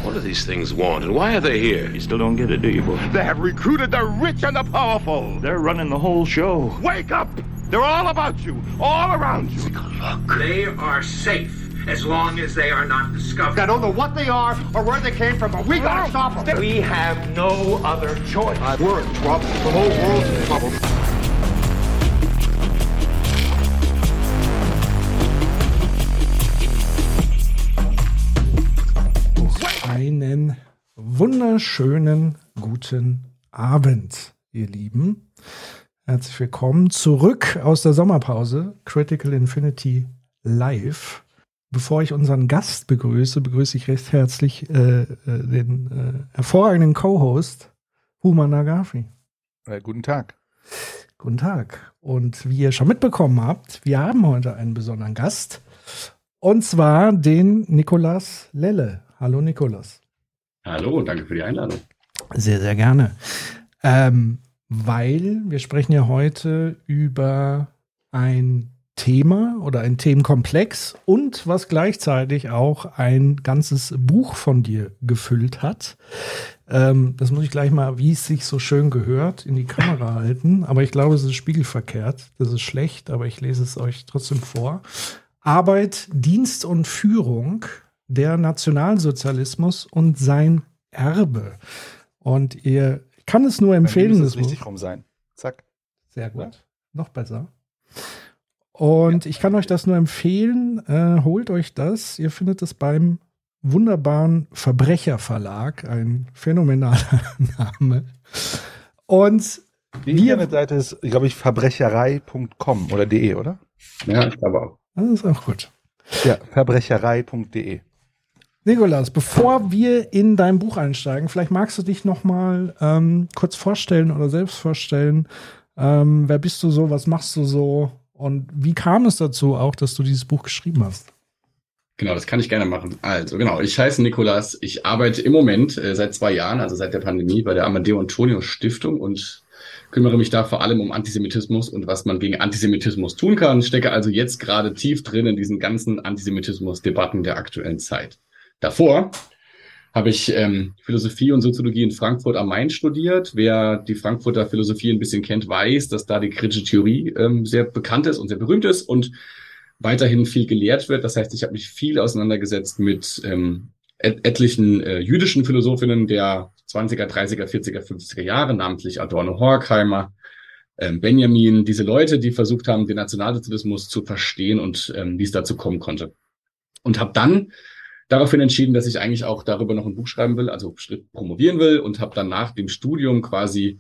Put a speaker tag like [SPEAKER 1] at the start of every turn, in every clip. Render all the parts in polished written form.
[SPEAKER 1] What do these things want, and why are they here?
[SPEAKER 2] You still don't get it, do you, boy?
[SPEAKER 3] They have recruited the rich and the powerful.
[SPEAKER 2] They're running the whole show.
[SPEAKER 3] Wake up! They're all about you, all around you.
[SPEAKER 1] Look.
[SPEAKER 4] They are safe as long as they are not discovered.
[SPEAKER 3] I don't know what they are or where they came from, but we gotta stop them.
[SPEAKER 4] We have no other choice.
[SPEAKER 3] We're in trouble. The whole world's in trouble.
[SPEAKER 5] Einen wunderschönen guten Abend, ihr Lieben. Herzlich willkommen zurück aus der Sommerpause, Critical Infinity Live. Bevor ich unseren Gast begrüße, begrüße ich recht herzlich den hervorragenden Co-Host Huma Nagafi.
[SPEAKER 6] Guten Tag.
[SPEAKER 5] Guten Tag. Und wie ihr schon mitbekommen habt, wir haben heute einen besonderen Gast. Und zwar den Nikolaus Lelle. Hallo Nikolaus.
[SPEAKER 7] Hallo, danke für die Einladung.
[SPEAKER 5] Sehr, sehr gerne. Weil wir sprechen ja heute über ein Thema oder ein Themenkomplex und was gleichzeitig auch ein ganzes Buch von dir gefüllt hat. Das muss ich gleich mal, wie es sich so schön gehört, in die Kamera halten. Aber ich glaube, es ist spiegelverkehrt. Das ist schlecht, aber ich lese es euch trotzdem vor. Arbeit, Dienst und Führung, der Nationalsozialismus und sein Erbe. Und ihr kann es nur empfehlen.
[SPEAKER 6] Muss es richtig rum sein. Zack.
[SPEAKER 5] Sehr gut. Ja. Noch besser. Und ich kann euch das nur empfehlen. Holt euch das. Ihr findet es beim wunderbaren Verbrecherverlag. Ein phänomenaler Name. Und
[SPEAKER 6] die Internetseite ist, glaube ich, verbrecherei.com oder de, oder?
[SPEAKER 7] Ja, ich glaube auch.
[SPEAKER 5] Das ist auch gut.
[SPEAKER 6] Ja, verbrecherei.de.
[SPEAKER 5] Nikolaus, bevor wir in dein Buch einsteigen, vielleicht magst du dich noch mal kurz vorstellen oder selbst vorstellen. Wer bist du so, was machst du so und wie kam es dazu auch, dass du dieses Buch geschrieben hast?
[SPEAKER 7] Genau, das kann ich gerne machen. Also genau, ich heiße Nikolaus, ich arbeite im Moment seit 2 Jahren, also seit der Pandemie, bei der Amadeo Antonio Stiftung und kümmere mich da vor allem um Antisemitismus und was man gegen Antisemitismus tun kann. Stecke also jetzt gerade tief drin in diesen ganzen Antisemitismus-Debatten der aktuellen Zeit. Davor habe ich Philosophie und Soziologie in Frankfurt am Main studiert. Wer die Frankfurter Philosophie ein bisschen kennt, weiß, dass da die kritische Theorie sehr bekannt ist und sehr berühmt ist und weiterhin viel gelehrt wird. Das heißt, ich habe mich viel auseinandergesetzt mit etlichen jüdischen Philosophinnen der 20er, 30er, 40er, 50er Jahre, namentlich Adorno, Horkheimer, Benjamin, diese Leute, die versucht haben, den Nationalsozialismus zu verstehen und wie es dazu kommen konnte. Und habe dann daraufhin entschieden, dass ich eigentlich auch darüber noch ein Buch schreiben will, also promovieren will und habe dann nach dem Studium quasi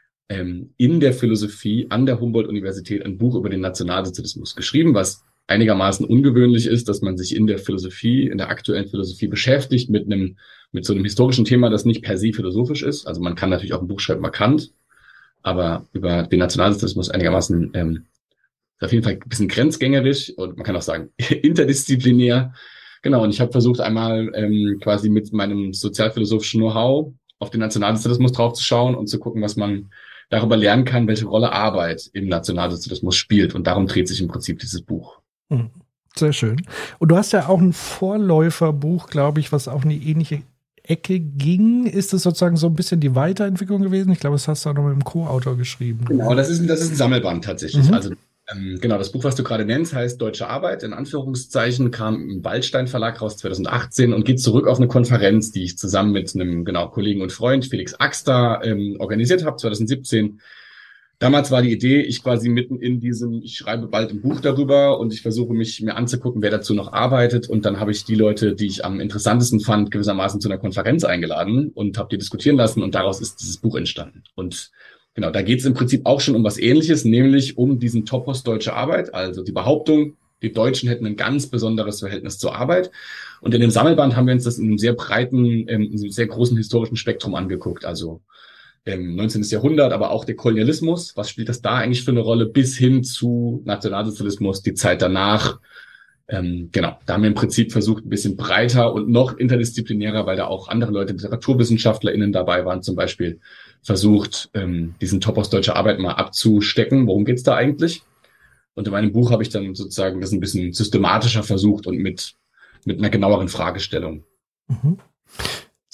[SPEAKER 7] in der Philosophie an der Humboldt-Universität ein Buch über den Nationalsozialismus geschrieben, was einigermaßen ungewöhnlich ist, dass man sich in der Philosophie, in der aktuellen Philosophie beschäftigt mit so einem historischen Thema, das nicht per se philosophisch ist. Also man kann natürlich auch ein Buch schreiben, man kann, aber über den Nationalsozialismus einigermaßen auf jeden Fall ein bisschen grenzgängerisch und man kann auch sagen interdisziplinär. Genau, und ich habe versucht, einmal quasi mit meinem sozialphilosophischen Know-how auf den Nationalsozialismus draufzuschauen und zu gucken, was man darüber lernen kann, welche Rolle Arbeit im Nationalsozialismus spielt. Und darum dreht sich im Prinzip dieses Buch.
[SPEAKER 5] Sehr schön. Und du hast ja auch ein Vorläuferbuch, glaube ich, was auch in die ähnliche Ecke ging. Ist das sozusagen so ein bisschen die Weiterentwicklung gewesen? Ich glaube, das hast du auch noch mit dem Co-Autor geschrieben.
[SPEAKER 7] Genau, das ist ein Sammelband tatsächlich. Also genau, das Buch, was du gerade nennst, heißt Deutsche Arbeit, in Anführungszeichen, kam im Waldstein Verlag raus 2018 und geht zurück auf eine Konferenz, die ich zusammen mit einem Kollegen und Freund, Felix Axter, organisiert habe, 2017. Damals war die Idee, ich quasi mitten in diesem, ich schreibe bald ein Buch darüber und ich versuche mir anzugucken, wer dazu noch arbeitet. Und dann habe ich die Leute, die ich am interessantesten fand, gewissermaßen zu einer Konferenz eingeladen und habe die diskutieren lassen und daraus ist dieses Buch entstanden. Und genau, da geht es im Prinzip auch schon um was Ähnliches, nämlich um diesen Topos Deutsche Arbeit, also die Behauptung, die Deutschen hätten ein ganz besonderes Verhältnis zur Arbeit. Und in dem Sammelband haben wir uns das in einem sehr breiten, in einem sehr großen historischen Spektrum angeguckt, also 19. Jahrhundert, aber auch der Kolonialismus, was spielt das da eigentlich für eine Rolle, bis hin zu Nationalsozialismus, die Zeit danach. Genau, da haben wir im Prinzip versucht, ein bisschen breiter und noch interdisziplinärer, weil da auch andere Leute, LiteraturwissenschaftlerInnen dabei waren, zum Beispiel versucht, diesen Topos Deutsche Arbeit mal abzustecken. Worum geht's da eigentlich? Und in meinem Buch habe ich dann sozusagen das ein bisschen systematischer versucht und mit einer genaueren Fragestellung.
[SPEAKER 5] Mhm.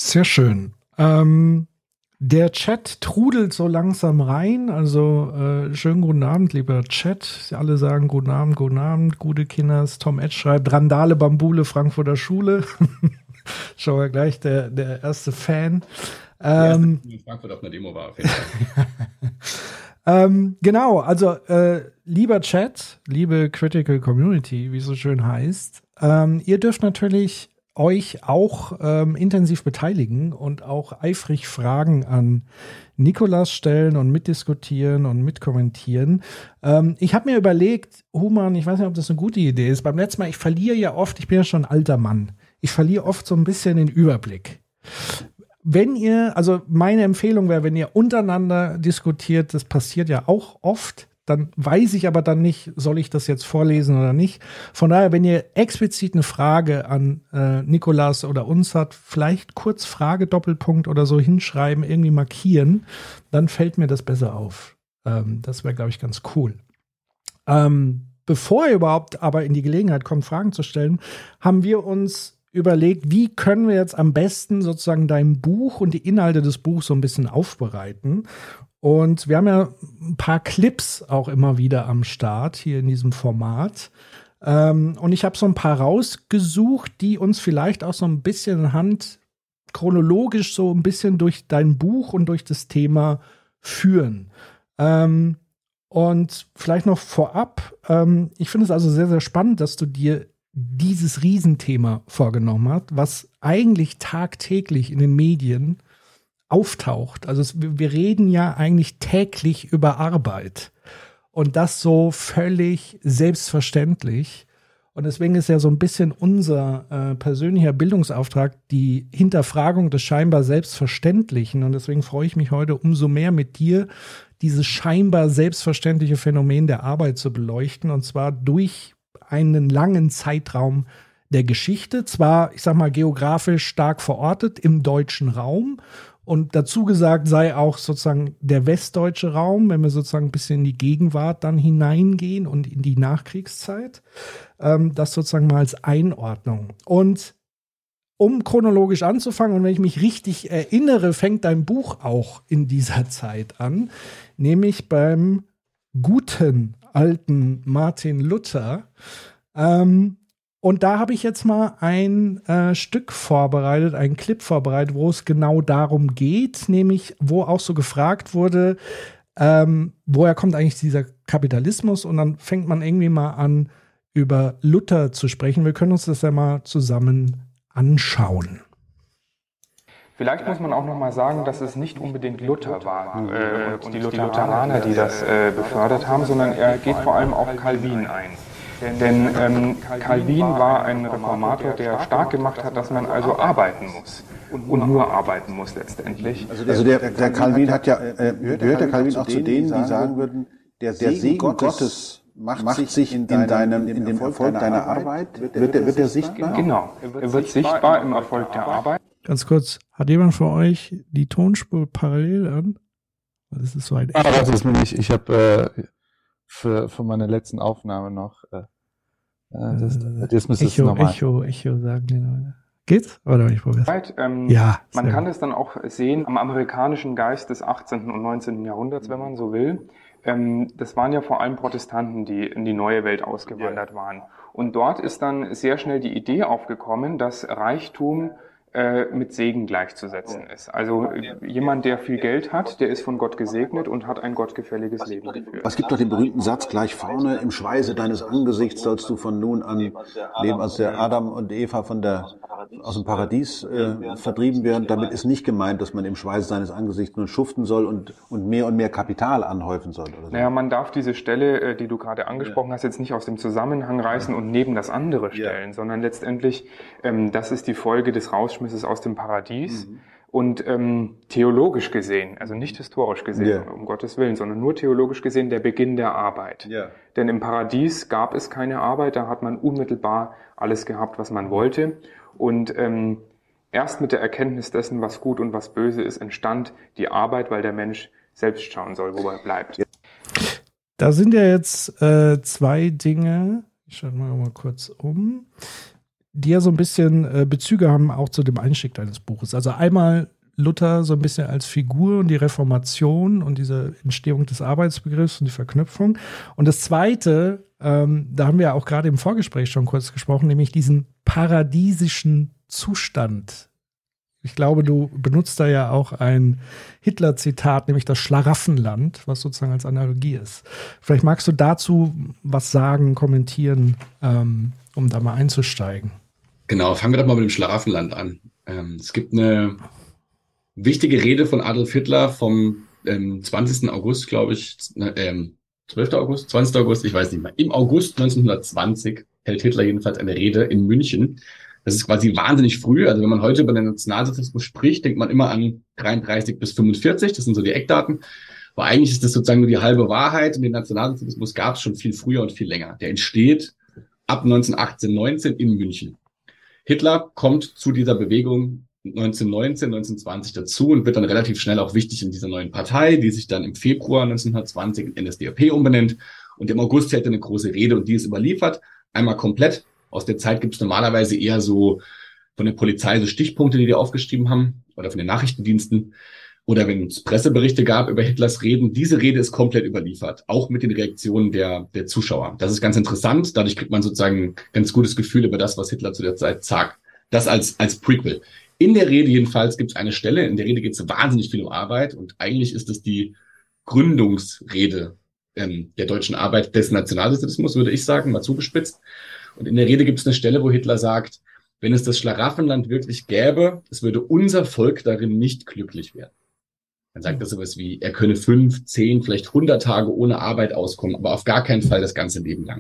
[SPEAKER 5] Sehr schön. Der Chat trudelt so langsam rein. Also schönen guten Abend, lieber Chat. Alle sagen guten Abend, gute Kinders. Tom Ed schreibt Randale, Bambule, Frankfurter Schule. Schauen wir gleich, der erste Fan.
[SPEAKER 7] Der erste in Frankfurt auf einer Demo war. Auf jeden
[SPEAKER 5] Fall. Genau, also lieber Chat, liebe Critical Community, wie es so schön heißt, ihr dürft natürlich euch auch intensiv beteiligen und auch eifrig Fragen an Nikolas stellen und mitdiskutieren und mitkommentieren. Ich habe mir überlegt, Human, ich weiß nicht, ob das eine gute Idee ist. Beim letzten Mal, ich verliere ja oft, ich bin ja schon ein alter Mann, ich verliere oft so ein bisschen den Überblick. Wenn ihr, also meine Empfehlung wäre, wenn ihr untereinander diskutiert, das passiert ja auch oft, dann weiß ich aber dann nicht, soll ich das jetzt vorlesen oder nicht. Von daher, wenn ihr explizit eine Frage an Nikolas oder uns habt, vielleicht kurz Frage, Doppelpunkt oder so hinschreiben, irgendwie markieren, dann fällt mir das besser auf. Das wäre, glaube ich, ganz cool. Bevor ihr überhaupt aber in die Gelegenheit kommt, Fragen zu stellen, haben wir uns überlegt, wie können wir jetzt am besten sozusagen dein Buch und die Inhalte des Buchs so ein bisschen aufbereiten. Und wir haben ja ein paar Clips auch immer wieder am Start hier in diesem Format. Und ich habe so ein paar rausgesucht, die uns vielleicht auch so ein bisschen chronologisch so ein bisschen durch dein Buch und durch das Thema führen. Und vielleicht noch vorab, ich finde es also sehr, sehr spannend, dass du dir dieses Riesenthema vorgenommen hast, was eigentlich tagtäglich in den Medien auftaucht. Also wir reden ja eigentlich täglich über Arbeit und das so völlig selbstverständlich. Und deswegen ist ja so ein bisschen unser persönlicher Bildungsauftrag die Hinterfragung des scheinbar Selbstverständlichen. Und deswegen freue ich mich heute umso mehr mit dir, dieses scheinbar selbstverständliche Phänomen der Arbeit zu beleuchten, und zwar durch einen langen Zeitraum der Geschichte. Zwar, ich sag mal, geografisch stark verortet im deutschen Raum. Und dazu gesagt sei auch sozusagen der westdeutsche Raum, wenn wir sozusagen ein bisschen in die Gegenwart dann hineingehen und in die Nachkriegszeit. Das sozusagen mal als Einordnung. Und um chronologisch anzufangen, und wenn ich mich richtig erinnere, fängt dein Buch auch in dieser Zeit an, nämlich beim guten alten Martin Luther. Und da habe ich jetzt mal ein Stück vorbereitet, einen Clip vorbereitet, wo es genau darum geht, nämlich wo auch so gefragt wurde, woher kommt eigentlich dieser Kapitalismus? Und dann fängt man irgendwie mal an, über Luther zu sprechen. Wir können uns das ja mal zusammen anschauen.
[SPEAKER 8] Vielleicht muss man auch noch mal sagen, dass es nicht unbedingt Luther war und die Lutheraner, die das befördert haben, sondern er geht vor allem auf Calvin ein. Denn Calvin war ein Reformator, der stark gemacht hat, dass man also arbeiten muss. Und nur arbeiten muss letztendlich.
[SPEAKER 9] Also der Calvin hat ja, gehört der Calvin auch zu denen, die sagen würden, der Segen Gottes macht sich in dem Erfolg deiner Arbeit, wird er sichtbar?
[SPEAKER 8] Genau, er wird sichtbar im Erfolg der Arbeit.
[SPEAKER 5] Ganz kurz, hat jemand von euch die Tonspur parallel an? Das ist so ein Echo.
[SPEAKER 6] Das ist mir nicht. Ich habe für meine letzten Aufnahme noch jetzt müsste es normal.
[SPEAKER 5] Echo sagen die Leute. Geht's? Oder ich probiere es.
[SPEAKER 8] Ja. Man kann es dann auch sehen am amerikanischen Geist des 18. und 19. Jahrhunderts, wenn man so will. Das waren ja vor allem Protestanten, die in die neue Welt ausgewandert waren. Und dort ist dann sehr schnell die Idee aufgekommen, dass Reichtum mit Segen gleichzusetzen ist. Also jemand, der viel Geld hat, der ist von Gott gesegnet und hat ein gottgefälliges Leben geführt.
[SPEAKER 9] Es gibt doch den berühmten Satz gleich vorne, im Schweiße deines Angesichts sollst du von nun an leben, als der Adam und Eva aus dem Paradies vertrieben werden. Damit ist nicht gemeint, dass man im Schweiße seines Angesichts nur schuften soll und mehr Kapital anhäufen soll. Oder so.
[SPEAKER 8] Naja, man darf diese Stelle, die du gerade angesprochen hast, jetzt nicht aus dem Zusammenhang reißen und neben das andere stellen, sondern letztendlich, das ist die Folge des Rausschmisses aus dem Paradies. Und theologisch gesehen, also nicht historisch gesehen, um Gottes Willen, sondern nur theologisch gesehen, der Beginn der Arbeit. Denn im Paradies gab es keine Arbeit, da hat man unmittelbar alles gehabt, was man wollte. Und erst mit der Erkenntnis dessen, was gut und was böse ist, entstand die Arbeit, weil der Mensch selbst schauen soll, wo er bleibt.
[SPEAKER 5] Da sind ja jetzt zwei Dinge, ich schaue mal kurz um, die ja so ein bisschen Bezüge haben auch zu dem Einstieg deines Buches. Also einmal Luther so ein bisschen als Figur und die Reformation und diese Entstehung des Arbeitsbegriffs und die Verknüpfung. Und das Zweite, da haben wir auch gerade im Vorgespräch schon kurz gesprochen, nämlich diesen paradiesischen Zustand. Ich glaube, du benutzt da ja auch ein Hitler-Zitat, nämlich das Schlaraffenland, was sozusagen als Analogie ist. Vielleicht magst du dazu was sagen, kommentieren, um da mal einzusteigen.
[SPEAKER 7] Genau, fangen wir doch mal mit dem Schlaraffenland an. Es gibt eine wichtige Rede von Adolf Hitler vom 20. August, glaube ich, 12. August, 20. August, ich weiß nicht mehr. Im August 1920 hält Hitler jedenfalls eine Rede in München. Das ist quasi wahnsinnig früh. Also wenn man heute über den Nationalsozialismus spricht, denkt man immer an 33 bis 45. Das sind so die Eckdaten. Aber eigentlich ist das sozusagen nur die halbe Wahrheit. Und den Nationalsozialismus gab es schon viel früher und viel länger. Der entsteht ab 1918, 19 in München. Hitler kommt zu dieser Bewegung 1919, 1920 dazu und wird dann relativ schnell auch wichtig in dieser neuen Partei, die sich dann im Februar 1920 in NSDAP umbenennt. Und im August hält er eine große Rede und die ist überliefert. Einmal komplett. Aus der Zeit gibt es normalerweise eher so von der Polizei so Stichpunkte, die aufgeschrieben haben oder von den Nachrichtendiensten. Oder wenn es Presseberichte gab über Hitlers Reden. Diese Rede ist komplett überliefert, auch mit den Reaktionen der Zuschauer. Das ist ganz interessant. Dadurch kriegt man sozusagen ein ganz gutes Gefühl über das, was Hitler zu der Zeit sagt. Das als Prequel. In der Rede jedenfalls gibt es eine Stelle, in der Rede geht es wahnsinnig viel um Arbeit und eigentlich ist es die Gründungsrede der deutschen Arbeit des Nationalsozialismus, würde ich sagen, mal zugespitzt. Und in der Rede gibt es eine Stelle, wo Hitler sagt, wenn es das Schlaraffenland wirklich gäbe, es würde unser Volk darin nicht glücklich werden. Dann sagt er sowas wie, er könne 5, 10, vielleicht 100 Tage ohne Arbeit auskommen, aber auf gar keinen Fall das ganze Leben lang.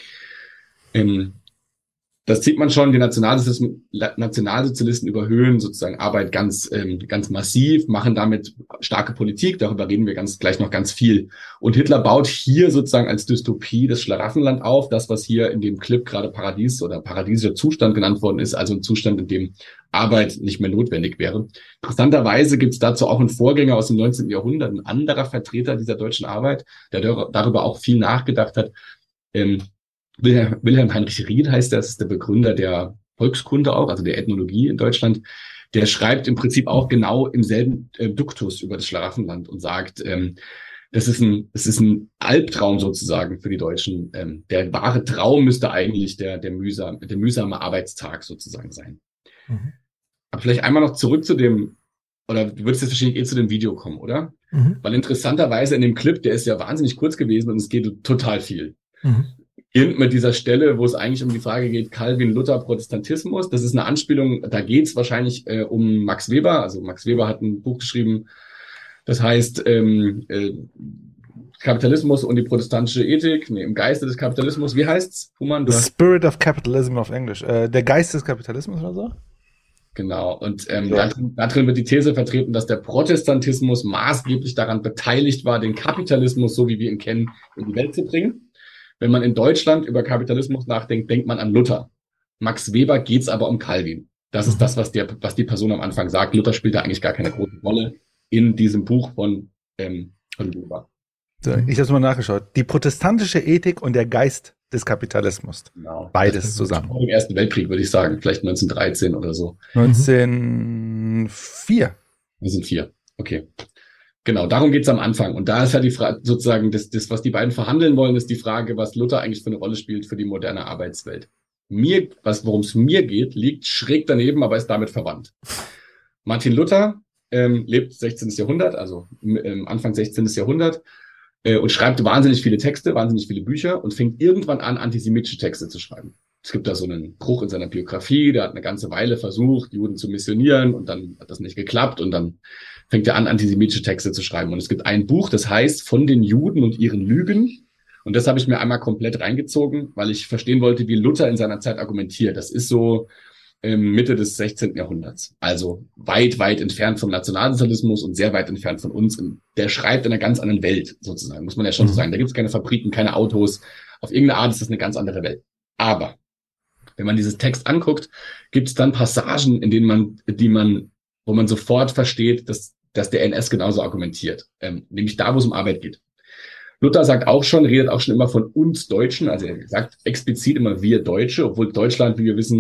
[SPEAKER 7] Das sieht man schon, die Nationalsozialisten überhöhen sozusagen Arbeit ganz massiv, machen damit starke Politik, darüber reden wir gleich noch ganz viel. Und Hitler baut hier sozusagen als Dystopie das Schlaraffenland auf, das, was hier in dem Clip gerade Paradies oder paradiesischer Zustand genannt worden ist, also ein Zustand, in dem Arbeit nicht mehr notwendig wäre. Interessanterweise gibt es dazu auch einen Vorgänger aus dem 19. Jahrhundert, ein anderer Vertreter dieser deutschen Arbeit, der darüber auch viel nachgedacht hat. Wilhelm Heinrich Ried heißt das ist der Begründer der Volkskunde auch, also der Ethnologie in Deutschland. Der schreibt im Prinzip auch genau im selben Duktus über das Schlaraffenland und sagt, das ist ein Albtraum sozusagen für die Deutschen. Der wahre Traum müsste eigentlich der mühsame Arbeitstag sozusagen sein. Mhm. Aber vielleicht einmal noch zurück zu dem, oder du würdest jetzt wahrscheinlich zu dem Video kommen, oder? Mhm. Weil interessanterweise in dem Clip, der ist ja wahnsinnig kurz gewesen und es geht total viel. Mhm. Beginnt mit dieser Stelle, wo es eigentlich um die Frage geht, Calvin, Luther, Protestantismus. Das ist eine Anspielung, da geht es wahrscheinlich um Max Weber. Also Max Weber hat ein Buch geschrieben, das heißt Kapitalismus und die protestantische Ethik. Nee, im Geiste des Kapitalismus. Wie heißt's, Human?
[SPEAKER 6] The Spirit of Capitalism auf Englisch. Der Geist des Kapitalismus oder so?
[SPEAKER 7] Genau. Und darin wird die These vertreten, dass der Protestantismus maßgeblich daran beteiligt war, den Kapitalismus, so wie wir ihn kennen, in die Welt zu bringen. Wenn man in Deutschland über Kapitalismus nachdenkt, denkt man an Luther. Max Weber geht's aber um Calvin. Das ist das, was die Person am Anfang sagt. Luther spielt da eigentlich gar keine große Rolle in diesem Buch von Weber.
[SPEAKER 6] So, ich habe es mal nachgeschaut. Die protestantische Ethik und der Geist des Kapitalismus.
[SPEAKER 7] Genau.
[SPEAKER 6] Beides zusammen.
[SPEAKER 7] Vor dem Ersten Weltkrieg, würde ich sagen. Vielleicht 1913 oder so.
[SPEAKER 6] 1904.
[SPEAKER 7] 1904. Okay. Genau, darum geht's am Anfang. Und da ist halt die Frage, sozusagen, das, was die beiden verhandeln wollen, ist die Frage, was Luther eigentlich für eine Rolle spielt für die moderne Arbeitswelt. Worum es mir geht, liegt schräg daneben, aber ist damit verwandt. Martin Luther lebt 16. Jahrhundert, also Anfang 16. Jahrhundert, und schreibt wahnsinnig viele Texte, wahnsinnig viele Bücher und fängt irgendwann an, antisemitische Texte zu schreiben. Es gibt da so einen Bruch in seiner Biografie, der hat eine ganze Weile versucht, Juden zu missionieren und dann hat das nicht geklappt und dann fängt er an, antisemitische Texte zu schreiben. Und es gibt ein Buch, das heißt Von den Juden und ihren Lügen. Und das habe ich mir einmal komplett reingezogen, weil ich verstehen wollte, wie Luther in seiner Zeit argumentiert. Das ist so Mitte des 16. Jahrhunderts. Also weit, weit entfernt vom Nationalsozialismus und sehr weit entfernt von uns. Der schreibt in einer ganz anderen Welt sozusagen, muss man ja schon so sagen. Da gibt es keine Fabriken, keine Autos. Auf irgendeine Art ist das eine ganz andere Welt. Aber wenn man dieses Text anguckt, gibt es dann Passagen, in denen wo man sofort versteht, dass der NS genauso argumentiert. Nämlich da, wo es um Arbeit geht. Luther redet auch schon immer von uns Deutschen, also er sagt explizit immer wir Deutsche, obwohl Deutschland, wie wir wissen,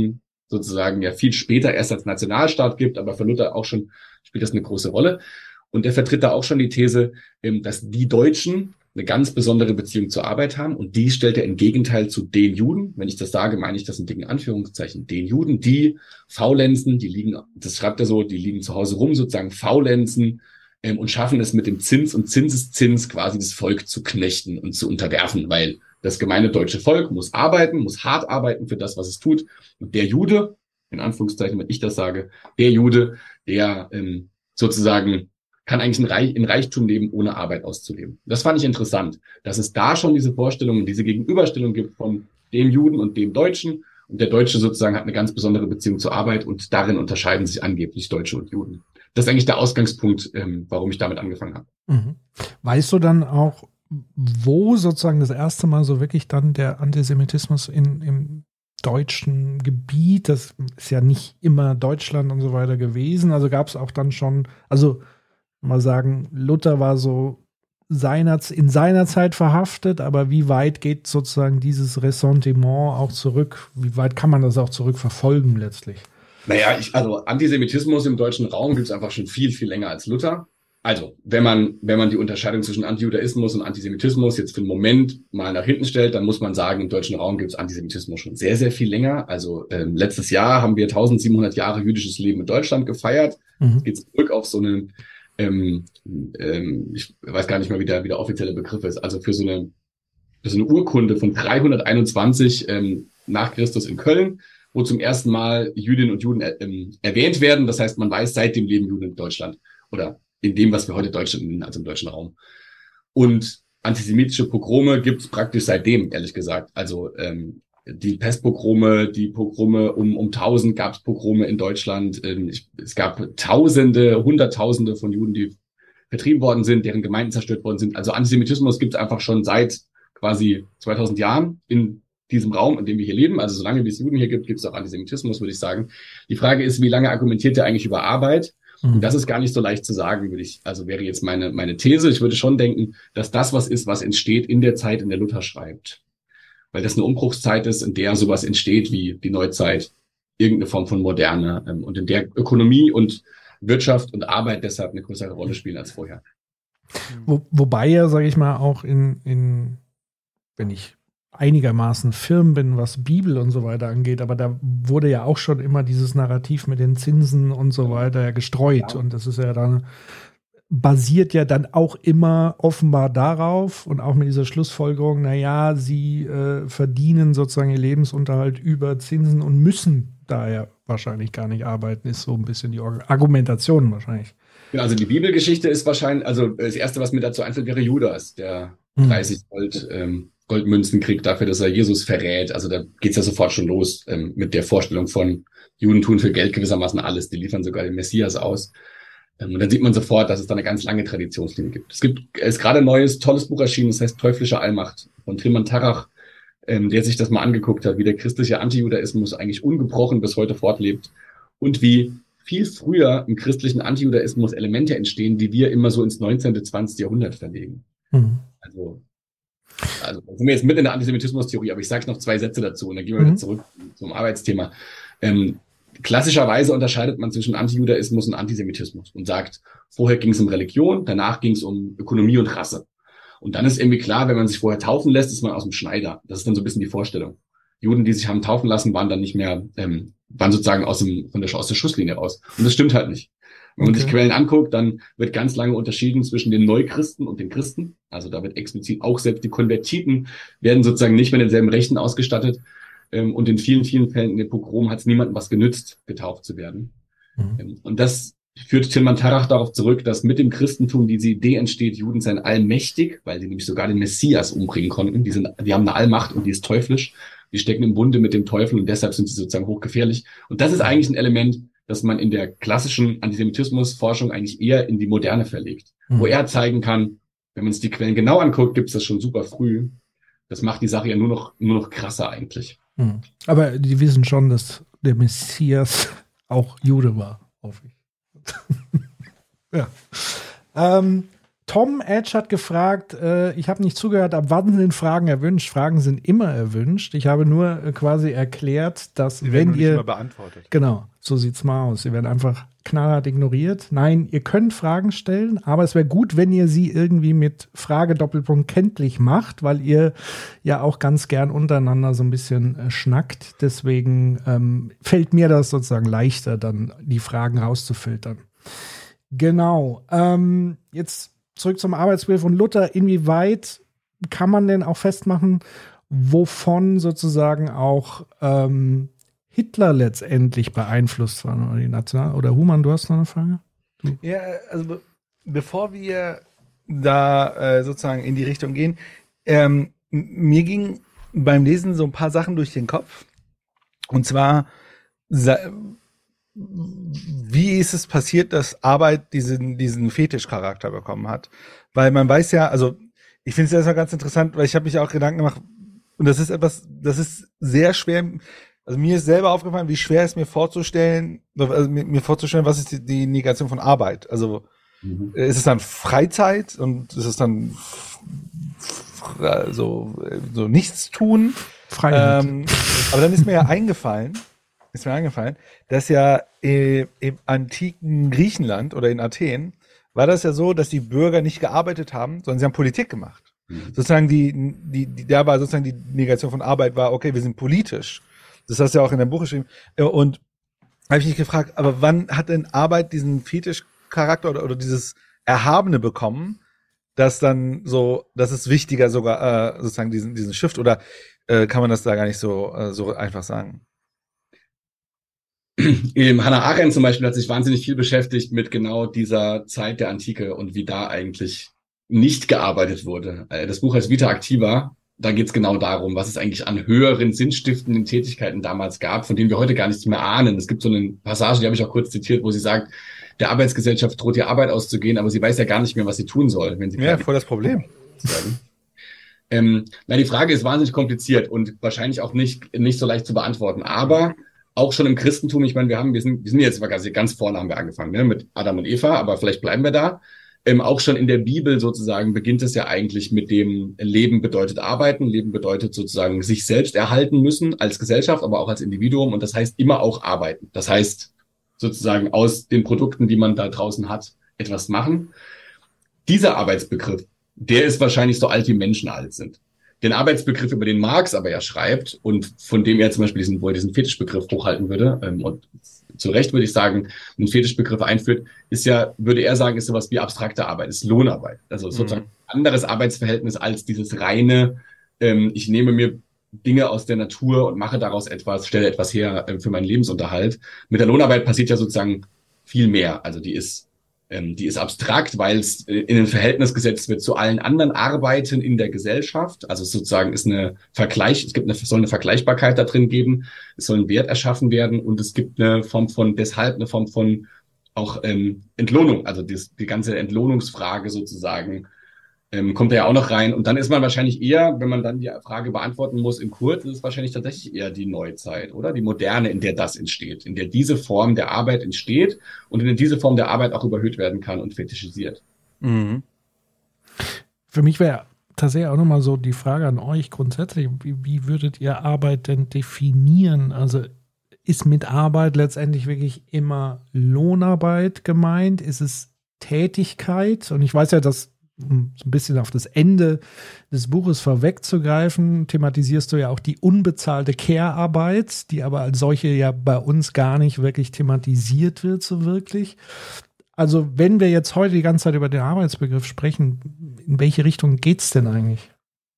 [SPEAKER 7] sozusagen ja viel später erst als Nationalstaat gibt, aber für Luther auch schon spielt das eine große Rolle. Und er vertritt da auch schon die These, dass die Deutschen eine ganz besondere Beziehung zur Arbeit haben. Und die stellt er im Gegenteil zu den Juden. Wenn ich das sage, meine ich das in dicken Anführungszeichen. Den Juden, die faulenzen, die liegen, das schreibt er so, die liegen zu Hause rum, sozusagen faulenzen und schaffen es mit dem Zins und Zinseszins quasi das Volk zu knechten und zu unterwerfen, weil das gemeine deutsche Volk muss arbeiten, muss hart arbeiten für das, was es tut. Und der Jude, in Anführungszeichen, wenn ich das sage, der Jude, der sozusagen kann eigentlich in Reichtum leben, ohne Arbeit auszuleben. Das fand ich interessant, dass es da schon diese Vorstellung, diese Gegenüberstellung gibt von dem Juden und dem Deutschen. Und der Deutsche sozusagen hat eine ganz besondere Beziehung zur Arbeit und darin unterscheiden sich angeblich Deutsche und Juden. Das ist eigentlich der Ausgangspunkt, warum ich damit angefangen habe.
[SPEAKER 5] Mhm. Weißt du dann auch, wo sozusagen das erste Mal so wirklich dann der Antisemitismus im deutschen Gebiet, das ist ja nicht immer Deutschland und so weiter gewesen, also gab es auch dann schon, also mal sagen, Luther war so in seiner Zeit verhaftet, aber wie weit geht sozusagen dieses Ressentiment auch zurück? Wie weit kann man das auch zurückverfolgen letztlich?
[SPEAKER 7] Naja, also Antisemitismus im deutschen Raum gibt es einfach schon viel, viel länger als Luther. Also, wenn man die Unterscheidung zwischen Antijudaismus und Antisemitismus jetzt für einen Moment mal nach hinten stellt, dann muss man sagen, im deutschen Raum gibt es Antisemitismus schon sehr, sehr viel länger. Also letztes Jahr haben wir 1700 Jahre jüdisches Leben in Deutschland gefeiert. Geht zurück auf so einen ich weiß gar nicht mehr, wie der offizielle Begriff ist, also für so eine Urkunde von 321 nach Christus in Köln, wo zum ersten Mal Jüdinnen und Juden erwähnt werden. Das heißt, man weiß, seitdem leben Juden in Deutschland oder in dem, was wir heute Deutschland nennen, also im deutschen Raum. Und antisemitische Pogrome gibt es praktisch seitdem, ehrlich gesagt. Also die Pestpogrome, die Pogrome um 1000 gab es Pogrome in Deutschland. Es gab Hunderttausende von Juden, die vertrieben worden sind, deren Gemeinden zerstört worden sind. Also Antisemitismus gibt es einfach schon seit quasi 2000 Jahren in diesem Raum, in dem wir hier leben. Also solange es Juden hier gibt, gibt es auch Antisemitismus, würde ich sagen. Die Frage ist, wie lange argumentiert er eigentlich über Arbeit? Und das ist gar nicht so leicht zu sagen, wäre jetzt meine These. Ich würde schon denken, dass das was ist, was entsteht in der Zeit, in der Luther schreibt. Weil das eine Umbruchszeit ist, in der sowas entsteht wie die Neuzeit, irgendeine Form von Moderne und in der Ökonomie und Wirtschaft und Arbeit deshalb eine größere Rolle spielen als vorher.
[SPEAKER 5] Wobei ja, sage ich mal, auch wenn ich einigermaßen firm bin, was Bibel und so weiter angeht, aber da wurde ja auch schon immer dieses Narrativ mit den Zinsen und so weiter gestreut. Ja. Und das ist ja dann basiert ja dann auch immer offenbar darauf und auch mit dieser Schlussfolgerung, naja, sie verdienen sozusagen ihr Lebensunterhalt über Zinsen und müssen daher wahrscheinlich gar nicht arbeiten, ist so ein bisschen die Argumentation wahrscheinlich.
[SPEAKER 7] Ja, also die Bibelgeschichte ist wahrscheinlich, also das Erste, was mir dazu einfällt, wäre Judas, der 30 Goldmünzen kriegt dafür, dass er Jesus verrät. Also da geht's ja sofort schon los mit der Vorstellung von Juden tun für Geld gewissermaßen alles, die liefern sogar den Messias aus. Und dann sieht man sofort, dass es da eine ganz lange Traditionslinie gibt. Es ist gerade ein neues, tolles Buch erschienen, das heißt Teuflische Allmacht von Tilman Tarrach, der sich das mal angeguckt hat, wie der christliche Antijudaismus eigentlich ungebrochen bis heute fortlebt und wie viel früher im christlichen Antijudaismus Elemente entstehen, die wir immer so ins 19., 20. Jahrhundert verlegen. Also sind wir jetzt mit in der Antisemitismus-Theorie, aber ich sage noch 2 Sätze dazu und dann gehen wir wieder zurück zum Arbeitsthema. Klassischerweise unterscheidet man zwischen Antijudaismus und Antisemitismus und sagt, vorher ging es um Religion, danach ging es um Ökonomie und Rasse. Und dann ist irgendwie klar, wenn man sich vorher taufen lässt, ist man aus dem Schneider. Das ist dann so ein bisschen die Vorstellung. Juden, die sich haben taufen lassen, waren dann nicht mehr, waren sozusagen aus der Schusslinie raus. Und das stimmt halt nicht. Wenn man sich Quellen anguckt, dann wird ganz lange unterschieden zwischen den Neuchristen und den Christen. Also da wird explizit auch selbst die Konvertiten werden sozusagen nicht mit denselben Rechten ausgestattet. Und in vielen, vielen Fällen in den Pogromen hat es niemandem was genützt, getauft zu werden. Und das führt Tilman Tarrach darauf zurück, dass mit dem Christentum diese Idee entsteht, Juden seien allmächtig, weil sie nämlich sogar den Messias umbringen konnten. Die haben eine Allmacht und die ist teuflisch. Die stecken im Bunde mit dem Teufel und deshalb sind sie sozusagen hochgefährlich. Und das ist eigentlich ein Element, das man in der klassischen Antisemitismusforschung eigentlich eher in die Moderne verlegt. Wo er zeigen kann, wenn man sich die Quellen genau anguckt, gibt es das schon super früh. Das macht die Sache ja nur noch krasser eigentlich.
[SPEAKER 5] Aber die wissen schon, dass der Messias auch Jude war, hoffe ich. Ja. Tom Edge hat gefragt, ich habe nicht zugehört, ab wann sind Fragen erwünscht? Fragen sind immer erwünscht. Ich habe nur quasi erklärt, dass
[SPEAKER 10] Sie
[SPEAKER 5] wenn
[SPEAKER 10] werden
[SPEAKER 5] ihr...
[SPEAKER 10] nicht immer beantwortet.
[SPEAKER 5] Genau, so sieht's mal aus. Sie werden einfach knallhart ignoriert. Nein, ihr könnt Fragen stellen, aber es wäre gut, wenn ihr sie irgendwie mit Frage Doppelpunkt kenntlich macht, weil ihr ja auch ganz gern untereinander so ein bisschen schnackt. Deswegen fällt mir das sozusagen leichter, dann die Fragen rauszufiltern. Genau. Jetzt zurück zum Arbeitsbegriff von Luther. Inwieweit kann man denn auch festmachen, wovon sozusagen auch Hitler letztendlich beeinflusst war? Oder die National- oder Humann, du hast noch eine Frage?
[SPEAKER 10] Ja, also bevor wir da sozusagen in die Richtung gehen, mir ging beim Lesen so ein paar Sachen durch den Kopf. Und zwar, wie ist es passiert, dass Arbeit diesen Fetischcharakter bekommen hat? Weil man weiß ja, also ich finde es erstmal ganz interessant, weil ich habe mich auch Gedanken gemacht, und das ist sehr schwer, also mir ist selber aufgefallen, wie schwer es mir vorzustellen, was ist die Negation von Arbeit? Also ist es dann Freizeit und ist es dann so Nichtstun?
[SPEAKER 5] Freiheit.
[SPEAKER 10] Aber dann ist mir eingefallen, dass ja im antiken Griechenland oder in Athen war das ja so, dass die Bürger nicht gearbeitet haben, sondern sie haben Politik gemacht. Sozusagen da war sozusagen die Negation von Arbeit war, okay, wir sind politisch. Das hast du ja auch in deinem Buch geschrieben. Und habe ich mich gefragt, aber wann hat denn Arbeit diesen Fetischcharakter oder dieses Erhabene bekommen, dass dann so, das ist wichtiger sogar sozusagen diesen Shift, oder kann man das da gar nicht so einfach sagen?
[SPEAKER 7] Hannah Arendt zum Beispiel hat sich wahnsinnig viel beschäftigt mit genau dieser Zeit der Antike und wie da eigentlich nicht gearbeitet wurde. Das Buch heißt Vita Activa. Da geht es genau darum, was es eigentlich an höheren, sinnstiftenden Tätigkeiten damals gab, von denen wir heute gar nichts mehr ahnen. Es gibt so eine Passage, die habe ich auch kurz zitiert, wo sie sagt, der Arbeitsgesellschaft droht die Arbeit auszugehen, aber sie weiß ja gar nicht mehr, was sie tun soll. Wenn sie
[SPEAKER 10] voll das Problem.
[SPEAKER 7] Die Frage ist wahnsinnig kompliziert und wahrscheinlich auch nicht so leicht zu beantworten. Aber auch schon im Christentum, ich meine, wir sind jetzt ganz vorne haben wir angefangen, ne, mit Adam und Eva, aber vielleicht bleiben wir da. Auch schon in der Bibel sozusagen beginnt es ja eigentlich mit dem Leben bedeutet arbeiten. Leben bedeutet sozusagen sich selbst erhalten müssen als Gesellschaft, aber auch als Individuum. Und das heißt immer auch arbeiten. Das heißt sozusagen aus den Produkten, die man da draußen hat, etwas machen. Dieser Arbeitsbegriff, der ist wahrscheinlich so alt wie Menschen alt sind. Den Arbeitsbegriff, über den Marx aber ja schreibt und von dem er zum Beispiel diesen Fetischbegriff hochhalten würde, und zu Recht würde ich sagen, einen Fetischbegriff einführt, würde er sagen, ist sowas wie abstrakte Arbeit, ist Lohnarbeit. Also sozusagen ein anderes Arbeitsverhältnis als dieses reine, ich nehme mir Dinge aus der Natur und mache daraus etwas, stelle etwas her für meinen Lebensunterhalt. Mit der Lohnarbeit passiert ja sozusagen viel mehr. Also die ist abstrakt, weil es in ein Verhältnis gesetzt wird zu allen anderen Arbeiten in der Gesellschaft. Also sozusagen soll eine Vergleichbarkeit da drin geben. Es soll ein Wert erschaffen werden und es gibt eine Form von auch Entlohnung. Also die ganze Entlohnungsfrage sozusagen kommt da ja auch noch rein. Und dann ist man wahrscheinlich eher, wenn man dann die Frage beantworten muss in kurz, ist es wahrscheinlich tatsächlich eher die Neuzeit, oder? Die Moderne, in der das entsteht, in der diese Form der Arbeit entsteht und in der diese Form der Arbeit auch überhöht werden kann und fetischisiert.
[SPEAKER 5] Mhm. Für mich wäre tatsächlich auch nochmal so die Frage an euch grundsätzlich, wie würdet ihr Arbeit denn definieren? Also ist mit Arbeit letztendlich wirklich immer Lohnarbeit gemeint? Ist es Tätigkeit? Und ich weiß ja, dass, um so ein bisschen auf das Ende des Buches vorwegzugreifen, thematisierst du ja auch die unbezahlte Care-Arbeit, die aber als solche ja bei uns gar nicht wirklich thematisiert wird, so wirklich. Also wenn wir jetzt heute die ganze Zeit über den Arbeitsbegriff sprechen, in welche Richtung geht's denn eigentlich?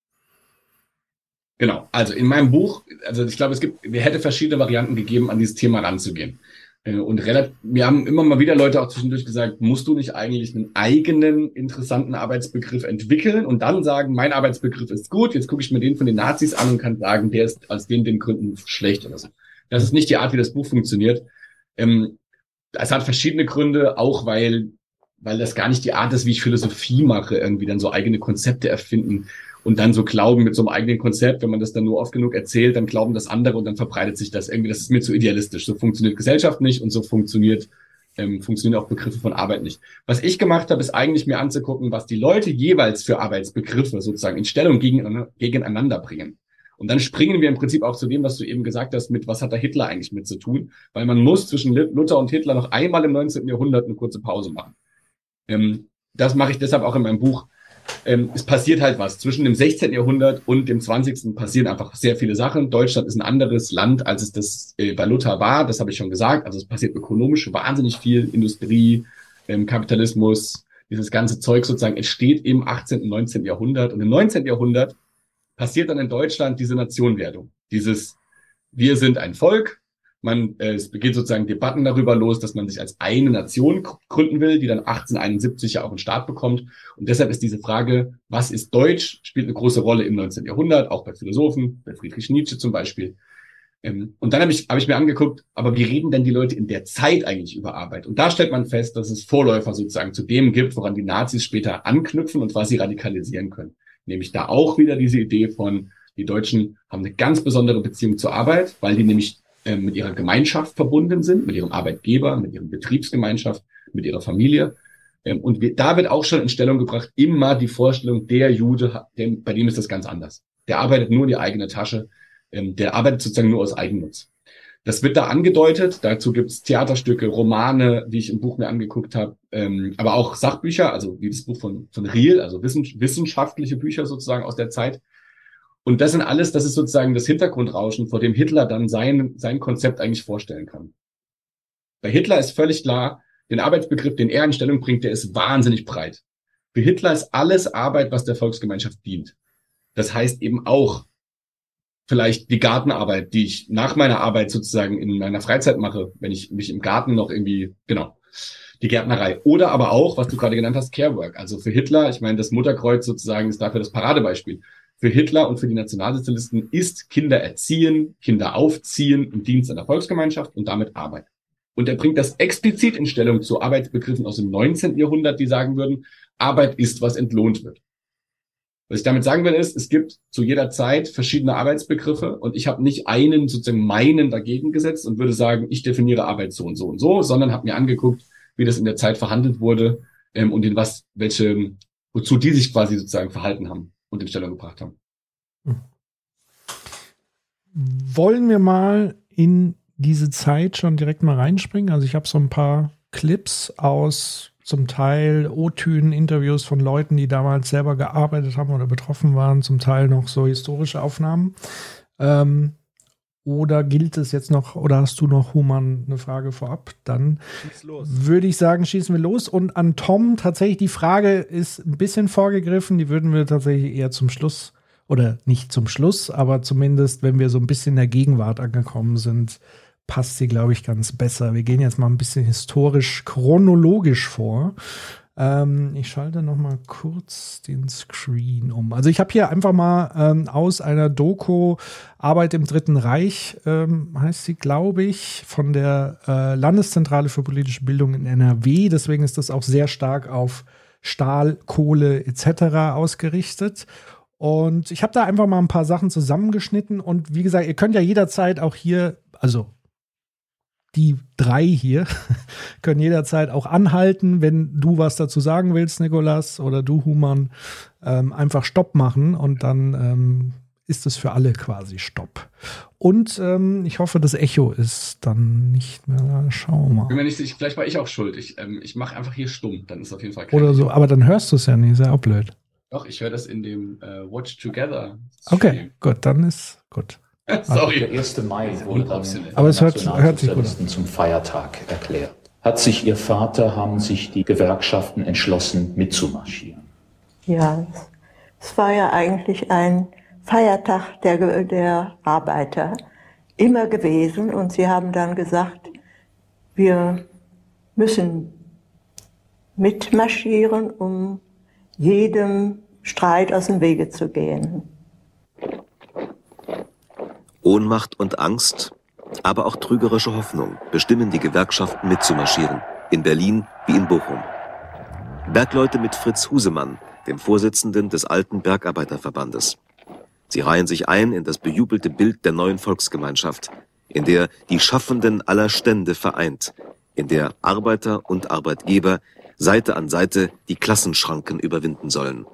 [SPEAKER 7] Genau, also in meinem Buch, also ich glaube, hätte verschiedene Varianten gegeben, an dieses Thema ranzugehen. Und wir haben immer mal wieder Leute auch zwischendurch gesagt, musst du nicht eigentlich einen eigenen interessanten Arbeitsbegriff entwickeln und dann sagen, mein Arbeitsbegriff ist gut, jetzt gucke ich mir den von den Nazis an und kann sagen, der ist aus den Gründen schlecht oder so. Das ist nicht die Art, wie das Buch funktioniert. Es hat verschiedene Gründe, auch weil das gar nicht die Art ist, wie ich Philosophie mache, irgendwie dann so eigene Konzepte erfinden und dann so glauben mit so einem eigenen Konzept, wenn man das dann nur oft genug erzählt, dann glauben das andere und dann verbreitet sich das irgendwie. Das ist mir zu idealistisch. So funktioniert Gesellschaft nicht und so funktioniert funktionieren auch Begriffe von Arbeit nicht. Was ich gemacht habe, ist eigentlich mir anzugucken, was die Leute jeweils für Arbeitsbegriffe sozusagen in Stellung gegeneinander bringen. Und dann springen wir im Prinzip auch zu dem, was du eben gesagt hast, mit was hat der Hitler eigentlich mit zu tun? Weil man muss zwischen Luther und Hitler noch einmal im 19. Jahrhundert eine kurze Pause machen. Das mache ich deshalb auch in meinem Buch. Es passiert halt was. Zwischen dem 16. Jahrhundert und dem 20. passieren einfach sehr viele Sachen. Deutschland ist ein anderes Land, als es das bei Luther war. Das habe ich schon gesagt. Also es passiert ökonomisch wahnsinnig viel. Industrie, Kapitalismus, dieses ganze Zeug sozusagen entsteht im 18. und 19. Jahrhundert. Und im 19. Jahrhundert passiert dann in Deutschland diese Nationenwerdung. Dieses, wir sind ein Volk. Es geht sozusagen Debatten darüber los, dass man sich als eine Nation gründen will, die dann 1871 ja auch einen Staat bekommt. Und deshalb ist diese Frage, was ist Deutsch, spielt eine große Rolle im 19. Jahrhundert, auch bei Philosophen, bei Friedrich Nietzsche zum Beispiel. Und dann habe ich mir angeguckt, aber wie reden denn die Leute in der Zeit eigentlich über Arbeit? Und da stellt man fest, dass es Vorläufer sozusagen zu dem gibt, woran die Nazis später anknüpfen und was sie radikalisieren können. Nämlich da auch wieder diese Idee von, die Deutschen haben eine ganz besondere Beziehung zur Arbeit, weil die nämlich mit ihrer Gemeinschaft verbunden sind, mit ihrem Arbeitgeber, mit ihrem Betriebsgemeinschaft, mit ihrer Familie. Und da wird auch schon in Stellung gebracht, immer die Vorstellung, der Jude, bei dem ist das ganz anders. Der arbeitet nur in die eigene Tasche, der arbeitet sozusagen nur aus Eigennutz. Das wird da angedeutet, dazu gibt's Theaterstücke, Romane, die ich im Buch mir angeguckt habe, aber auch Sachbücher, also wie das Buch von Riel, also wissenschaftliche Bücher sozusagen aus der Zeit. Und das ist sozusagen das Hintergrundrauschen, vor dem Hitler dann sein Konzept eigentlich vorstellen kann. Bei Hitler ist völlig klar, den Arbeitsbegriff, den er in Stellung bringt, der ist wahnsinnig breit. Für Hitler ist alles Arbeit, was der Volksgemeinschaft dient. Das heißt eben auch vielleicht die Gartenarbeit, die ich nach meiner Arbeit sozusagen in meiner Freizeit mache, wenn ich mich im Garten noch irgendwie, die Gärtnerei. Oder aber auch, was du gerade genannt hast, Carework. Also für Hitler, ich meine, das Mutterkreuz sozusagen ist dafür das Paradebeispiel. Für Hitler und für die Nationalsozialisten ist Kinder erziehen, Kinder aufziehen im Dienst einer Volksgemeinschaft und damit Arbeit. Und er bringt das explizit in Stellung zu Arbeitsbegriffen aus dem 19. Jahrhundert, die sagen würden, Arbeit ist, was entlohnt wird. Was ich damit sagen will, ist, es gibt zu jeder Zeit verschiedene Arbeitsbegriffe und ich habe nicht meinen dagegen gesetzt und würde sagen, ich definiere Arbeit so und so und so, sondern habe mir angeguckt, wie das in der Zeit verhandelt wurde und wozu die sich quasi sozusagen verhalten haben und in Stellung gebracht haben.
[SPEAKER 5] Wollen wir mal in diese Zeit schon direkt mal reinspringen? Also ich habe so ein paar Clips aus zum Teil O-Tönen, Interviews von Leuten, die damals selber gearbeitet haben oder betroffen waren, zum Teil noch so historische Aufnahmen. Oder gilt es jetzt noch, oder hast du noch, Human, eine Frage vorab? Dann würde ich sagen, schießen wir los. Und an Tom tatsächlich, die Frage ist ein bisschen vorgegriffen, die würden wir tatsächlich eher zum Schluss, oder nicht zum Schluss, aber zumindest, wenn wir so ein bisschen in der Gegenwart angekommen sind, passt sie, glaube ich, ganz besser. Wir gehen jetzt mal ein bisschen historisch, chronologisch vor. Ich schalte noch mal kurz den Screen um. Also ich habe hier einfach mal aus einer Doku Arbeit im Dritten Reich, heißt sie, glaube ich, von der Landeszentrale für politische Bildung in NRW. Deswegen ist das auch sehr stark auf Stahl, Kohle etc. ausgerichtet. Und ich habe da einfach mal ein paar Sachen zusammengeschnitten. Und wie gesagt, ihr könnt ja jederzeit auch hier, also die drei hier können jederzeit auch anhalten, wenn du was dazu sagen willst, Nikolas, oder du, Human, einfach Stopp machen und dann ist es für alle quasi Stopp. Und ich hoffe, das Echo ist dann nicht mehr da. Schauen wir mal.
[SPEAKER 7] Bin mir nicht sicher, vielleicht war ich auch schuld. Ich mache einfach hier stumm, dann ist auf jeden Fall kein
[SPEAKER 5] oder so, aber dann hörst du es ja nicht, ist ja auch blöd.
[SPEAKER 7] Doch, ich höre das in dem Watch Together.
[SPEAKER 5] Okay, gut, dann ist gut.
[SPEAKER 7] Sorry.
[SPEAKER 11] Der 1. Mai wurde dann
[SPEAKER 5] aber es hört sich gut an.
[SPEAKER 11] Zum Feiertag erklärt. Hat sich Ihr Vater, haben sich die Gewerkschaften entschlossen, mitzumarschieren?
[SPEAKER 12] Ja, es war ja eigentlich ein Feiertag der Arbeiter immer gewesen und sie haben dann gesagt, wir müssen mitmarschieren, um jedem Streit aus dem Wege zu gehen.
[SPEAKER 13] Ohnmacht und Angst, aber auch trügerische Hoffnung bestimmen die Gewerkschaften mitzumarschieren, in Berlin wie in Bochum. Bergleute mit Fritz Husemann, dem Vorsitzenden des alten Bergarbeiterverbandes. Sie reihen sich ein in das bejubelte Bild der neuen Volksgemeinschaft, in der die Schaffenden aller Stände vereint, in der Arbeiter und Arbeitgeber Seite an Seite die Klassenschranken überwinden sollen.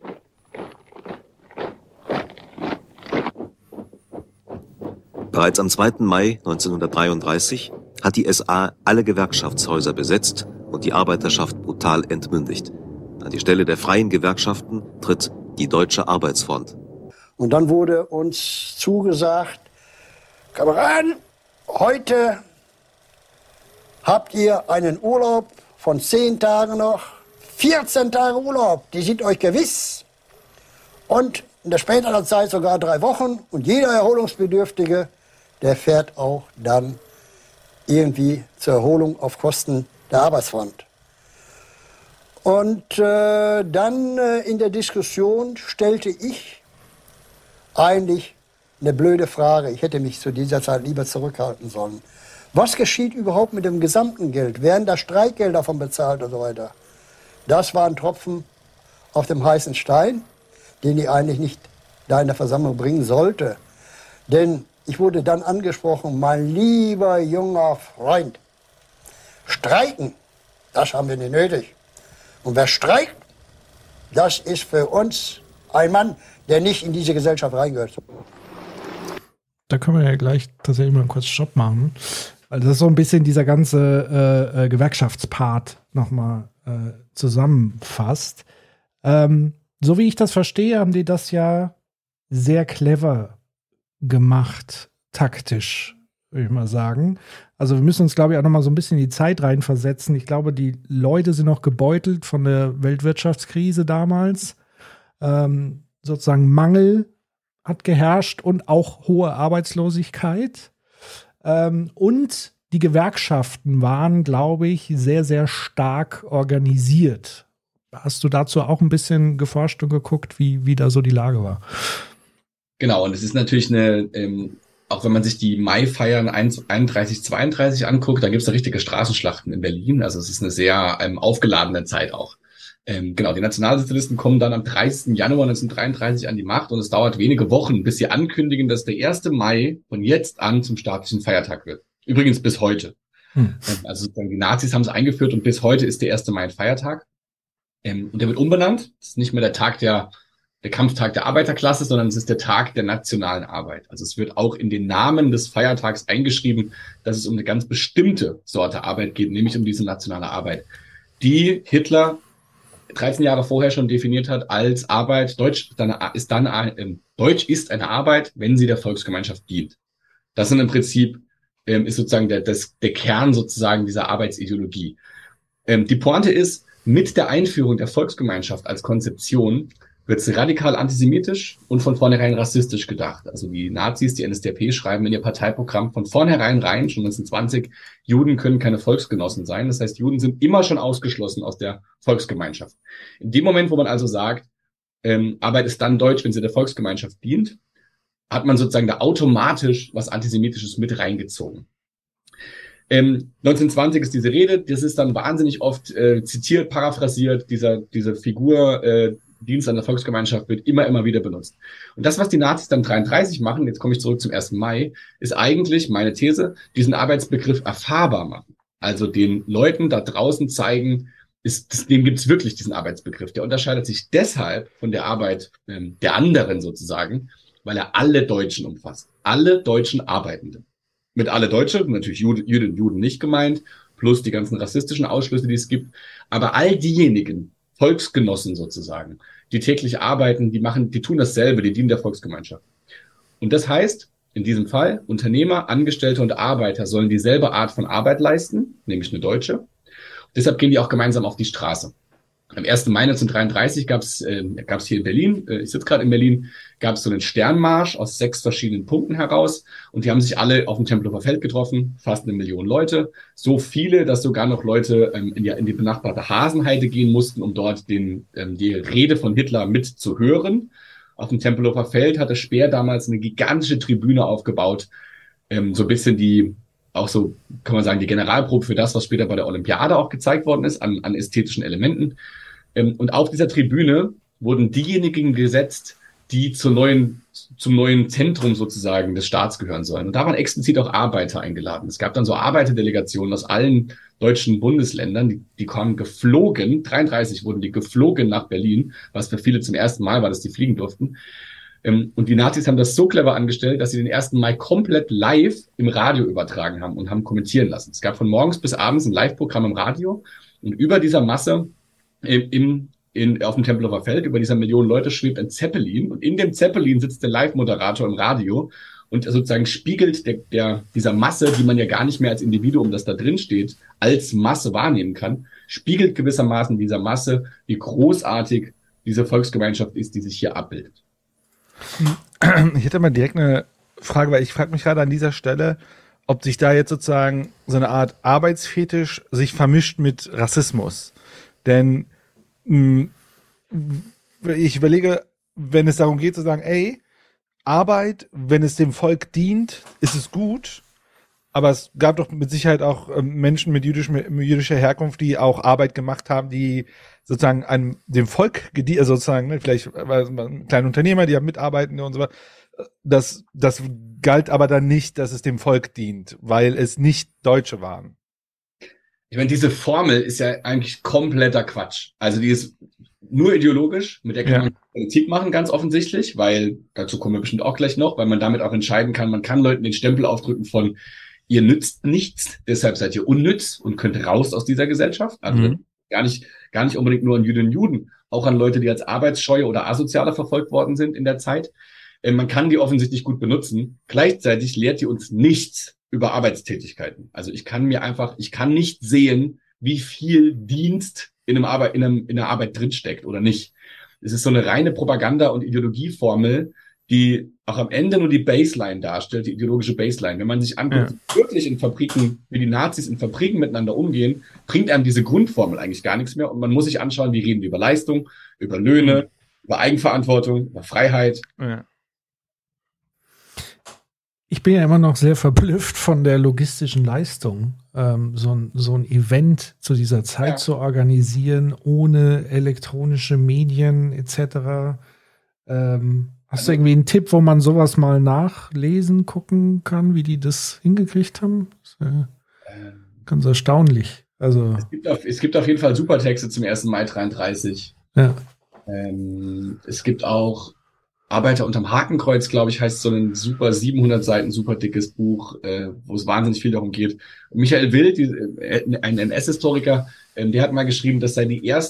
[SPEAKER 13] Bereits am 2. Mai 1933 hat die SA alle Gewerkschaftshäuser besetzt und die Arbeiterschaft brutal entmündigt. An die Stelle der freien Gewerkschaften tritt die Deutsche Arbeitsfront.
[SPEAKER 14] Und dann wurde uns zugesagt, Kameraden, heute habt ihr einen Urlaub von 10 Tagen noch, 14 Tage Urlaub, die sind euch gewiss. Und in der späteren Zeit sogar 3 Wochen. Und jeder Erholungsbedürftige, der fährt auch dann irgendwie zur Erholung auf Kosten der Arbeitsfront. Und dann in der Diskussion stellte ich eigentlich eine blöde Frage. Ich hätte mich zu dieser Zeit lieber zurückhalten sollen. Was geschieht überhaupt mit dem gesamten Geld? Werden da Streikgelder davon bezahlt und so weiter? Das war ein Tropfen auf dem heißen Stein, den ich eigentlich nicht da in der Versammlung bringen sollte. Denn ich wurde dann angesprochen, mein lieber junger Freund, streiken, das haben wir nicht nötig. Und wer streikt, das ist für uns ein Mann, der nicht in diese Gesellschaft reingehört.
[SPEAKER 5] Da können wir ja gleich tatsächlich mal kurz Stopp machen. Weil das so ein bisschen dieser ganze Gewerkschaftspart nochmal zusammenfasst. So wie ich das verstehe, haben die das ja sehr clever gemacht, taktisch, würde ich mal sagen. Also wir müssen uns, glaube ich, auch nochmal so ein bisschen in die Zeit reinversetzen. Ich glaube, die Leute sind noch gebeutelt von der Weltwirtschaftskrise damals. Sozusagen Mangel hat geherrscht und auch hohe Arbeitslosigkeit. Und die Gewerkschaften waren, glaube ich, sehr, sehr stark organisiert. Hast du dazu auch ein bisschen geforscht und geguckt, wie da so die Lage war?
[SPEAKER 7] Genau, und es ist natürlich auch wenn man sich die Mai-Feiern 31, 32 anguckt, da gibt es da richtige Straßenschlachten in Berlin. Also es ist eine sehr aufgeladene Zeit auch. Genau, die Nationalsozialisten kommen dann am 30. Januar 1933 an die Macht und es dauert wenige Wochen, bis sie ankündigen, dass der 1. Mai von jetzt an zum staatlichen Feiertag wird. Übrigens bis heute. Also die Nazis haben es eingeführt und bis heute ist der 1. Mai ein Feiertag. Und der wird umbenannt. Das ist nicht mehr der Kampftag der Arbeiterklasse, sondern es ist der Tag der nationalen Arbeit. Also es wird auch in den Namen des Feiertags eingeschrieben, dass es um eine ganz bestimmte Sorte Arbeit geht, nämlich um diese nationale Arbeit, die Hitler 13 Jahre vorher schon definiert hat als Arbeit. Deutsch ist eine Arbeit, wenn sie der Volksgemeinschaft dient. Das sind im Prinzip ist sozusagen der Kern sozusagen dieser Arbeitsideologie. Die Pointe ist, mit der Einführung der Volksgemeinschaft als Konzeption wird es radikal antisemitisch und von vornherein rassistisch gedacht. Also die Nazis, die NSDAP, schreiben in ihr Parteiprogramm von vornherein rein, schon 1920, Juden können keine Volksgenossen sein. Das heißt, Juden sind immer schon ausgeschlossen aus der Volksgemeinschaft. In dem Moment, wo man also sagt, Arbeit ist dann deutsch, wenn sie der Volksgemeinschaft dient, hat man sozusagen da automatisch was Antisemitisches mit reingezogen. 1920 ist diese Rede, das ist dann wahnsinnig oft zitiert, paraphrasiert, diese Figur, Dienst an der Volksgemeinschaft wird immer wieder benutzt. Und das, was die Nazis dann 33 machen, jetzt komme ich zurück zum 1. Mai, ist eigentlich, meine These, diesen Arbeitsbegriff erfahrbar machen. Also den Leuten da draußen zeigen, dem gibt's wirklich diesen Arbeitsbegriff. Der unterscheidet sich deshalb von der Arbeit der anderen sozusagen, weil er alle Deutschen umfasst. Alle deutschen Arbeitenden. Mit alle Deutsche, natürlich Juden und Juden nicht gemeint, plus die ganzen rassistischen Ausschlüsse, die es gibt. Aber all diejenigen, Volksgenossen sozusagen, die täglich arbeiten, die tun dasselbe, die dienen der Volksgemeinschaft. Und das heißt, in diesem Fall, Unternehmer, Angestellte und Arbeiter sollen dieselbe Art von Arbeit leisten, nämlich eine deutsche. Deshalb gehen die auch gemeinsam auf die Straße. Am 1. Mai 1933 gab's hier in Berlin, ich sitze gerade in Berlin, gab es so einen Sternmarsch aus 6 verschiedenen Punkten heraus und die haben sich alle auf dem Tempelhofer Feld getroffen, fast 1 Million Leute. So viele, dass sogar noch Leute in die benachbarte Hasenheide gehen mussten, um dort die Rede von Hitler mitzuhören. Auf dem Tempelhofer Feld hatte Speer damals eine gigantische Tribüne aufgebaut, so ein bisschen auch so, kann man sagen, die Generalprobe für das, was später bei der Olympiade auch gezeigt worden ist, an ästhetischen Elementen. Und auf dieser Tribüne wurden diejenigen gesetzt, die zum neuen Zentrum sozusagen des Staats gehören sollen. Und da waren explizit auch Arbeiter eingeladen. Es gab dann so Arbeiterdelegationen aus allen deutschen Bundesländern, die kamen geflogen, 33 wurden die geflogen nach Berlin, was für viele zum ersten Mal war, dass die fliegen durften. Und die Nazis haben das so clever angestellt, dass sie den 1. Mai komplett live im Radio übertragen haben und haben kommentieren lassen. Es gab von morgens bis abends ein Live-Programm im Radio und über dieser Masse auf dem Tempelhofer Feld, über dieser Million Leute schwebt ein Zeppelin und in dem Zeppelin sitzt der Live-Moderator im Radio und sozusagen spiegelt dieser Masse, die man ja gar nicht mehr als Individuum, das da drin steht, als Masse wahrnehmen kann, spiegelt gewissermaßen dieser Masse, wie großartig diese Volksgemeinschaft ist, die sich hier abbildet.
[SPEAKER 10] Ich hätte mal direkt eine Frage, weil ich frage mich gerade an dieser Stelle, ob sich da jetzt sozusagen so eine Art Arbeitsfetisch sich vermischt mit Rassismus. Denn ich überlege, wenn es darum geht zu sagen, ey, Arbeit, wenn es dem Volk dient, ist es gut, aber es gab doch mit Sicherheit auch Menschen mit jüdischer Herkunft, die auch Arbeit gemacht haben, die sozusagen an dem Volk gedient, also sozusagen, ne, vielleicht kleine Unternehmer, die haben mitarbeiten und so weiter. Das galt aber dann nicht, dass es dem Volk dient, weil es nicht Deutsche waren.
[SPEAKER 7] Ich meine, diese Formel ist ja eigentlich kompletter Quatsch. Also die ist nur ideologisch, mit der kann man Politik machen, ganz offensichtlich, weil, dazu kommen wir bestimmt auch gleich noch, weil man damit auch entscheiden kann, man kann Leuten den Stempel aufdrücken von, ihr nützt nichts, deshalb seid ihr unnütz und könnt raus aus dieser Gesellschaft. Also gar nicht unbedingt nur an Jüdinnen und Juden, auch an Leute, die als arbeitsscheue oder asozialer verfolgt worden sind in der Zeit. Man kann die offensichtlich gut benutzen. Gleichzeitig lehrt die uns nichts über Arbeitstätigkeiten. Also ich kann nicht sehen, wie viel Dienst in der Arbeit drinsteckt oder nicht. Es ist so eine reine Propaganda- und Ideologieformel, die auch am Ende nur die Baseline darstellt, die ideologische Baseline. Wenn man sich anguckt, wirklich in Fabriken, wie die Nazis in Fabriken miteinander umgehen, bringt einem diese Grundformel eigentlich gar nichts mehr. Und man muss sich anschauen, wie reden die über Leistung, über Löhne, über Eigenverantwortung, über Freiheit.
[SPEAKER 10] Ja.
[SPEAKER 5] Ich bin ja immer noch sehr verblüfft von der logistischen Leistung, so ein Event zu dieser Zeit zu organisieren, ohne elektronische Medien etc. Hast du irgendwie einen Tipp, wo man sowas mal nachlesen, gucken kann, wie die das hingekriegt haben? Das ist ganz erstaunlich. Also
[SPEAKER 7] Es gibt auf jeden Fall Supertexte zum 1. Mai 33.
[SPEAKER 5] Ja.
[SPEAKER 7] Es gibt auch Arbeiter unterm Hakenkreuz, glaube ich, heißt so ein super 700 Seiten, super dickes Buch, wo es wahnsinnig viel darum geht. Und Michael Wild, ein NS-Historiker, der hat mal geschrieben, das sei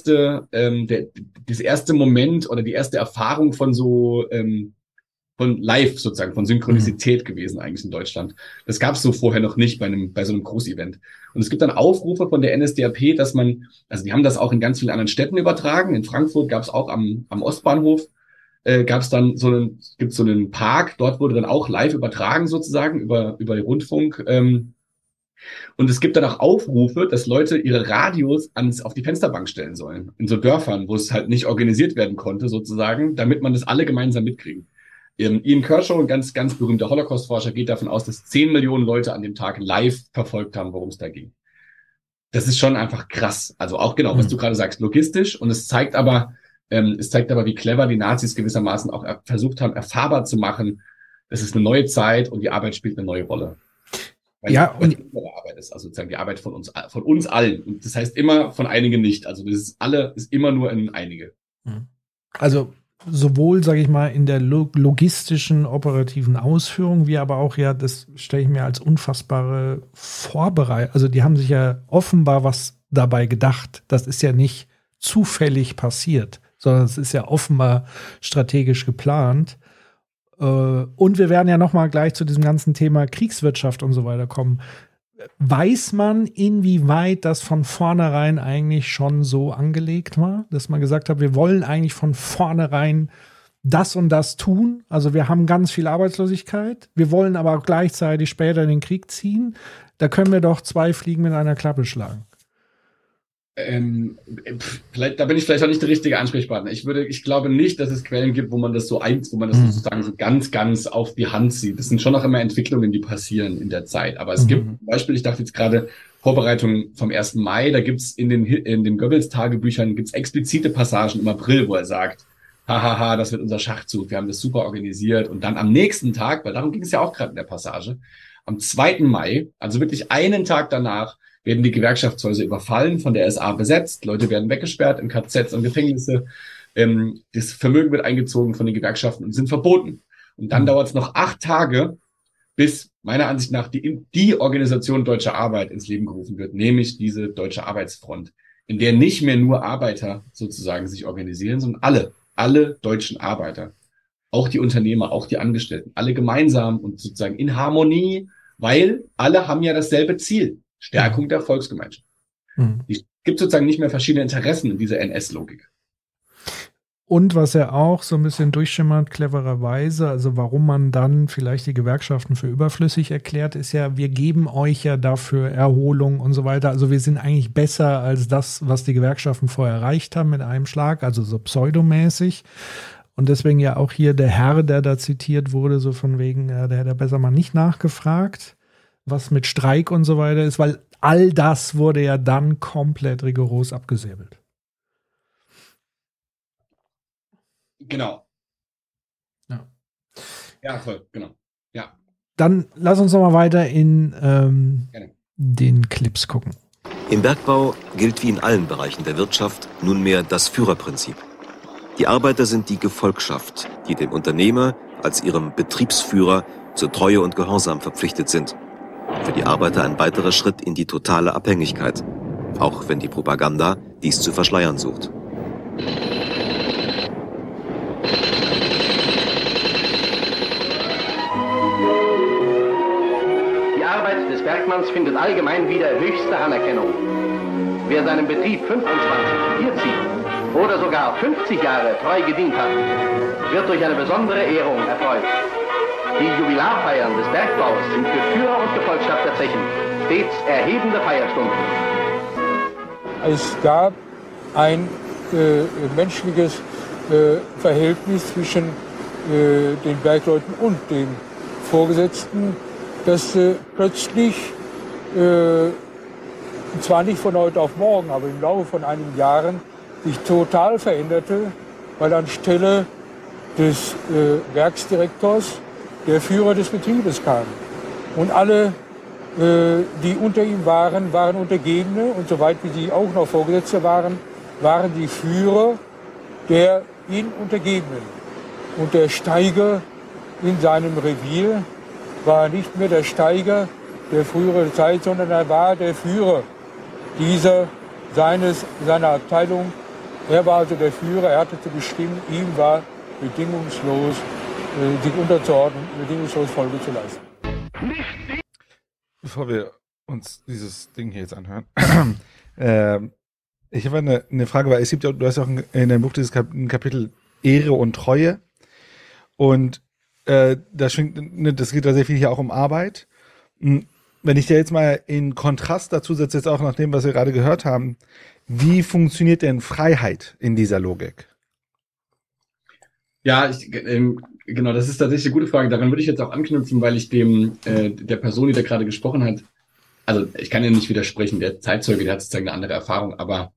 [SPEAKER 7] das erste Moment oder die erste Erfahrung von von Live sozusagen, von Synchronizität gewesen eigentlich in Deutschland. Das gab es so vorher noch nicht bei so einem Großevent. Und es gibt dann Aufrufe von der NSDAP, dass also die haben das auch in ganz vielen anderen Städten übertragen. In Frankfurt gab es auch am Ostbahnhof, gibt's so einen Park, dort wurde dann auch live übertragen sozusagen über den Rundfunk. Und es gibt dann auch Aufrufe, dass Leute ihre Radios auf die Fensterbank stellen sollen. In so Dörfern, wo es halt nicht organisiert werden konnte sozusagen, damit man das alle gemeinsam mitkriegen. Ian Kershaw, ein ganz, ganz berühmter Holocaust-Forscher, geht davon aus, dass 10 Millionen Leute an dem Tag live verfolgt haben, worum es da ging. Das ist schon einfach krass. Also auch genau, was du gerade sagst, logistisch. Und es zeigt aber, wie clever die Nazis gewissermaßen auch versucht haben, erfahrbar zu machen, es ist eine neue Zeit und die Arbeit spielt eine neue Rolle. Weil
[SPEAKER 5] ja,
[SPEAKER 7] und die Arbeit ist also sozusagen die Arbeit von uns allen. Und das heißt immer von einigen nicht. Also das ist immer nur in einige.
[SPEAKER 5] Also sowohl, sage ich mal, in der logistischen, operativen Ausführung, wie aber auch, ja, das stelle ich mir als unfassbare Vorbereitung. Also die haben sich ja offenbar was dabei gedacht. Das ist ja nicht zufällig passiert, sondern es ist ja offenbar strategisch geplant. Und wir werden ja noch mal gleich zu diesem ganzen Thema Kriegswirtschaft und so weiter kommen. Weiß man, inwieweit das von vornherein eigentlich schon so angelegt war, dass man gesagt hat, wir wollen eigentlich von vornherein das und das tun? Also wir haben ganz viel Arbeitslosigkeit, wir wollen aber auch gleichzeitig später in den Krieg ziehen. Da können wir doch 2 Fliegen mit einer Klappe schlagen.
[SPEAKER 7] Da bin ich vielleicht auch nicht der richtige Ansprechpartner. Ich glaube nicht, dass es Quellen gibt, wo man das sozusagen so ganz, ganz auf die Hand sieht. Das sind schon noch immer Entwicklungen, die passieren in der Zeit. Aber es gibt zum Beispiel, ich dachte jetzt gerade, Vorbereitungen vom 1. Mai, da gibt's in den Goebbels-Tagebüchern gibt's explizite Passagen im April, wo er sagt, hahaha, das wird unser Schachzug, wir haben das super organisiert. Und dann am nächsten Tag, weil darum ging es ja auch gerade in der Passage, am 2. Mai, also wirklich einen Tag danach, werden die Gewerkschaftshäuser überfallen, von der SA besetzt, Leute werden weggesperrt in KZs und Gefängnisse, das Vermögen wird eingezogen von den Gewerkschaften und sind verboten. Und dann dauert es noch 8 Tage, bis meiner Ansicht nach die Organisation Deutsche Arbeit ins Leben gerufen wird, nämlich diese Deutsche Arbeitsfront, in der nicht mehr nur Arbeiter sozusagen sich organisieren, sondern alle deutschen Arbeiter, auch die Unternehmer, auch die Angestellten, alle gemeinsam und sozusagen in Harmonie, weil alle haben ja dasselbe Ziel, Stärkung der Volksgemeinschaft. Es gibt sozusagen nicht mehr verschiedene Interessen in dieser NS-Logik.
[SPEAKER 5] Und was er auch so ein bisschen durchschimmert, clevererweise, also warum man dann vielleicht die Gewerkschaften für überflüssig erklärt, ist ja, wir geben euch ja dafür Erholung und so weiter. Also wir sind eigentlich besser als das, was die Gewerkschaften vorher erreicht haben mit einem Schlag, also so pseudomäßig. Und deswegen ja auch hier der Herr, der da zitiert wurde, so von wegen, der hätte besser mal nicht nachgefragt, was mit Streik und so weiter ist, weil all das wurde ja dann komplett rigoros abgesäbelt.
[SPEAKER 7] Genau. Ja, voll, genau. Ja.
[SPEAKER 5] Dann lass uns noch mal weiter in den Clips gucken.
[SPEAKER 13] Im Bergbau gilt wie in allen Bereichen der Wirtschaft nunmehr das Führerprinzip. Die Arbeiter sind die Gefolgschaft, die dem Unternehmer als ihrem Betriebsführer zur Treue und Gehorsam verpflichtet sind. Für die Arbeiter ein weiterer Schritt in die totale Abhängigkeit, auch wenn die Propaganda dies zu verschleiern sucht.
[SPEAKER 15] Die Arbeit des Bergmanns findet allgemein wieder höchste Anerkennung. Wer seinem Betrieb 25, 40 oder sogar 50 Jahre treu gedient hat, wird durch eine besondere Ehrung erfreut. Die Jubilarfeiern des Bergbaus sind für Führer und Gefolgschaft der Zechen stets erhebende Feierstunden.
[SPEAKER 16] Es gab ein menschliches Verhältnis zwischen den Bergleuten und den Vorgesetzten, das plötzlich, zwar nicht von heute auf morgen, aber im Laufe von einigen Jahren sich total veränderte, weil anstelle des Werksdirektors der Führer des Betriebes kam. Und alle, die unter ihm waren, waren Untergebene und soweit wie sie auch noch Vorgesetzte waren, waren die Führer der ihnen Untergebenen. Und der Steiger in seinem Revier war nicht mehr der Steiger der früheren Zeit, sondern er war der Führer seiner Abteilung. Er war also der Führer, er hatte zu bestimmen, ihm war bedingungslos sich unterzuordnen, bedingungslos Folge zu leisten.
[SPEAKER 10] Bevor wir uns dieses Ding hier jetzt anhören, ich habe eine Frage, weil es gibt ja, du hast auch in deinem Buch dieses Kapitel Ehre und Treue und das geht da sehr viel hier auch um Arbeit. Wenn ich dir jetzt mal in Kontrast dazu setze, jetzt auch nach dem, was wir gerade gehört haben, wie funktioniert denn Freiheit in dieser Logik?
[SPEAKER 7] Ja, genau, das ist tatsächlich eine gute Frage. Daran würde ich jetzt auch anknüpfen, weil ich der Person, die da gerade gesprochen hat, also ich kann ja nicht widersprechen, der Zeitzeuge, der hat sozusagen eine andere Erfahrung, aber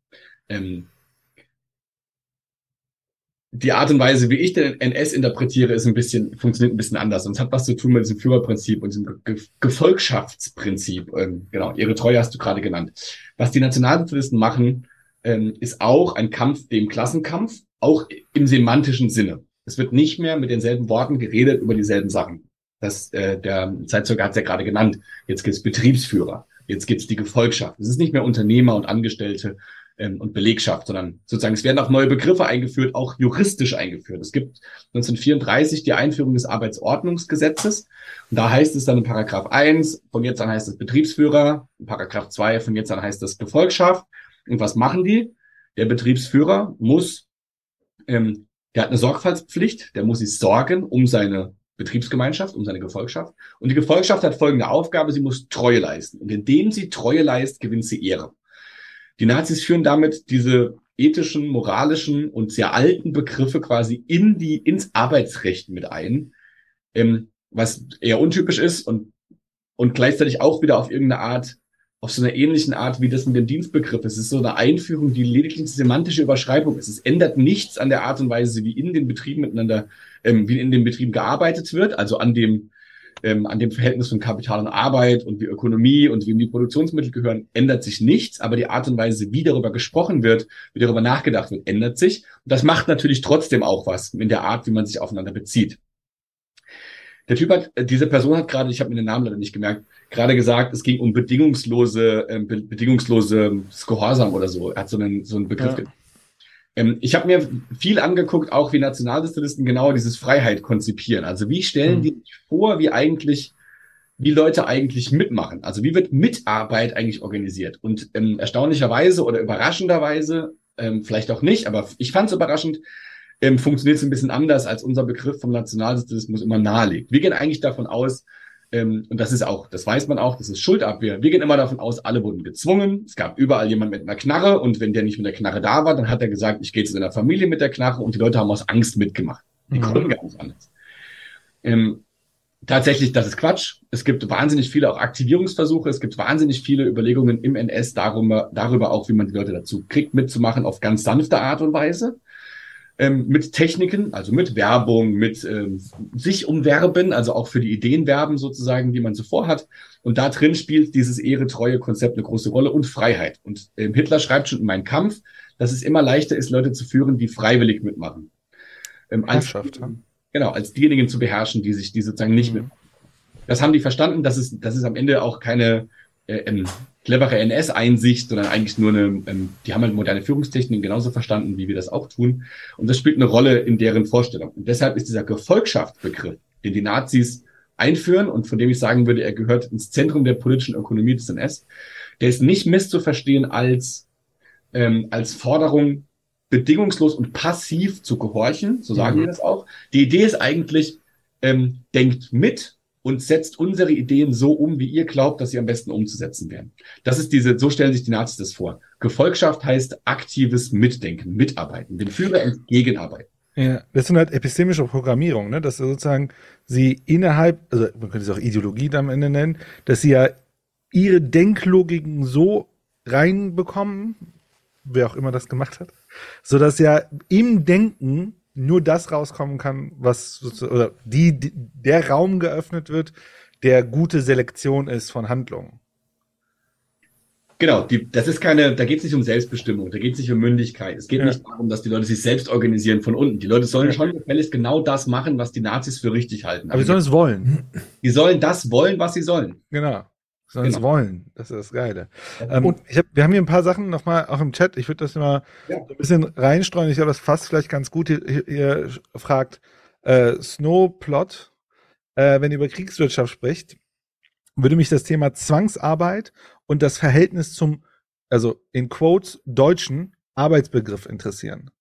[SPEAKER 7] die Art und Weise, wie ich den NS interpretiere, funktioniert ein bisschen anders. Und es hat was zu tun mit diesem Führerprinzip und diesem Gefolgschaftsprinzip. Genau, ihre Treue hast du gerade genannt. Was die Nationalsozialisten machen, ist auch ein Kampf, dem Klassenkampf, auch im semantischen Sinne. Es wird nicht mehr mit denselben Worten geredet über dieselben Sachen. Der Zeitzeuge hat es ja gerade genannt. Jetzt gibt's Betriebsführer, jetzt gibt's die Gefolgschaft. Es ist nicht mehr Unternehmer und Angestellte und Belegschaft, sondern sozusagen es werden auch neue Begriffe eingeführt, auch juristisch eingeführt. Es gibt 1934 die Einführung des Arbeitsordnungsgesetzes und da heißt es dann in Paragraph 1, von jetzt an heißt es Betriebsführer, in Paragraph 2, von jetzt an heißt es Gefolgschaft. Und was machen die? Der Betriebsführer der hat eine Sorgfaltspflicht, der muss sich sorgen um seine Betriebsgemeinschaft, um seine Gefolgschaft. Und die Gefolgschaft hat folgende Aufgabe, sie muss Treue leisten. Und indem sie Treue leistet, gewinnt sie Ehre. Die Nazis führen damit diese ethischen, moralischen und sehr alten Begriffe quasi ins Arbeitsrecht mit ein, was eher untypisch ist und gleichzeitig auch wieder auf irgendeine Art auf so einer ähnlichen Art wie das mit dem Dienstbegriff. Es ist so eine Einführung, die lediglich eine semantische Überschreibung ist. Es ändert nichts an der Art und Weise, wie in den Betrieben miteinander, wie in den Betrieben gearbeitet wird, also an dem Verhältnis von Kapital und Arbeit und wie Ökonomie und wem die Produktionsmittel gehören, ändert sich nichts, aber die Art und Weise, wie darüber gesprochen wird, wie darüber nachgedacht wird, ändert sich. Und das macht natürlich trotzdem auch was in der Art, wie man sich aufeinander bezieht. Diese Person hat gerade, ich habe mir den Namen leider nicht gemerkt, gerade gesagt, es ging um bedingungsloses Gehorsam oder so. Er hat so einen Begriff genannt. Ich habe mir viel angeguckt, auch wie Nationalsozialisten genau dieses Freiheit konzipieren. Also wie stellen die sich vor, wie Leute eigentlich mitmachen? Also wie wird Mitarbeit eigentlich organisiert? Und erstaunlicherweise oder überraschenderweise, vielleicht auch nicht, aber ich fand es überraschend, funktioniert es ein bisschen anders, als unser Begriff vom Nationalsozialismus immer nahelegt. Wir gehen eigentlich davon aus, und das weiß man auch, das ist Schuldabwehr. Wir gehen immer davon aus, alle wurden gezwungen. Es gab überall jemand mit einer Knarre und wenn der nicht mit der Knarre da war, dann hat er gesagt, ich gehe zu seiner Familie mit der Knarre und die Leute haben aus Angst mitgemacht. Die konnten gar nicht anders. Tatsächlich, das ist Quatsch. Es gibt wahnsinnig viele auch Aktivierungsversuche. Es gibt wahnsinnig viele Überlegungen im NS darüber auch, wie man die Leute dazu kriegt, mitzumachen auf ganz sanfte Art und Weise. Mit Techniken, also mit Werbung, mit sich umwerben, also auch für die Ideen werben sozusagen, die man so vorhat. Und da drin spielt dieses Ehre-Treue-Konzept eine große Rolle und Freiheit. Und Hitler schreibt schon in Mein Kampf, dass es immer leichter ist, Leute zu führen, die freiwillig mitmachen. Als diejenigen zu beherrschen, die sozusagen nicht mitmachen. Das haben die verstanden, das ist am Ende auch keine clevere NS-Einsicht, sondern eigentlich nur die haben halt moderne Führungstechniken genauso verstanden, wie wir das auch tun. Und das spielt eine Rolle in deren Vorstellung. Und deshalb ist dieser Gefolgschaftsbegriff, den die Nazis einführen und von dem ich sagen würde, er gehört ins Zentrum der politischen Ökonomie des NS, der ist nicht misszuverstehen als Forderung, bedingungslos und passiv zu gehorchen, so sagen wir das auch. Die Idee ist eigentlich, denkt mit und setzt unsere Ideen so um, wie ihr glaubt, dass sie am besten umzusetzen wären. Das ist so stellen sich die Nazis das vor. Gefolgschaft heißt aktives Mitdenken, Mitarbeiten, dem Führer entgegenarbeiten.
[SPEAKER 10] Ja, das sind halt epistemische Programmierung, ne? Dass sozusagen sie innerhalb, also man könnte es auch Ideologie am Ende nennen, dass sie ja ihre Denklogiken so reinbekommen, wer auch immer das gemacht hat, so dass ja im Denken nur das rauskommen kann, der Raum geöffnet wird, der gute Selektion ist von Handlungen.
[SPEAKER 7] Genau, da geht es nicht um Selbstbestimmung, da geht es nicht um Mündigkeit. Es geht nicht darum, dass die Leute sich selbst organisieren von unten. Die Leute sollen schon gefälligst genau das machen, was die Nazis für richtig halten.
[SPEAKER 10] Aber sie sollen es wollen.
[SPEAKER 7] Die sollen das wollen, was sie sollen.
[SPEAKER 10] Genau. Sollen es wollen. Das ist das Geile. Und wir haben hier ein paar Sachen nochmal auch im Chat. Ich würde das mal so ein bisschen reinstreuen. Ich glaube, das fasst vielleicht ganz gut. Ihr fragt Snowplot, wenn ihr über Kriegswirtschaft spricht, würde mich das Thema Zwangsarbeit und das Verhältnis zum, also in Quotes, deutschen Arbeitsbegriff interessieren.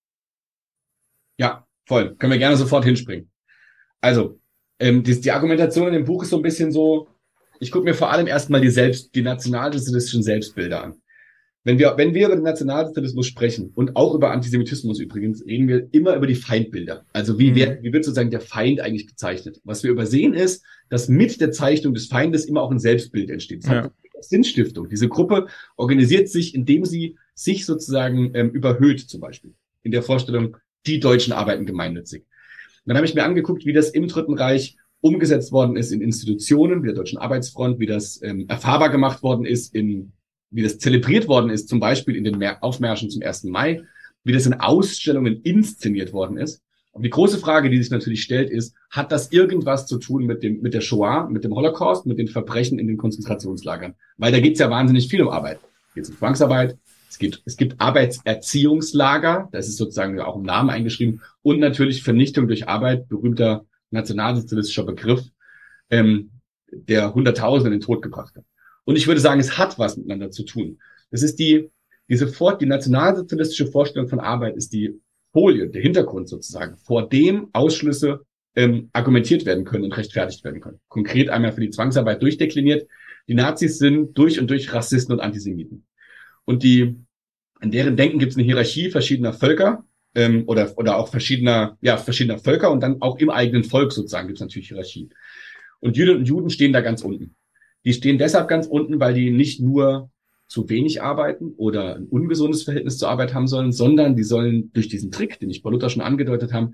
[SPEAKER 7] Ja, voll. Können wir gerne sofort hinspringen. Also, die Argumentation in dem Buch ist so ein bisschen so, ich gucke mir vor allem erstmal die nationalsozialistischen Selbstbilder an. Wenn wir über den Nationalsozialismus sprechen und auch über Antisemitismus übrigens, reden wir immer über die Feindbilder. Also wie wird sozusagen der Feind eigentlich gezeichnet? Was wir übersehen ist, dass mit der Zeichnung des Feindes immer auch ein Selbstbild entsteht. Sinnstiftung. Diese Gruppe organisiert sich, indem sie sich sozusagen überhöht, zum Beispiel. In der Vorstellung, die Deutschen arbeiten gemeinnützig. Und dann habe ich mir angeguckt, wie das im Dritten Reich umgesetzt worden ist in Institutionen, wie der Deutschen Arbeitsfront, wie das erfahrbar gemacht worden ist, wie das zelebriert worden ist, zum Beispiel in den Aufmärschen zum 1. Mai, wie das in Ausstellungen inszeniert worden ist. Und die große Frage, die sich natürlich stellt, ist, hat das irgendwas zu tun mit der Shoah, mit dem Holocaust, mit den Verbrechen in den Konzentrationslagern? Weil da geht es ja wahnsinnig viel um Arbeit. Es geht um Zwangsarbeit, es gibt Arbeitserziehungslager, das ist sozusagen auch im Namen eingeschrieben, und natürlich Vernichtung durch Arbeit, berühmter nationalsozialistischer Begriff, der Hunderttausende in den Tod gebracht hat. Und ich würde sagen, es hat was miteinander zu tun. Das ist die nationalsozialistische Vorstellung von Arbeit ist die Folie, der Hintergrund sozusagen, vor dem Ausschlüsse argumentiert werden können und rechtfertigt werden können. Konkret einmal für die Zwangsarbeit durchdekliniert. Die Nazis sind durch und durch Rassisten und Antisemiten. Und in deren Denken gibt es eine Hierarchie verschiedener Völker, oder auch verschiedener Völker und dann auch im eigenen Volk sozusagen gibt es natürlich Hierarchie. Und Jüdinnen und Juden stehen da ganz unten. Die stehen deshalb ganz unten, weil die nicht nur zu wenig arbeiten oder ein ungesundes Verhältnis zur Arbeit haben sollen, sondern die sollen durch diesen Trick, den ich bei Luther schon angedeutet habe,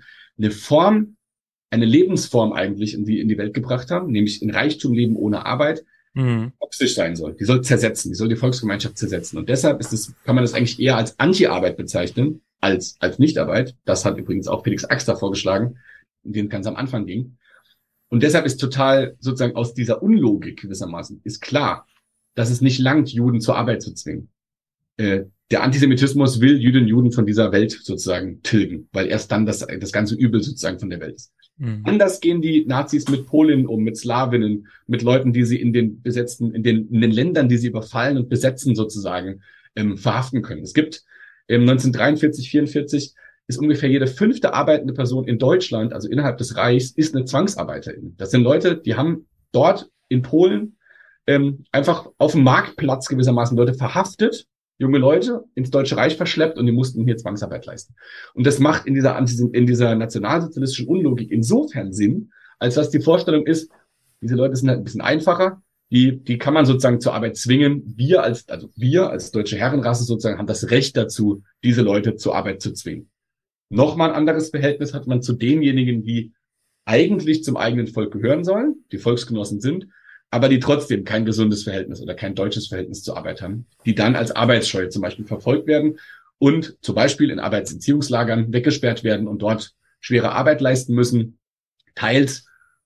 [SPEAKER 7] eine Lebensform eigentlich in die Welt gebracht haben, nämlich in Reichtum leben ohne Arbeit, toxisch sein soll. Die soll zersetzen, die soll die Volksgemeinschaft zersetzen. Und deshalb kann man das eigentlich eher als Anti-Arbeit bezeichnen, als Nichtarbeit. Das hat übrigens auch Felix Axter vorgeschlagen, in dem ganz am Anfang ging. Und deshalb ist total sozusagen aus dieser Unlogik gewissermaßen ist klar, dass es nicht langt, Juden zur Arbeit zu zwingen. Der Antisemitismus will Jüdinnen und Juden von dieser Welt sozusagen tilgen, weil erst dann das ganze Übel sozusagen von der Welt ist. Anders gehen die Nazis mit Polinnen um, mit Slawinnen, mit Leuten, die sie in den Ländern, die sie überfallen und besetzen sozusagen, verhaften können. Es gibt 1943, 44 ist ungefähr jede 5. arbeitende Person in Deutschland, also innerhalb des Reichs, ist eine Zwangsarbeiterin. Das sind Leute, die haben dort in Polen einfach auf dem Marktplatz gewissermaßen Leute verhaftet, junge Leute ins Deutsche Reich verschleppt und die mussten hier Zwangsarbeit leisten. Und das macht in dieser nationalsozialistischen Unlogik insofern Sinn, als dass die Vorstellung ist, diese Leute sind halt ein bisschen einfacher, die kann man sozusagen zur Arbeit zwingen. Wir als deutsche Herrenrasse sozusagen haben das Recht dazu, diese Leute zur Arbeit zu zwingen. Nochmal ein anderes Verhältnis hat man zu denjenigen, die eigentlich zum eigenen Volk gehören sollen, die Volksgenossen sind, aber die trotzdem kein gesundes Verhältnis oder kein deutsches Verhältnis zur Arbeit haben, die dann als arbeitsscheu zum Beispiel verfolgt werden und zum Beispiel in Arbeitsentziehungslagern weggesperrt werden und dort schwere Arbeit leisten müssen, teils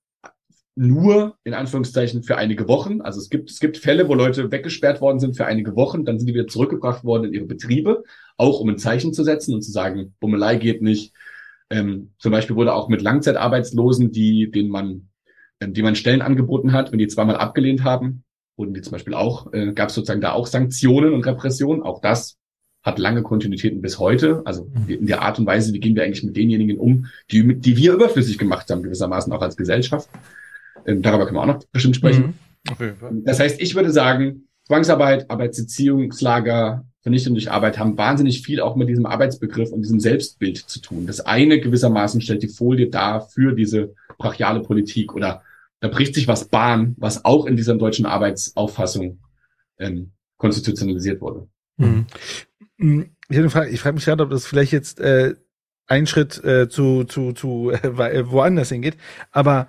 [SPEAKER 7] nur, in Anführungszeichen, für einige Wochen. Also es gibt Fälle, wo Leute weggesperrt worden sind für einige Wochen, dann sind die wieder zurückgebracht worden in ihre Betriebe, auch um ein Zeichen zu setzen und zu sagen, Bummelei geht nicht. Zum Beispiel wurde auch mit Langzeitarbeitslosen, die man Stellen angeboten hat, wenn die zweimal abgelehnt haben, wurden die zum Beispiel auch, gab es sozusagen da auch Sanktionen und Repressionen. Auch das hat lange Kontinuitäten bis heute. Also in der Art und Weise, wie gehen wir eigentlich mit denjenigen um, die wir überflüssig gemacht haben, gewissermaßen auch als Gesellschaft. Darüber können wir auch noch bestimmt sprechen.
[SPEAKER 10] Okay.
[SPEAKER 7] Das heißt, ich würde sagen, Zwangsarbeit, Arbeitsentziehungslager, Vernichtung durch Arbeit haben wahnsinnig viel auch mit diesem Arbeitsbegriff und diesem Selbstbild zu tun. Das eine gewissermaßen stellt die Folie dar für diese brachiale Politik oder da bricht sich was Bahn, was auch in dieser deutschen Arbeitsauffassung konstitutionalisiert wurde.
[SPEAKER 10] Ich frage mich gerade, ob das vielleicht jetzt ein Schritt zu woanders hingeht, aber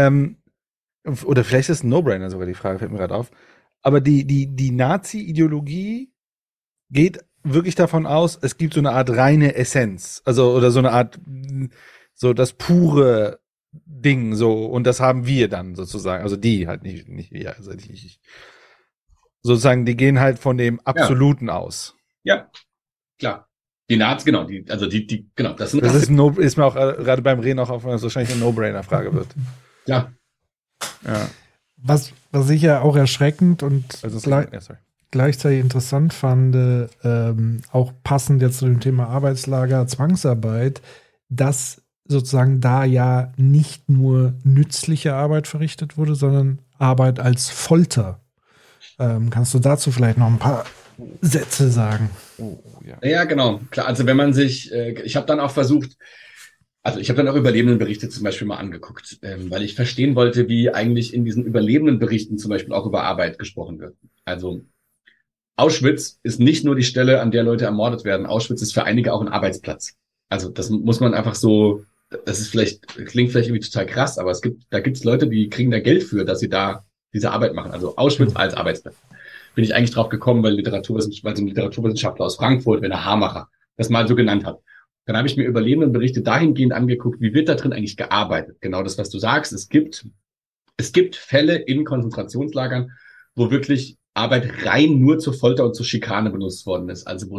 [SPEAKER 10] oder vielleicht ist es ein No-Brainer sogar, die Frage fällt mir gerade auf. Aber die Nazi-Ideologie geht wirklich davon aus, es gibt so eine Art reine Essenz, also oder so eine Art so das pure Ding, so, und das haben wir dann sozusagen, also die halt nicht wir, also die, sozusagen, die gehen halt von dem Absoluten aus.
[SPEAKER 7] Ja, klar. Die Nazis, genau, genau, das sind
[SPEAKER 10] das ist mir auch gerade beim Reden auch auf, dass es wahrscheinlich eine No-Brainer-Frage wird.
[SPEAKER 7] Ja.
[SPEAKER 5] Ja. Was ich ja auch erschreckend und gleichzeitig interessant fand, auch passend jetzt zu dem Thema Arbeitslager, Zwangsarbeit, dass sozusagen da ja nicht nur nützliche Arbeit verrichtet wurde, sondern Arbeit als Folter. Kannst du dazu vielleicht noch ein paar Sätze sagen?
[SPEAKER 7] Ja, genau. Klar, also wenn man sich, ich habe dann auch versucht, ich habe dann auch Überlebendenberichte zum Beispiel mal angeguckt, weil ich verstehen wollte, wie eigentlich in diesen Überlebendenberichten zum Beispiel auch über Arbeit gesprochen wird. Also Auschwitz ist nicht nur die Stelle, an der Leute ermordet werden. Auschwitz ist für einige auch ein Arbeitsplatz. Also das muss man einfach so, klingt vielleicht irgendwie total krass, aber da gibt's Leute, die kriegen da Geld für, dass sie da diese Arbeit machen. Also Auschwitz als Arbeitsplatz. Bin ich eigentlich drauf gekommen, weil so ein Literaturwissenschaftler aus Frankfurt, Werner Hamacher, das mal so genannt hat. Dann habe ich mir Überlebendenberichte dahingehend angeguckt, wie wird da drin eigentlich gearbeitet? Genau das, was du sagst. Es gibt Fälle in Konzentrationslagern, wo wirklich Arbeit rein nur zur Folter und zur Schikane benutzt worden ist. Also wo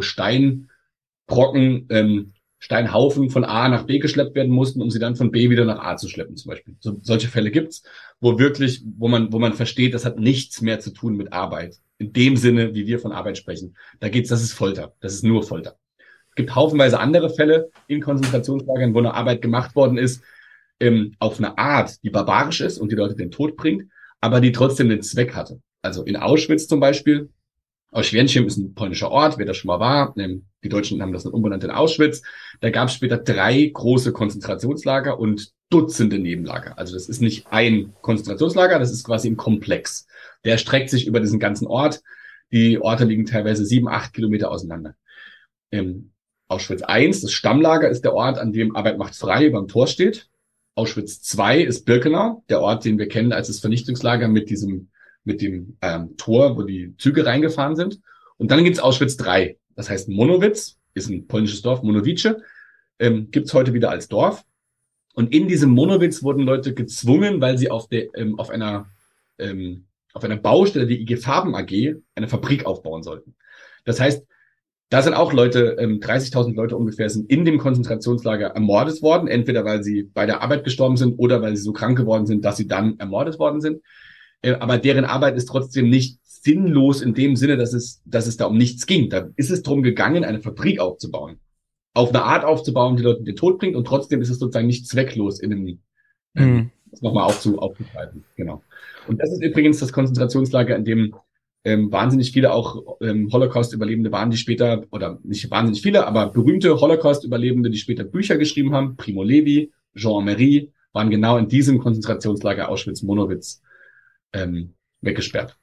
[SPEAKER 7] Steinhaufen von A nach B geschleppt werden mussten, um sie dann von B wieder nach A zu schleppen, zum Beispiel. Solche Fälle gibt's, wo man versteht, das hat nichts mehr zu tun mit Arbeit. In dem Sinne, wie wir von Arbeit sprechen. Das ist Folter. Das ist nur Folter. Es gibt haufenweise andere Fälle in Konzentrationslagern, wo eine Arbeit gemacht worden ist, auf eine Art, die barbarisch ist und die Leute den Tod bringt, aber die trotzdem den Zweck hatte. Also in Auschwitz zum Beispiel, Auschwienczym ist ein polnischer Ort, wer da schon mal war, Die Deutschen haben das dann umbenannt in Auschwitz. Da gab es später 3 große Konzentrationslager und Dutzende Nebenlager. Also das ist nicht ein Konzentrationslager, das ist quasi ein Komplex. Der streckt sich über diesen ganzen Ort. Die Orte liegen teilweise 7-8 Kilometer auseinander. Auschwitz I, das Stammlager, ist der Ort, an dem Arbeit macht frei beim Tor steht. Auschwitz II ist Birkenau, der Ort, den wir kennen als das Vernichtungslager mit dem Tor, wo die Züge reingefahren sind. Und dann gibt's Auschwitz III. Das heißt Monowitz, ist ein polnisches Dorf, Monowice, gibt's heute wieder als Dorf. Und in diesem Monowitz wurden Leute gezwungen, weil sie auf einer Baustelle, die IG Farben AG, eine Fabrik aufbauen sollten. Das heißt, da sind auch Leute, 30.000 Leute ungefähr, sind in dem Konzentrationslager ermordet worden, entweder weil sie bei der Arbeit gestorben sind oder weil sie so krank geworden sind, dass sie dann ermordet worden sind. Aber deren Arbeit ist trotzdem nicht sinnlos in dem Sinne, dass es da um nichts ging. Da ist es darum gegangen, eine Fabrik aufzubauen. Auf eine Art aufzubauen, die Leute in den Tod bringt, und trotzdem ist es sozusagen nicht zwecklos in dem, das nochmal aufzugreifen. Genau. Und das ist übrigens das Konzentrationslager, in dem wahnsinnig viele auch Holocaust-Überlebende waren, die später, oder nicht wahnsinnig viele, aber berühmte Holocaust-Überlebende, die später Bücher geschrieben haben. Primo Levi, Jean Marie, waren genau in diesem Konzentrationslager Auschwitz-Monowitz weggesperrt.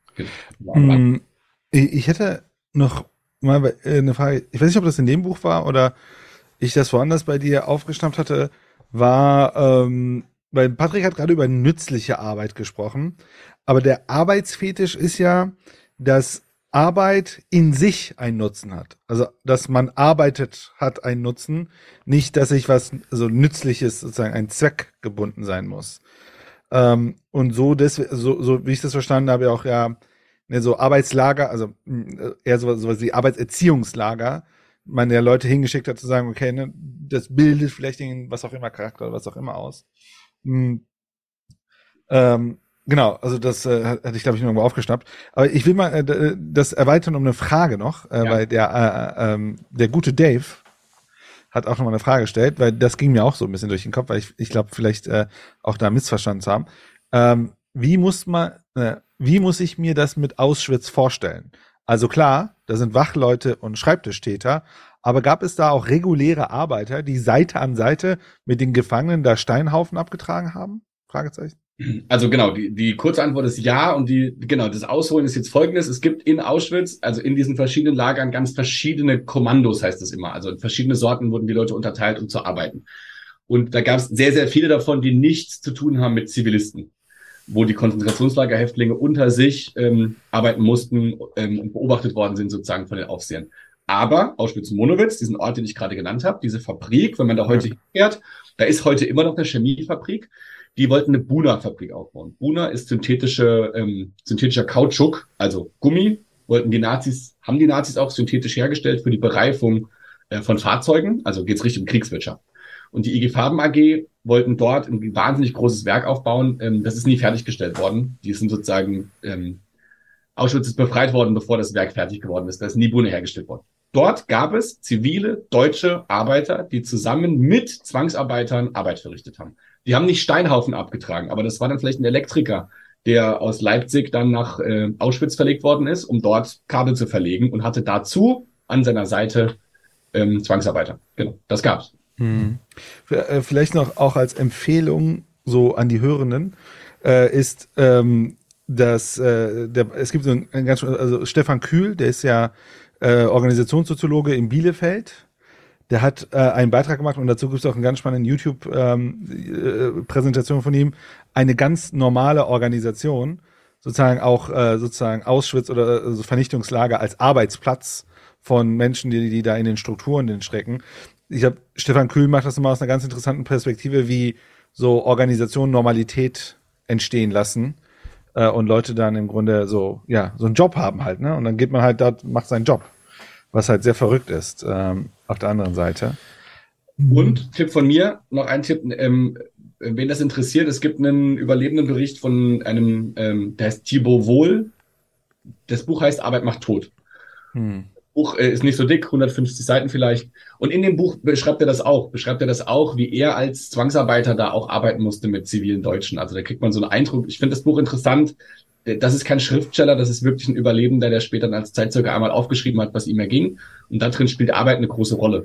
[SPEAKER 10] Ich hätte noch mal eine Frage. Ich weiß nicht, ob das in dem Buch war oder ich das woanders bei dir aufgeschnappt hatte, weil Patrick hat gerade über nützliche Arbeit gesprochen, aber der Arbeitsfetisch ist ja, dass Arbeit in sich einen Nutzen hat. Also, dass man arbeitet, hat einen Nutzen. Nicht, dass sich was so Nützliches, sozusagen ein Zweck gebunden sein muss. Und so wie ich das verstanden habe, auch so Arbeitslager, also eher sowas wie Arbeitserziehungslager, man ja Leute hingeschickt hat zu sagen, okay, ne, das bildet vielleicht den, was auch immer, Charakter oder was auch immer aus. Genau, also das hatte ich, glaube ich, irgendwo aufgeschnappt. Aber ich will mal das erweitern um eine Frage noch, weil der gute Dave hat auch noch mal eine Frage gestellt, weil das ging mir auch so ein bisschen durch den Kopf, weil ich glaube, vielleicht auch da missverstanden zu haben. Wie muss ich mir das mit Auschwitz vorstellen? Also klar, da sind Wachleute und Schreibtischtäter, aber gab es da auch reguläre Arbeiter, die Seite an Seite mit den Gefangenen da Steinhaufen abgetragen haben? Fragezeichen.
[SPEAKER 7] Also genau, die kurze Antwort ist ja, und das Ausholen ist jetzt Folgendes: Es gibt in Auschwitz, also in diesen verschiedenen Lagern, ganz verschiedene Kommandos, heißt es immer. Also in verschiedene Sorten wurden die Leute unterteilt, um zu arbeiten. Und da gab es sehr, sehr viele davon, die nichts zu tun haben mit Zivilisten, wo die Konzentrationslagerhäftlinge unter sich arbeiten mussten und beobachtet worden sind sozusagen von den Aufsehern. Aber Auschwitz-Monowitz, diesen Ort, den ich gerade genannt habe, diese Fabrik, wenn man da heute hinfährt, da ist heute immer noch eine Chemiefabrik. Die wollten eine Buna-Fabrik aufbauen. Buna ist synthetischer Kautschuk, also Gummi, haben die Nazis auch synthetisch hergestellt für die Bereifung von Fahrzeugen, also geht's richtig um Kriegswirtschaft. Und die IG Farben AG wollten dort ein wahnsinnig großes Werk aufbauen. Das ist nie fertiggestellt worden. Die sind sozusagen, Auschwitz ist befreit worden, bevor das Werk fertig geworden ist. Da ist nie Buna hergestellt worden. Dort gab es zivile deutsche Arbeiter, die zusammen mit Zwangsarbeitern Arbeit verrichtet haben. Die haben nicht Steinhaufen abgetragen, aber das war dann vielleicht ein Elektriker, der aus Leipzig dann nach Auschwitz verlegt worden ist, um dort Kabel zu verlegen, und hatte dazu an seiner Seite Zwangsarbeiter. Genau, das gab's.
[SPEAKER 10] Vielleicht noch auch als Empfehlung so an die Hörenden ist, dass es gibt so also Stefan Kühl, der ist ja Organisationssoziologe in Bielefeld. Der hat einen Beitrag gemacht, und dazu gibt es auch einen ganz spannenden YouTube-Präsentation von ihm. Eine ganz normale Organisation, sozusagen auch sozusagen Auschwitz oder also Vernichtungslager als Arbeitsplatz von Menschen, die da in den Strukturen den stecken. Stefan Kühl macht das immer aus einer ganz interessanten Perspektive, wie so Organisationen Normalität entstehen lassen und Leute dann im Grunde so einen Job haben halt, ne? Und dann geht man halt dort, macht seinen Job, was halt sehr verrückt ist auf der anderen Seite.
[SPEAKER 7] Und Tipp von mir, noch ein Tipp, wen das interessiert, es gibt einen Überlebendenbericht von einem, der heißt Thibaut Wohl. Das Buch heißt Arbeit macht tot. Das Buch ist nicht so dick, 150 Seiten vielleicht. Und in dem Buch beschreibt er das auch, wie er als Zwangsarbeiter da auch arbeiten musste mit zivilen Deutschen. Also da kriegt man so einen Eindruck. Ich finde das Buch interessant, das ist kein Schriftsteller, das ist wirklich ein Überlebender, der später dann als Zeitzeuge einmal aufgeschrieben hat, was ihm erging. Und da drin spielt Arbeit eine große Rolle.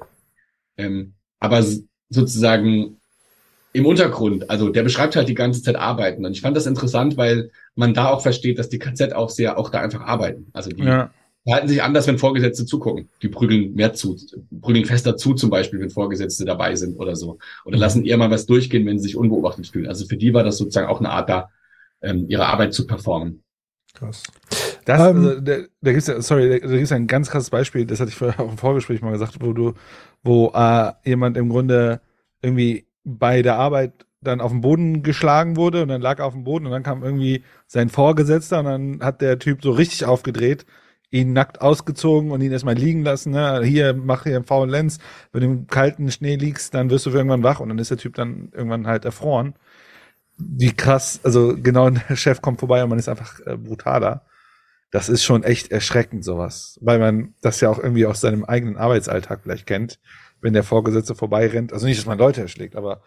[SPEAKER 7] Aber sozusagen im Untergrund, also der beschreibt halt die ganze Zeit Arbeiten. Und ich fand das interessant, weil man da auch versteht, dass die KZ-Aufseher auch da einfach arbeiten. Also die halten sich anders, wenn Vorgesetzte zugucken. Die prügeln prügeln fester zu zum Beispiel, wenn Vorgesetzte dabei sind oder so. Oder lassen eher mal was durchgehen, wenn sie sich unbeobachtet fühlen. Also für die war das sozusagen auch eine Art, da ihre Arbeit zu performen.
[SPEAKER 10] Krass. Da gibt's ein ganz krasses Beispiel, das hatte ich vorher auch im Vorgespräch mal gesagt, wo jemand im Grunde irgendwie bei der Arbeit dann auf den Boden geschlagen wurde und dann lag er auf dem Boden und dann kam irgendwie sein Vorgesetzter und dann hat der Typ so richtig aufgedreht, ihn nackt ausgezogen und ihn erstmal liegen lassen, ne? Hier, mach hier einen faulen Lenz, wenn du im kalten Schnee liegst, dann wirst du irgendwann wach und dann ist der Typ dann irgendwann halt erfroren. Wie krass, also genau, der Chef kommt vorbei und man ist einfach brutaler. Das ist schon echt erschreckend, sowas. Weil man das ja auch irgendwie aus seinem eigenen Arbeitsalltag vielleicht kennt, wenn der Vorgesetzte vorbeirennt. Also nicht, dass man Leute erschlägt, aber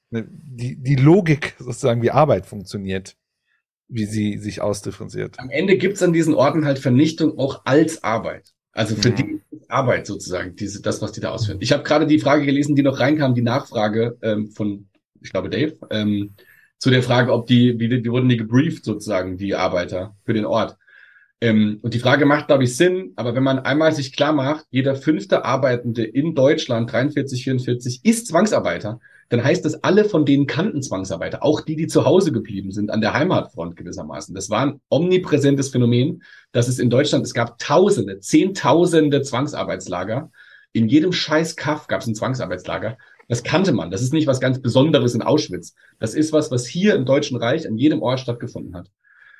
[SPEAKER 10] die Logik sozusagen, wie Arbeit funktioniert, wie sie sich ausdifferenziert.
[SPEAKER 7] Am Ende gibt's an diesen Orten halt Vernichtung auch als Arbeit. Also für die Arbeit sozusagen, das, was die da ausführen. Ich habe gerade die Frage gelesen, die noch reinkam, die Nachfrage von, ich glaube, Dave, zu der Frage, ob wie wurden die gebrieft sozusagen, die Arbeiter für den Ort. Und die Frage macht, glaube ich, Sinn, aber wenn man einmal sich klar macht, jeder 5. Arbeitende in Deutschland, 43, 44, ist Zwangsarbeiter, dann heißt das, alle von denen kannten Zwangsarbeiter, auch die zu Hause geblieben sind, an der Heimatfront gewissermaßen. Das war ein omnipräsentes Phänomen, dass es in Deutschland, es gab Tausende, Zehntausende Zwangsarbeitslager. In jedem scheiß Kaff gab es ein Zwangsarbeitslager. Das kannte man. Das ist nicht was ganz Besonderes in Auschwitz. Das ist was hier im Deutschen Reich an jedem Ort stattgefunden hat.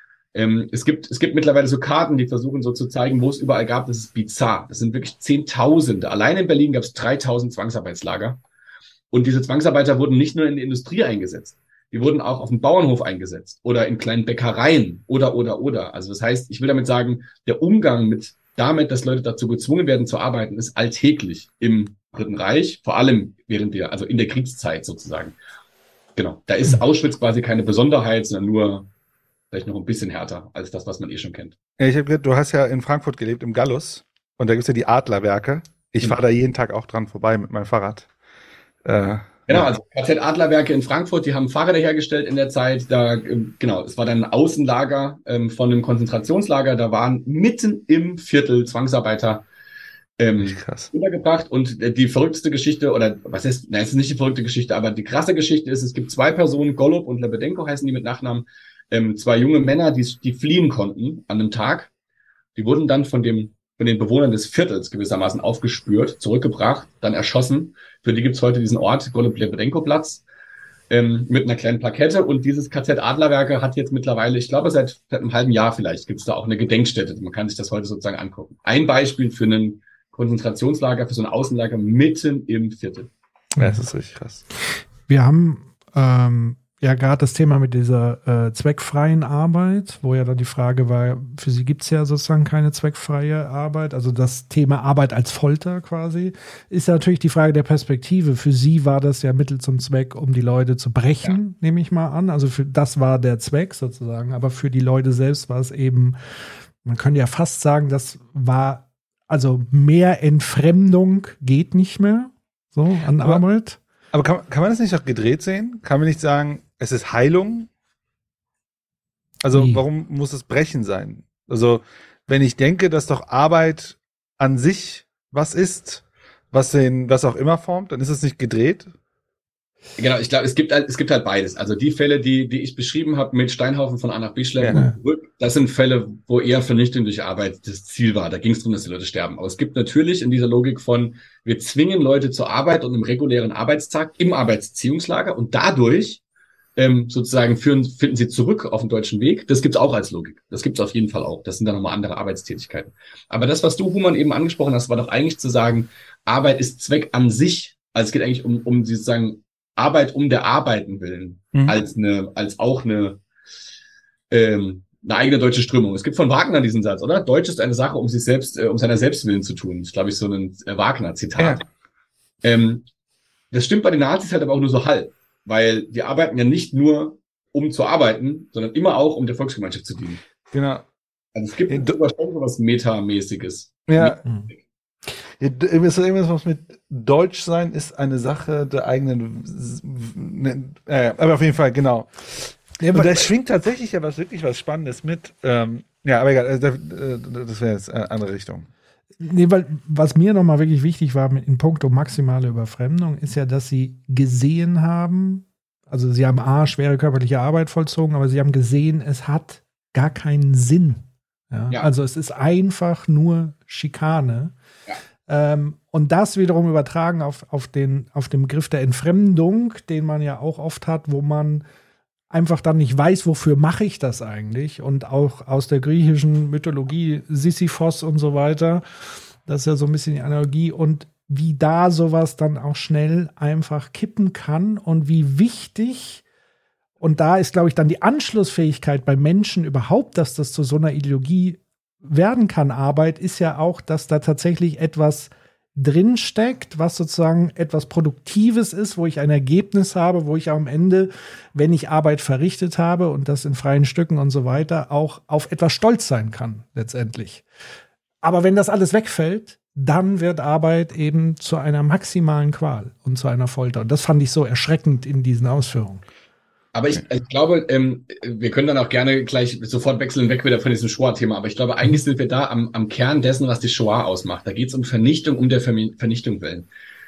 [SPEAKER 7] Es gibt mittlerweile so Karten, die versuchen so zu zeigen, wo es überall gab. Das ist bizarr. Das sind wirklich Zehntausende. Allein in Berlin gab es 3000 Zwangsarbeitslager. Und diese Zwangsarbeiter wurden nicht nur in die Industrie eingesetzt. Die wurden auch auf dem Bauernhof eingesetzt oder in kleinen Bäckereien oder. Also das heißt, ich will damit sagen, der Umgang damit, dass Leute dazu gezwungen werden zu arbeiten, ist alltäglich im Dritten Reich, vor allem also in der Kriegszeit sozusagen. Genau. Da ist Auschwitz quasi keine Besonderheit, sondern nur vielleicht noch ein bisschen härter als das, was man schon kennt.
[SPEAKER 10] Ja, ich habe gehört, du hast ja in Frankfurt gelebt, im Gallus. Und da gibt's ja die Adlerwerke. Ich fahre da jeden Tag auch dran vorbei mit meinem Fahrrad.
[SPEAKER 7] Genau, also KZ Adlerwerke in Frankfurt, die haben Fahrräder hergestellt in der Zeit. Es war dann ein Außenlager von einem Konzentrationslager. Da waren mitten im Viertel Zwangsarbeiter untergebracht. Und die verrückteste Geschichte, oder was ist, es ist nicht die verrückte Geschichte, aber die krasse Geschichte ist, es gibt 2 Personen, Golub und Lebedenko heißen die mit Nachnamen, 2 junge Männer, die fliehen konnten an einem Tag. Die wurden dann von den Bewohnern des Viertels gewissermaßen aufgespürt, zurückgebracht, dann erschossen. Für die gibt's heute diesen Ort, Golub-Lebedenko-Platz, mit einer kleinen Plakette. Und dieses KZ Adlerwerke hat jetzt mittlerweile, ich glaube seit einem halben Jahr vielleicht, gibt's da auch eine Gedenkstätte. Man kann sich das heute sozusagen angucken. Ein Beispiel für ein Konzentrationslager, für so ein Außenlager mitten im Viertel.
[SPEAKER 10] Ja, das ist richtig krass.
[SPEAKER 5] Wir haben ja gerade das Thema mit dieser zweckfreien Arbeit, wo ja dann die Frage war, für sie gibt's ja sozusagen keine zweckfreie Arbeit, also das Thema Arbeit als Folter quasi, ist ja natürlich die Frage der Perspektive. Für sie war das ja Mittel zum Zweck, um die Leute zu brechen, nehme ich mal an, also das war der Zweck sozusagen, aber für die Leute selbst war es eben, man könnte ja fast sagen, das war, also mehr Entfremdung geht nicht mehr, so an Arbeit.
[SPEAKER 10] Aber kann man das nicht auch gedreht sehen? Kann man nicht sagen, es ist Heilung? Also warum muss es Brechen sein? Also wenn ich denke, dass doch Arbeit an sich was ist, was auch immer formt, dann ist es nicht gedreht?
[SPEAKER 7] Genau, ich glaube, es gibt halt beides. Also die Fälle, die ich beschrieben habe mit Steinhaufen von A nach B schleppen, das sind Fälle, wo eher Vernichtung durch Arbeit das Ziel war. Da ging es darum, dass die Leute sterben. Aber es gibt natürlich in dieser Logik von, wir zwingen Leute zur Arbeit und im regulären Arbeitstag im Arbeitsziehungslager und dadurch sozusagen finden sie zurück auf den deutschen Weg. Das gibt's auch als Logik. Das gibt's auf jeden Fall auch. Das sind dann nochmal andere Arbeitstätigkeiten. Aber das, was du, Human, eben angesprochen hast, war doch eigentlich zu sagen, Arbeit ist Zweck an sich. Also es geht eigentlich um sozusagen Arbeit um der Arbeiten willen, als auch eine eigene deutsche Strömung. Es gibt von Wagner diesen Satz, oder? Deutsch ist eine Sache, um sich selbst, um seiner selbst willen zu tun. Das ist, glaube ich, so ein Wagner-Zitat. Ja. Das stimmt bei den Nazis halt aber auch nur so halb, weil die arbeiten ja nicht nur, um zu arbeiten, sondern immer auch, um der Volksgemeinschaft zu dienen.
[SPEAKER 10] Genau.
[SPEAKER 7] Also es gibt sogar schon so was Metamäßiges.
[SPEAKER 10] Ja. Irgendwas, was mit Deutsch sein ist eine Sache der eigenen, aber auf jeden Fall, genau. Ja, und da schwingt tatsächlich ja wirklich was Spannendes mit. Ja, aber egal, das wäre jetzt eine andere Richtung.
[SPEAKER 5] Nee, weil was mir nochmal wirklich wichtig war in puncto maximale Überfremdung, ist ja, dass sie gesehen haben, also sie haben schwere körperliche Arbeit vollzogen, aber sie haben gesehen, es hat gar keinen Sinn. Ja? Also es ist einfach nur Schikane. Ja. Und das wiederum übertragen auf den Begriff der Entfremdung, den man ja auch oft hat, wo man einfach dann nicht weiß, wofür mache ich das eigentlich. Und auch aus der griechischen Mythologie, Sisyphos und so weiter, das ist ja so ein bisschen die Analogie. Und wie da sowas dann auch schnell einfach kippen kann und wie wichtig, und da ist, glaube ich, dann die Anschlussfähigkeit bei Menschen überhaupt, dass das zu so einer Ideologie werden kann, Arbeit, ist ja auch, dass da tatsächlich etwas drinsteckt, was sozusagen etwas Produktives ist, wo ich ein Ergebnis habe, wo ich am Ende, wenn ich Arbeit verrichtet habe und das in freien Stücken und so weiter, auch auf etwas stolz sein kann, letztendlich. Aber wenn das alles wegfällt, dann wird Arbeit eben zu einer maximalen Qual und zu einer Folter. Und das fand ich so erschreckend in diesen Ausführungen.
[SPEAKER 7] Aber ich glaube, wir können dann auch gerne gleich sofort wechseln, weg wieder von diesem Shoah-Thema. Aber ich glaube, eigentlich sind wir da am Kern dessen, was die Shoah ausmacht. Da geht es um Vernichtung, um der Vernichtung willen.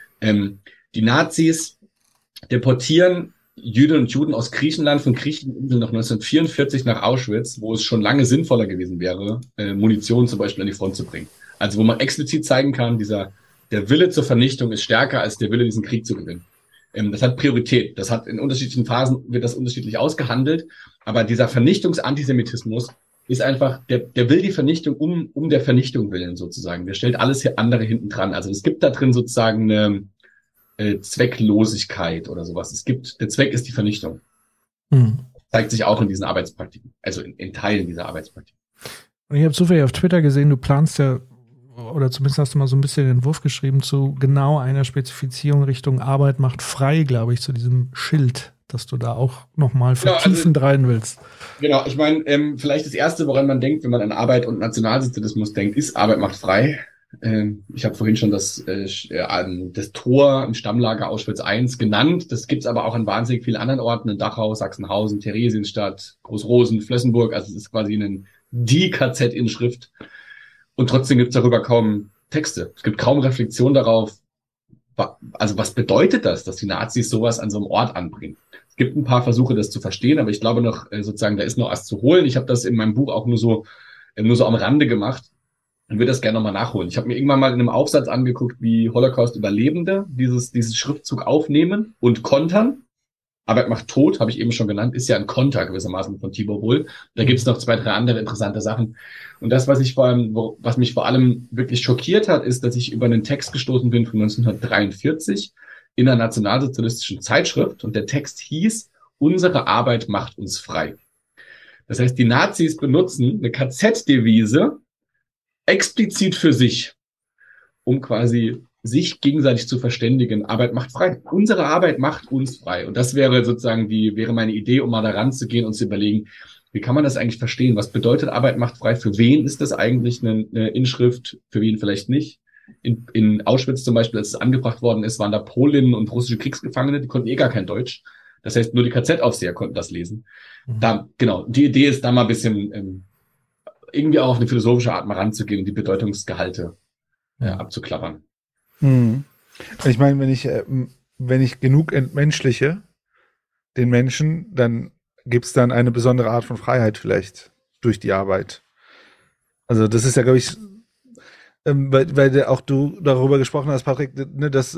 [SPEAKER 7] Die Nazis deportieren Jüdinnen und Juden aus Griechenland, von Griecheninseln noch 1944 nach Auschwitz, wo es schon lange sinnvoller gewesen wäre, Munition zum Beispiel an die Front zu bringen. Also wo man explizit zeigen kann, der Wille zur Vernichtung ist stärker als der Wille, diesen Krieg zu gewinnen. Das hat Priorität. Das hat in unterschiedlichen Phasen, wird das unterschiedlich ausgehandelt. Aber dieser Vernichtungsantisemitismus ist einfach, der will die Vernichtung um der Vernichtung willen sozusagen. Der stellt alles andere hinten dran. Also es gibt da drin sozusagen eine Zwecklosigkeit oder sowas. Der Zweck ist die Vernichtung. Zeigt sich auch in diesen Arbeitspraktiken. Also in Teilen dieser Arbeitspraktiken.
[SPEAKER 5] Und ich habe zufällig auf Twitter gesehen, du planst ja, oder zumindest hast du mal so ein bisschen den Entwurf geschrieben zu genau einer Spezifizierung Richtung Arbeit macht frei, glaube ich, zu diesem Schild, dass du da auch nochmal vertiefend rein willst. Genau, ich meine, vielleicht das Erste, woran man denkt, wenn man an Arbeit und Nationalsozialismus denkt, ist Arbeit macht frei. Ich habe vorhin schon das Tor im Stammlager Auschwitz I genannt. Das gibt's aber auch an wahnsinnig vielen anderen Orten, in Dachau, Sachsenhausen, Theresienstadt, Großrosen, Flössenburg. Also es ist quasi die KZ-Inschrift. Und trotzdem gibt's darüber kaum Texte. Es gibt kaum Reflexion darauf. Also was bedeutet das, dass die Nazis sowas an so einem Ort anbringen? Es gibt ein paar Versuche, das zu verstehen, aber ich glaube noch, sozusagen, da ist noch was zu holen. Ich habe das in meinem Buch auch nur so am Rande gemacht und würde das gerne nochmal nachholen. Ich habe mir irgendwann mal in einem Aufsatz angeguckt, wie Holocaust-Überlebende dieses Schriftzug aufnehmen und kontern. Arbeit macht tot, habe ich eben schon genannt, ist ja ein Konter gewissermaßen von Tibor Bull. Da gibt's noch 2, 3 andere interessante Sachen. Und das, was mich vor allem wirklich schockiert hat, ist, dass ich über einen Text gestoßen bin von 1943 in einer nationalsozialistischen Zeitschrift. Und der Text hieß, unsere Arbeit macht uns frei. Das heißt, die Nazis benutzen eine KZ-Devise explizit für sich, um quasi sich gegenseitig zu verständigen. Arbeit macht frei. Unsere Arbeit macht uns frei. Und das wäre sozusagen wäre meine Idee, um mal da ranzugehen und zu überlegen, wie kann man das eigentlich verstehen? Was bedeutet Arbeit macht frei? Für wen ist das eigentlich eine Inschrift? Für wen vielleicht nicht? In Auschwitz zum Beispiel, als es angebracht worden ist, waren da Polinnen und russische Kriegsgefangene, die konnten gar kein Deutsch. Das heißt, nur die KZ-Aufseher konnten das lesen. Genau, die Idee ist da mal ein bisschen irgendwie auch auf eine philosophische Art mal ranzugehen und die Bedeutungsgehalte abzuklappern.
[SPEAKER 10] Ich meine, wenn ich genug entmenschliche den Menschen, dann gibt es dann eine besondere Art von Freiheit vielleicht durch die Arbeit. Also das ist ja, glaube ich, weil auch du darüber gesprochen hast, Patrick, ne, dass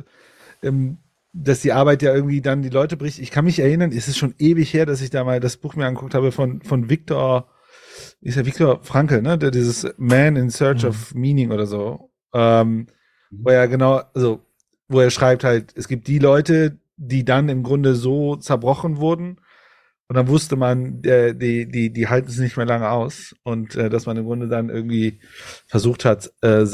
[SPEAKER 10] die Arbeit ja irgendwie dann die Leute bricht. Ich kann mich erinnern, es ist schon ewig her, dass ich da mal das Buch mir angeguckt habe von Viktor Frankl, ne, der dieses Man in Search of Meaning oder so, wo er schreibt halt, es gibt die Leute, die dann im Grunde so zerbrochen wurden und dann wusste man, die halten es nicht mehr lange aus und dass man im Grunde dann irgendwie versucht hat,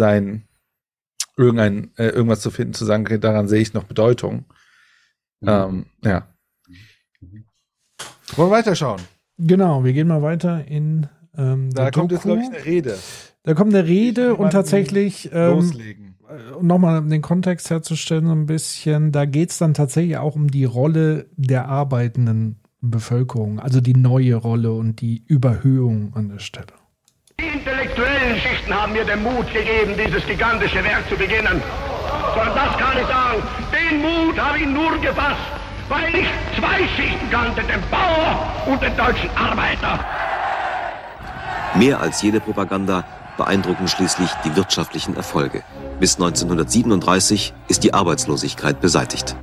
[SPEAKER 10] irgendwas zu finden, zu sagen, okay, daran sehe ich noch Bedeutung. Wollen wir weiterschauen?
[SPEAKER 5] Genau, wir gehen mal weiter in
[SPEAKER 10] Da kommt jetzt, glaube ich, eine Rede.
[SPEAKER 5] Da kommt eine Rede und tatsächlich,
[SPEAKER 10] loslegen.
[SPEAKER 5] um nochmal den Kontext herzustellen, so ein bisschen, da geht es dann tatsächlich auch um die Rolle der arbeitenden Bevölkerung, also die neue Rolle und die Überhöhung an der Stelle.
[SPEAKER 3] Die intellektuellen Schichten haben mir den Mut gegeben, dieses gigantische Werk zu beginnen. Und das kann ich sagen, den Mut habe ich nur gefasst, weil ich zwei Schichten kannte, den Bauer und den deutschen Arbeiter.
[SPEAKER 13] Mehr als jede Propaganda beeindrucken schließlich die wirtschaftlichen Erfolge. Bis 1937 ist die Arbeitslosigkeit beseitigt.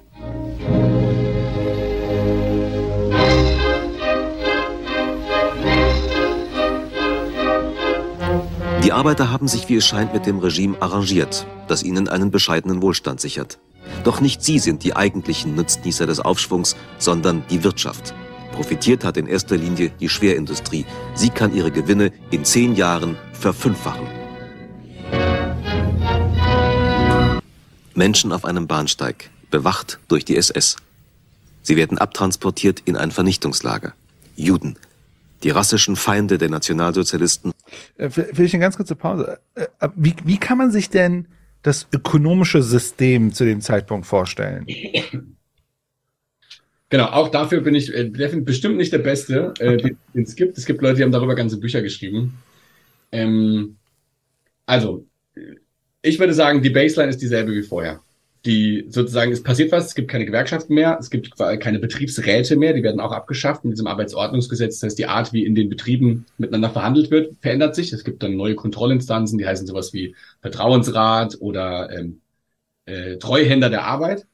[SPEAKER 13] Die Arbeiter haben sich, wie es scheint, mit dem Regime arrangiert, das ihnen einen bescheidenen Wohlstand sichert. Doch nicht sie sind die eigentlichen Nutznießer des Aufschwungs, sondern die Wirtschaft. Profitiert hat in erster Linie die Schwerindustrie. Sie kann ihre Gewinne in 10 Jahren verfünffachen. Menschen auf einem Bahnsteig, bewacht durch die SS. Sie werden abtransportiert in ein Vernichtungslager. Juden, die rassischen Feinde der Nationalsozialisten.
[SPEAKER 10] Will ich eine ganz kurze Pause. Wie kann man sich denn das ökonomische System zu dem Zeitpunkt vorstellen?
[SPEAKER 7] Genau, auch dafür bin ich bestimmt nicht der Beste, den es gibt. Es gibt Leute, die haben darüber ganze Bücher geschrieben. Also, ich würde sagen, die Baseline ist dieselbe wie vorher. Die sozusagen, es passiert was, es gibt keine Gewerkschaften mehr, es gibt keine Betriebsräte mehr, die werden auch abgeschafft in diesem Arbeitsordnungsgesetz. Das heißt, die Art, wie in den Betrieben miteinander verhandelt wird, verändert sich. Es gibt dann neue Kontrollinstanzen, die heißen sowas wie Vertrauensrat oder Treuhänder der Arbeit.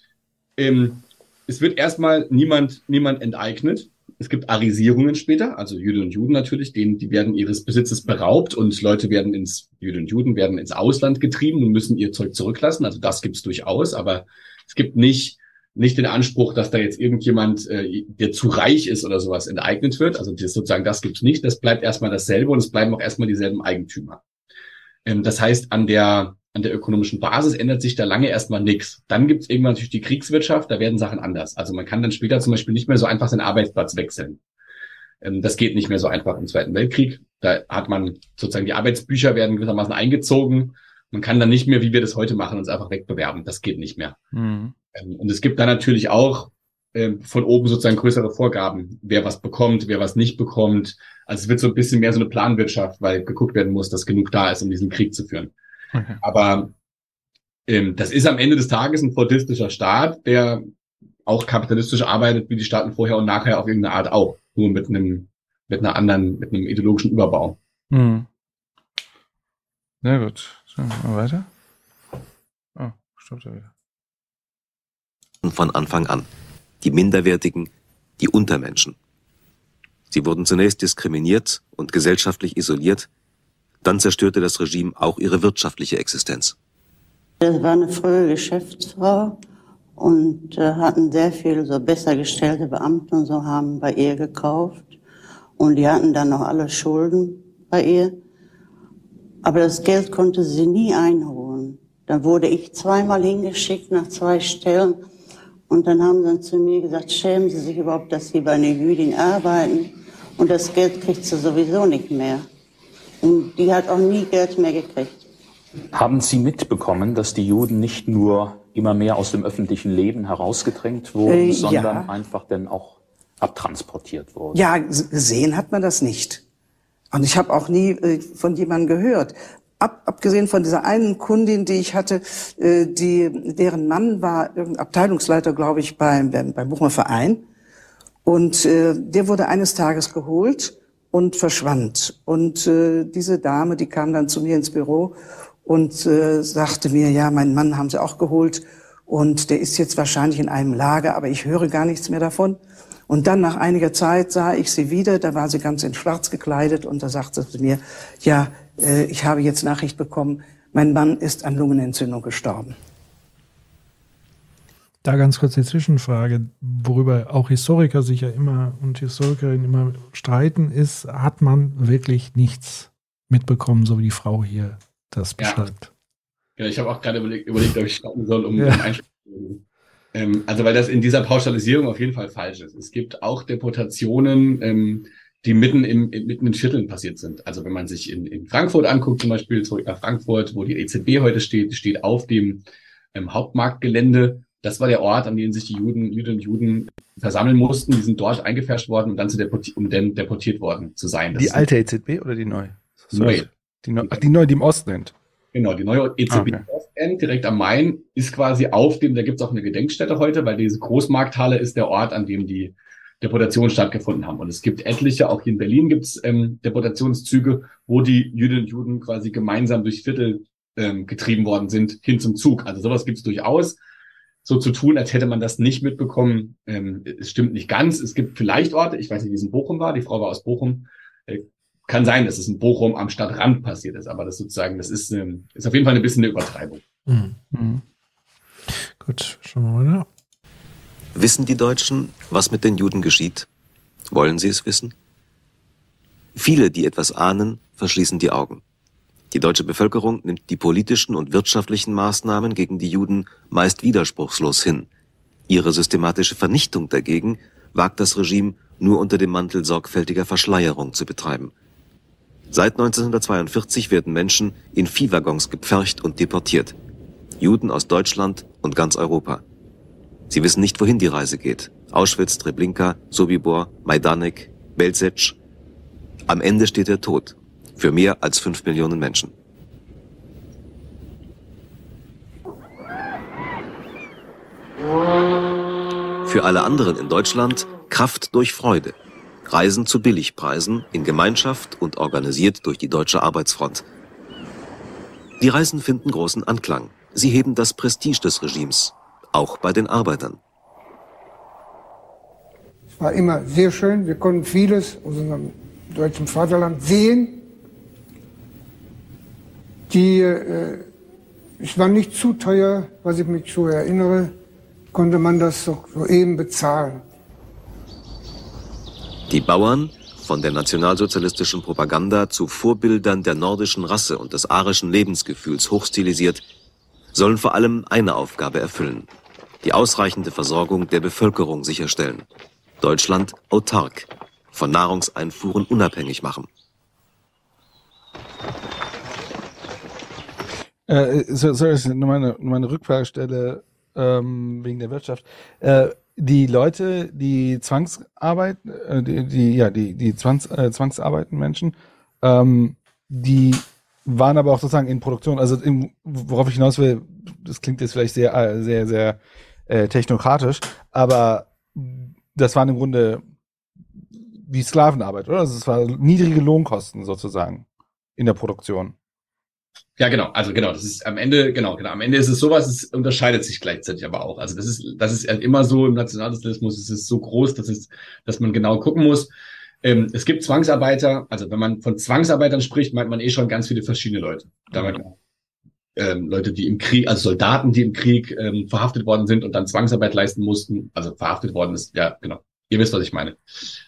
[SPEAKER 7] Es wird erstmal niemand enteignet. Es gibt Arisierungen später, also Jüdinnen und Juden natürlich, die werden ihres Besitzes beraubt und Jüdinnen und Juden werden ins Ausland getrieben und müssen ihr Zeug zurücklassen. Also das gibt's durchaus, aber es gibt nicht den Anspruch, dass da jetzt irgendjemand, der zu reich ist oder sowas, enteignet wird. Also das gibt's nicht. Das bleibt erstmal dasselbe und es bleiben auch erstmal dieselben Eigentümer. Das heißt, an der ökonomischen Basis ändert sich da lange erstmal nichts. Dann gibt es irgendwann natürlich die Kriegswirtschaft, da werden Sachen anders. Also man kann dann später zum Beispiel nicht mehr so einfach seinen Arbeitsplatz wechseln. Das geht nicht mehr so einfach im Zweiten Weltkrieg. Da hat man sozusagen, die Arbeitsbücher werden gewissermaßen eingezogen. Man kann dann nicht mehr, wie wir das heute machen, uns einfach wegbewerben. Das geht nicht mehr. Mhm. Und es gibt dann natürlich auch von oben sozusagen größere Vorgaben, wer was bekommt, wer was nicht bekommt. Also es wird so ein bisschen mehr so eine Planwirtschaft, weil geguckt werden muss, dass genug da ist, um diesen Krieg zu führen. Okay. Aber das ist am Ende des Tages ein fordistischer Staat, der auch kapitalistisch arbeitet, wie die Staaten vorher und nachher auf irgendeine Art auch. Nur mit einem ideologischen Überbau.
[SPEAKER 10] Hm. Na gut. So, mal weiter. Oh, stoppt er wieder.
[SPEAKER 13] Von Anfang an. Die Minderwertigen, die Untermenschen. Sie wurden zunächst diskriminiert und gesellschaftlich isoliert. Dann zerstörte das Regime auch ihre wirtschaftliche Existenz.
[SPEAKER 17] Das war eine frühe Geschäftsfrau und hatten sehr viele so besser gestellte Beamte und so haben bei ihr gekauft. Und die hatten dann noch alle Schulden bei ihr. Aber das Geld konnte sie nie einholen. Dann wurde ich zweimal hingeschickt nach 2 Stellen. Und dann haben sie zu mir gesagt, schämen Sie sich überhaupt, dass Sie bei einer Jüdin arbeiten. Und das Geld kriegt sie sowieso nicht mehr. Und die hat auch nie Geld mehr gekriegt.
[SPEAKER 11] Haben Sie mitbekommen, dass die Juden nicht nur immer mehr aus dem öffentlichen Leben herausgedrängt wurden, sondern einfach dann auch abtransportiert wurden?
[SPEAKER 18] Ja, gesehen hat man das nicht. Und ich habe auch nie von jemandem gehört. Abgesehen von dieser einen Kundin, die ich hatte, deren Mann war Abteilungsleiter, glaube ich, beim Bochumer Verein. Und der wurde eines Tages geholt und verschwand. Und diese Dame, die kam dann zu mir ins Büro und sagte mir, ja, meinen Mann haben sie auch geholt und der ist jetzt wahrscheinlich in einem Lager, aber ich höre gar nichts mehr davon. Und dann nach einiger Zeit sah ich sie wieder, da war sie ganz in Schwarz gekleidet und da sagte sie mir, ja, ich habe jetzt Nachricht bekommen, mein Mann ist an Lungenentzündung gestorben.
[SPEAKER 5] Da ganz kurz die Zwischenfrage, worüber auch Historiker sich ja immer und Historikerinnen immer streiten, ist, hat man wirklich nichts mitbekommen, so wie die Frau hier das beschreibt?
[SPEAKER 7] Ja, ich habe auch gerade überlegt, ob ich stoppen soll, um einzuschreiben. Also weil das in dieser Pauschalisierung auf jeden Fall falsch ist. Es gibt auch Deportationen, die mitten in Vierteln passiert sind. Also wenn man sich in Frankfurt anguckt, zum Beispiel zurück nach Frankfurt, wo die EZB heute steht auf dem Hauptmarktgelände. Das war der Ort, an dem sich die Jüdinnen und Juden versammeln mussten. Die sind dort eingepfercht worden, um dann deportiert worden zu sein.
[SPEAKER 10] Die alte EZB oder die neue?
[SPEAKER 7] Neue.
[SPEAKER 10] Die neue, die im Osten nennt.
[SPEAKER 7] Genau, die neue EZB im Ostend, direkt am Main, ist quasi da gibt's auch eine Gedenkstätte heute, weil diese Großmarkthalle ist der Ort, an dem die Deportationen stattgefunden haben. Und es gibt etliche, auch hier in Berlin gibt's Deportationszüge, wo die Jüdinnen und Juden quasi gemeinsam durch Viertel getrieben worden sind, hin zum Zug. Also sowas gibt's durchaus. So zu tun, als hätte man das nicht mitbekommen, es stimmt nicht ganz. Es gibt vielleicht Orte, ich weiß nicht, wie es in Bochum war, die Frau war aus Bochum, kann sein, dass es in Bochum am Stadtrand passiert ist, aber das ist auf jeden Fall ein bisschen eine Übertreibung.
[SPEAKER 5] Mhm. Gut, schauen wir mal nach.
[SPEAKER 13] Wissen die Deutschen, was mit den Juden geschieht? Wollen sie es wissen? Viele, die etwas ahnen, verschließen die Augen. Die deutsche Bevölkerung nimmt die politischen und wirtschaftlichen Maßnahmen gegen die Juden meist widerspruchslos hin. Ihre systematische Vernichtung dagegen wagt das Regime nur unter dem Mantel sorgfältiger Verschleierung zu betreiben. Seit 1942 werden Menschen in Viehwaggons gepfercht und deportiert. Juden aus Deutschland und ganz Europa. Sie wissen nicht, wohin die Reise geht. Auschwitz, Treblinka, Sobibor, Majdanek, Belzec. Am Ende steht der Tod. Für mehr als 5 Millionen Menschen. Für alle anderen in Deutschland Kraft durch Freude. Reisen zu Billigpreisen, in Gemeinschaft und organisiert durch die Deutsche Arbeitsfront. Die Reisen finden großen Anklang. Sie heben das Prestige des Regimes, auch bei den Arbeitern.
[SPEAKER 19] Es war immer sehr schön. Wir konnten vieles aus unserem deutschen Vaterland sehen. Es war nicht zu teuer, was ich mich so erinnere, konnte man das so eben bezahlen.
[SPEAKER 13] Die Bauern, von der nationalsozialistischen Propaganda zu Vorbildern der nordischen Rasse und des arischen Lebensgefühls hochstilisiert, sollen vor allem eine Aufgabe erfüllen: die ausreichende Versorgung der Bevölkerung sicherstellen. Deutschland autark, von Nahrungseinfuhren unabhängig machen.
[SPEAKER 10] Sorry, nochmal eine Rückfrage stelle wegen der Wirtschaft. Die Leute, die Zwangsarbeiten, Zwangsarbeiten Menschen, die waren aber auch sozusagen in Produktion. Also worauf ich hinaus will, das klingt jetzt vielleicht sehr, sehr, sehr technokratisch, aber das waren im Grunde wie Sklavenarbeit, oder? Also es war niedrige Lohnkosten sozusagen in der Produktion.
[SPEAKER 7] Ja, genau. Also genau, das ist am Ende, am Ende ist es sowas, es unterscheidet sich gleichzeitig aber auch. Also das ist halt immer so im Nationalsozialismus, es ist so groß, dass man genau gucken muss. Es gibt Zwangsarbeiter, also wenn man von Zwangsarbeitern spricht, meint man schon ganz viele verschiedene Leute. Da meint man Leute, die im Krieg, also Soldaten, die im Krieg verhaftet worden sind und dann Zwangsarbeit leisten mussten, also verhaftet worden ist, ja, genau. Ihr wisst, was ich meine.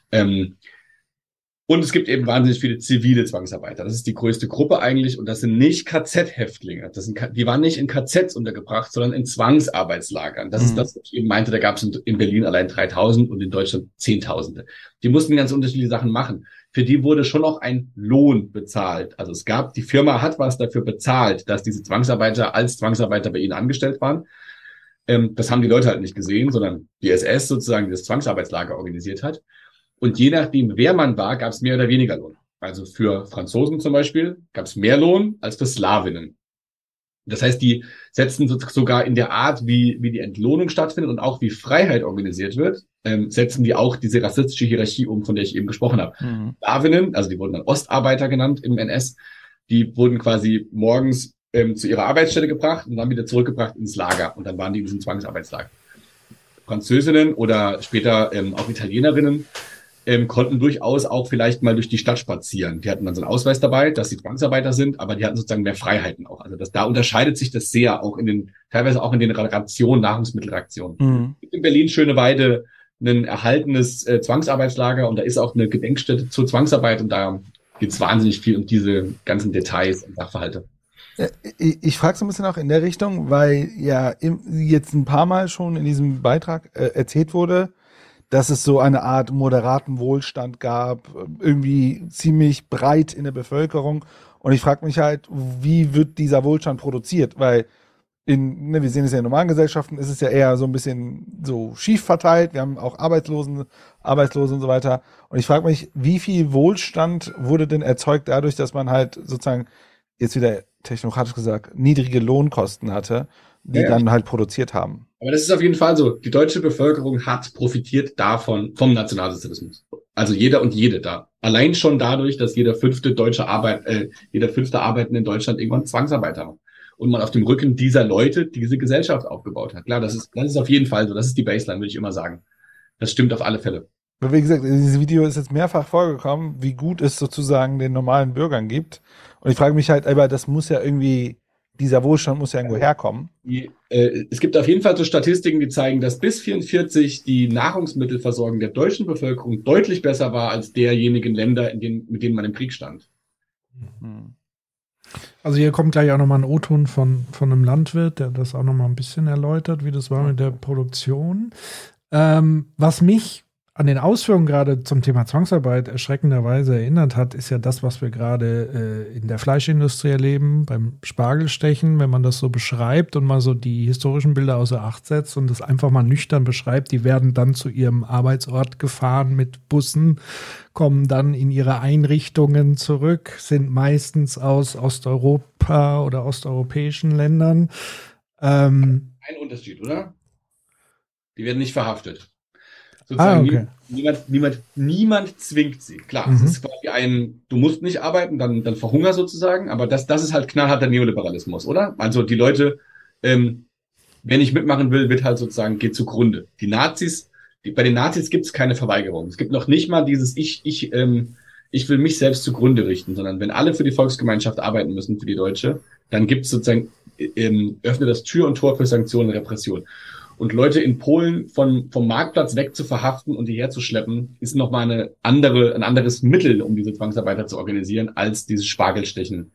[SPEAKER 7] Und es gibt eben wahnsinnig viele zivile Zwangsarbeiter. Das ist die größte Gruppe eigentlich. Und das sind nicht KZ-Häftlinge. Die waren nicht in KZs untergebracht, sondern in Zwangsarbeitslagern. Das ist das, was ich eben meinte. Da gab es in Berlin allein 3000 und in Deutschland Zehntausende. Die mussten ganz unterschiedliche Sachen machen. Für die wurde schon auch ein Lohn bezahlt. Also die Firma hat was dafür bezahlt, dass diese Zwangsarbeiter als Zwangsarbeiter bei ihnen angestellt waren. Das haben die Leute halt nicht gesehen, sondern die SS sozusagen, die das Zwangsarbeitslager organisiert hat. Und je nachdem, wer man war, gab es mehr oder weniger Lohn. Also für Franzosen zum Beispiel gab es mehr Lohn als für Slawinnen. Das heißt, die setzen sogar in der Art, wie die Entlohnung stattfindet und auch wie Freiheit organisiert wird, setzen die auch diese rassistische Hierarchie um, von der ich eben gesprochen habe. Slawinnen, also die wurden dann Ostarbeiter genannt im NS, die wurden quasi morgens zu ihrer Arbeitsstätte gebracht und dann wieder zurückgebracht ins Lager. Und dann waren die in diesem Zwangsarbeitslager. Französinnen oder später auch Italienerinnen konnten durchaus auch vielleicht mal durch die Stadt spazieren. Die hatten dann so einen Ausweis dabei, dass sie Zwangsarbeiter sind, aber die hatten sozusagen mehr Freiheiten auch. Also da unterscheidet sich das sehr, auch teilweise auch in den Rationen, Nahrungsmittelrationen. In Berlin Schöneweide ein erhaltenes Zwangsarbeitslager und da ist auch eine Gedenkstätte zur Zwangsarbeit und da geht es wahnsinnig viel um diese ganzen Details und Sachverhalte.
[SPEAKER 10] Ich frage so ein bisschen auch in der Richtung, weil ja jetzt ein paar Mal schon in diesem Beitrag erzählt wurde, dass es so eine Art moderaten Wohlstand gab, irgendwie ziemlich breit in der Bevölkerung. Und ich frage mich halt, wie wird dieser Wohlstand produziert? Weil wir sehen es ja in normalen Gesellschaften, ist es ja eher so ein bisschen so schief verteilt. Wir haben auch Arbeitslose und so weiter. Und ich frage mich, wie viel Wohlstand wurde denn erzeugt dadurch, dass man halt sozusagen, jetzt wieder technokratisch gesagt, niedrige Lohnkosten hatte, die dann halt produziert haben.
[SPEAKER 7] Aber das ist auf jeden Fall so. Die deutsche Bevölkerung hat profitiert davon, vom Nationalsozialismus. Also jeder und jede da. Allein schon dadurch, dass jeder fünfte Arbeitende in Deutschland irgendwann Zwangsarbeiter war. Und man auf dem Rücken dieser Leute diese Gesellschaft aufgebaut hat. Klar, das ist auf jeden Fall so. Das ist die Baseline, würde ich immer sagen. Das stimmt auf alle Fälle.
[SPEAKER 10] Wie gesagt, dieses Video ist jetzt mehrfach vorgekommen, wie gut es sozusagen den normalen Bürgern gibt. Und ich frage mich halt, aber das muss ja irgendwie, dieser Wohlstand muss ja irgendwo herkommen.
[SPEAKER 7] Es gibt auf jeden Fall so Statistiken, die zeigen, dass bis 1944 die Nahrungsmittelversorgung der deutschen Bevölkerung deutlich besser war als derjenigen Länder, mit denen man im Krieg stand.
[SPEAKER 5] Also hier kommt gleich auch nochmal ein O-Ton von einem Landwirt, der das auch nochmal ein bisschen erläutert, wie das war mit der Produktion. Was mich an den Ausführungen gerade zum Thema Zwangsarbeit erschreckenderweise erinnert hat, ist ja das, was wir gerade in der Fleischindustrie erleben, beim Spargelstechen, wenn man das so beschreibt und mal so die historischen Bilder außer Acht setzt und das einfach mal nüchtern beschreibt. Die werden dann zu ihrem Arbeitsort gefahren mit Bussen, kommen dann in ihre Einrichtungen zurück, sind meistens aus Osteuropa oder osteuropäischen Ländern.
[SPEAKER 7] Ein Unterschied, oder? Die werden nicht verhaftet. Sozusagen niemand zwingt sie. Klar, es ist quasi du musst nicht arbeiten, dann verhunger sozusagen, aber das ist halt knallharter Neoliberalismus, oder? Also die Leute, wer nicht mitmachen will, wird halt sozusagen, geht zugrunde. Bei den Nazis gibt es keine Verweigerung. Es gibt noch nicht mal dieses ich will mich selbst zugrunde richten, sondern wenn alle für die Volksgemeinschaft arbeiten müssen, für die Deutsche, dann gibt es sozusagen, öffnet das Tür und Tor für Sanktionen und Repression. Und Leute in Polen vom Marktplatz weg zu verhaften und die herzuschleppen, ist nochmal ein anderes Mittel, um diese Zwangsarbeiter zu organisieren, als dieses Spargelstechen.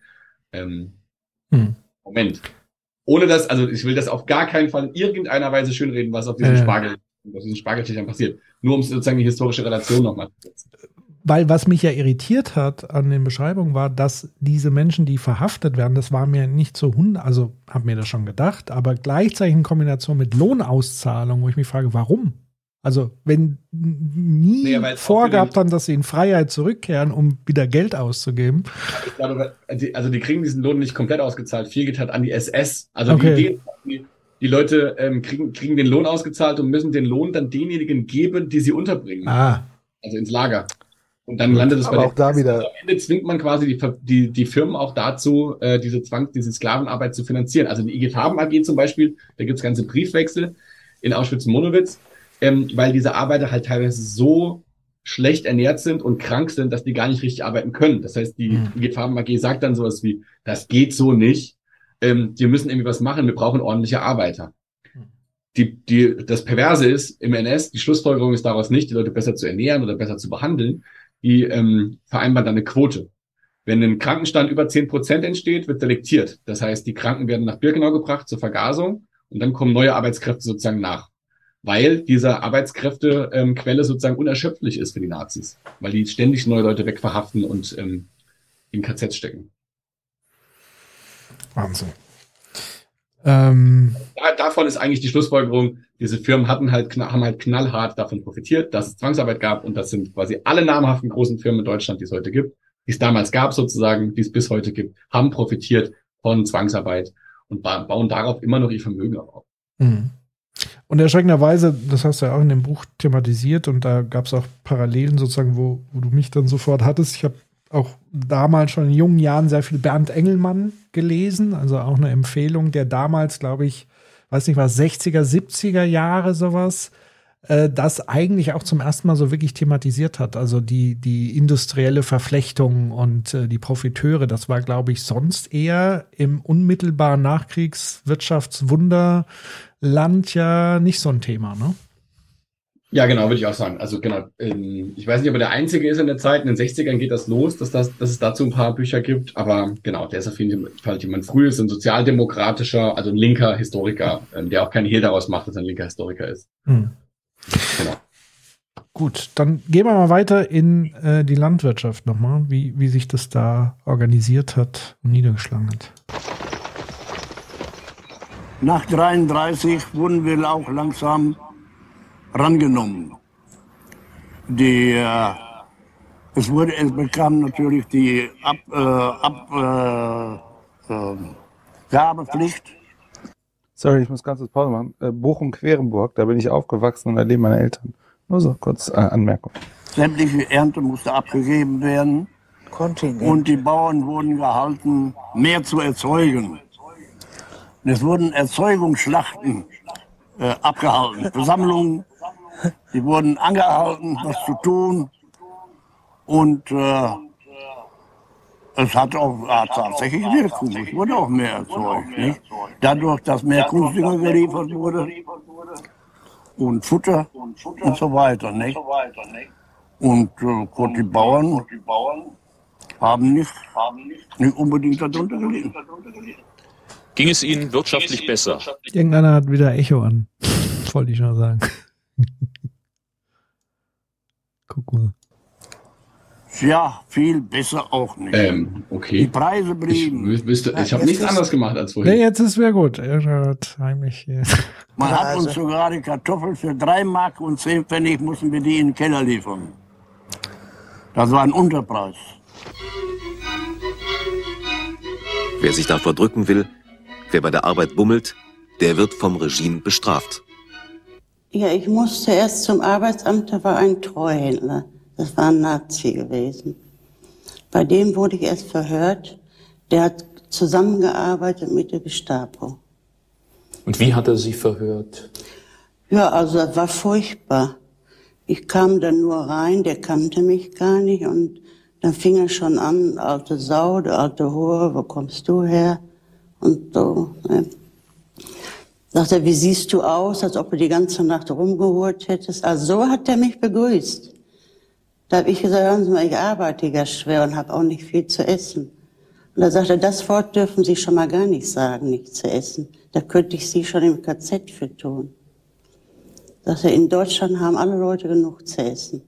[SPEAKER 7] Moment. Ohne das, also ich will das auf gar keinen Fall in irgendeiner Weise schönreden, was auf diesen Spargelstechern passiert. Nur um sozusagen die historische Relation nochmal zu setzen.
[SPEAKER 5] Weil was mich ja irritiert hat an den Beschreibungen war, dass diese Menschen, die verhaftet werden, das war mir nicht so also habe mir das schon gedacht, aber gleichzeitig in Kombination mit Lohnauszahlung, wo ich mich frage, warum? Also wenn vorgab dann, dass sie in Freiheit zurückkehren, um wieder Geld auszugeben.
[SPEAKER 7] Ich glaube, also die kriegen diesen Lohn nicht komplett ausgezahlt. Viel geht halt an die SS. Also die Leute kriegen den Lohn ausgezahlt und müssen den Lohn dann denjenigen geben, die sie unterbringen. Also ins Lager. Und dann landet es bei
[SPEAKER 10] auch da wieder.
[SPEAKER 7] Am Ende zwingt man quasi die Firmen auch dazu, diese Sklavenarbeit zu finanzieren. Also die IG Farben AG zum Beispiel, da gibt es ganze Briefwechsel in Auschwitz-Monowitz, weil diese Arbeiter halt teilweise so schlecht ernährt sind und krank sind, dass die gar nicht richtig arbeiten können. Das heißt, die IG Farben AG sagt dann sowas wie, das geht so nicht, wir müssen irgendwie was machen, wir brauchen ordentliche Arbeiter. Das Perverse ist, im NS, die Schlussfolgerung ist daraus nicht, die Leute besser zu ernähren oder besser zu behandeln, die vereinbaren dann eine Quote. Wenn ein Krankenstand über 10% entsteht, wird selektiert. Das heißt, die Kranken werden nach Birkenau gebracht zur Vergasung und dann kommen neue Arbeitskräfte sozusagen nach. Weil diese Arbeitskräftequelle sozusagen unerschöpflich ist für die Nazis. Weil die ständig neue Leute wegverhaften und in KZs stecken.
[SPEAKER 5] Wahnsinn.
[SPEAKER 7] Davon ist eigentlich die Schlussfolgerung, diese Firmen haben halt knallhart davon profitiert, dass es Zwangsarbeit gab und das sind quasi alle namhaften großen Firmen in Deutschland, die es heute gibt, die es damals gab sozusagen, die es bis heute gibt, haben profitiert von Zwangsarbeit und bauen darauf immer noch ihr Vermögen auf.
[SPEAKER 5] Und erschreckenderweise, das hast du ja auch in dem Buch thematisiert und da gab es auch Parallelen sozusagen, wo du mich dann sofort hattest. Ich habe auch damals schon in jungen Jahren sehr viel Bernd Engelmann gelesen, also auch eine Empfehlung, der damals, glaube ich, weiß nicht was, 60er, 70er Jahre sowas, das eigentlich auch zum ersten Mal so wirklich thematisiert hat. Also die industrielle Verflechtung und die Profiteure, das war, glaube ich, sonst eher im unmittelbaren Nachkriegswirtschaftswunderland ja nicht so ein Thema, ne?
[SPEAKER 7] Ja, genau, würde ich auch sagen. Also genau, ich weiß nicht, ob er der Einzige ist in der Zeit. In den 60ern geht das los, dass es dazu ein paar Bücher gibt. Aber genau, der ist auf jeden Fall jemand frühes, ein sozialdemokratischer, also ein linker Historiker, der auch keinen Hehl daraus macht, dass er ein linker Historiker ist. Genau.
[SPEAKER 5] Gut, dann gehen wir mal weiter in die Landwirtschaft nochmal, wie sich das da organisiert hat und niedergeschlagen hat.
[SPEAKER 14] Nach 1933 wurden wir auch langsam rangenommen. Es bekam natürlich die Abgabepflicht.
[SPEAKER 6] Sorry, ich muss ganz kurz Pause machen. Bochum-Querenburg, da bin ich aufgewachsen und da leben meine Eltern. Nur so kurz Anmerkung.
[SPEAKER 14] Sämtliche Ernte musste abgegeben werden. Und die Bauern wurden gehalten, mehr zu erzeugen. Es wurden Erzeugungsschlachten abgehalten, Versammlungen. Die wurden angehalten, was zu tun. Und es hat auch tatsächlich Wirkung. Es wurde auch mehr erzeugt. Nicht? Dadurch, dass mehr Kunstdünger geliefert wurde und Futter und so weiter. Nicht? Und die Bauern haben nicht unbedingt darunter gelitten.
[SPEAKER 11] Ging es Ihnen wirtschaftlich besser?
[SPEAKER 5] Irgendeiner hat wieder Echo an. Wollte ich mal sagen. Guck mal.
[SPEAKER 14] Ja, viel besser auch nicht.
[SPEAKER 7] Okay.
[SPEAKER 14] Die Preise blieben.
[SPEAKER 7] Ich habe nichts anderes gemacht als vorhin.
[SPEAKER 5] Nee, jetzt ist wieder gut. Heimlich hier.
[SPEAKER 14] Man hat uns sogar die Kartoffeln für 3 Mark und 10 Pfennig mussten wir die in den Keller liefern. Das war ein Unterpreis.
[SPEAKER 13] Wer sich davor drücken will, wer bei der Arbeit bummelt, der wird vom Regime bestraft.
[SPEAKER 17] Ja, ich musste erst zum Arbeitsamt, da war ein Treuhänder. Das war ein Nazi gewesen. Bei dem wurde ich erst verhört. Der hat zusammengearbeitet mit der Gestapo.
[SPEAKER 11] Und wie hat er Sie verhört?
[SPEAKER 17] Ja, also das war furchtbar. Ich kam dann nur rein, der kannte mich gar nicht. Und dann fing er schon an, alte Sau, du alte Hure, wo kommst du her? Und so. Ne? Sagt er, wie siehst du aus, als ob du die ganze Nacht rumgehurt hättest? Also so hat er mich begrüßt. Da habe ich gesagt, hören Sie mal, ich arbeite ja schwer und habe auch nicht viel zu essen. Und da sagt er, das Wort dürfen Sie schon mal gar nicht sagen, nicht zu essen. Da könnte ich Sie schon im KZ für tun. Sagt er, in Deutschland haben alle Leute genug zu essen.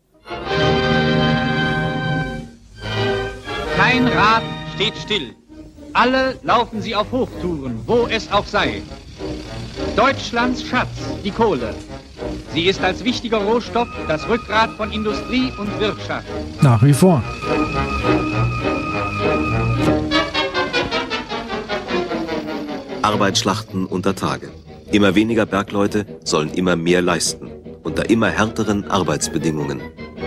[SPEAKER 20] Kein Rad steht still. Alle laufen sie auf Hochtouren, wo es auch sei. Deutschlands Schatz, die Kohle. Sie ist als wichtiger Rohstoff das Rückgrat von Industrie und Wirtschaft.
[SPEAKER 5] Nach wie vor.
[SPEAKER 13] Arbeitsschlachten unter Tage. Immer weniger Bergleute sollen immer mehr leisten, unter immer härteren Arbeitsbedingungen.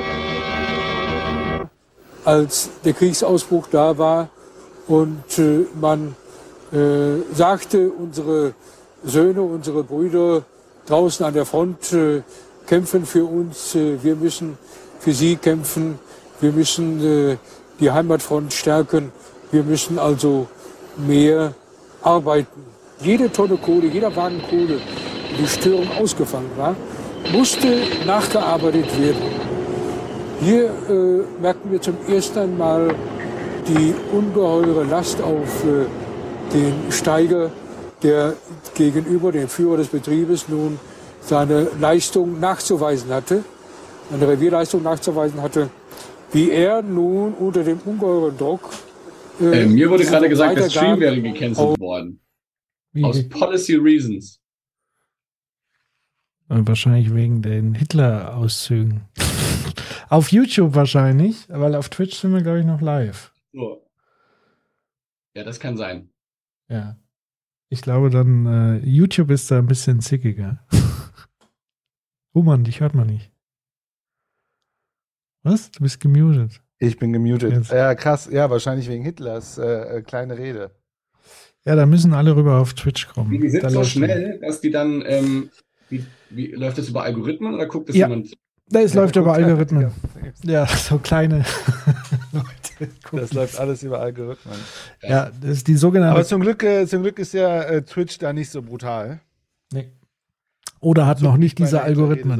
[SPEAKER 16] Als der Kriegsausbruch da war und man sagte, unsere Söhne, unsere Brüder draußen an der Front kämpfen für uns, wir müssen für sie kämpfen, wir müssen die Heimatfront stärken, wir müssen also mehr arbeiten. Jede Tonne Kohle, jeder Wagen Kohle, die Störung ausgefangen war, musste nachgearbeitet werden. Hier merken wir zum ersten Mal die ungeheure Last auf den Steiger, der gegenüber dem Führer des Betriebes nun seine Leistung nachzuweisen hatte, eine Revierleistung nachzuweisen hatte, wie er nun unter dem ungeheuren Druck...
[SPEAKER 7] mir wurde gerade gesagt, das Stream wäre gecancelt worden. Aus Policy Reasons.
[SPEAKER 5] Wahrscheinlich wegen den Hitler-Auszügen. Auf YouTube wahrscheinlich, weil auf Twitch sind wir, glaube ich, noch live.
[SPEAKER 7] So. Ja, das kann sein.
[SPEAKER 5] Ja. Ich glaube dann, YouTube ist da ein bisschen zickiger. Oh Mann, dich hört man nicht. Was? Du bist gemutet.
[SPEAKER 6] Ich bin gemutet.
[SPEAKER 5] Jetzt.
[SPEAKER 6] Ja, krass. Ja, wahrscheinlich wegen Hitlers kleine Rede.
[SPEAKER 5] Ja, da müssen alle rüber auf Twitch kommen.
[SPEAKER 7] Die sind
[SPEAKER 5] da
[SPEAKER 7] so schnell, dass die dann, wie läuft das über Algorithmen oder guckt das jemand?
[SPEAKER 5] Es läuft über Algorithmen. Ja, so kleine Leute.
[SPEAKER 6] Das läuft alles über Algorithmen.
[SPEAKER 5] Ja, das ist die sogenannte...
[SPEAKER 6] Aber zum Glück ist ja Twitch da nicht so brutal.
[SPEAKER 5] Nee. Oder hat noch nicht diese Algorithmen.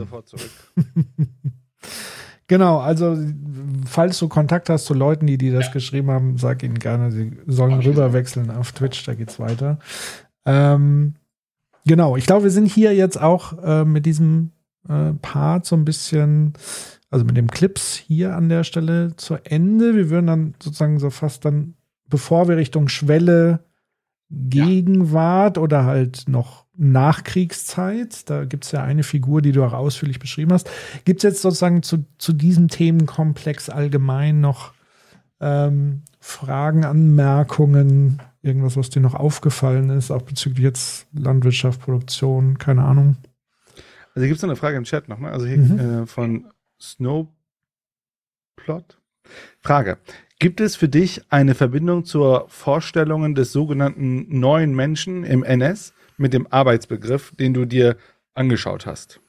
[SPEAKER 5] Genau, also falls du Kontakt hast zu Leuten, die das geschrieben haben, sag ihnen gerne, sie sollen rüberwechseln auf Twitch, da geht's weiter. Genau, ich glaube, wir sind hier jetzt auch mit diesem Part so ein bisschen, also mit dem Clips hier an der Stelle zu Ende. Wir würden dann sozusagen so fast dann, bevor wir Richtung Schwelle Gegenwart oder halt noch Nachkriegszeit, da gibt es ja eine Figur, die du auch ausführlich beschrieben hast. Gibt es jetzt sozusagen zu diesem Themenkomplex allgemein noch Fragen, Anmerkungen, irgendwas, was dir noch aufgefallen ist, auch bezüglich jetzt Landwirtschaft, Produktion, keine Ahnung?
[SPEAKER 6] Also hier gibt es noch eine Frage im Chat nochmal, also hier von Snowplot. Frage: Gibt es für dich eine Verbindung zur Vorstellungen des sogenannten neuen Menschen im NS mit dem Arbeitsbegriff, den du dir angeschaut hast?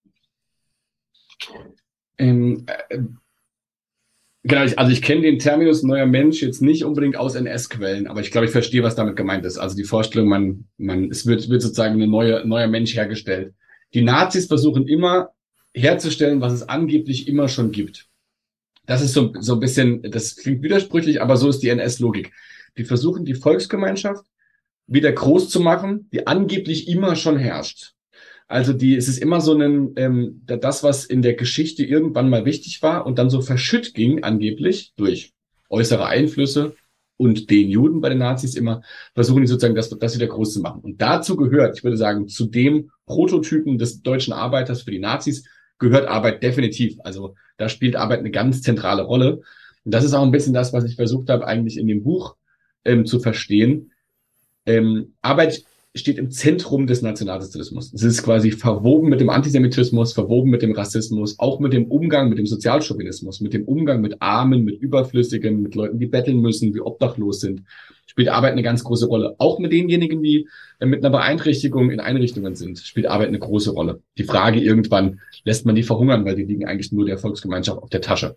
[SPEAKER 7] Genau, ich kenne den Terminus neuer Mensch jetzt nicht unbedingt aus NS-Quellen, aber ich glaube, ich verstehe, was damit gemeint ist. Also die Vorstellung, es wird sozusagen ein neuer Mensch hergestellt. Die Nazis versuchen immer herzustellen, was es angeblich immer schon gibt. Das ist so ein bisschen, das klingt widersprüchlich, aber so ist die NS-Logik. Die versuchen, die Volksgemeinschaft wieder groß zu machen, die angeblich immer schon herrscht. Also es ist immer so das, was in der Geschichte irgendwann mal wichtig war und dann so verschütt ging, angeblich, durch äußere Einflüsse und den Juden bei den Nazis immer, versuchen die sozusagen, das wieder groß zu machen. Und dazu gehört, ich würde sagen, zu dem Prototypen des deutschen Arbeiters für die Nazis gehört Arbeit definitiv. Also da spielt Arbeit eine ganz zentrale Rolle. Und das ist auch ein bisschen das, was ich versucht habe, eigentlich in dem Buch zu verstehen. Arbeit steht im Zentrum des Nationalsozialismus. Es ist quasi verwoben mit dem Antisemitismus, verwoben mit dem Rassismus, auch mit dem Umgang mit dem Sozialchauvinismus, mit dem Umgang mit Armen, mit Überflüssigen, mit Leuten, die betteln müssen, die obdachlos sind. Spielt Arbeit eine ganz große Rolle. Auch mit denjenigen, die mit einer Beeinträchtigung in Einrichtungen sind, spielt Arbeit eine große Rolle. Die Frage irgendwann, lässt man die verhungern, weil die liegen eigentlich nur der Volksgemeinschaft auf der Tasche.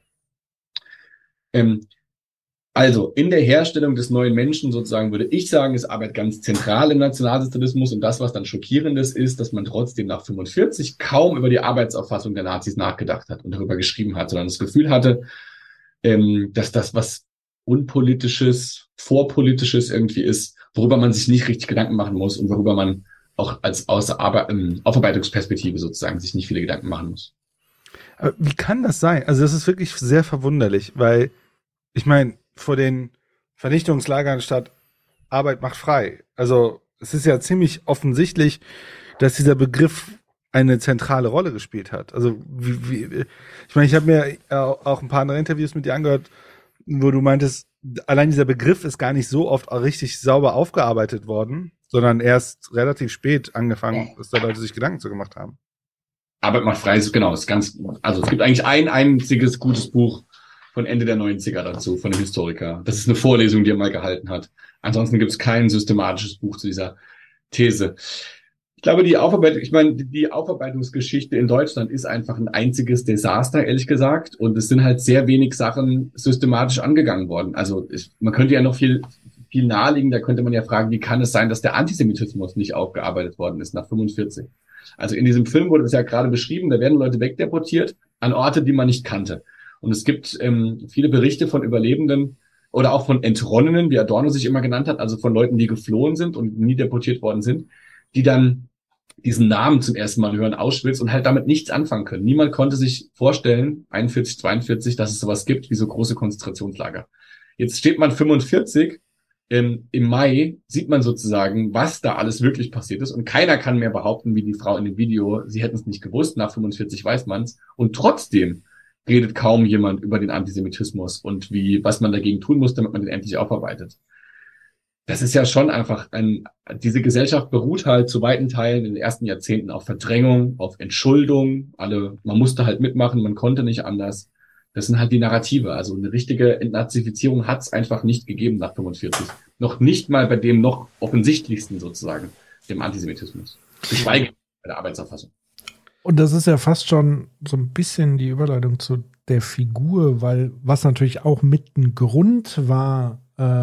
[SPEAKER 7] Also in der Herstellung des neuen Menschen sozusagen würde ich sagen, ist Arbeit ganz zentral im Nationalsozialismus und das, was dann schockierendes ist, dass man trotzdem nach 45 kaum über die Arbeitsauffassung der Nazis nachgedacht hat und darüber geschrieben hat, sondern das Gefühl hatte, dass das was Unpolitisches, Vorpolitisches irgendwie ist, worüber man sich nicht richtig Gedanken machen muss und worüber man auch aus Aufarbeitungsperspektive sozusagen sich nicht viele Gedanken machen muss.
[SPEAKER 6] Aber wie kann das sein? Also das ist wirklich sehr verwunderlich, weil ich meine, vor den Vernichtungslagern statt Arbeit macht frei. Also es ist ja ziemlich offensichtlich, dass dieser Begriff eine zentrale Rolle gespielt hat. Also ich meine, ich habe mir auch ein paar andere Interviews mit dir angehört, wo du meintest, allein dieser Begriff ist gar nicht so oft auch richtig sauber aufgearbeitet worden, sondern erst relativ spät angefangen, dass da Leute sich Gedanken zu gemacht haben.
[SPEAKER 7] Arbeit macht frei, genau, ist ganz, also es gibt eigentlich ein einziges gutes Buch von Ende der 90er dazu, von einem Historiker. Das ist eine Vorlesung, die er mal gehalten hat. Ansonsten gibt es kein systematisches Buch zu dieser These. Ich glaube, die Aufarbeitungsgeschichte in Deutschland ist einfach ein einziges Desaster, ehrlich gesagt. Und es sind halt sehr wenig Sachen systematisch angegangen worden. Also man könnte ja noch viel nahelegen, da könnte man ja fragen, wie kann es sein, dass der Antisemitismus nicht aufgearbeitet worden ist nach 45? Also in diesem Film wurde es ja gerade beschrieben, da werden Leute wegdeportiert an Orte, die man nicht kannte. Und es gibt viele Berichte von Überlebenden oder auch von Entronnenen, wie Adorno sich immer genannt hat, also von Leuten, die geflohen sind und nie deportiert worden sind, die dann diesen Namen zum ersten Mal hören, Auschwitz, und halt damit nichts anfangen können. Niemand konnte sich vorstellen, 41, 42, dass es sowas gibt wie so große Konzentrationslager. Jetzt steht man 45, im Mai sieht man sozusagen, was da alles wirklich passiert ist, und keiner kann mehr behaupten, wie die Frau in dem Video, sie hätten es nicht gewusst, nach 45 weiß man's, und trotzdem redet kaum jemand über den Antisemitismus und was man dagegen tun muss, damit man den endlich aufarbeitet. Das ist ja schon einfach diese Gesellschaft beruht halt zu weiten Teilen in den ersten Jahrzehnten auf Verdrängung, auf Entschuldung. Man musste halt mitmachen, man konnte nicht anders. Das sind halt die Narrative. Also eine richtige Entnazifizierung hat es einfach nicht gegeben nach 45. Noch nicht mal bei dem noch offensichtlichsten sozusagen, dem Antisemitismus. Geschweige bei der Arbeitsauffassung.
[SPEAKER 5] Und das ist ja fast schon so ein bisschen die Überleitung zu der Figur, weil was natürlich auch mit ein Grund war,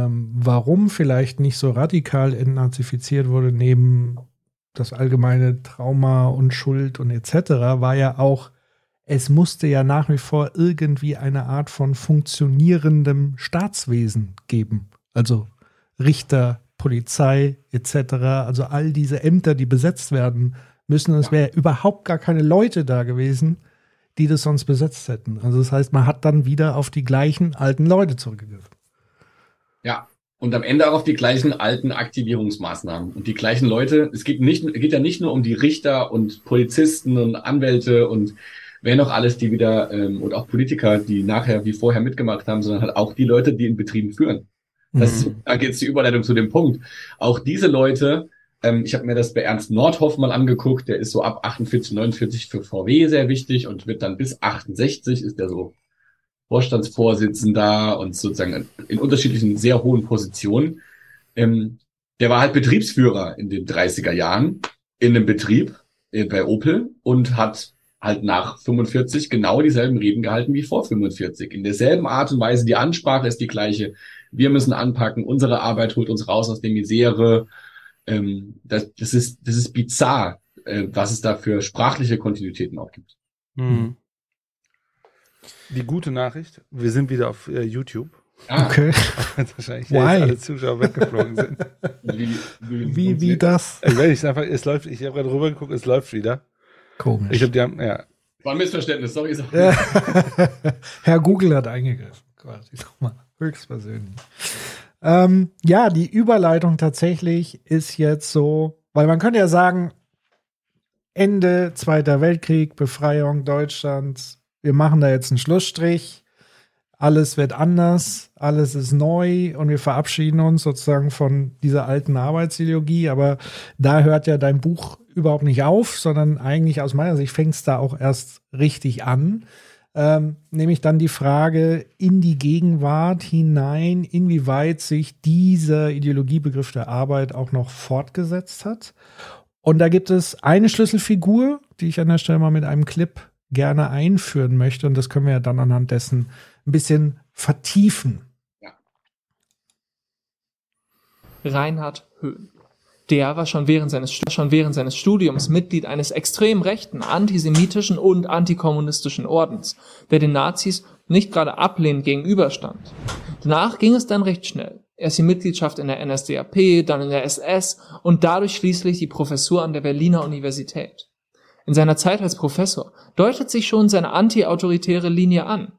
[SPEAKER 5] warum vielleicht nicht so radikal entnazifiziert wurde, neben das allgemeine Trauma und Schuld und etc., war ja auch, es musste ja nach wie vor irgendwie eine Art von funktionierendem Staatswesen geben. Also Richter, Polizei etc., also all diese Ämter, die besetzt werden müssen. Es wäre überhaupt gar keine Leute da gewesen, die das sonst besetzt hätten. Also das heißt, man hat dann wieder auf die gleichen alten Leute zurückgegriffen.
[SPEAKER 7] Ja, und am Ende auch auf die gleichen alten Aktivierungsmaßnahmen. Und die gleichen Leute, es geht ja nicht nur um die Richter und Polizisten und Anwälte und wer noch alles, die wieder, und auch Politiker, die nachher wie vorher mitgemacht haben, sondern halt auch die Leute, die in Betrieben führen. Da geht es die Überleitung zu dem Punkt. Auch diese Leute, ich habe mir das bei Ernst Nordhoff mal angeguckt, der ist so ab 48, 49 für VW sehr wichtig und wird dann bis 68 ist der so Vorstandsvorsitzender und sozusagen in unterschiedlichen sehr hohen Positionen. Der war halt Betriebsführer in den 30er Jahren in einem Betrieb bei Opel und hat halt nach 45 genau dieselben Reden gehalten wie vor 45. In derselben Art und Weise, die Ansprache ist die gleiche. Wir müssen anpacken, unsere Arbeit holt uns raus aus der Misere. Das ist bizarr, was es da für sprachliche Kontinuitäten auch gibt.
[SPEAKER 6] Mhm. Die gute Nachricht, wir sind wieder auf YouTube.
[SPEAKER 5] Okay.
[SPEAKER 6] Wahrscheinlich alle Zuschauer weggeflogen sind.
[SPEAKER 5] Wie das?
[SPEAKER 6] Ich habe gerade rüber geguckt, es läuft wieder.
[SPEAKER 5] Komisch.
[SPEAKER 6] Ich glaube, die haben, ja.
[SPEAKER 7] War ein Missverständnis, sorry.
[SPEAKER 5] Herr Google hat eingegriffen, quasi nochmal, höchstpersönlich. Ja, die Überleitung tatsächlich ist jetzt so, weil man könnte ja sagen, Ende Zweiter Weltkrieg, Befreiung Deutschlands, wir machen da jetzt einen Schlussstrich, alles wird anders, alles ist neu und wir verabschieden uns sozusagen von dieser alten Arbetsideologie, aber da hört ja dein Buch überhaupt nicht auf, sondern eigentlich aus meiner Sicht fängt es da auch erst richtig an. Nämlich dann die Frage in die Gegenwart hinein, inwieweit sich dieser Ideologiebegriff der Arbeit auch noch fortgesetzt hat. Und da gibt es eine Schlüsselfigur, die ich an der Stelle mal mit einem Clip gerne einführen möchte. Und das können wir ja dann anhand dessen ein bisschen vertiefen.
[SPEAKER 21] Ja. Reinhard Höhn. Der war schon während seines Studiums Mitglied eines extrem rechten, antisemitischen und antikommunistischen Ordens, der den Nazis nicht gerade ablehnend gegenüberstand. Danach ging es dann recht schnell. Erst die Mitgliedschaft in der NSDAP, dann in der SS und dadurch schließlich die Professur an der Berliner Universität. In seiner Zeit als Professor deutet sich schon seine antiautoritäre Linie an.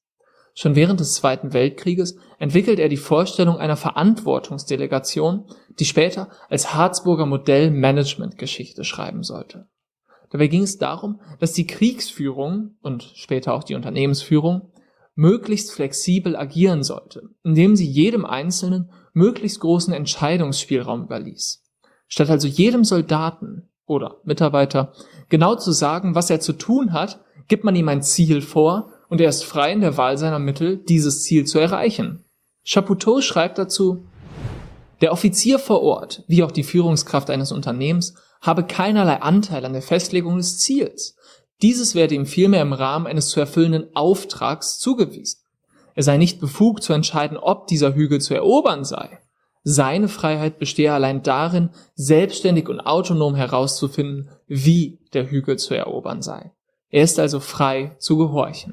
[SPEAKER 21] Schon während des Zweiten Weltkrieges entwickelt er die Vorstellung einer Verantwortungsdelegation, die später als Harzburger Modell Managementgeschichte schreiben sollte. Dabei ging es darum, dass die Kriegsführung und später auch die Unternehmensführung möglichst flexibel agieren sollte, indem sie jedem Einzelnen möglichst großen Entscheidungsspielraum überließ. Statt also jedem Soldaten oder Mitarbeiter genau zu sagen, was er zu tun hat, gibt man ihm ein Ziel vor und er ist frei in der Wahl seiner Mittel, dieses Ziel zu erreichen. Chapoutot schreibt dazu: Der Offizier vor Ort, wie auch die Führungskraft eines Unternehmens, habe keinerlei Anteil an der Festlegung des Ziels. Dieses werde ihm vielmehr im Rahmen eines zu erfüllenden Auftrags zugewiesen. Er sei nicht befugt zu entscheiden, ob dieser Hügel zu erobern sei. Seine Freiheit bestehe allein darin, selbstständig und autonom herauszufinden, wie der Hügel zu erobern sei. Er ist also frei zu gehorchen.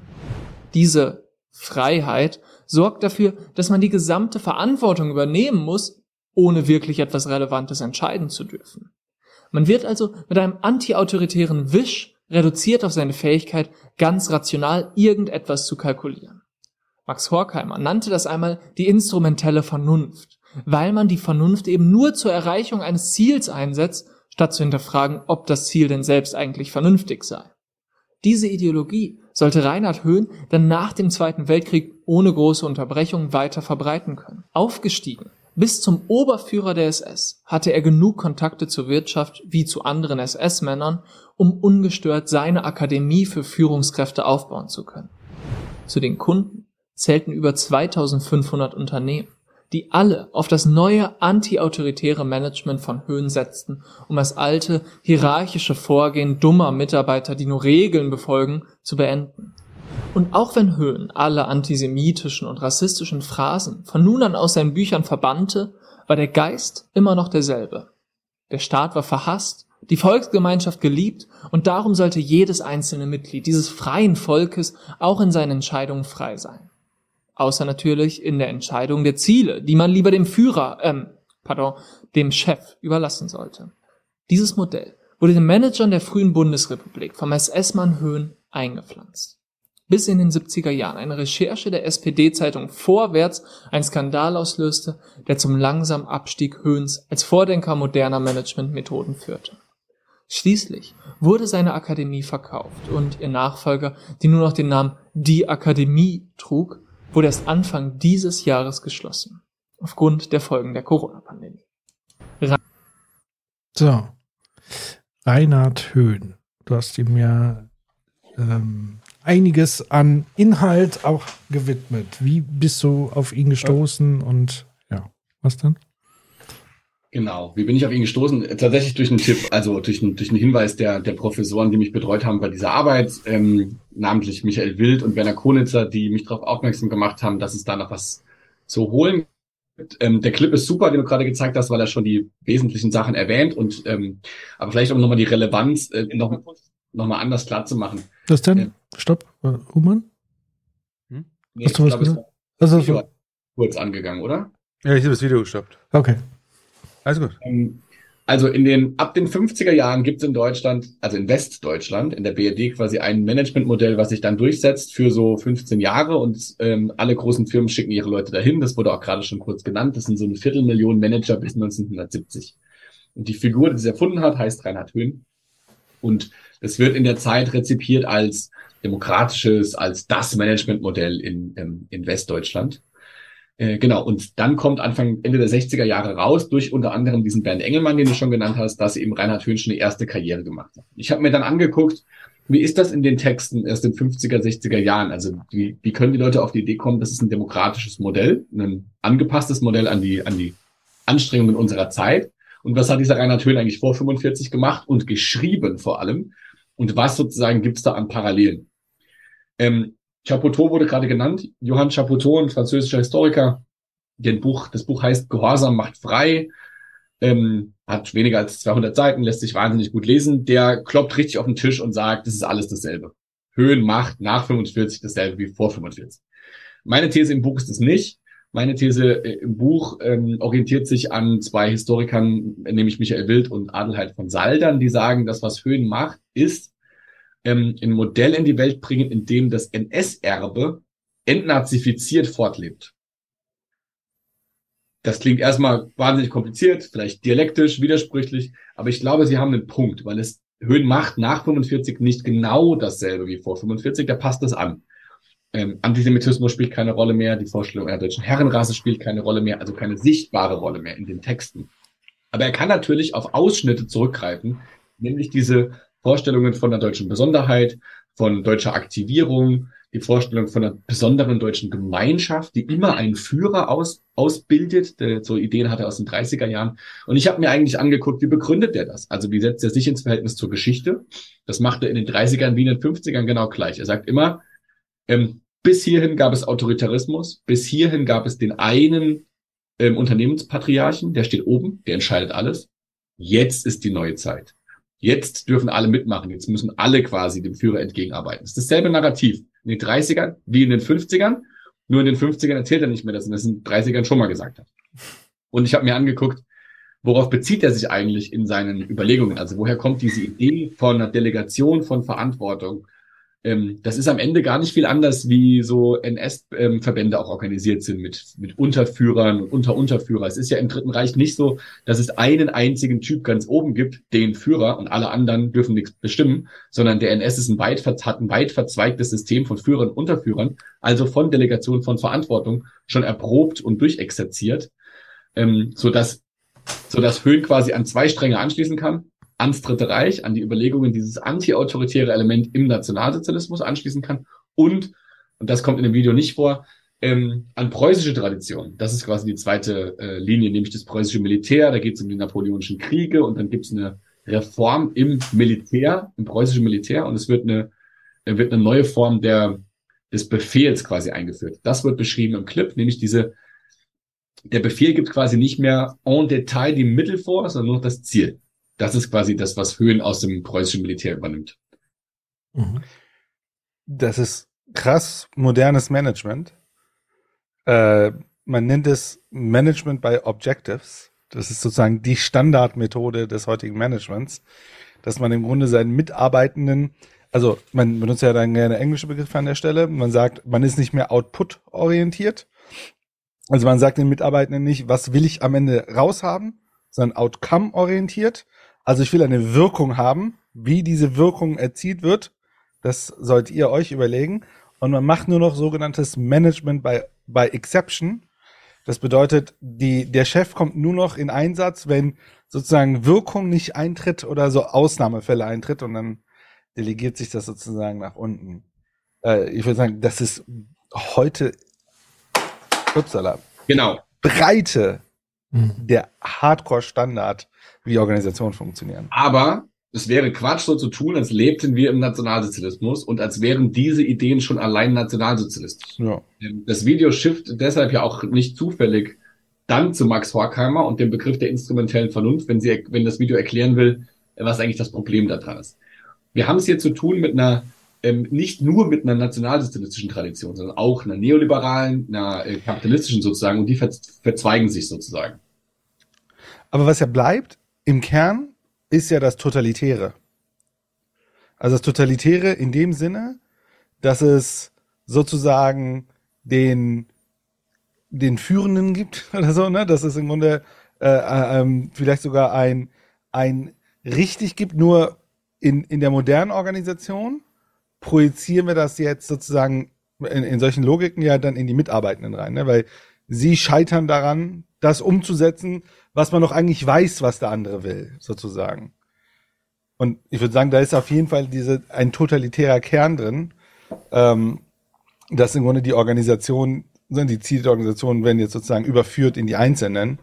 [SPEAKER 21] Diese Freiheit sorgt dafür, dass man die gesamte Verantwortung übernehmen muss, ohne wirklich etwas Relevantes entscheiden zu dürfen. Man wird also mit einem antiautoritären Wisch reduziert auf seine Fähigkeit, ganz rational irgendetwas zu kalkulieren. Max Horkheimer nannte das einmal die instrumentelle Vernunft, weil man die Vernunft eben nur zur Erreichung eines Ziels einsetzt, statt zu hinterfragen, ob das Ziel denn selbst eigentlich vernünftig sei. Diese Ideologie sollte Reinhard Höhn dann nach dem Zweiten Weltkrieg ohne große Unterbrechung weiter verbreiten können. Aufgestiegen bis zum Oberführer der SS hatte er genug Kontakte zur Wirtschaft wie zu anderen SS-Männern, um ungestört seine Akademie für Führungskräfte aufbauen zu können. Zu den Kunden zählten über 2500 Unternehmen, die alle auf das neue antiautoritäre Management von Höhn setzten, um das alte hierarchische Vorgehen dummer Mitarbeiter, die nur Regeln befolgen, zu beenden. Und auch wenn Höhn alle antisemitischen und rassistischen Phrasen von nun an aus seinen Büchern verbannte, war der Geist immer noch derselbe. Der Staat war verhasst, die Volksgemeinschaft geliebt und darum sollte jedes einzelne Mitglied dieses freien Volkes auch in seinen Entscheidungen frei sein. Außer natürlich in der Entscheidung der Ziele, die man lieber dem Chef überlassen sollte. Dieses Modell wurde den Managern der frühen Bundesrepublik vom SS-Mann Höhn eingepflanzt. Bis in den 70er Jahren eine Recherche der SPD-Zeitung Vorwärts einen Skandal auslöste, der zum langsamen Abstieg Höhns als Vordenker moderner Managementmethoden führte. Schließlich wurde seine Akademie verkauft und ihr Nachfolger, die nur noch den Namen Die Akademie trug, wurde erst Anfang dieses Jahres geschlossen. Aufgrund der Folgen der Corona-Pandemie.
[SPEAKER 5] So. Reinhard Höhn. Du hast ihm ja einiges an Inhalt auch gewidmet. Wie bist du auf ihn gestoßen und ja, was dann?
[SPEAKER 7] Genau, wie bin ich auf ihn gestoßen? Tatsächlich durch einen Tipp, also durch einen Hinweis der Professoren, die mich betreut haben bei dieser Arbeit, namentlich Michael Wild und Werner Konitzer, die mich darauf aufmerksam gemacht haben, dass es da noch was zu holen gibt. Der Clip ist super, den du gerade gezeigt hast, weil er schon die wesentlichen Sachen erwähnt und aber vielleicht um nochmal die Relevanz noch mal anders klar zu machen.
[SPEAKER 5] Was denn? Stopp, Humann?
[SPEAKER 7] Nee,
[SPEAKER 5] hast du was gesagt?
[SPEAKER 7] Das Video hat kurz angegangen, oder?
[SPEAKER 6] Ja, ich habe das Video gestoppt.
[SPEAKER 5] Okay.
[SPEAKER 6] Alles gut.
[SPEAKER 7] Also ab den 50er Jahren gibt es in Deutschland, also in Westdeutschland, in der BRD quasi ein Managementmodell, was sich dann durchsetzt für so 15 Jahre und alle großen Firmen schicken ihre Leute dahin. Das wurde auch gerade schon kurz genannt. Das sind so 250.000 Manager bis 1970. Und die Figur, die es erfunden hat, heißt Reinhard Höhn. Und das wird in der Zeit rezipiert als demokratisches, als das Managementmodell in Westdeutschland. Genau, und dann kommt Ende der 60er Jahre raus, durch unter anderem diesen Bernd Engelmann, den du schon genannt hast, dass eben Reinhard Höhn schon eine erste Karriere gemacht hat. Ich habe mir dann angeguckt, wie ist das in den Texten erst in den 50er, 60er Jahren? Also wie können die Leute auf die Idee kommen, das ist ein demokratisches Modell, ein angepasstes Modell an die Anstrengungen unserer Zeit. Und was hat dieser Reinhard Höhn eigentlich vor 45 gemacht und geschrieben vor allem? Und was sozusagen gibt's da an Parallelen? Chapoutot wurde gerade genannt. Johann Chapoutot, ein französischer Historiker. Das Buch heißt Gehorsam macht frei. Hat weniger als 200 Seiten, lässt sich wahnsinnig gut lesen. Der kloppt richtig auf den Tisch und sagt, das ist alles dasselbe. Höhn macht nach 45 dasselbe wie vor 45. Meine These im Buch ist es nicht. Meine These im Buch orientiert sich an zwei Historikern, nämlich Michael Wild und Adelheid von Saldern, die sagen, das, was Höhn macht, ist ein Modell in die Welt bringen, in dem das NS-Erbe entnazifiziert fortlebt. Das klingt erstmal wahnsinnig kompliziert, vielleicht dialektisch, widersprüchlich, aber ich glaube, sie haben einen Punkt, weil Höhn macht nach 45 nicht genau dasselbe wie vor 45, da passt das an. Antisemitismus spielt keine Rolle mehr, die Vorstellung einer deutschen Herrenrasse spielt keine Rolle mehr, also keine sichtbare Rolle mehr in den Texten. Aber er kann natürlich auf Ausschnitte zurückgreifen, nämlich diese Vorstellungen von der deutschen Besonderheit, von deutscher Aktivierung, die Vorstellung von einer besonderen deutschen Gemeinschaft, die immer einen Führer ausbildet. So Ideen hat er aus den 30er Jahren. Und ich habe mir eigentlich angeguckt, wie begründet er das? Also wie setzt er sich ins Verhältnis zur Geschichte? Das macht er in den 30ern wie in den 50ern genau gleich. Er sagt immer, bis hierhin gab es Autoritarismus, bis hierhin gab es den einen Unternehmenspatriarchen, der steht oben, der entscheidet alles. Jetzt ist die neue Zeit. Jetzt dürfen alle mitmachen. Jetzt müssen alle quasi dem Führer entgegenarbeiten. Es ist dasselbe Narrativ in den 30ern wie in den 50ern. Nur in den 50ern erzählt er nicht mehr, dass er das in den 30ern schon mal gesagt hat. Und ich habe mir angeguckt, worauf bezieht er sich eigentlich in seinen Überlegungen? Also woher kommt diese Idee von einer Delegation von Verantwortung? Das ist am Ende gar nicht viel anders, wie so NS-Verbände auch organisiert sind mit Unterführern und Unterführer. Es ist ja im Dritten Reich nicht so, dass es einen einzigen Typ ganz oben gibt, den Führer, und alle anderen dürfen nichts bestimmen, sondern der NS ist hat ein weit verzweigtes System von Führern und Unterführern, also von Delegation von Verantwortung schon erprobt und durchexerziert, sodass Höhn quasi an zwei Stränge anschließen kann. Ans Dritte Reich, an die Überlegungen, dieses anti-autoritäre Element im Nationalsozialismus anschließen kann und das kommt in dem Video nicht vor, an preußische Tradition. Das ist quasi die zweite Linie, nämlich das preußische Militär. Da geht es um die napoleonischen Kriege und dann gibt es eine Reform im Militär, im preußischen Militär, und es wird eine neue Form des Befehls quasi eingeführt. Das wird beschrieben im Clip, nämlich der Befehl gibt quasi nicht mehr en Detail die Mittel vor, sondern nur das Ziel. Das ist quasi das, was Höhn aus dem preußischen Militär übernimmt.
[SPEAKER 6] Das ist krass modernes Management. Man nennt es Management by Objectives. Das ist sozusagen die Standardmethode des heutigen Managements. dass man im Grunde seinen Mitarbeitenden, also man benutzt ja dann gerne englische Begriffe an der Stelle, man sagt, man ist nicht mehr output-orientiert. Also man sagt den Mitarbeitenden nicht, was will ich am Ende raushaben, sondern outcome-orientiert. Also ich will eine Wirkung haben. Wie diese Wirkung erzielt wird, das sollt ihr euch überlegen. Und man macht nur noch sogenanntes Management by Exception. Das bedeutet, der Chef kommt nur noch in Einsatz, wenn sozusagen Wirkung nicht eintritt oder so Ausnahmefälle eintritt, und dann delegiert sich das sozusagen nach unten. Ich würde sagen, das ist heute
[SPEAKER 7] genau.
[SPEAKER 6] Breite der Hardcore-Standard, wie die Organisationen funktionieren.
[SPEAKER 7] Aber es wäre Quatsch, so zu tun, als lebten wir im Nationalsozialismus und als wären diese Ideen schon allein nationalsozialistisch.
[SPEAKER 6] Ja.
[SPEAKER 7] Das Video shift deshalb ja auch nicht zufällig dann zu Max Horkheimer und dem Begriff der instrumentellen Vernunft, wenn das Video erklären will, was eigentlich das Problem daran ist. Wir haben es hier zu tun mit einer, nicht nur mit einer nationalsozialistischen Tradition, sondern auch einer neoliberalen, einer kapitalistischen sozusagen, und die verzweigen sich sozusagen.
[SPEAKER 6] Aber was ja bleibt, im Kern, ist ja das Totalitäre. Also das Totalitäre in dem Sinne, dass es sozusagen den Führenden gibt oder so, ne? Dass es im Grunde vielleicht sogar ein richtig gibt, nur in der modernen Organisation projizieren wir das jetzt sozusagen in solchen Logiken ja dann in die Mitarbeitenden rein, ne? Weil sie scheitern daran, das umzusetzen, was man noch eigentlich weiß, was der andere will, sozusagen. Und ich würde sagen, da ist auf jeden Fall ein totalitärer Kern drin, dass im Grunde die Organisation, die Ziele der Organisation werden jetzt sozusagen überführt in die Einzelnen.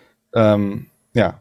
[SPEAKER 6] Ja.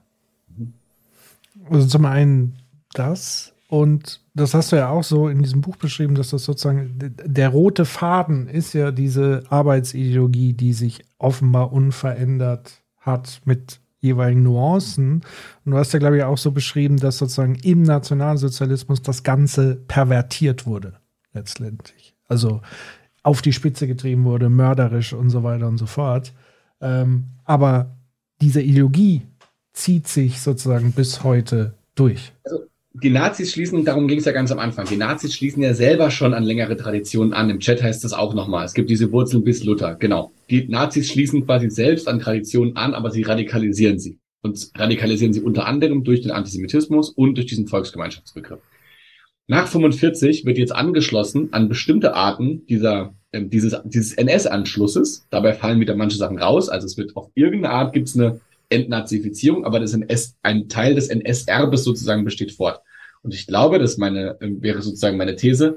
[SPEAKER 5] Also zum einen das, und das hast du ja auch so in diesem Buch beschrieben, dass das sozusagen der rote Faden ist ja diese Arbeitsideologie, die sich offenbar unverändert hat mit jeweiligen Nuancen. Und du hast ja, glaube ich, auch so beschrieben, dass sozusagen im Nationalsozialismus das Ganze pervertiert wurde, letztendlich. Also auf die Spitze getrieben wurde, mörderisch und so weiter und so fort. Aber diese Ideologie zieht sich sozusagen bis heute durch.
[SPEAKER 7] Also die Nazis schließen, darum ging es ja ganz am Anfang, die Nazis schließen ja selber schon an längere Traditionen an. Im Chat heißt das auch nochmal. Es gibt diese Wurzeln bis Luther, genau. Die Nazis schließen quasi selbst an Traditionen an, aber sie radikalisieren sie. Und radikalisieren sie unter anderem durch den Antisemitismus und durch diesen Volksgemeinschaftsbegriff. Nach 45 wird jetzt angeschlossen an bestimmte Arten dieses NS-Anschlusses. Dabei fallen wieder manche Sachen raus. Also es wird auf irgendeine Art gibt es eine Entnazifizierung, aber ein Teil des NS-Erbes sozusagen besteht fort. Und ich glaube, das wäre sozusagen meine These,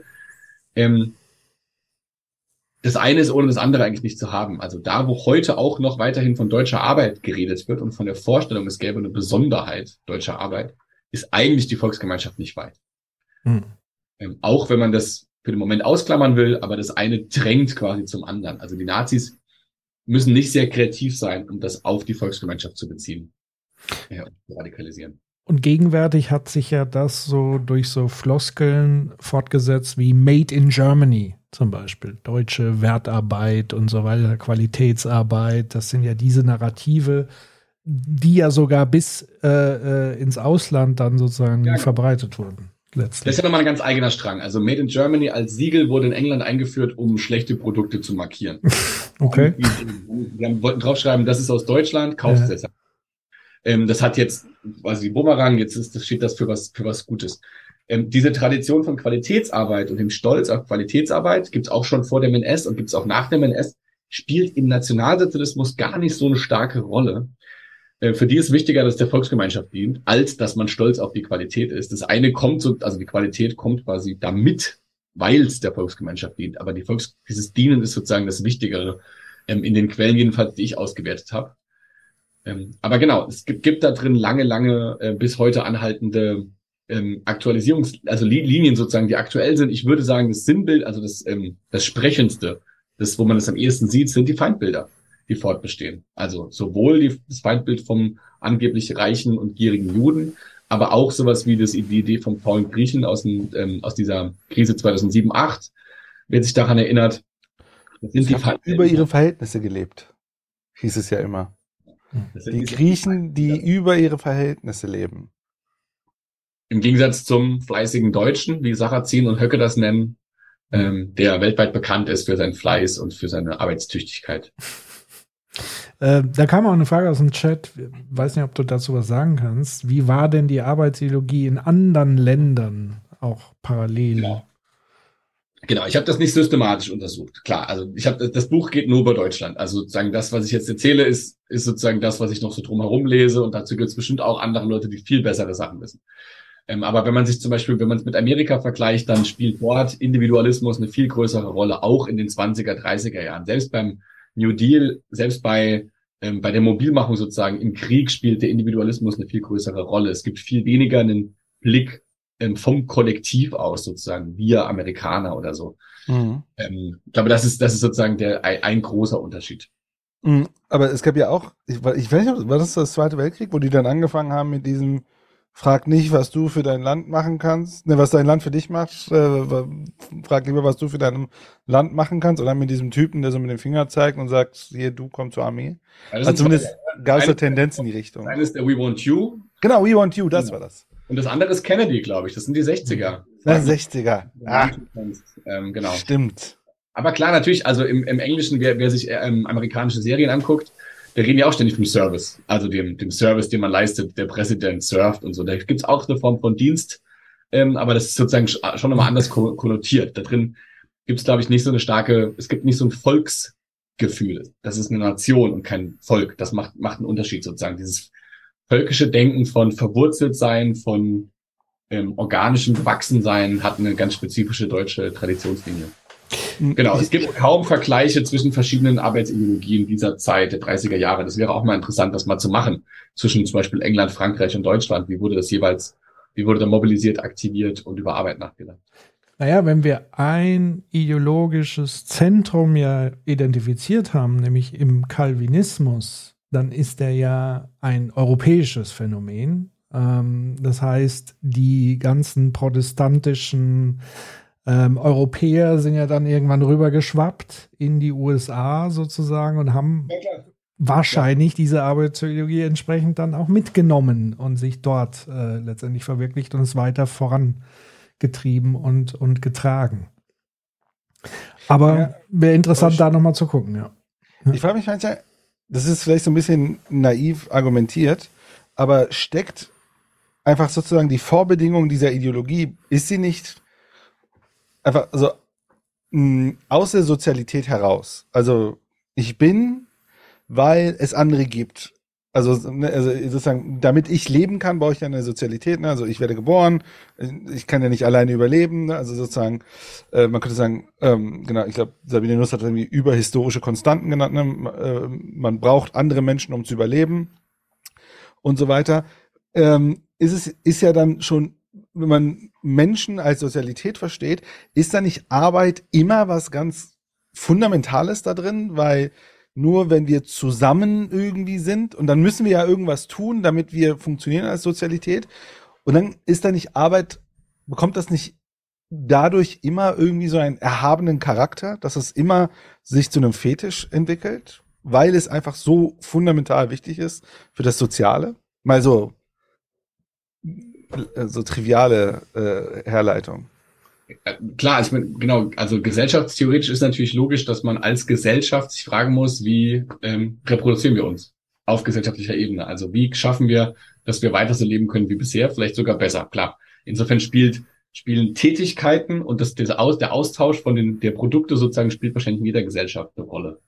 [SPEAKER 7] das eine ist ohne das andere eigentlich nicht zu haben. Also da, wo heute auch noch weiterhin von deutscher Arbeit geredet wird und von der Vorstellung, es gäbe eine Besonderheit deutscher Arbeit, ist eigentlich die Volksgemeinschaft nicht weit. Auch wenn man das für den Moment ausklammern will, aber das eine drängt quasi zum anderen. Also die Nazis müssen nicht sehr kreativ sein, um das auf die Volksgemeinschaft zu beziehen. Ja, und zu radikalisieren.
[SPEAKER 5] Und gegenwärtig hat sich ja das so durch so Floskeln fortgesetzt wie Made in Germany zum Beispiel. Deutsche Wertarbeit und so weiter, Qualitätsarbeit. Das sind ja diese Narrative, die ja sogar bis ins Ausland dann sozusagen verbreitet wurden. Letztlich.
[SPEAKER 7] Das ist ja nochmal ein ganz eigener Strang. Also Made in Germany als Siegel wurde in England eingeführt, um schlechte Produkte zu markieren.
[SPEAKER 5] Okay.
[SPEAKER 7] Wir wollten draufschreiben, das ist aus Deutschland, kauft es deshalb. Das hat jetzt quasi Bumerang, steht das für was Gutes. Diese Tradition von Qualitätsarbeit und dem Stolz auf Qualitätsarbeit gibt's auch schon vor dem NS und gibt's auch nach dem NS, spielt im Nationalsozialismus gar nicht so eine starke Rolle. Für die ist wichtiger, dass der Volksgemeinschaft dient, als dass man stolz auf die Qualität ist. Das eine kommt also die Qualität kommt quasi damit, weil es der Volksgemeinschaft dient. Aber dieses Dienen ist sozusagen das Wichtigere, in den Quellen jedenfalls, die ich ausgewertet habe. Aber genau, es gibt da drin lange, bis heute anhaltende Linien sozusagen, die aktuell sind. Ich würde sagen, das Sinnbild, also das Sprechendste, wo man es am ehesten sieht, sind die Feindbilder, die fortbestehen. Also sowohl das Feindbild vom angeblich reichen und gierigen Juden, aber auch sowas wie die Idee vom faulen Griechen aus dieser Krise 2007/8, wer sich daran erinnert. Das sind
[SPEAKER 6] die über ihre Verhältnisse gelebt, hieß es ja immer. Die Griechen, die über ihre Verhältnisse leben.
[SPEAKER 7] Im Gegensatz zum fleißigen Deutschen, wie Sarrazin und Höcke das nennen, der weltweit bekannt ist für seinen Fleiß und für seine Arbeitstüchtigkeit.
[SPEAKER 5] Da kam auch eine Frage aus dem Chat, weiß nicht, ob du dazu was sagen kannst. Wie war denn die Arbetsideologie in anderen Ländern auch parallel?
[SPEAKER 7] Genau, ich habe das nicht systematisch untersucht. Klar, also das Buch geht nur über Deutschland. Also sozusagen das, was ich jetzt erzähle, ist sozusagen das, was ich noch so drumherum lese. Und dazu gibt es bestimmt auch andere Leute, die viel bessere Sachen wissen. Aber wenn man es mit Amerika vergleicht, dann spielt dort Individualismus eine viel größere Rolle, auch in den 20er, 30er Jahren. Selbst beim New Deal, selbst bei der Mobilmachung sozusagen im Krieg spielt der Individualismus eine viel größere Rolle. Es gibt viel weniger einen Blick vom Kollektiv aus, sozusagen, wir Amerikaner oder so. Mhm. Ich glaube, das ist sozusagen ein großer Unterschied.
[SPEAKER 6] Aber es gab ja auch, ich weiß nicht, war das Zweite Weltkrieg, wo die dann angefangen haben mit diesem frag nicht, was du für dein Land machen kannst, was dein Land für dich macht, frag lieber, was du für dein Land machen kannst, oder mit diesem Typen, der so mit dem Finger zeigt und sagt, hier, du komm zur Armee. Also zumindest gab es eine Tendenz in die Richtung.
[SPEAKER 7] Eines der We Want You.
[SPEAKER 6] Genau, We Want You, das war das.
[SPEAKER 7] Und das andere ist Kennedy, glaube ich. Das sind die 60er.
[SPEAKER 6] Das 60er.
[SPEAKER 7] Genau.
[SPEAKER 6] Stimmt.
[SPEAKER 7] Aber klar, natürlich, also im Englischen, wer sich amerikanische Serien anguckt, der reden ja auch ständig vom Service. Also dem Service, den man leistet, der Präsident served und so. Da gibt's auch eine Form von Dienst. Aber das ist sozusagen schon nochmal anders konnotiert. Da drin gibt's, glaube ich, es gibt nicht so ein Volksgefühl. Das ist eine Nation und kein Volk. Das macht einen Unterschied sozusagen. Dieses völkische Denken von Verwurzeltsein, von organischem Gewachsensein hat eine ganz spezifische deutsche Traditionslinie. Genau, es gibt kaum Vergleiche zwischen verschiedenen Arbetsideologien dieser Zeit, der 30er Jahre. Das wäre auch mal interessant, das mal zu machen. Zwischen zum Beispiel England, Frankreich und Deutschland. Wie wurde da mobilisiert, aktiviert und über Arbeit nachgedacht?
[SPEAKER 5] Naja, wenn wir ein ideologisches Zentrum ja identifiziert haben, nämlich im Calvinismus, dann ist der ja ein europäisches Phänomen. Das heißt, die ganzen protestantischen Europäer sind ja dann irgendwann rübergeschwappt in die USA sozusagen und haben wahrscheinlich diese Arbeitstheologie entsprechend dann auch mitgenommen und sich dort letztendlich verwirklicht und es weiter vorangetrieben und getragen. Aber wäre interessant, da nochmal zu gucken, ja.
[SPEAKER 6] Ich frage mich manchmal, das ist vielleicht so ein bisschen naiv argumentiert, aber steckt einfach sozusagen die Vorbedingung dieser Ideologie, ist sie nicht einfach so aus der Sozialität heraus? Also ich bin, weil es andere gibt. Also sozusagen, damit ich leben kann, brauche ich ja eine Sozialität. Ne? Also ich werde geboren, ich kann ja nicht alleine überleben. Ne? Also sozusagen, man könnte sagen, genau, ich glaube, Sabine Nuss hat irgendwie überhistorische Konstanten genannt. Ne? Man braucht andere Menschen, um zu überleben und so weiter. Ist ja dann schon, wenn man Menschen als Sozialität versteht, ist da nicht Arbeit immer was ganz Fundamentales da drin, weil nur wenn wir zusammen irgendwie sind und dann müssen wir ja irgendwas tun, damit wir funktionieren als Sozialität und dann ist da nicht Arbeit, bekommt das nicht dadurch immer irgendwie so einen erhabenen Charakter, dass es immer sich zu einem Fetisch entwickelt, weil es einfach so fundamental wichtig ist für das Soziale? Mal so triviale Herleitung.
[SPEAKER 7] Klar, ich meine, genau, also gesellschaftstheoretisch ist natürlich logisch, dass man als Gesellschaft sich fragen muss, wie reproduzieren wir uns auf gesellschaftlicher Ebene? Also wie schaffen wir, dass wir weiter so leben können wie bisher, vielleicht sogar besser? Klar, insofern spielen Tätigkeiten und der Austausch von der Produkte sozusagen spielt wahrscheinlich in jeder Gesellschaft eine Rolle.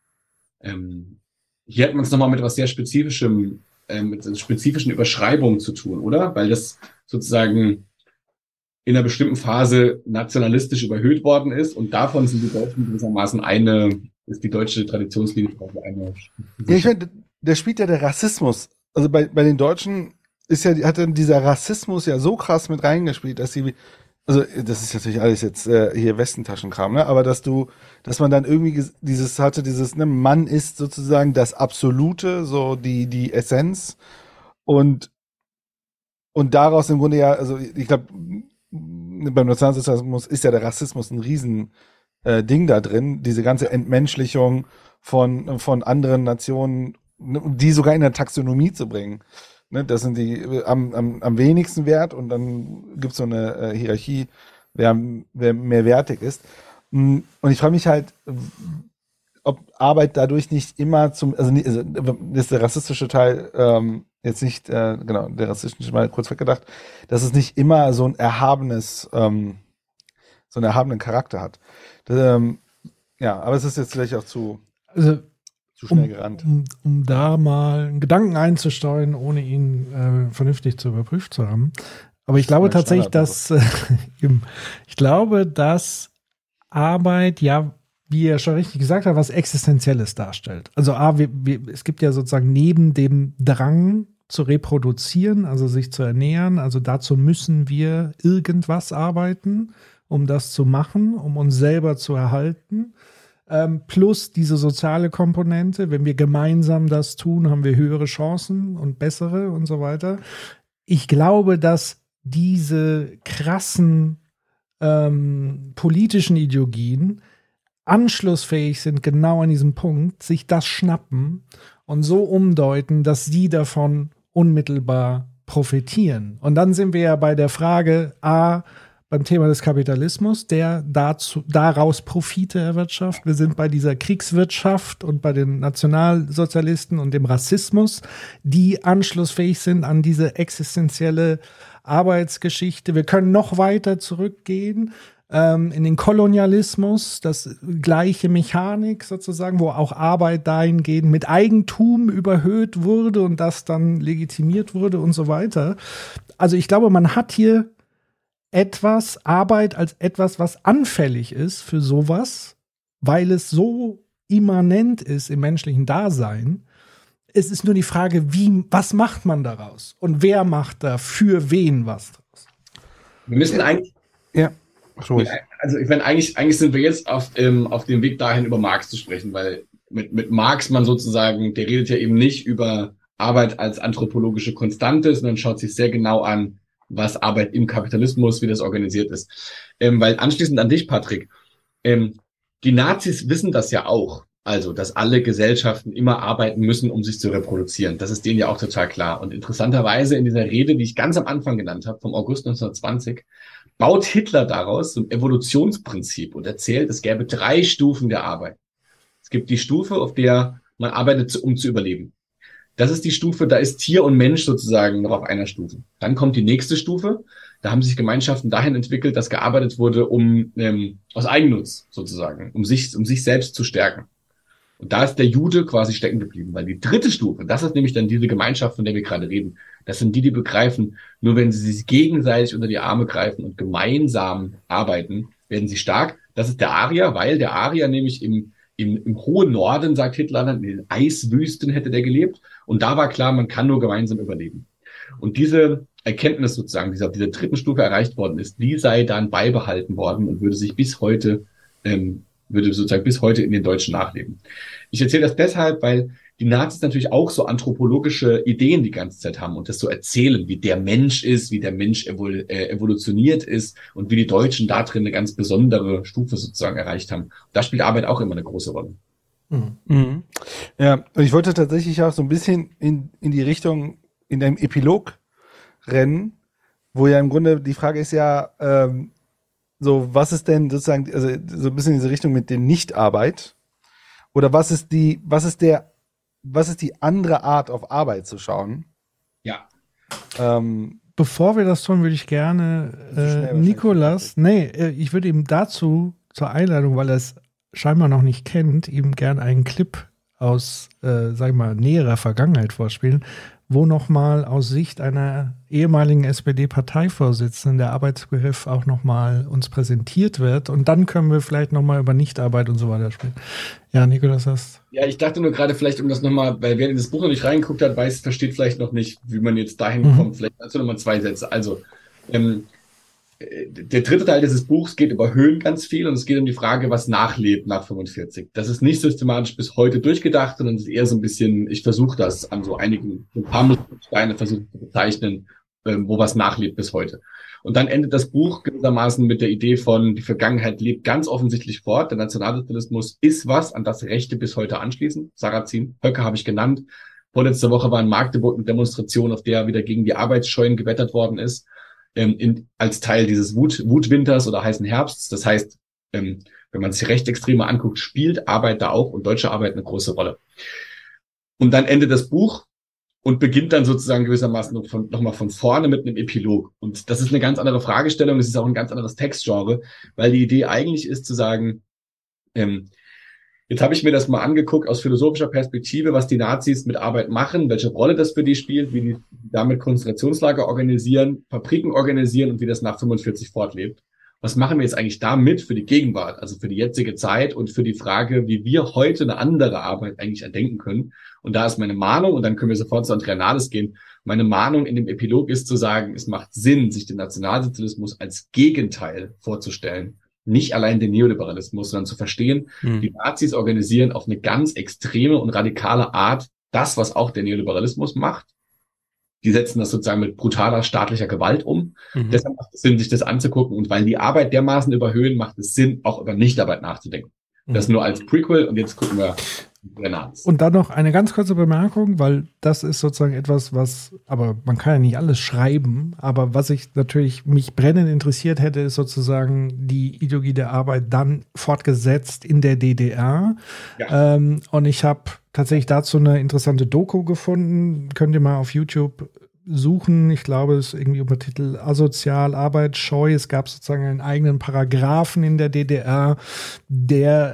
[SPEAKER 7] Hier hat man es nochmal mit etwas sehr Spezifischem, mit spezifischen Überschreibungen zu tun, oder? Weil das sozusagen in einer bestimmten Phase nationalistisch überhöht worden ist und davon sind die Deutschen gewissermaßen ist die deutsche Traditionslinie eine.
[SPEAKER 6] Ja, ich finde, da spielt ja der Rassismus. Also bei den Deutschen hat dann dieser Rassismus ja so krass mit reingespielt, dass sie, also das ist natürlich alles jetzt hier Westentaschenkram, ne? Aber dass man dann irgendwie dieses, ne, Mann ist sozusagen das Absolute, so die Essenz und daraus im Grunde ja, also ich glaube, beim Nationalsozialismus ist ja der Rassismus ein riesen Ding da drin, diese ganze Entmenschlichung von anderen Nationen, die sogar in der Taxonomie zu bringen. Ne, das sind die am wenigsten wert und dann gibt es so eine Hierarchie, wer mehr wertig ist. Und ich frage mich halt, ob Arbeit dadurch nicht immer das ist der rassistische Teil, jetzt nicht, genau, der rassistische Teil kurz weggedacht, dass es nicht immer so ein erhabenes, so einen erhabenen Charakter hat. Ja, aber es ist jetzt vielleicht auch zu schnell gerannt.
[SPEAKER 5] Um da mal einen Gedanken einzusteuern, ohne ihn vernünftig zu überprüft zu haben. Aber ich glaube tatsächlich, dass Arbeit, ja, wie er schon richtig gesagt hat, was Existenzielles darstellt. Also es gibt ja sozusagen neben dem Drang zu reproduzieren, also sich zu ernähren, also dazu müssen wir irgendwas arbeiten, um das zu machen, um uns selber zu erhalten. Plus diese soziale Komponente, wenn wir gemeinsam das tun, haben wir höhere Chancen und bessere und so weiter. Ich glaube, dass diese krassen politischen Ideologien anschlussfähig sind, genau an diesem Punkt, sich das schnappen und so umdeuten, dass sie davon unmittelbar profitieren. Und dann sind wir ja bei der Frage, beim Thema des Kapitalismus, der daraus Profite erwirtschaftet. Wir sind bei dieser Kriegswirtschaft und bei den Nationalsozialisten und dem Rassismus, die anschlussfähig sind an diese existenzielle Arbeitsgeschichte. Wir können noch weiter zurückgehen in den Kolonialismus, das gleiche Mechanik sozusagen, wo auch Arbeit dahingehend mit Eigentum überhöht wurde und das dann legitimiert wurde und so weiter. Also ich glaube, man hat hier Arbeit als etwas, was anfällig ist für sowas, weil es so immanent ist im menschlichen Dasein. Es ist nur die Frage, was macht man daraus? Und wer macht da für wen was draus?
[SPEAKER 7] Wir müssen eigentlich.
[SPEAKER 6] Ja.
[SPEAKER 7] Also ich meine, eigentlich sind wir jetzt auf dem Weg dahin, über Marx zu sprechen, weil mit Marx man sozusagen, der redet ja eben nicht über Arbeit als anthropologische Konstante, sondern schaut sich sehr genau an, was Arbeit im Kapitalismus, wie das organisiert ist. Weil anschließend an dich, Patrick, die Nazis wissen das ja auch, also dass alle Gesellschaften immer arbeiten müssen, um sich zu reproduzieren. Das ist denen ja auch total klar. Und interessanterweise in dieser Rede, die ich ganz am Anfang genannt habe, vom August 1920, baut Hitler daraus so ein Evolutionsprinzip und erzählt, es gäbe 3 Stufen der Arbeit. Es gibt die Stufe, auf der man arbeitet, um zu überleben. Das ist die Stufe, da ist Tier und Mensch sozusagen noch auf einer Stufe. Dann kommt die nächste Stufe, da haben sich Gemeinschaften dahin entwickelt, dass gearbeitet wurde, aus Eigennutz sozusagen, um sich selbst zu stärken. Und da ist der Jude quasi stecken geblieben, weil die dritte Stufe, das ist nämlich dann diese Gemeinschaft, von der wir gerade reden. Das sind die begreifen, nur wenn sie sich gegenseitig unter die Arme greifen und gemeinsam arbeiten, werden sie stark. Das ist der Arier, weil der Arier nämlich im hohen Norden, sagt Hitler, in den Eiswüsten hätte der gelebt. Und da war klar, man kann nur gemeinsam überleben. Und diese Erkenntnis sozusagen, dieser dritten Stufe erreicht worden ist, die sei dann beibehalten worden und würde sich bis heute in den Deutschen nachleben. Ich erzähle das deshalb, weil die Nazis natürlich auch so anthropologische Ideen die ganze Zeit haben und das so erzählen, wie der Mensch ist, wie der Mensch evolutioniert ist und wie die Deutschen da drin eine ganz besondere Stufe sozusagen erreicht haben. Da spielt Arbeit auch immer eine große Rolle.
[SPEAKER 6] Mhm. Ja, und ich wollte tatsächlich auch so ein bisschen in die Richtung, in deinem Epilog rennen, wo ja im Grunde die Frage ist ja, so, was ist denn sozusagen, also so ein bisschen in diese Richtung mit der Nichtarbeit? Oder was ist die andere Art, auf Arbeit zu schauen?
[SPEAKER 7] Ja.
[SPEAKER 5] Bevor wir das tun, würde ich gerne Nikolas, ich würde ihm dazu zur Einladung, weil er es scheinbar noch nicht kennt, ihm gerne einen Clip aus, näherer Vergangenheit vorspielen, wo nochmal aus Sicht einer ehemaligen SPD-Parteivorsitzenden der Arbeitsbegriff auch nochmal uns präsentiert wird. Und dann können wir vielleicht nochmal über Nichtarbeit und so weiter sprechen. Ja, Nikolas, hast...
[SPEAKER 7] Ja, ich dachte nur gerade vielleicht, um das nochmal, weil wer in das Buch noch nicht reingeguckt hat, versteht vielleicht noch nicht, wie man jetzt dahin kommt. Vielleicht dazu nochmal 2 Sätze. Also, der dritte Teil dieses Buchs geht über Höhen ganz viel und es geht um die Frage, was nachlebt nach 45. Das ist nicht systematisch bis heute durchgedacht, sondern es ist eher so ein bisschen, ich versuche das an so ein paar Mustersteine versuche zu bezeichnen, wo was nachlebt bis heute. Und dann endet das Buch gewissermaßen mit der Idee von, die Vergangenheit lebt ganz offensichtlich fort. Der Nationalsozialismus ist was, an das Rechte bis heute anschließen. Sarrazin, Höcke habe ich genannt. Vorletzte Woche war in Magdeburg eine Demonstration, auf der wieder gegen die Arbeitsscheuen gewettert worden ist, als Teil dieses Wutwinters oder heißen Herbsts. Das heißt, wenn man sich Rechtsextreme anguckt, spielt Arbeit da auch und deutsche Arbeit eine große Rolle. Und dann endet das Buch und beginnt dann sozusagen gewissermaßen nochmal von vorne mit einem Epilog. Und das ist eine ganz andere Fragestellung, das ist auch ein ganz anderes Textgenre, weil die Idee eigentlich ist zu sagen, jetzt habe ich mir das mal angeguckt aus philosophischer Perspektive, was die Nazis mit Arbeit machen, welche Rolle das für die spielt, wie die damit Konzentrationslager organisieren, Fabriken organisieren und wie das nach 45 fortlebt. Was machen wir jetzt eigentlich damit für die Gegenwart, also für die jetzige Zeit und für die Frage, wie wir heute eine andere Arbeit eigentlich erdenken können? Und da ist meine Mahnung, und dann können wir sofort zu Andrea Nahles gehen, meine Mahnung in dem Epilog ist zu sagen, es macht Sinn, sich den Nationalsozialismus als Gegenteil vorzustellen. Nicht allein den Neoliberalismus, sondern zu verstehen, die Nazis organisieren auf eine ganz extreme und radikale Art das, was auch der Neoliberalismus macht. Die setzen das sozusagen mit brutaler staatlicher Gewalt um. Deshalb macht es Sinn, sich das anzugucken. Und weil die Arbeit dermaßen überhöhen, macht es Sinn, auch über Nichtarbeit nachzudenken. Das nur als Prequel. Und jetzt gucken wir Nahles.
[SPEAKER 5] Und dann noch eine ganz kurze Bemerkung, weil das ist sozusagen etwas, aber man kann ja nicht alles schreiben, aber was mich brennend interessiert hätte, ist sozusagen die Ideologie der Arbeit dann fortgesetzt in der DDR. Ja. Und ich habe tatsächlich dazu eine interessante Doku gefunden. Könnt ihr mal auf YouTube suchen. Ich glaube, es ist irgendwie unter Titel Asozial, Arbeitsscheu. Es gab sozusagen einen eigenen Paragraphen in der DDR, der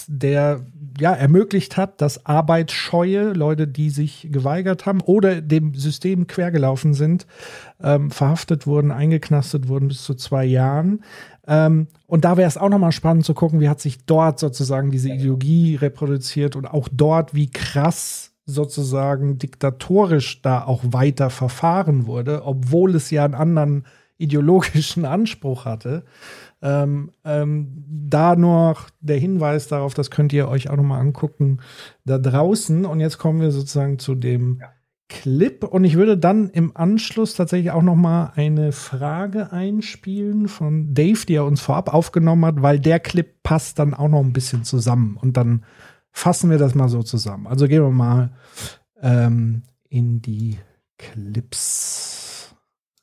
[SPEAKER 5] ermöglicht hat, dass Arbeitsscheue, Leute, die sich geweigert haben oder dem System quergelaufen sind, verhaftet wurden, eingeknastet wurden bis zu 2 Jahren. Und da wäre es auch nochmal spannend zu gucken, wie hat sich dort sozusagen diese Ideologie reproduziert und auch dort, wie krass sozusagen diktatorisch da auch weiter verfahren wurde, obwohl es ja einen anderen ideologischen Anspruch hatte. Da noch der Hinweis darauf, das könnt ihr euch auch noch mal angucken, da draußen. Und jetzt kommen wir sozusagen zu dem Clip. Und ich würde dann im Anschluss tatsächlich auch noch mal eine Frage einspielen von Dave, die er uns vorab aufgenommen hat, weil der Clip passt dann auch noch ein bisschen zusammen. Und dann fassen wir das mal so zusammen. Also gehen wir mal in die Clips.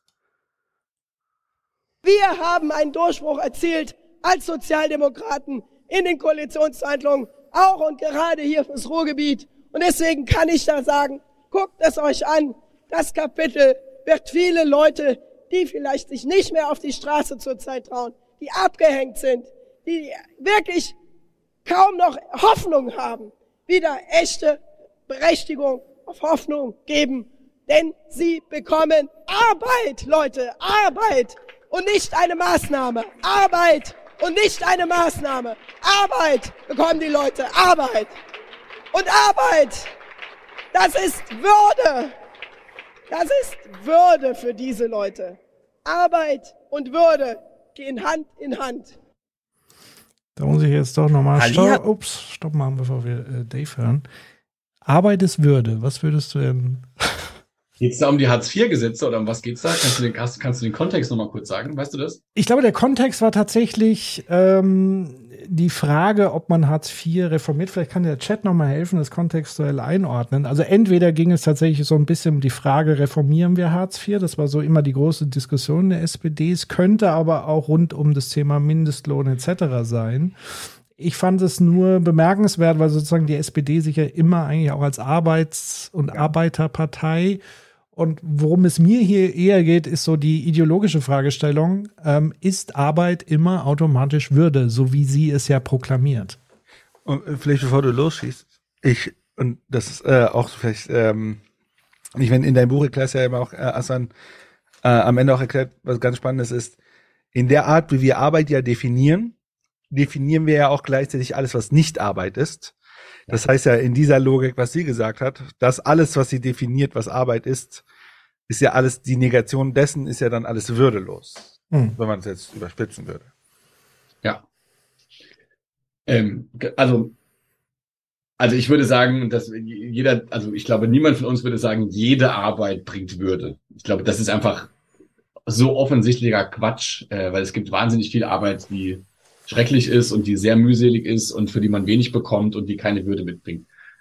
[SPEAKER 2] Wir haben einen Durchbruch erzielt als Sozialdemokraten in den Koalitionsverhandlungen, auch und gerade hier fürs Ruhrgebiet. Und deswegen kann ich da sagen, guckt es euch an. Das Kapitel wird viele Leute, die vielleicht sich nicht mehr auf die Straße zurzeit trauen, die abgehängt sind, die wirklich kaum noch Hoffnung haben, wieder echte Berechtigung auf Hoffnung geben. Denn sie bekommen Arbeit, Leute, Arbeit und nicht eine Maßnahme. Arbeit und nicht eine Maßnahme. Arbeit bekommen die Leute, Arbeit. Und Arbeit, das ist Würde. Das ist Würde für diese Leute. Arbeit und Würde gehen Hand in Hand.
[SPEAKER 5] Da muss ich jetzt doch nochmal Stopp machen, bevor wir Dave hören. Arbeit ist Würde. Was würdest du denn?
[SPEAKER 7] Geht es da um die Hartz-IV-Gesetze oder um was geht's da? Kannst du den Kontext nochmal kurz sagen? Weißt du das?
[SPEAKER 5] Ich glaube, der Kontext war tatsächlich die Frage, ob man Hartz IV reformiert. Vielleicht kann der Chat nochmal helfen, das kontextuell einordnen. Also entweder ging es tatsächlich so ein bisschen um die Frage, reformieren wir Hartz IV? Das war so immer die große Diskussion der SPD. Es könnte aber auch rund um das Thema Mindestlohn etc. sein. Ich fand es nur bemerkenswert, weil sozusagen die SPD sich ja immer eigentlich auch als Arbeits- und Arbeiterpartei, und worum es mir hier eher geht, ist so die ideologische Fragestellung, ist Arbeit immer automatisch Würde, so wie sie es ja proklamiert?
[SPEAKER 6] Und vielleicht bevor du losschießt, und das ist auch vielleicht, ich meine, in deinem Buch erklärst ja immer auch, Aslan, am Ende auch erklärt, was ganz Spannendes ist, in der Art, wie wir Arbeit ja definieren wir ja auch gleichzeitig alles, was nicht Arbeit ist. Das heißt ja in dieser Logik, was sie gesagt hat, dass alles, was sie definiert, was Arbeit ist ja alles, die Negation dessen ist ja dann alles würdelos, wenn man es jetzt überspitzen würde.
[SPEAKER 7] Ja. Also ich würde sagen, dass ich glaube, niemand von uns würde sagen, jede Arbeit bringt Würde. Ich glaube, das ist einfach so offensichtlicher Quatsch, weil es gibt wahnsinnig viel Arbeit, die schrecklich ist und die sehr mühselig ist und für die man wenig bekommt und die keine Würde mitbringt.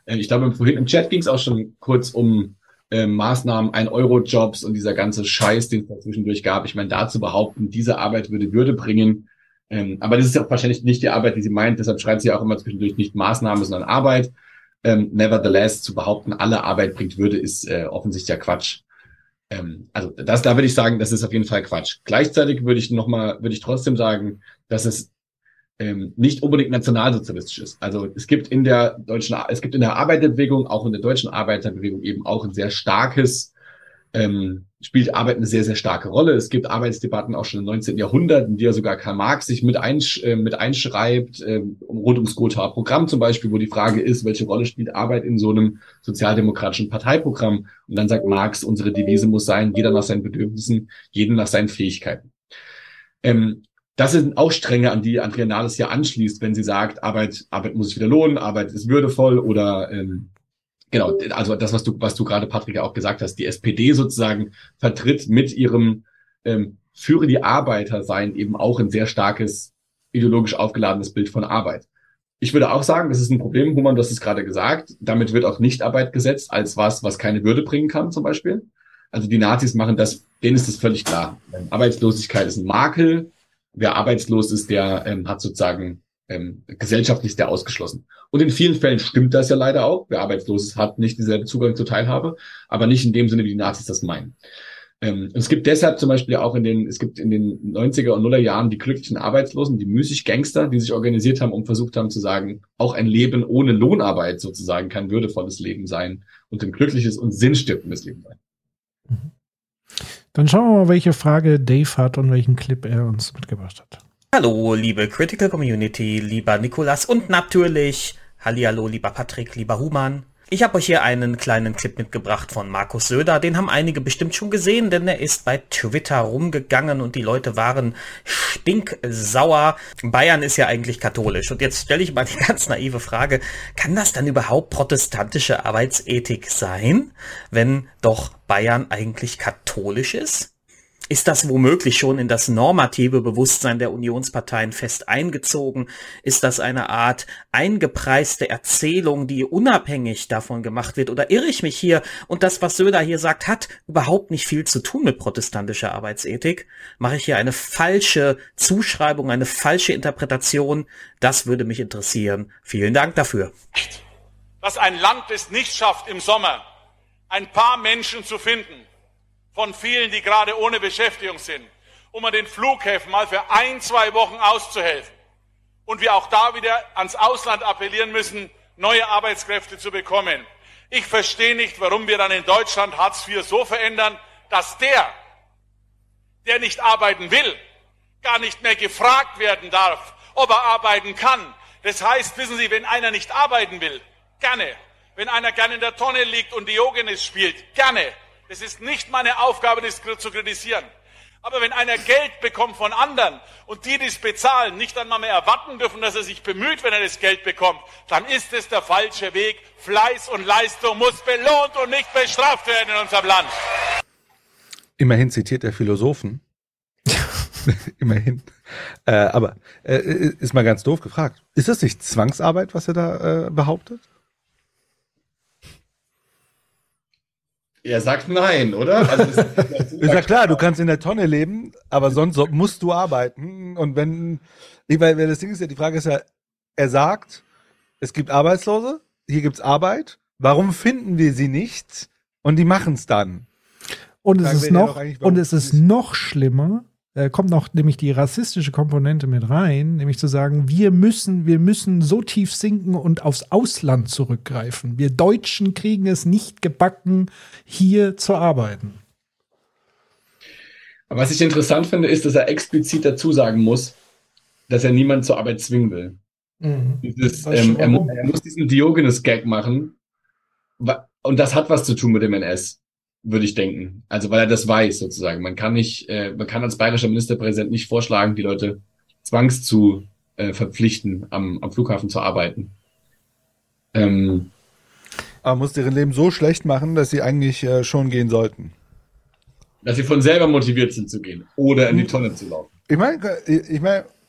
[SPEAKER 7] Ich glaube, vorhin im Chat ging es auch schon kurz um Maßnahmen, 1-Euro-Jobs und dieser ganze Scheiß, den es da zwischendurch gab. Ich meine, da zu behaupten, diese Arbeit würde Würde bringen. Aber das ist ja wahrscheinlich nicht die Arbeit, die sie meint. Deshalb schreibt sie auch immer zwischendurch nicht Maßnahme, sondern Arbeit. Nevertheless, zu behaupten, alle Arbeit bringt Würde, ist offensichtlich ja Quatsch. Also da würde ich sagen, das ist auf jeden Fall Quatsch. Gleichzeitig würde ich trotzdem sagen, dass es nicht unbedingt nationalsozialistisch ist. Also es gibt in der Arbeiterbewegung, auch in der deutschen Arbeiterbewegung eben auch ein sehr starkes, spielt Arbeit eine sehr, sehr starke Rolle. Es gibt Arbeitsdebatten auch schon im 19. Jahrhundert, in die ja sogar Karl Marx sich mit einschreibt, rund ums Gothaer Programm zum Beispiel, wo die Frage ist, welche Rolle spielt Arbeit in so einem sozialdemokratischen Parteiprogramm? Und dann sagt Marx, unsere Devise muss sein, jeder nach seinen Bedürfnissen, jeden nach seinen Fähigkeiten. Das sind auch Stränge, an die Andrea Nahles ja anschließt, wenn sie sagt, Arbeit muss sich wieder lohnen, Arbeit ist würdevoll oder genau, also das, was du gerade, Patrick, ja auch gesagt hast, die SPD sozusagen vertritt mit ihrem für die Arbeiter sein eben auch ein sehr starkes, ideologisch aufgeladenes Bild von Arbeit. Ich würde auch sagen, das ist ein Problem, Human, du hast es gerade gesagt, damit wird auch Nichtarbeit gesetzt als was keine Würde bringen kann zum Beispiel. Also die Nazis machen das, denen ist das völlig klar. Arbeitslosigkeit ist ein Makel. Wer arbeitslos ist, der hat sozusagen gesellschaftlich sehr ausgeschlossen. Und in vielen Fällen stimmt das ja leider auch. Wer arbeitslos ist, hat nicht dieselben Zugang zur Teilhabe, aber nicht in dem Sinne, wie die Nazis das meinen. Es gibt deshalb zum Beispiel auch in den 90er und 0er Jahren die glücklichen Arbeitslosen, die Müßig-Gangster, die sich organisiert haben und versucht haben zu sagen, auch ein Leben ohne Lohnarbeit sozusagen kann würdevolles Leben sein und ein glückliches und sinnstiftendes Leben sein.
[SPEAKER 5] Dann schauen wir mal, welche Frage Dave hat und welchen Clip er uns mitgebracht hat.
[SPEAKER 1] Hallo, liebe Critical Community, lieber Nikolas und natürlich hallihallo, lieber Patrick, lieber Human. Ich habe euch hier einen kleinen Clip mitgebracht von Markus Söder. Den haben einige bestimmt schon gesehen, denn er ist bei Twitter rumgegangen und die Leute waren stinksauer. Bayern ist ja eigentlich katholisch. Und jetzt stelle ich mal die ganz naive Frage, kann das dann überhaupt protestantische Arbeitsethik sein, wenn doch Bayern eigentlich katholisch ist? Ist das womöglich schon in das normative Bewusstsein der Unionsparteien fest eingezogen? Ist das eine Art eingepreiste Erzählung, die unabhängig davon gemacht wird? Oder irre ich mich hier und das, was Söder hier sagt, hat überhaupt nicht viel zu tun mit protestantischer Arbeitsethik? Mache ich hier eine falsche Zuschreibung, eine falsche Interpretation? Das würde mich interessieren. Vielen Dank dafür.
[SPEAKER 22] Dass ein Land es nicht schafft, im Sommer ein paar Menschen zu finden, von vielen, die gerade ohne Beschäftigung sind, um an den Flughäfen mal für 1-2 Wochen auszuhelfen. Und wir auch da wieder ans Ausland appellieren müssen, neue Arbeitskräfte zu bekommen. Ich verstehe nicht, warum wir dann in Deutschland Hartz IV so verändern, dass der nicht arbeiten will, gar nicht mehr gefragt werden darf, ob er arbeiten kann. Das heißt, wissen Sie, wenn einer nicht arbeiten will, gerne. Wenn einer gerne in der Tonne liegt und Diogenes spielt, gerne. Es ist nicht meine Aufgabe, das zu kritisieren. Aber wenn einer Geld bekommt von anderen und die das bezahlen, nicht einmal mehr erwarten dürfen, dass er sich bemüht, wenn er das Geld bekommt, dann ist es der falsche Weg. Fleiß und Leistung muss belohnt und nicht bestraft werden in unserem Land.
[SPEAKER 6] Immerhin zitiert er Philosophen. Immerhin. Aber ist mal ganz doof gefragt. Ist das nicht Zwangsarbeit, was er da behauptet?
[SPEAKER 7] Er sagt nein, oder? Also
[SPEAKER 6] ist ja klar, du kannst in der Tonne leben, aber sonst musst du arbeiten. Und weil das Ding ist ja, die Frage ist ja, er sagt, es gibt Arbeitslose, hier gibt's Arbeit, warum finden wir sie nicht? Und die machen's dann.
[SPEAKER 5] Und es ist noch schlimmer, kommt noch nämlich die rassistische Komponente mit rein, nämlich zu sagen, wir müssen so tief sinken und aufs Ausland zurückgreifen. Wir Deutschen kriegen es nicht gebacken, hier zu arbeiten.
[SPEAKER 7] Aber was ich interessant finde, ist, dass er explizit dazu sagen muss, dass er niemanden zur Arbeit zwingen will. Mhm. Er muss diesen Diogenes-Gag machen und das hat was zu tun mit dem NS. Würde ich denken. Also, weil er das weiß, sozusagen. Man kann als bayerischer Ministerpräsident nicht vorschlagen, die Leute verpflichten, am Flughafen zu arbeiten.
[SPEAKER 6] Aber man muss deren Leben so schlecht machen, dass sie eigentlich schon gehen sollten.
[SPEAKER 7] Dass sie von selber motiviert sind zu gehen. Oder in die Tonne zu laufen.
[SPEAKER 6] Ich meine,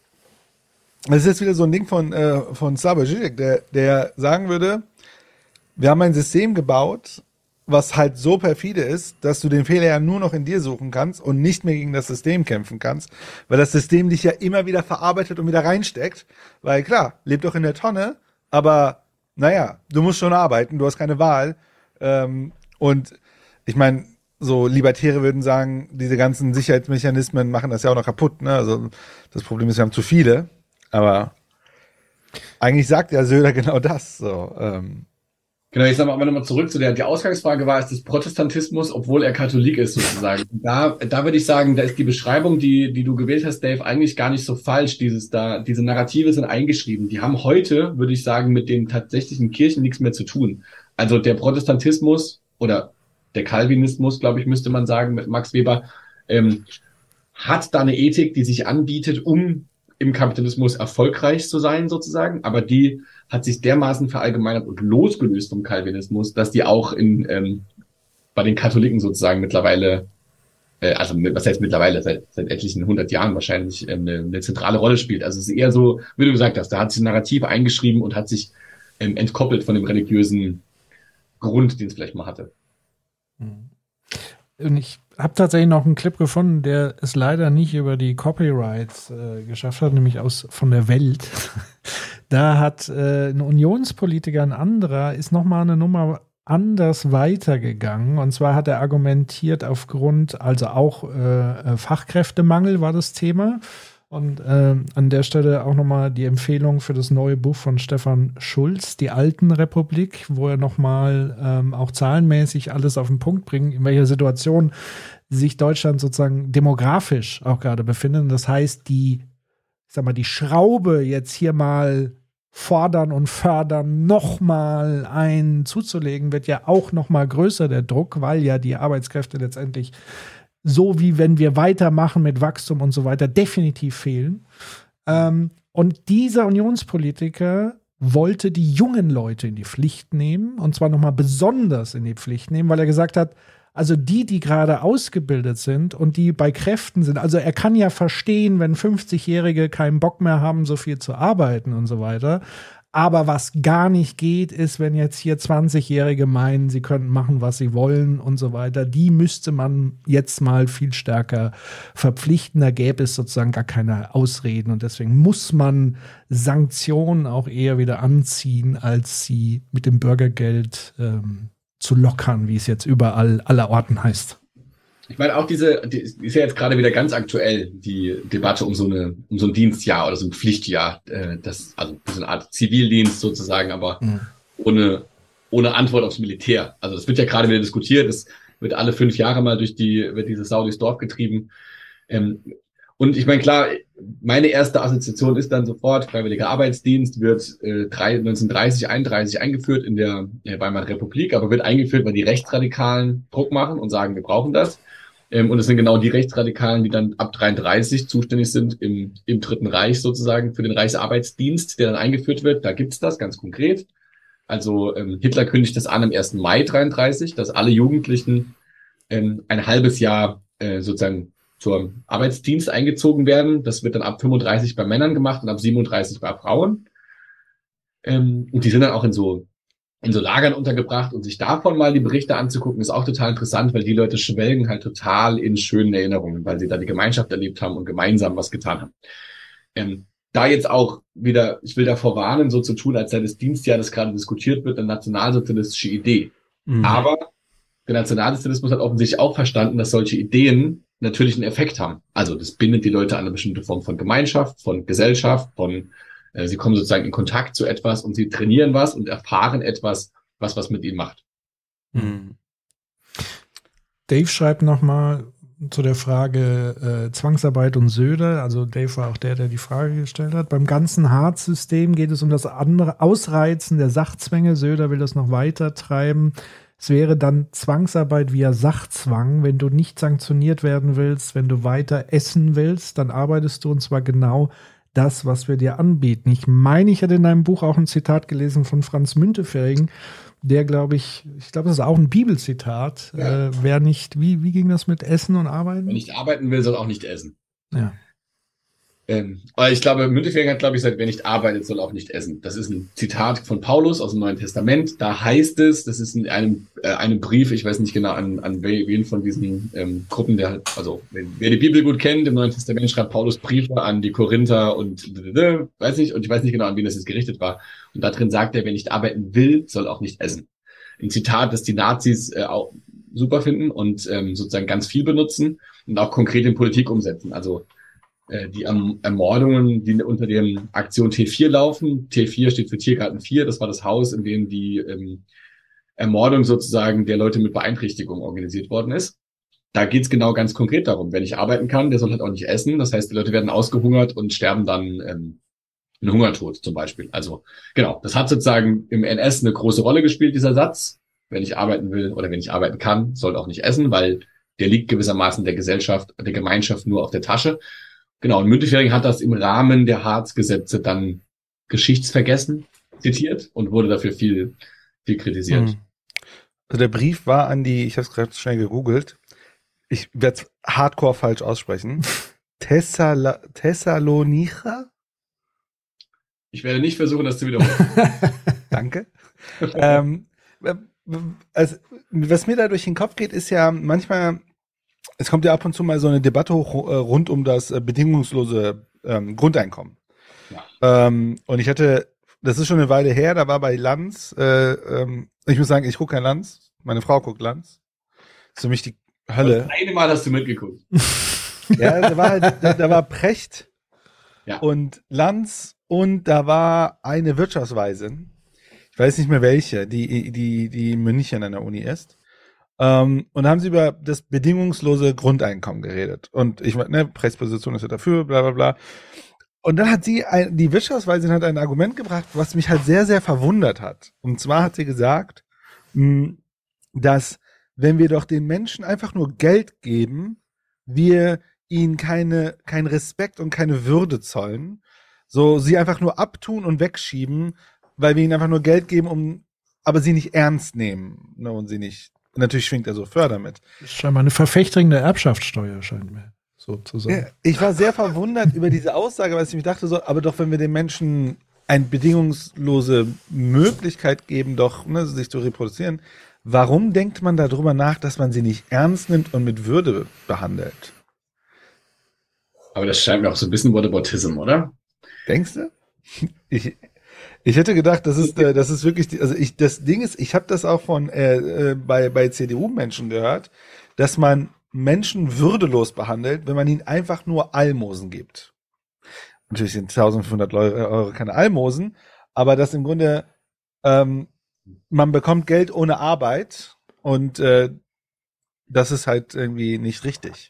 [SPEAKER 6] das ist jetzt wieder so ein Ding von Slavoj Žižek, der sagen würde, wir haben ein System gebaut, was halt so perfide ist, dass du den Fehler ja nur noch in dir suchen kannst und nicht mehr gegen das System kämpfen kannst, weil das System dich ja immer wieder verarbeitet und wieder reinsteckt, weil klar, lebt doch in der Tonne, aber naja, du musst schon arbeiten, du hast keine Wahl. Und ich meine, so Libertäre würden sagen, diese ganzen Sicherheitsmechanismen machen das ja auch noch kaputt. Ne? Also das Problem ist, wir haben zu viele, aber eigentlich sagt ja Söder genau das. So,
[SPEAKER 7] Genau, ich sage mal nochmal zurück zu die Ausgangsfrage war, ist das Protestantismus, obwohl er Katholik ist sozusagen. Da würde ich sagen, da ist die Beschreibung, die du gewählt hast, Dave, eigentlich gar nicht so falsch. Diese Narrative sind eingeschrieben. Die haben heute, würde ich sagen, mit den tatsächlichen Kirchen nichts mehr zu tun. Also der Protestantismus oder der Calvinismus, glaube ich, müsste man sagen, mit Max Weber, hat da eine Ethik, die sich anbietet, um im Kapitalismus erfolgreich zu sein sozusagen, aber die hat sich dermaßen verallgemeinert und losgelöst vom Calvinismus, dass die auch bei den Katholiken sozusagen mittlerweile, was heißt mittlerweile, seit etlichen 100 Jahren wahrscheinlich eine zentrale Rolle spielt. Also es ist eher so, wie du gesagt hast, da hat sich ein Narrativ eingeschrieben und hat sich entkoppelt von dem religiösen Grund, den es vielleicht mal hatte.
[SPEAKER 5] Und ich habe tatsächlich noch einen Clip gefunden, der es leider nicht über die Copyrights geschafft hat, nämlich von der Welt. Da hat ein Unionspolitiker, ein anderer, ist nochmal eine Nummer anders weitergegangen. Und zwar hat er argumentiert aufgrund, also auch Fachkräftemangel war das Thema. Und an der Stelle auch nochmal die Empfehlung für das neue Buch von Stefan Schulz, Die Altenrepublik, wo er nochmal auch zahlenmäßig alles auf den Punkt bringt, in welcher Situation sich Deutschland sozusagen demografisch auch gerade befindet. Und das heißt, die Schraube jetzt hier mal fordern und fördern, nochmal zuzulegen, wird ja auch nochmal größer, der Druck, weil ja die Arbeitskräfte letztendlich so wie wenn wir weitermachen mit Wachstum und so weiter, definitiv fehlen. Und dieser Unionspolitiker wollte die jungen Leute in die Pflicht nehmen, und zwar nochmal besonders in die Pflicht nehmen, weil er gesagt hat, also die gerade ausgebildet sind und die bei Kräften sind, also er kann ja verstehen, wenn 50-Jährige keinen Bock mehr haben, so viel zu arbeiten und so weiter. Aber was gar nicht geht, ist, wenn jetzt hier 20-Jährige meinen, sie könnten machen, was sie wollen und so weiter. Die müsste man jetzt mal viel stärker verpflichten. Da gäbe es sozusagen gar keine Ausreden. Und deswegen muss man Sanktionen auch eher wieder anziehen, als sie mit dem Bürgergeld zu lockern, wie es jetzt überall allerorten heißt.
[SPEAKER 7] Ich meine, auch die ist ja jetzt gerade wieder ganz aktuell, die Debatte um so ein Dienstjahr oder so ein Pflichtjahr, also so eine Art Zivildienst sozusagen, aber ohne Antwort aufs Militär. Also das wird ja gerade wieder diskutiert, das wird alle 5 Jahre mal wird diese Sau durchs Dorf getrieben. Und ich meine, klar, meine erste Assoziation ist dann sofort, freiwilliger Arbeitsdienst wird 1930, 31 eingeführt in der Weimarer Republik, aber wird eingeführt, weil die Rechtsradikalen Druck machen und sagen, wir brauchen das. Und es sind genau die Rechtsradikalen, die dann ab 33 zuständig sind im Dritten Reich sozusagen für den Reichsarbeitsdienst, der dann eingeführt wird. Da gibt's das ganz konkret. Also Hitler kündigt das an am 1. Mai 33, dass alle Jugendlichen ein halbes Jahr sozusagen zum Arbeitsdienst eingezogen werden. Das wird dann ab 35 bei Männern gemacht und ab 37 bei Frauen. Und die sind dann auch in so Lagern untergebracht, und sich davon mal die Berichte anzugucken, ist auch total interessant, weil die Leute schwelgen halt total in schönen Erinnerungen, weil sie da die Gemeinschaft erlebt haben und gemeinsam was getan haben. Da jetzt auch wieder, ich will davor warnen, so zu tun, als sei das Dienstjahr, das gerade diskutiert wird, eine nationalsozialistische Idee. Mhm. Aber der Nationalsozialismus hat offensichtlich auch verstanden, dass solche Ideen natürlich einen Effekt haben. Also das bindet die Leute an eine bestimmte Form von Gemeinschaft, von Gesellschaft, sie kommen sozusagen in Kontakt zu etwas und sie trainieren was und erfahren etwas, was mit ihnen macht.
[SPEAKER 5] Mhm. Dave schreibt nochmal zu der Frage Zwangsarbeit und Söder. Also Dave war auch der die Frage gestellt hat. Beim ganzen Hartz-System geht es um das andere Ausreizen der Sachzwänge. Söder will das noch weiter treiben. Es wäre dann Zwangsarbeit via Sachzwang. Wenn du nicht sanktioniert werden willst, wenn du weiter essen willst, dann arbeitest du, und zwar genau das, was wir dir anbieten. Ich meine, ich hatte in deinem Buch auch ein Zitat gelesen von Franz Müntefering, der, glaube ich glaube, das ist auch ein Bibelzitat. Ja. Wer nicht, wie ging das mit Essen und Arbeiten?
[SPEAKER 7] Wer nicht arbeiten will, soll auch nicht essen.
[SPEAKER 5] Ja.
[SPEAKER 7] Aber ich glaube, Müntefering hat, gesagt, wer nicht arbeitet, soll auch nicht essen. Das ist ein Zitat von Paulus aus dem Neuen Testament. Da heißt es, das ist in einem Brief, ich weiß nicht genau an wen von diesen Gruppen, wer die Bibel gut kennt, im Neuen Testament schreibt Paulus Briefe an die Korinther und weiß nicht, und ich weiß nicht genau, an wen das jetzt gerichtet war. Und da drin sagt er, wer nicht arbeiten will, soll auch nicht essen. Ein Zitat, das die Nazis auch super finden und sozusagen ganz viel benutzen und auch konkret in Politik umsetzen. Also die Ermordungen, die unter der Aktion T4 laufen. T4 steht für Tiergarten 4. Das war das Haus, in dem die Ermordung sozusagen der Leute mit Beeinträchtigung organisiert worden ist. Da geht's genau ganz konkret darum. Wer nicht arbeiten kann, der soll halt auch nicht essen. Das heißt, die Leute werden ausgehungert und sterben dann einen Hungertod zum Beispiel. Also genau, das hat sozusagen im NS eine große Rolle gespielt, dieser Satz. Wer nicht arbeiten will oder wer nicht arbeiten kann, soll auch nicht essen, weil der liegt gewissermaßen der Gesellschaft, der Gemeinschaft nur auf der Tasche. Genau, und Müntefering hat das im Rahmen der Harzgesetze dann geschichtsvergessen zitiert und wurde dafür viel kritisiert.
[SPEAKER 6] Also der Brief war an die, ich habe es gerade schnell gegoogelt, ich werde es hardcore falsch aussprechen, Thessalonicher?
[SPEAKER 7] Ich werde nicht versuchen, das zu wiederholen.
[SPEAKER 6] Danke. Also, was mir da durch den Kopf geht, ist ja manchmal, es kommt ja ab und zu mal so eine Debatte hoch rund um das bedingungslose Grundeinkommen. Ja. Und ich hatte, das ist schon eine Weile her, da war bei Lanz, ich muss sagen, ich gucke kein Lanz, meine Frau guckt Lanz. Das ist für mich die Hölle.
[SPEAKER 7] Das eine Mal hast du mitgeguckt.
[SPEAKER 6] Ja, da war Precht und Lanz und da war eine Wirtschaftsweisin, ich weiß nicht mehr welche, die in München an der Uni ist. Und haben sie über das bedingungslose Grundeinkommen geredet. Und ich meine, Preisposition ist ja dafür, bla bla bla. Und dann hat die Wirtschaftsweisin hat ein Argument gebracht, was mich halt sehr, sehr verwundert hat. Und zwar hat sie gesagt, dass wenn wir doch den Menschen einfach nur Geld geben, wir ihnen keinen Respekt und keine Würde zollen, so sie einfach nur abtun und wegschieben, weil wir ihnen einfach nur Geld geben, aber sie nicht ernst nehmen, ne, und sie nicht. Natürlich schwingt er so Förder mit.
[SPEAKER 5] Das ist scheinbar eine Verfechterin der Erbschaftssteuer, scheint mir so zu sein.
[SPEAKER 6] Ja, ich war sehr verwundert über diese Aussage, weil ich mich dachte so, aber doch, wenn wir den Menschen eine bedingungslose Möglichkeit geben, doch sich zu reproduzieren, warum denkt man darüber nach, dass man sie nicht ernst nimmt und mit Würde behandelt?
[SPEAKER 7] Aber das scheint mir auch so ein bisschen Whataboutism, oder?
[SPEAKER 6] Denkst du? Ich hätte gedacht, das ist wirklich, das Ding ist, ich habe das auch von bei CDU-Menschen gehört, dass man Menschen würdelos behandelt, wenn man ihnen einfach nur Almosen gibt. Natürlich sind 1.500 Euro keine Almosen, aber dass im Grunde man bekommt Geld ohne Arbeit und das ist halt irgendwie nicht richtig.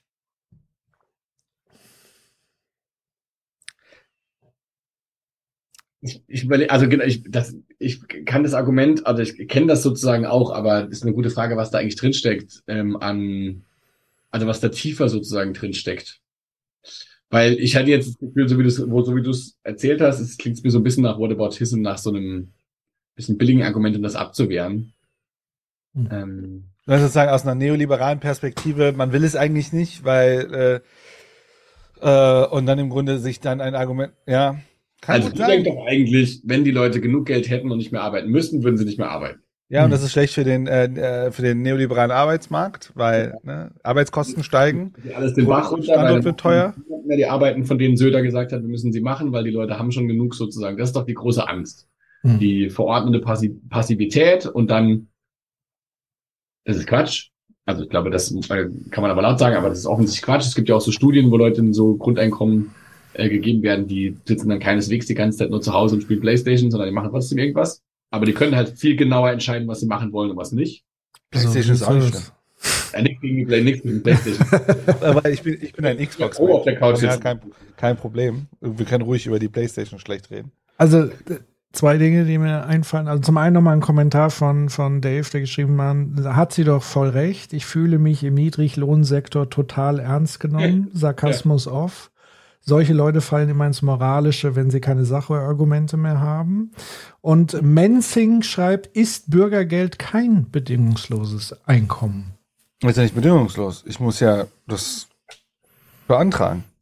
[SPEAKER 7] Ich überlege, also ich kann das Argument, also ich kenne das sozusagen auch, aber das ist eine gute Frage, was da eigentlich drinsteckt, also was da tiefer sozusagen drinsteckt. Weil ich hatte jetzt das Gefühl, so wie du es erzählt hast, es klingt mir so ein bisschen nach Whataboutism, nach so einem bisschen billigen Argument, um das abzuwehren.
[SPEAKER 6] Du hast sozusagen aus einer neoliberalen Perspektive, man will es eigentlich nicht, weil und dann im Grunde sich dann ein Argument, ja.
[SPEAKER 7] Also du denkst doch eigentlich, wenn die Leute genug Geld hätten und nicht mehr arbeiten müssten, würden sie nicht mehr arbeiten.
[SPEAKER 6] Ja, und das ist schlecht für den neoliberalen Arbeitsmarkt, weil Arbeitskosten steigen.
[SPEAKER 7] Alles den Bach runter,
[SPEAKER 6] Standort wird teuer.
[SPEAKER 7] Die Arbeiten, von denen Söder gesagt hat, wir müssen sie machen, weil die Leute haben schon genug sozusagen. Das ist doch die große Angst. Die verordnete Passivität und dann, das ist Quatsch. Also ich glaube, das kann man aber laut sagen, aber das ist offensichtlich Quatsch. Es gibt ja auch so Studien, wo Leute in so Grundeinkommen gegeben werden, die sitzen dann keineswegs die ganze Zeit nur zu Hause und spielen Playstation, sondern die machen trotzdem irgendwas. Aber die können halt viel genauer entscheiden, was sie machen wollen und was nicht.
[SPEAKER 6] Playstation ist auch nicht schlimm.
[SPEAKER 7] Nichts gegen Playstation.
[SPEAKER 6] Aber ich bin ein Xbox.
[SPEAKER 7] Auf der Couch
[SPEAKER 6] ja, kein Problem. Wir können ruhig über die Playstation schlecht reden.
[SPEAKER 5] Also zwei Dinge, die mir einfallen. Also zum einen nochmal ein Kommentar von Dave, der geschrieben hat, hat sie doch voll recht. Ich fühle mich im Niedriglohnsektor total ernst genommen. Sarkasmus off. Solche Leute fallen immer ins Moralische, wenn sie keine Sachargumente mehr haben. Und Menzing schreibt, ist Bürgergeld kein bedingungsloses Einkommen?
[SPEAKER 6] Das ist ja nicht bedingungslos. Ich muss ja das beantragen.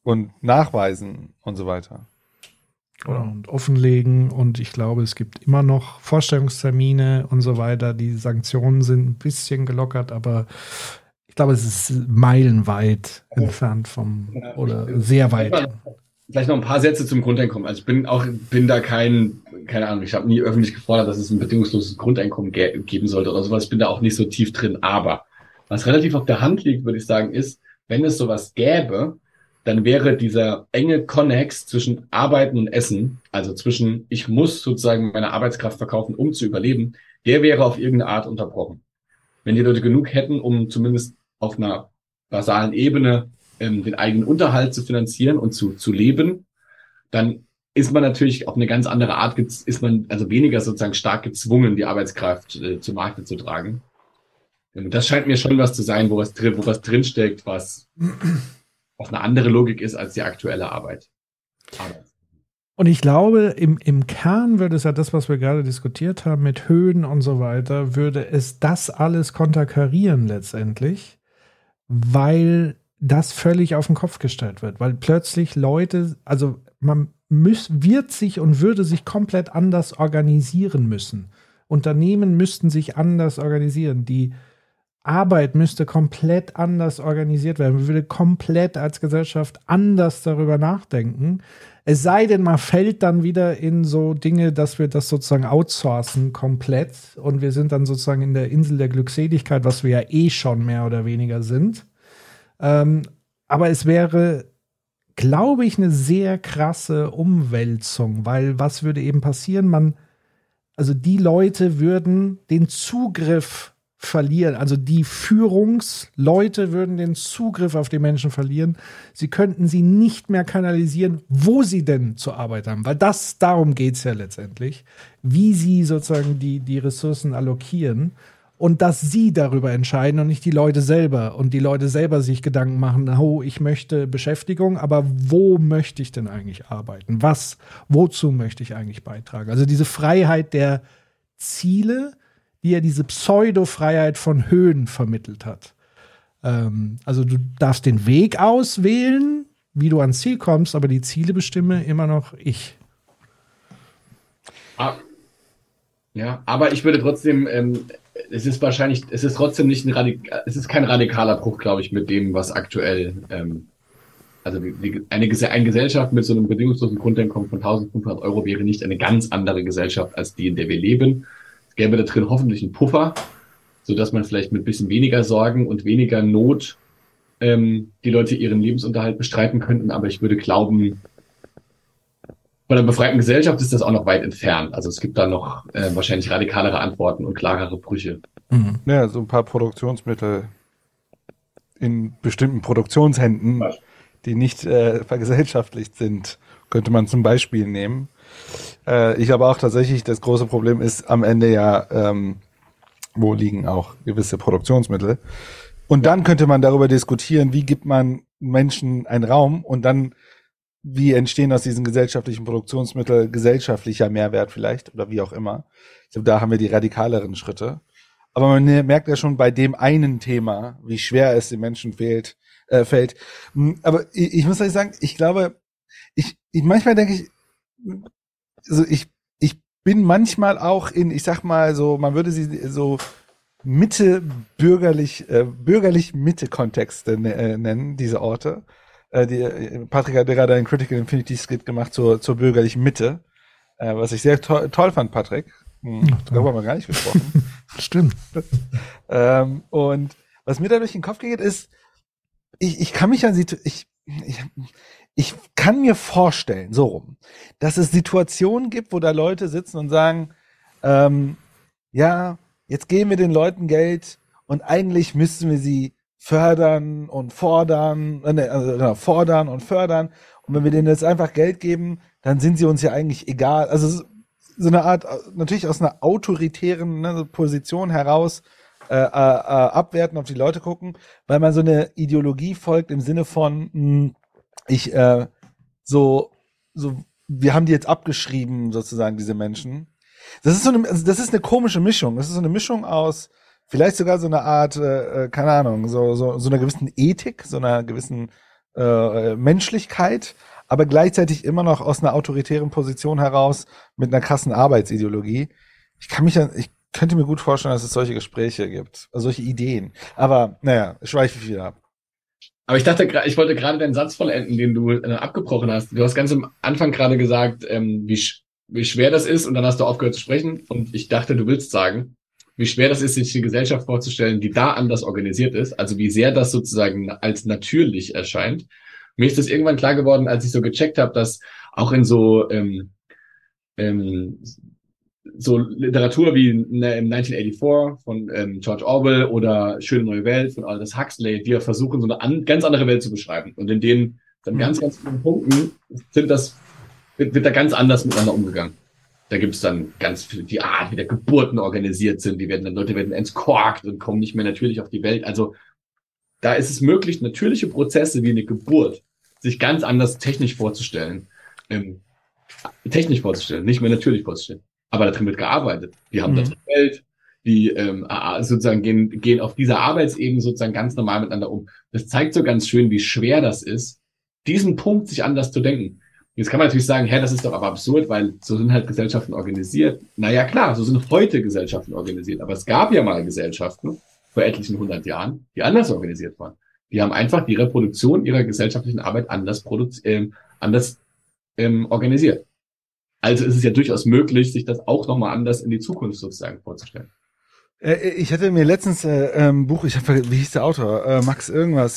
[SPEAKER 6] und nachweisen und so weiter.
[SPEAKER 5] Und offenlegen, und ich glaube, es gibt immer noch Vorstellungstermine und so weiter. Die Sanktionen sind ein bisschen gelockert, aber ich glaube, es ist meilenweit entfernt oder sehr weit.
[SPEAKER 7] Vielleicht noch ein paar Sätze zum Grundeinkommen. Also ich bin da keine Ahnung, ich habe nie öffentlich gefordert, dass es ein bedingungsloses Grundeinkommen geben sollte oder sowas. Ich bin da auch nicht so tief drin. Aber was relativ auf der Hand liegt, würde ich sagen, ist, wenn es sowas gäbe, dann wäre dieser enge Konnex zwischen Arbeiten und Essen, also zwischen ich muss sozusagen meine Arbeitskraft verkaufen, um zu überleben, der wäre auf irgendeine Art unterbrochen. Wenn die Leute genug hätten, um zumindest auf einer basalen Ebene den eigenen Unterhalt zu finanzieren und zu leben, dann ist man natürlich auf eine ganz andere Art, ist man also weniger sozusagen stark gezwungen, die Arbeitskraft zu Markte zu tragen. Und das scheint mir schon was zu sein, wo was drinsteckt, was auf eine andere Logik ist als die aktuelle Arbeit.
[SPEAKER 5] Und ich glaube, im Kern würde es ja das, was wir gerade diskutiert haben, mit Höhen und so weiter, würde es das alles konterkarieren letztendlich, weil das völlig auf den Kopf gestellt wird. Weil plötzlich Leute, also man wird sich und würde sich komplett anders organisieren müssen. Unternehmen müssten sich anders organisieren. Die Arbeit müsste komplett anders organisiert werden. Man würde komplett als Gesellschaft anders darüber nachdenken. Es sei denn, man fällt dann wieder in so Dinge, dass wir das sozusagen outsourcen komplett und wir sind dann sozusagen in der Insel der Glückseligkeit, was wir ja eh schon mehr oder weniger sind. Aber es wäre, glaube ich, eine sehr krasse Umwälzung, weil was würde eben passieren? Also die Leute würden den Zugriff verlieren. Also die Führungsleute würden den Zugriff auf die Menschen verlieren. Sie könnten sie nicht mehr kanalisieren, wo sie denn zur Arbeit haben. Weil darum geht es ja letztendlich, wie sie sozusagen die Ressourcen allokieren und dass sie darüber entscheiden und nicht die Leute selber. Und die Leute selber sich Gedanken machen, ich möchte Beschäftigung, aber wo möchte ich denn eigentlich arbeiten? Wozu möchte ich eigentlich beitragen? Also diese Freiheit der Ziele, die ja diese Pseudo-Freiheit von Höhen vermittelt hat. Also du darfst den Weg auswählen, wie du ans Ziel kommst, aber die Ziele bestimme immer noch ich.
[SPEAKER 7] Ja, aber ich würde trotzdem, es ist trotzdem nicht es ist kein radikaler Bruch, glaube ich, mit dem, was aktuell, also eine Gesellschaft mit so einem bedingungslosen Grundeinkommen von 1.500 € wäre nicht eine ganz andere Gesellschaft als die, in der wir leben. Es gäbe da drin hoffentlich einen Puffer, sodass man vielleicht mit ein bisschen weniger Sorgen und weniger Not die Leute ihren Lebensunterhalt bestreiten könnten. Aber ich würde glauben, von einer befreiten Gesellschaft ist das auch noch weit entfernt. Also es gibt da noch wahrscheinlich radikalere Antworten und klarere Brüche.
[SPEAKER 6] Mhm. Ja, so ein paar Produktionsmittel in bestimmten Produktionshänden, die nicht vergesellschaftlicht sind, könnte man zum Beispiel nehmen. Ich glaube auch tatsächlich, das große Problem ist am Ende ja, wo liegen auch gewisse Produktionsmittel. Und dann könnte man darüber diskutieren, wie gibt man Menschen einen Raum und dann, wie entstehen aus diesen gesellschaftlichen Produktionsmitteln gesellschaftlicher Mehrwert vielleicht oder wie auch immer. Ich glaube, da haben wir die radikaleren Schritte. Aber man merkt ja schon bei dem einen Thema, wie schwer es den Menschen fällt. Aber ich muss euch sagen, ich glaube, manchmal denke ich, also ich bin manchmal auch in, ich sag mal so, man würde sie so bürgerlich-Mitte-Kontexte nennen, diese Orte. Patrick hat gerade einen Critical Infinity Skit gemacht zur bürgerlichen Mitte, was ich sehr toll fand, Patrick. Darüber haben wir gar nicht gesprochen.
[SPEAKER 5] Stimmt.
[SPEAKER 6] Und was mir da durch den Kopf geht, ist, ich kann mich an ich kann mir vorstellen, so rum, dass es Situationen gibt, wo da Leute sitzen und sagen, ja, jetzt geben wir den Leuten Geld und eigentlich müssten wir sie fördern und fordern. Und wenn wir denen jetzt einfach Geld geben, dann sind sie uns ja eigentlich egal. Also so eine Art, natürlich aus einer autoritären Position heraus abwerten, auf die Leute gucken, weil man so eine Ideologie folgt im Sinne von, wir haben die jetzt abgeschrieben, sozusagen, diese Menschen. Das ist eine komische Mischung. Das ist so eine Mischung aus vielleicht sogar so eine Art, keine Ahnung, so einer gewissen Ethik, so einer gewissen
[SPEAKER 10] Menschlichkeit, aber gleichzeitig immer noch aus einer autoritären Position heraus mit einer krassen Arbetsideologie. Ich könnte mir gut vorstellen, dass es solche Gespräche gibt, also solche Ideen. Aber naja, schweife ich wieder ab.
[SPEAKER 7] Aber ich wollte gerade deinen Satz vollenden, den du abgebrochen hast. Du hast ganz am Anfang gerade gesagt, wie schwer das ist, und dann hast du aufgehört zu sprechen. Und ich dachte, du willst sagen, wie schwer das ist, sich eine Gesellschaft vorzustellen, die da anders organisiert ist. Also wie sehr das sozusagen als natürlich erscheint. Mir ist das irgendwann klar geworden, als ich so gecheckt habe, dass auch in so Literatur wie 1984 von George Orwell oder Schöne neue Welt von Aldous Huxley, die ja versuchen, so eine ganz andere Welt zu beschreiben. Und in denen dann ganz, ganz vielen Punkten wird da ganz anders miteinander umgegangen. Da gibt es dann ganz viel, die Art, wie der Geburten organisiert sind, Leute werden entkorkt und kommen nicht mehr natürlich auf die Welt. Also da ist es möglich, natürliche Prozesse wie eine Geburt sich ganz anders technisch vorzustellen, nicht mehr natürlich vorzustellen. Aber darin wird gearbeitet. Die haben das Geld, die sozusagen gehen auf dieser Arbeitsebene sozusagen ganz normal miteinander um. Das zeigt so ganz schön, wie schwer das ist, diesen Punkt sich anders zu denken. Jetzt kann man natürlich sagen, das ist doch aber absurd, weil so sind halt Gesellschaften organisiert. Naja, klar, so sind heute Gesellschaften organisiert. Aber es gab ja mal Gesellschaften vor etlichen 100 Jahren, die anders organisiert waren. Die haben einfach die Reproduktion ihrer gesellschaftlichen Arbeit anders organisiert. Also ist es ja durchaus möglich, sich das auch nochmal anders in die Zukunft sozusagen vorzustellen.
[SPEAKER 10] Ich hatte mir letztens ein Buch, wie hieß der Autor? Max irgendwas,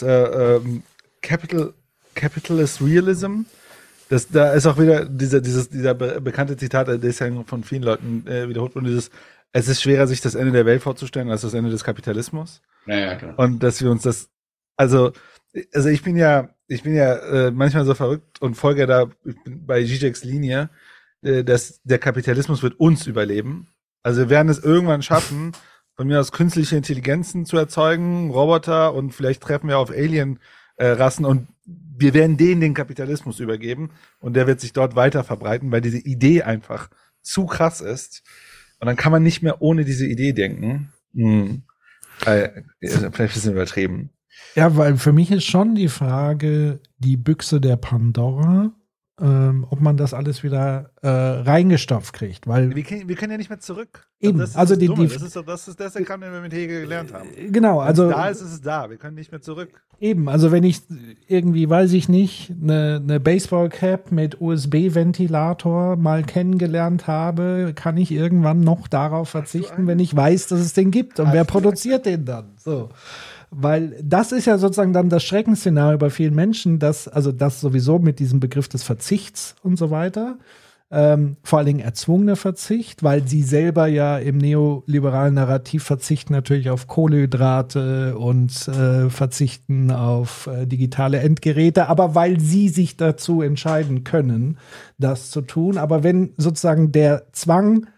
[SPEAKER 10] Capitalist Realism. Da ist auch wieder dieser bekannte Zitat, der ist ja von vielen Leuten wiederholt worden, es ist schwerer, sich das Ende der Welt vorzustellen, als das Ende des Kapitalismus.
[SPEAKER 7] Ja, klar.
[SPEAKER 10] Und dass wir uns das, also ich bin ja manchmal so verrückt und folge da bei Zizeks Linie, dass der Kapitalismus wird uns überleben. Also wir werden es irgendwann schaffen, von mir aus künstliche Intelligenzen zu erzeugen, Roboter, und vielleicht treffen wir auf Alien-Rassen und wir werden denen den Kapitalismus übergeben und der wird sich dort weiter verbreiten, weil diese Idee einfach zu krass ist. Und dann kann man nicht mehr ohne diese Idee denken. Vielleicht ein bisschen übertrieben.
[SPEAKER 5] Ja, weil für mich ist schon die Frage, die Büchse der Pandora, ob man das alles wieder reingestopft kriegt. Weil
[SPEAKER 10] wir können ja nicht mehr zurück.
[SPEAKER 5] Eben,
[SPEAKER 10] das
[SPEAKER 5] ist
[SPEAKER 10] das ist der Kram, den wir mit Hegel gelernt haben.
[SPEAKER 5] Genau, also
[SPEAKER 10] wenn es da ist es da. Wir können nicht mehr zurück.
[SPEAKER 5] Eben, also wenn ich irgendwie, weiß ich nicht, eine Baseball-Cap mit USB-Ventilator mal kennengelernt habe, kann ich irgendwann noch darauf verzichten, wenn ich weiß, dass es den gibt. Und wer produziert den dann? So. Weil das ist ja sozusagen dann das Schreckensszenario bei vielen Menschen, das sowieso mit diesem Begriff des Verzichts und so weiter, vor allen Dingen erzwungener Verzicht, weil sie selber ja im neoliberalen Narrativ verzichten natürlich auf Kohlenhydrate und verzichten auf digitale Endgeräte, aber weil sie sich dazu entscheiden können, das zu tun. Aber wenn sozusagen der Zwang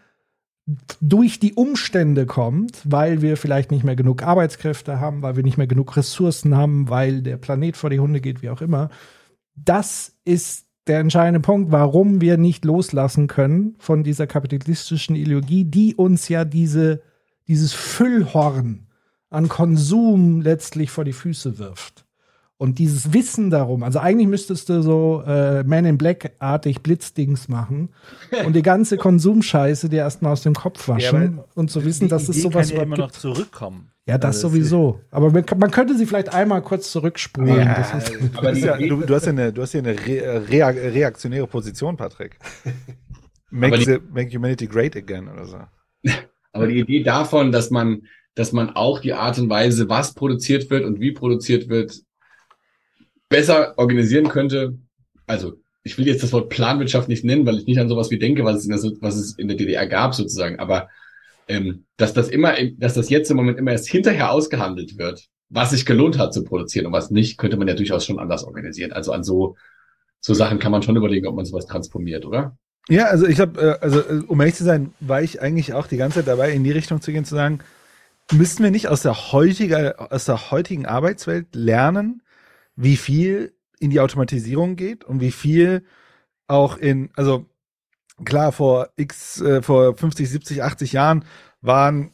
[SPEAKER 5] durch die Umstände kommt, weil wir vielleicht nicht mehr genug Arbeitskräfte haben, weil wir nicht mehr genug Ressourcen haben, weil der Planet vor die Hunde geht, wie auch immer. Das ist der entscheidende Punkt, warum wir nicht loslassen können von dieser kapitalistischen Ideologie, die uns ja dieses Füllhorn an Konsum letztlich vor die Füße wirft. Und dieses Wissen darum, also eigentlich müsstest du so Man in Black-artig Blitzdings machen und die ganze Konsumscheiße dir erstmal aus dem Kopf waschen und zu wissen, dass es sowas
[SPEAKER 10] kann ja immer noch zurückkommen.
[SPEAKER 5] Ja, das sowieso. Aber man könnte sie vielleicht einmal kurz zurückspulen.
[SPEAKER 10] Ja, aber du hast ja eine reaktionäre Position, Patrick. Make humanity great again oder so.
[SPEAKER 7] Aber die Idee davon, dass man auch die Art und Weise, was produziert wird und wie produziert wird, besser organisieren könnte. Also ich will jetzt das Wort Planwirtschaft nicht nennen, weil ich nicht an sowas wie denke, was es in der DDR gab sozusagen. Aber dass das jetzt im Moment immer erst hinterher ausgehandelt wird, was sich gelohnt hat zu produzieren und was nicht, könnte man ja durchaus schon anders organisieren. Also an so Sachen kann man schon überlegen, ob man sowas transformiert, oder?
[SPEAKER 10] Ja, also ich habe, um ehrlich zu sein, war ich eigentlich auch die ganze Zeit dabei, in die Richtung zu gehen, zu sagen, müssten wir nicht aus der heutigen Arbeitswelt lernen, wie viel in die Automatisierung geht und wie viel auch also klar, vor 50, 70, 80 Jahren waren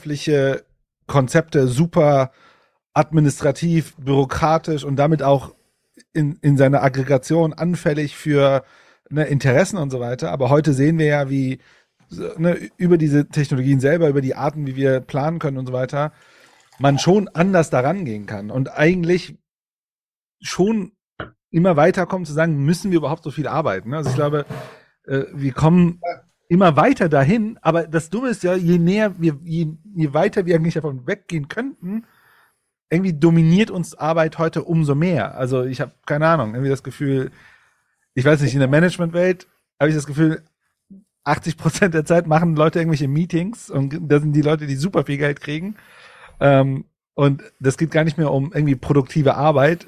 [SPEAKER 10] planwirtschaftliche Konzepte super administrativ, bürokratisch und damit auch
[SPEAKER 6] in seiner Aggregation anfällig für Interessen und so weiter. Aber heute sehen wir ja, wie über diese Technologien selber, über die Arten, wie wir planen können und so weiter, man schon anders daran gehen kann und eigentlich schon immer weiterkommen zu sagen, müssen wir überhaupt so viel arbeiten? Also ich glaube, wir kommen immer weiter dahin, aber das Dumme ist ja, je weiter wir eigentlich davon weggehen könnten, irgendwie dominiert uns Arbeit heute umso mehr. Also ich habe keine Ahnung, irgendwie das Gefühl, ich weiß nicht, in der Managementwelt habe ich das Gefühl, 80% der Zeit machen Leute irgendwelche Meetings und das sind die Leute, die super viel Geld kriegen. Und das geht gar nicht mehr um irgendwie produktive Arbeit.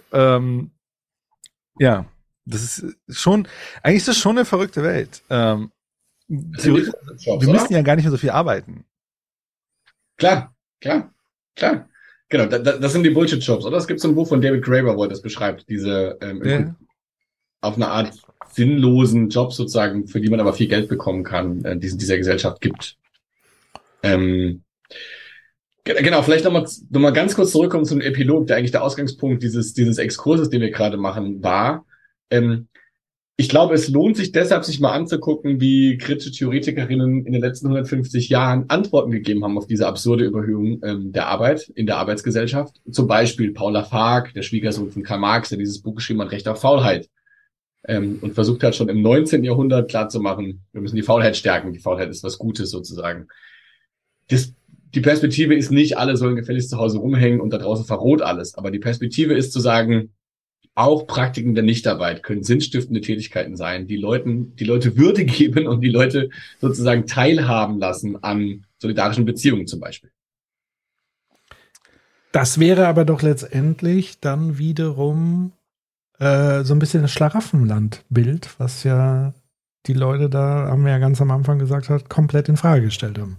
[SPEAKER 6] Ja, das ist schon, eigentlich ist das schon eine verrückte Welt. Wir müssen ja gar nicht mehr so viel arbeiten.
[SPEAKER 7] Klar. Genau, das sind die Bullshit-Jobs, oder? Es gibt so ein Buch von David Graeber, wo er das beschreibt, diese auf eine Art sinnlosen Jobs sozusagen, für die man aber viel Geld bekommen kann, die es in dieser Gesellschaft gibt. Genau, vielleicht nochmal ganz kurz zurückkommen zum Epilog, der eigentlich der Ausgangspunkt dieses Exkurses, den wir gerade machen, war. Ich glaube, es lohnt sich deshalb, sich mal anzugucken, wie kritische Theoretikerinnen in den letzten 150 Jahren Antworten gegeben haben auf diese absurde Überhöhung der Arbeit in der Arbeitsgesellschaft. Zum Beispiel Paul Lafargue, der Schwiegersohn von Karl Marx, der dieses Buch geschrieben hat, Recht auf Faulheit. Und versucht hat, schon im 19. Jahrhundert klarzumachen, wir müssen die Faulheit stärken. Die Faulheit ist was Gutes sozusagen. Die Perspektive ist nicht, alle sollen gefälligst zu Hause rumhängen und da draußen verroht alles. Aber die Perspektive ist zu sagen, auch Praktiken der Nichtarbeit können sinnstiftende Tätigkeiten sein, die Leute Würde geben und die Leute sozusagen teilhaben lassen an solidarischen Beziehungen zum Beispiel.
[SPEAKER 5] Das wäre aber doch letztendlich dann wiederum so ein bisschen das Schlaraffenland-Bild, was ja die Leute da, haben wir ja ganz am Anfang gesagt, komplett in Frage gestellt haben.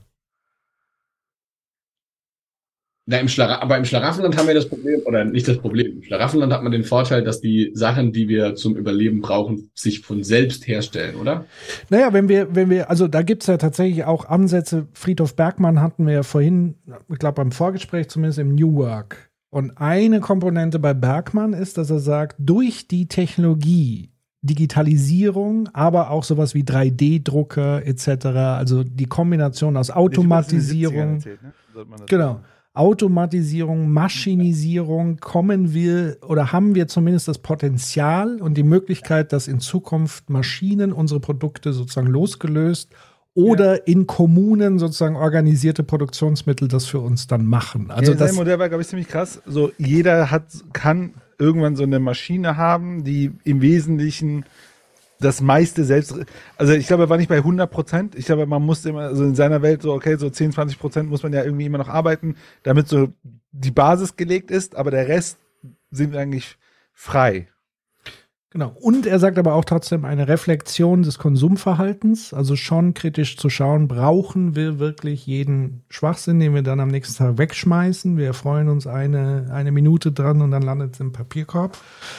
[SPEAKER 7] Na, aber im Schlaraffenland haben wir das Problem, oder nicht das Problem, im Schlaraffenland hat man den Vorteil, dass die Sachen, die wir zum Überleben brauchen, sich von selbst herstellen, oder?
[SPEAKER 5] Naja, wenn wir, also da gibt's ja tatsächlich auch Ansätze, Friedhof Bergmann hatten wir ja vorhin, ich glaube beim Vorgespräch zumindest im New Work. Und eine Komponente bei Bergmann ist, dass er sagt, durch die Technologie, Digitalisierung, aber auch sowas wie 3D-Drucker etc., also die Kombination aus Automatisierung, genau, Automatisierung, Maschinisierung, haben wir zumindest das Potenzial und die Möglichkeit, dass in Zukunft Maschinen unsere Produkte sozusagen losgelöst oder in Kommunen sozusagen organisierte Produktionsmittel das für uns dann machen. Also
[SPEAKER 6] das Modell war, glaube ich, ziemlich krass. So, jeder kann irgendwann so eine Maschine haben, die im Wesentlichen das meiste selbst, also ich glaube, er war nicht bei 100%. Ich glaube, man musste immer, also in seiner Welt so, okay, so 10-20% muss man ja irgendwie immer noch arbeiten, damit so die Basis gelegt ist, aber der Rest sind eigentlich frei.
[SPEAKER 5] Genau. Und er sagt aber auch trotzdem eine Reflexion des Konsumverhaltens, also schon kritisch zu schauen, brauchen wir wirklich jeden Schwachsinn, den wir dann am nächsten Tag wegschmeißen? Wir freuen uns eine Minute dran und dann landet es im Papierkorb.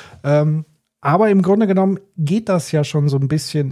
[SPEAKER 5] Aber im Grunde genommen geht das ja schon so ein bisschen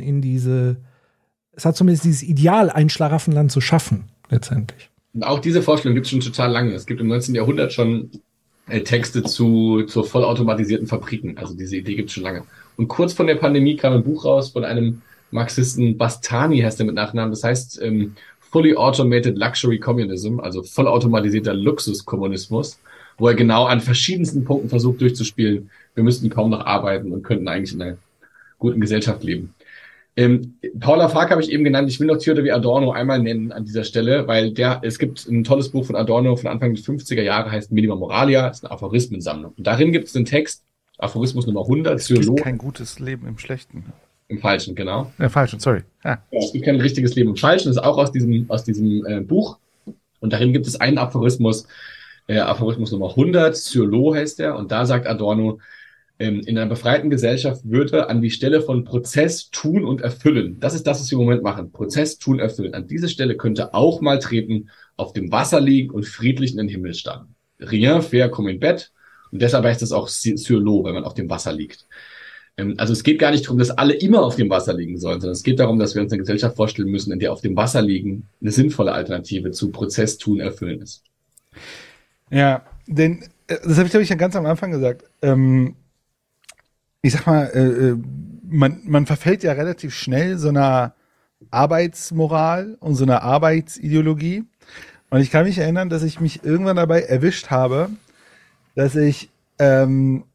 [SPEAKER 5] es hat zumindest dieses Ideal, ein Schlaraffenland zu schaffen, letztendlich.
[SPEAKER 7] Und auch diese Vorstellung gibt es schon total lange. Es gibt im 19. Jahrhundert schon Texte zu vollautomatisierten Fabriken. Also diese Idee gibt es schon lange. Und kurz vor der Pandemie kam ein Buch raus von einem Marxisten, Bastani heißt er mit Nachnamen. Das heißt Fully Automated Luxury Communism, also vollautomatisierter Luxuskommunismus, wo er genau an verschiedensten Punkten versucht durchzuspielen, wir müssten kaum noch arbeiten und könnten eigentlich in einer guten Gesellschaft leben. Paul Lafargue habe ich eben genannt. Ich will noch Theodor W. Adorno einmal nennen an dieser Stelle, weil es gibt ein tolles Buch von Adorno von Anfang der 50er Jahre, heißt Minima Moralia, ist eine Aphorismensammlung. Und darin gibt es den Text, Aphorismus Nummer 100,
[SPEAKER 6] Es gibt kein gutes Leben im Schlechten.
[SPEAKER 7] Im Falschen, genau.
[SPEAKER 6] Im Falschen, sorry.
[SPEAKER 7] Ja, es gibt kein richtiges Leben im Falschen, das ist auch aus diesem Buch. Und darin gibt es einen Aphorismus, Aphorismus Nummer 100, sur l'eau heißt der, und da sagt Adorno, in einer befreiten Gesellschaft würde an die Stelle von Prozess, Tun und Erfüllen, das ist das, was wir im Moment machen, Prozess, Tun, Erfüllen, an diese Stelle könnte auch mal treten, auf dem Wasser liegen und friedlich in den Himmel starren. Rien faire comme in Bett, und deshalb heißt es auch sur l'eau, weil man auf dem Wasser liegt. Also es geht gar nicht darum, dass alle immer auf dem Wasser liegen sollen, sondern es geht darum, dass wir uns eine Gesellschaft vorstellen müssen, in der auf dem Wasser liegen eine sinnvolle Alternative zu Prozess, Tun, Erfüllen ist.
[SPEAKER 6] Ja, denn das habe ich, glaube ich, ganz am Anfang gesagt.
[SPEAKER 10] ich sag mal, man verfällt ja relativ schnell so einer Arbeitsmoral und so einer Arbeitsideologie. Und ich kann mich erinnern, dass ich mich irgendwann dabei erwischt habe, dass ich mein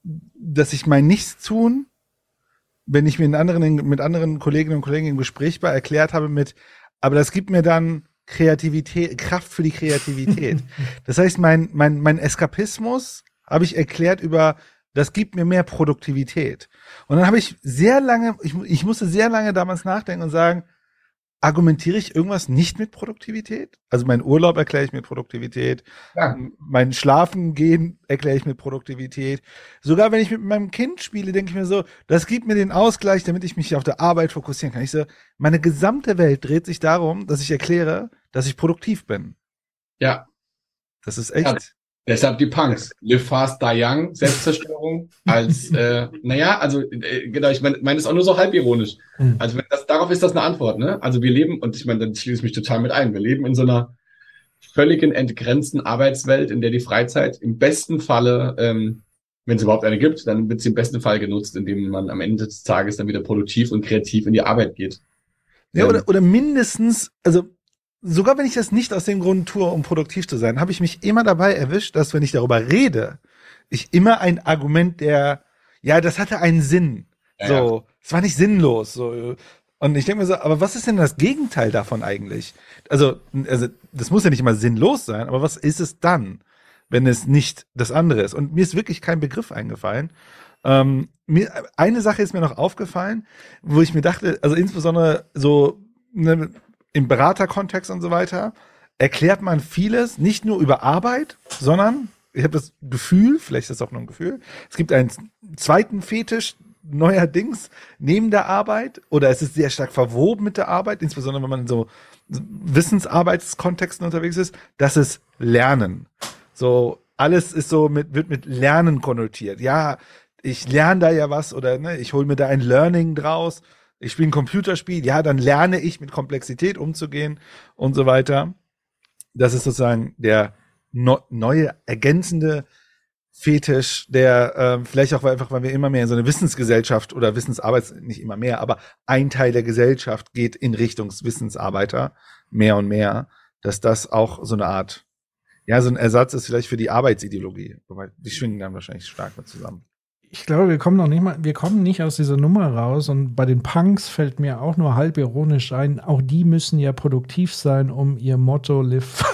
[SPEAKER 10] Nichtstun, wenn ich mit anderen Kolleginnen und Kollegen im Gespräch war, erklärt habe aber das gibt mir dann Kreativität, Kraft für die Kreativität. Das heißt, mein Eskapismus habe ich erklärt das gibt mir mehr Produktivität. Und dann habe ich ich musste sehr lange damals nachdenken und sagen, argumentiere ich irgendwas nicht mit Produktivität? Also meinen Urlaub erkläre ich mit Produktivität, mein Schlafen gehen erkläre ich mit Produktivität. Sogar wenn ich mit meinem Kind spiele, denke ich mir so, das gibt mir den Ausgleich, damit ich mich auf der Arbeit fokussieren kann. Meine gesamte Welt dreht sich darum, dass ich erkläre, dass ich produktiv bin.
[SPEAKER 7] Ja.
[SPEAKER 10] Das ist echt.
[SPEAKER 7] Ja, deshalb die Punks. Live fast, die young, Selbstzerstörung als, genau, ich meine es auch nur so halb ironisch. Also darauf ist das eine Antwort, ne? Also wir leben, und ich meine, dann schließe ich mich total mit ein, wir leben in so einer völligen entgrenzten Arbeitswelt, in der die Freizeit im besten Falle, wenn es überhaupt eine gibt, dann wird sie im besten Fall genutzt, indem man am Ende des Tages dann wieder produktiv und kreativ in die Arbeit geht.
[SPEAKER 10] Ja, oder mindestens, also sogar wenn ich das nicht aus dem Grund tue, um produktiv zu sein, habe ich mich immer dabei erwischt, dass, wenn ich darüber rede, ich immer ein Argument das hatte einen Sinn. So, es war nicht sinnlos. So. Und ich denke mir so, aber was ist denn das Gegenteil davon eigentlich? Also das muss ja nicht immer sinnlos sein, aber was ist es dann, wenn es nicht das andere ist? Und mir ist wirklich kein Begriff eingefallen. Eine Sache ist mir noch aufgefallen, wo ich mir dachte, also insbesondere so im Beraterkontext und so weiter, erklärt man vieles nicht nur über Arbeit, sondern ich habe das Gefühl, vielleicht ist das auch nur ein Gefühl, es gibt einen zweiten Fetisch neuerdings neben der Arbeit, oder es ist sehr stark verwoben mit der Arbeit, insbesondere wenn man in so Wissensarbeitskontexten unterwegs ist, das ist Lernen. So, alles ist wird mit Lernen konnotiert. Ja, ich lerne da ja was, oder ich hole mir da ein Learning draus. Ich spiele ein Computerspiel, ja, dann lerne ich mit Komplexität umzugehen und so weiter. Das ist sozusagen der neue, ergänzende Fetisch, der vielleicht auch einfach, weil wir immer mehr in so eine Wissensgesellschaft oder nicht immer mehr, aber ein Teil der Gesellschaft geht in Richtung Wissensarbeiter, mehr und mehr, dass das auch so eine Art, so ein Ersatz ist vielleicht für die Arbeitsideologie. Wobei, die schwingen dann wahrscheinlich stark mit zusammen.
[SPEAKER 5] Ich glaube, wir kommen nicht aus dieser Nummer raus, und bei den Punks fällt mir auch nur halb ironisch ein, auch die müssen ja produktiv sein, um ihr Motto Live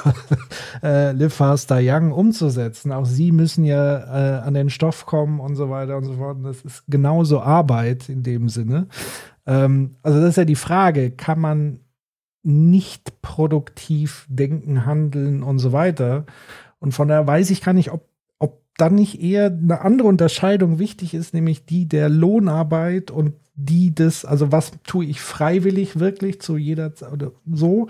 [SPEAKER 5] fast, die young umzusetzen. Auch sie müssen ja an den Stoff kommen und so weiter und so fort. Und das ist genauso Arbeit in dem Sinne. Also das ist ja die Frage, kann man nicht produktiv denken, handeln und so weiter? Und von daher weiß ich gar nicht, ob dann nicht eher eine andere Unterscheidung wichtig ist, nämlich die der Lohnarbeit und die des, also was tue ich freiwillig wirklich zu jeder Zeit oder so,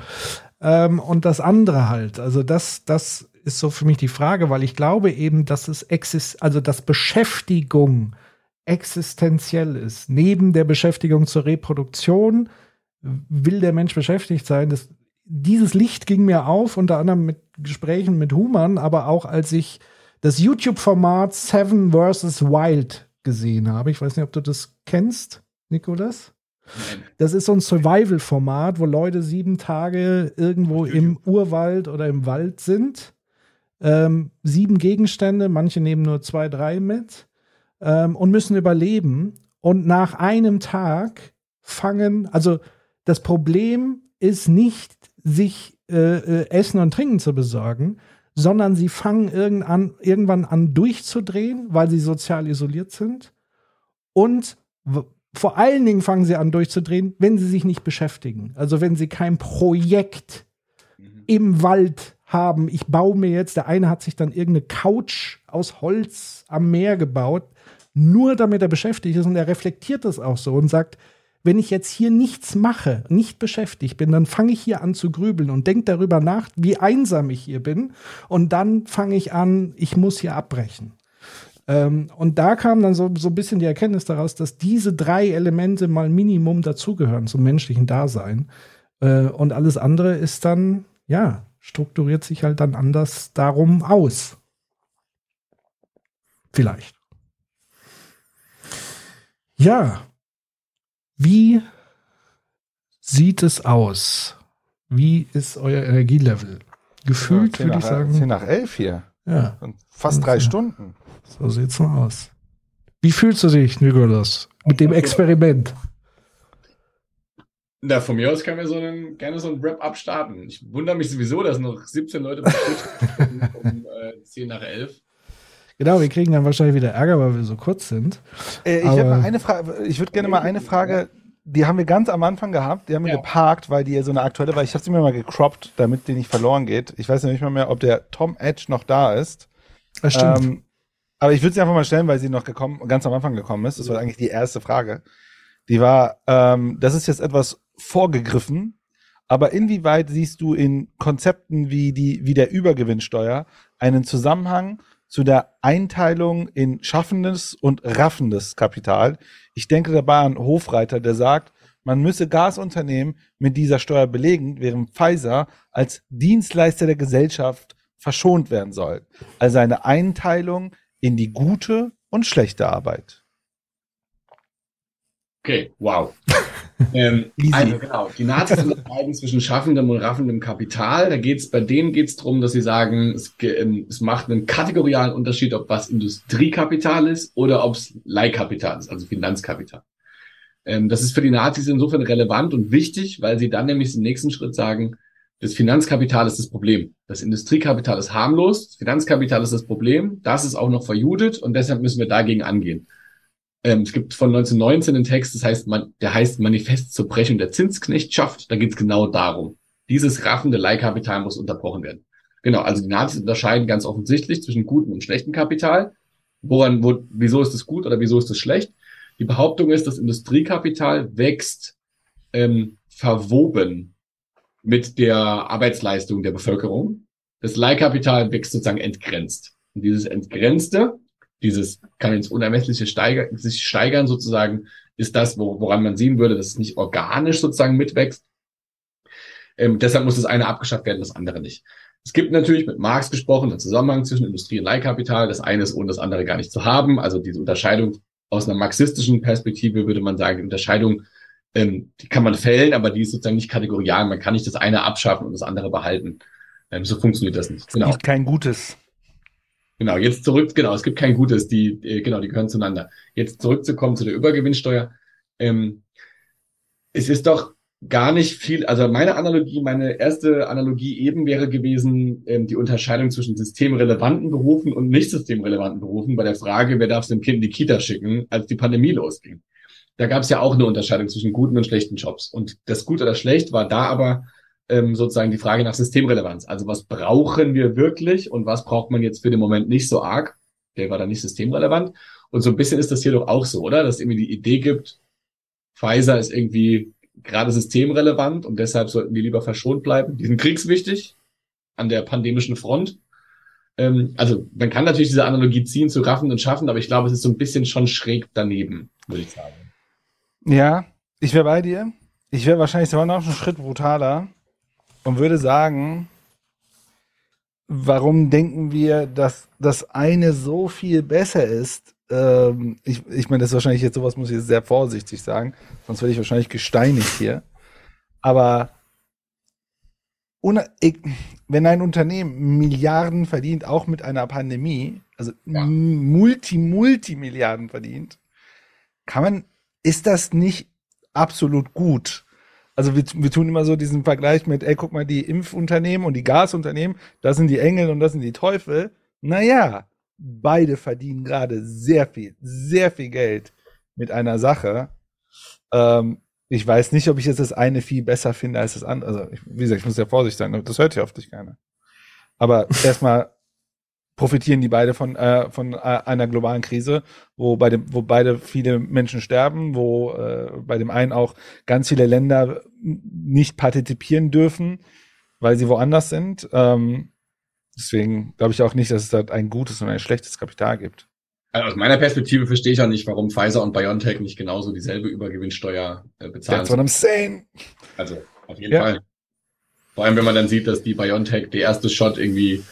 [SPEAKER 5] und das andere halt. Also das ist so für mich die Frage, weil ich glaube eben, dass dass Beschäftigung existenziell ist. Neben der Beschäftigung zur Reproduktion will der Mensch beschäftigt sein. Dieses Licht ging mir auf, unter anderem mit Gesprächen mit Humann, aber auch als ich das YouTube-Format Seven vs. Wild gesehen habe. Ich weiß nicht, ob du das kennst, Nikolas? Nein. Das ist so ein Survival-Format, wo Leute 7 Tage irgendwo im Urwald oder im Wald sind. 7 Gegenstände, manche nehmen nur 2, 3 mit und müssen überleben. Und nach einem Tag also das Problem ist nicht, sich Essen und Trinken zu besorgen, sondern sie fangen irgendwann an durchzudrehen, weil sie sozial isoliert sind. Und vor allen Dingen fangen sie an durchzudrehen, wenn sie sich nicht beschäftigen. Also wenn sie kein Projekt im Wald haben. Ich baue mir jetzt, der eine hat sich dann irgendeine Couch aus Holz am Meer gebaut, nur damit er beschäftigt ist, und er reflektiert das auch so und sagt, wenn ich jetzt hier nichts mache, nicht beschäftigt bin, dann fange ich hier an zu grübeln und denke darüber nach, wie einsam ich hier bin. Und dann fange ich an, ich muss hier abbrechen. Und da kam dann so ein bisschen die Erkenntnis daraus, dass diese 3 Elemente mal Minimum dazugehören zum menschlichen Dasein. Und alles andere ist dann, strukturiert sich halt dann anders darum aus. Vielleicht. Ja. Wie sieht es aus? Wie ist euer Energielevel? Gefühlt würde ich sagen.
[SPEAKER 10] 10 nach 11 hier.
[SPEAKER 5] Ja.
[SPEAKER 10] Und fast 3 Stunden.
[SPEAKER 5] So sieht's noch aus. Wie fühlst du dich, Nikolaus, mit dem Experiment?
[SPEAKER 7] Na, von mir aus können wir gerne so ein Wrap-up starten. Ich wundere mich sowieso, dass noch 17 Leute um 10 nach 11.
[SPEAKER 5] Genau, wir kriegen dann wahrscheinlich wieder Ärger, weil wir so kurz sind.
[SPEAKER 10] Ich habe mal eine Frage. Ich würde gerne mal eine Frage, die haben wir ganz am Anfang gehabt, die haben wir geparkt, weil die so eine aktuelle war. Ich habe sie mir mal gecroppt, damit die nicht verloren geht. Ich weiß ja nicht mal mehr, ob der Tom Edge noch da ist.
[SPEAKER 5] Das stimmt.
[SPEAKER 10] Aber ich würde sie einfach mal stellen, weil sie noch ganz am Anfang gekommen ist. Das war eigentlich die erste Frage. Die war, das ist jetzt etwas vorgegriffen, aber inwieweit siehst du in Konzepten wie der Übergewinnsteuer einen Zusammenhang zu der Einteilung in schaffendes und raffendes Kapital? Ich denke dabei an Hofreiter, der sagt, man müsse Gasunternehmen mit dieser Steuer belegen, während Pfizer als Dienstleister der Gesellschaft verschont werden soll. Also eine Einteilung in die gute und schlechte Arbeit.
[SPEAKER 7] Okay, wow. Also genau, die Nazis unterscheiden zwischen schaffendem und raffendem Kapital. Bei denen geht es darum, dass sie sagen, es macht einen kategorialen Unterschied, ob was Industriekapital ist oder ob es Leihkapital ist, also Finanzkapital. Das ist für die Nazis insofern relevant und wichtig, weil sie dann nämlich im nächsten Schritt sagen, das Finanzkapital ist das Problem. Das Industriekapital ist harmlos, das Finanzkapital ist das Problem, das ist auch noch verjudet und deshalb müssen wir dagegen angehen. Es gibt von 1919 einen Text, der heißt Manifest zur Brechung der Zinsknechtschaft. Da geht es genau darum. Dieses raffende Leihkapital muss unterbrochen werden. Genau, also die Nazis unterscheiden ganz offensichtlich zwischen gutem und schlechtem Kapital. Wieso ist es gut oder wieso ist es schlecht? Die Behauptung ist, das Industriekapital wächst verwoben mit der Arbeitsleistung der Bevölkerung. Das Leihkapital wächst sozusagen entgrenzt. Und dieses Entgrenzte, dieses kann ins Unermessliche sich steigern sozusagen, ist das, woran man sehen würde, dass es nicht organisch sozusagen mitwächst. Deshalb muss das eine abgeschafft werden, das andere nicht. Es gibt natürlich mit Marx gesprochen einen Zusammenhang zwischen Industrie und Leihkapital. Das eine ist ohne das andere gar nicht zu haben. Also diese Unterscheidung aus einer marxistischen Perspektive würde man sagen, die Unterscheidung, die kann man fällen, aber die ist sozusagen nicht kategorial. Man kann nicht das eine abschaffen und das andere behalten. So funktioniert das nicht.
[SPEAKER 10] Genau. Es gibt kein Gutes.
[SPEAKER 7] Genau, jetzt zurück, es gibt kein Gutes, die gehören zueinander. Jetzt zurückzukommen zu der Übergewinnsteuer. Es ist doch gar nicht viel, also meine erste Analogie eben wäre gewesen, die Unterscheidung zwischen systemrelevanten Berufen und nicht systemrelevanten Berufen bei der Frage, wer darf sein Kind in die Kita schicken, als die Pandemie losging. Da gab es ja auch eine Unterscheidung zwischen guten und schlechten Jobs. Und das gut oder schlecht war da aber sozusagen die Frage nach Systemrelevanz. Also was brauchen wir wirklich und was braucht man jetzt für den Moment nicht so arg? Der war da nicht systemrelevant. Und so ein bisschen ist das hier doch auch so, oder? Dass es irgendwie die Idee gibt, Pfizer ist irgendwie gerade systemrelevant und deshalb sollten die lieber verschont bleiben. Die sind kriegswichtig an der pandemischen Front. Also man kann natürlich diese Analogie ziehen zu raffen und schaffen, aber ich glaube, es ist so ein bisschen schon schräg daneben, würde ich sagen.
[SPEAKER 10] Ja, ich wäre bei dir. Ich wäre wahrscheinlich sogar noch einen Schritt brutaler. Und würde sagen, warum denken wir, dass das eine so viel besser ist? Ich meine, das ist wahrscheinlich jetzt sowas, muss ich jetzt sehr vorsichtig sagen, sonst werde ich wahrscheinlich gesteinigt hier. Aber wenn ein Unternehmen Milliarden verdient, auch mit einer Pandemie, also Multimilliarden verdient, ist das nicht absolut gut? Also wir tun immer so diesen Vergleich mit, guck mal, die Impfunternehmen und die Gasunternehmen, das sind die Engel und das sind die Teufel. Naja, beide verdienen gerade sehr viel Geld mit einer Sache. Ich weiß nicht, ob ich jetzt das eine viel besser finde als das andere. Also, wie gesagt, ich muss ja vorsichtig sein, das hört ja auf dich keiner. Aber erstmal profitieren die beide von einer globalen Krise, wo beide viele Menschen sterben, wo bei dem einen auch ganz viele Länder nicht partizipieren dürfen, weil sie woanders sind. Deswegen glaube ich auch nicht, dass es da ein gutes und ein schlechtes Kapital gibt.
[SPEAKER 7] Also aus meiner Perspektive verstehe ich auch nicht, warum Pfizer und BioNTech nicht genauso dieselbe Übergewinnsteuer bezahlen.
[SPEAKER 10] That's what I'm saying.
[SPEAKER 7] Also auf jeden Fall. Vor allem, wenn man dann sieht, dass die BioNTech der erste Shot irgendwie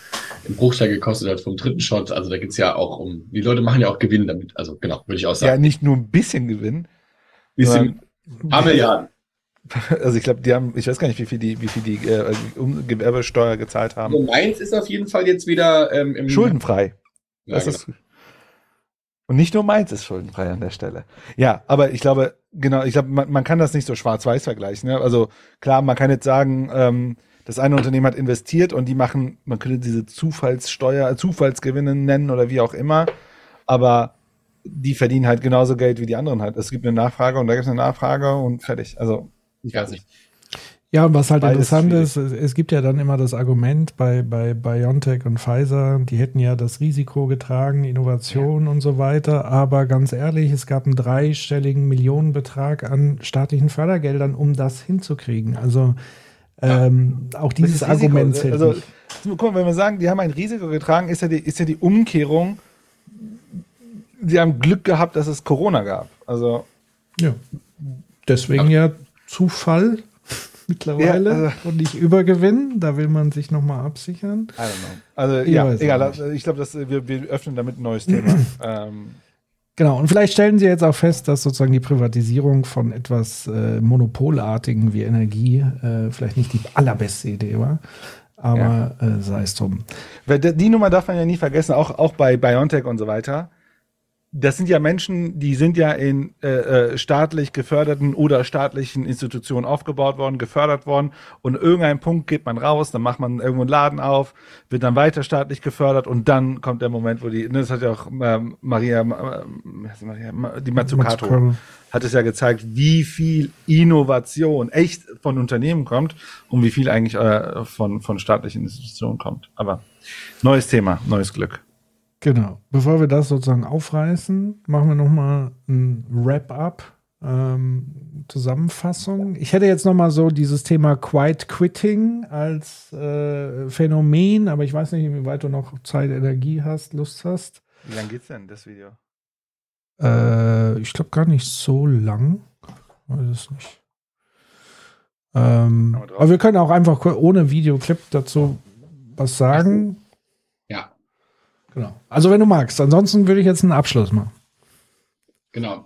[SPEAKER 7] einen Bruchteil gekostet hat vom dritten Shot. Also da geht's ja auch die Leute machen ja auch Gewinn damit. Also genau, würde ich auch sagen.
[SPEAKER 10] Ja, nicht nur ein bisschen Gewinn.
[SPEAKER 7] Paar Milliarden.
[SPEAKER 10] Also ich glaube, ich weiß gar nicht, wie viel die Gewerbesteuer gezahlt haben.
[SPEAKER 7] Also Mainz ist auf jeden Fall jetzt wieder
[SPEAKER 10] schuldenfrei.
[SPEAKER 7] Ja, genau.
[SPEAKER 10] Und nicht nur Mainz ist schuldenfrei an der Stelle. Ja, aber ich glaube, man kann das nicht so schwarz-weiß vergleichen. Ne? Also klar, man kann jetzt sagen, das eine Unternehmen hat investiert und die machen, man könnte diese Zufallsgewinne nennen oder wie auch immer, aber die verdienen halt genauso Geld wie die anderen halt. Es gibt eine Nachfrage und da gibt es eine Nachfrage und fertig. Also, ich weiß nicht.
[SPEAKER 5] Ja, und was halt interessant ist, es gibt ja dann immer das Argument bei BioNTech und Pfizer, die hätten ja das Risiko getragen, Innovation und so weiter, aber ganz ehrlich, es gab einen 3-stelligen Millionenbetrag an staatlichen Fördergeldern, um das hinzukriegen. Also auch dieses Argument zählt
[SPEAKER 10] also,
[SPEAKER 5] nicht.
[SPEAKER 10] Guck mal, wenn wir sagen, die haben ein Risiko getragen, ist ja die Umkehrung, sie haben Glück gehabt, dass es Corona gab. Also
[SPEAKER 5] ja, deswegen ja Zufall mittlerweile und nicht Übergewinn. Da will man sich nochmal absichern.
[SPEAKER 10] I don't know. Also ja, egal. Ich glaube, wir öffnen damit ein neues Thema.
[SPEAKER 5] Genau, und vielleicht stellen Sie jetzt auch fest, dass sozusagen die Privatisierung von etwas Monopolartigen wie Energie vielleicht nicht die allerbeste Idee war. Aber sei es drum.
[SPEAKER 10] Die Nummer darf man ja nie vergessen, auch bei BioNTech und so weiter. Das sind ja Menschen, die sind ja in staatlich geförderten oder staatlichen Institutionen aufgebaut worden, gefördert worden und irgendeinem Punkt geht man raus, dann macht man irgendwo einen Laden auf, wird dann weiter staatlich gefördert und dann kommt der Moment, wo das hat ja auch die Mazzucato hat es ja gezeigt, wie viel Innovation echt von Unternehmen kommt und wie viel eigentlich von staatlichen Institutionen kommt. Aber neues Thema, neues Glück.
[SPEAKER 5] Genau. Bevor wir das sozusagen aufreißen, machen wir nochmal ein Wrap-up, Zusammenfassung. Ich hätte jetzt nochmal so dieses Thema Quiet Quitting als Phänomen, aber ich weiß nicht, inwieweit du noch Zeit, Energie hast, Lust hast.
[SPEAKER 10] Wie lang geht's denn, das Video?
[SPEAKER 5] Ich glaube gar nicht so lang. Weiß es nicht. Aber wir können auch einfach ohne Videoclip dazu was sagen.
[SPEAKER 7] Ja.
[SPEAKER 5] Genau. Also wenn du magst. Ansonsten würde ich jetzt einen Abschluss machen.
[SPEAKER 7] Genau.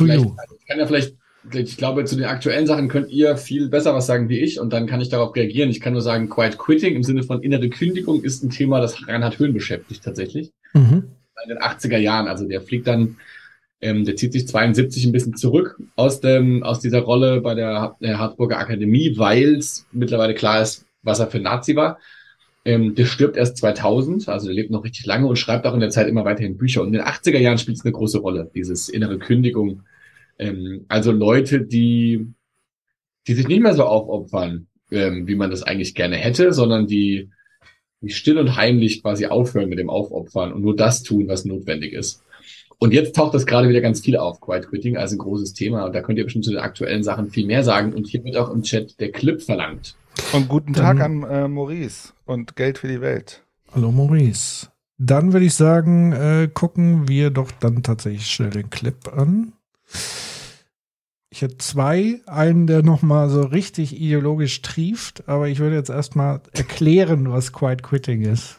[SPEAKER 7] Ich glaube, zu den aktuellen Sachen könnt ihr viel besser was sagen wie ich und dann kann ich darauf reagieren. Ich kann nur sagen, Quiet Quitting im Sinne von innere Kündigung ist ein Thema, das Reinhard Höhn beschäftigt tatsächlich. In den 80er Jahren. Also der fliegt dann, der zieht sich 72 ein bisschen zurück aus dieser Rolle bei der Habsburger Akademie, weil es mittlerweile klar ist, was er für Nazi war. Der stirbt erst 2000, also der lebt noch richtig lange und schreibt auch in der Zeit immer weiterhin Bücher. Und in den 80er Jahren spielt es eine große Rolle, dieses innere Kündigung. Also Leute, die sich nicht mehr so aufopfern, wie man das eigentlich gerne hätte, sondern die still und heimlich quasi aufhören mit dem Aufopfern und nur das tun, was notwendig ist. Und jetzt taucht das gerade wieder ganz viel auf, Quiet Quitting, als ein großes Thema. Und da könnt ihr bestimmt zu den aktuellen Sachen viel mehr sagen. Und hier wird auch im Chat der Clip verlangt.
[SPEAKER 10] Und guten Tag an Maurice und Geld für die Welt.
[SPEAKER 5] Hallo Maurice. Dann würde ich sagen, gucken wir doch dann tatsächlich schnell den Clip an. Ich hätte einen, der nochmal so richtig ideologisch trieft, aber ich würde jetzt erstmal erklären, was Quiet Quitting ist.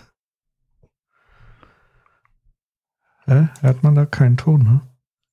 [SPEAKER 5] Hört man da keinen Ton, ne?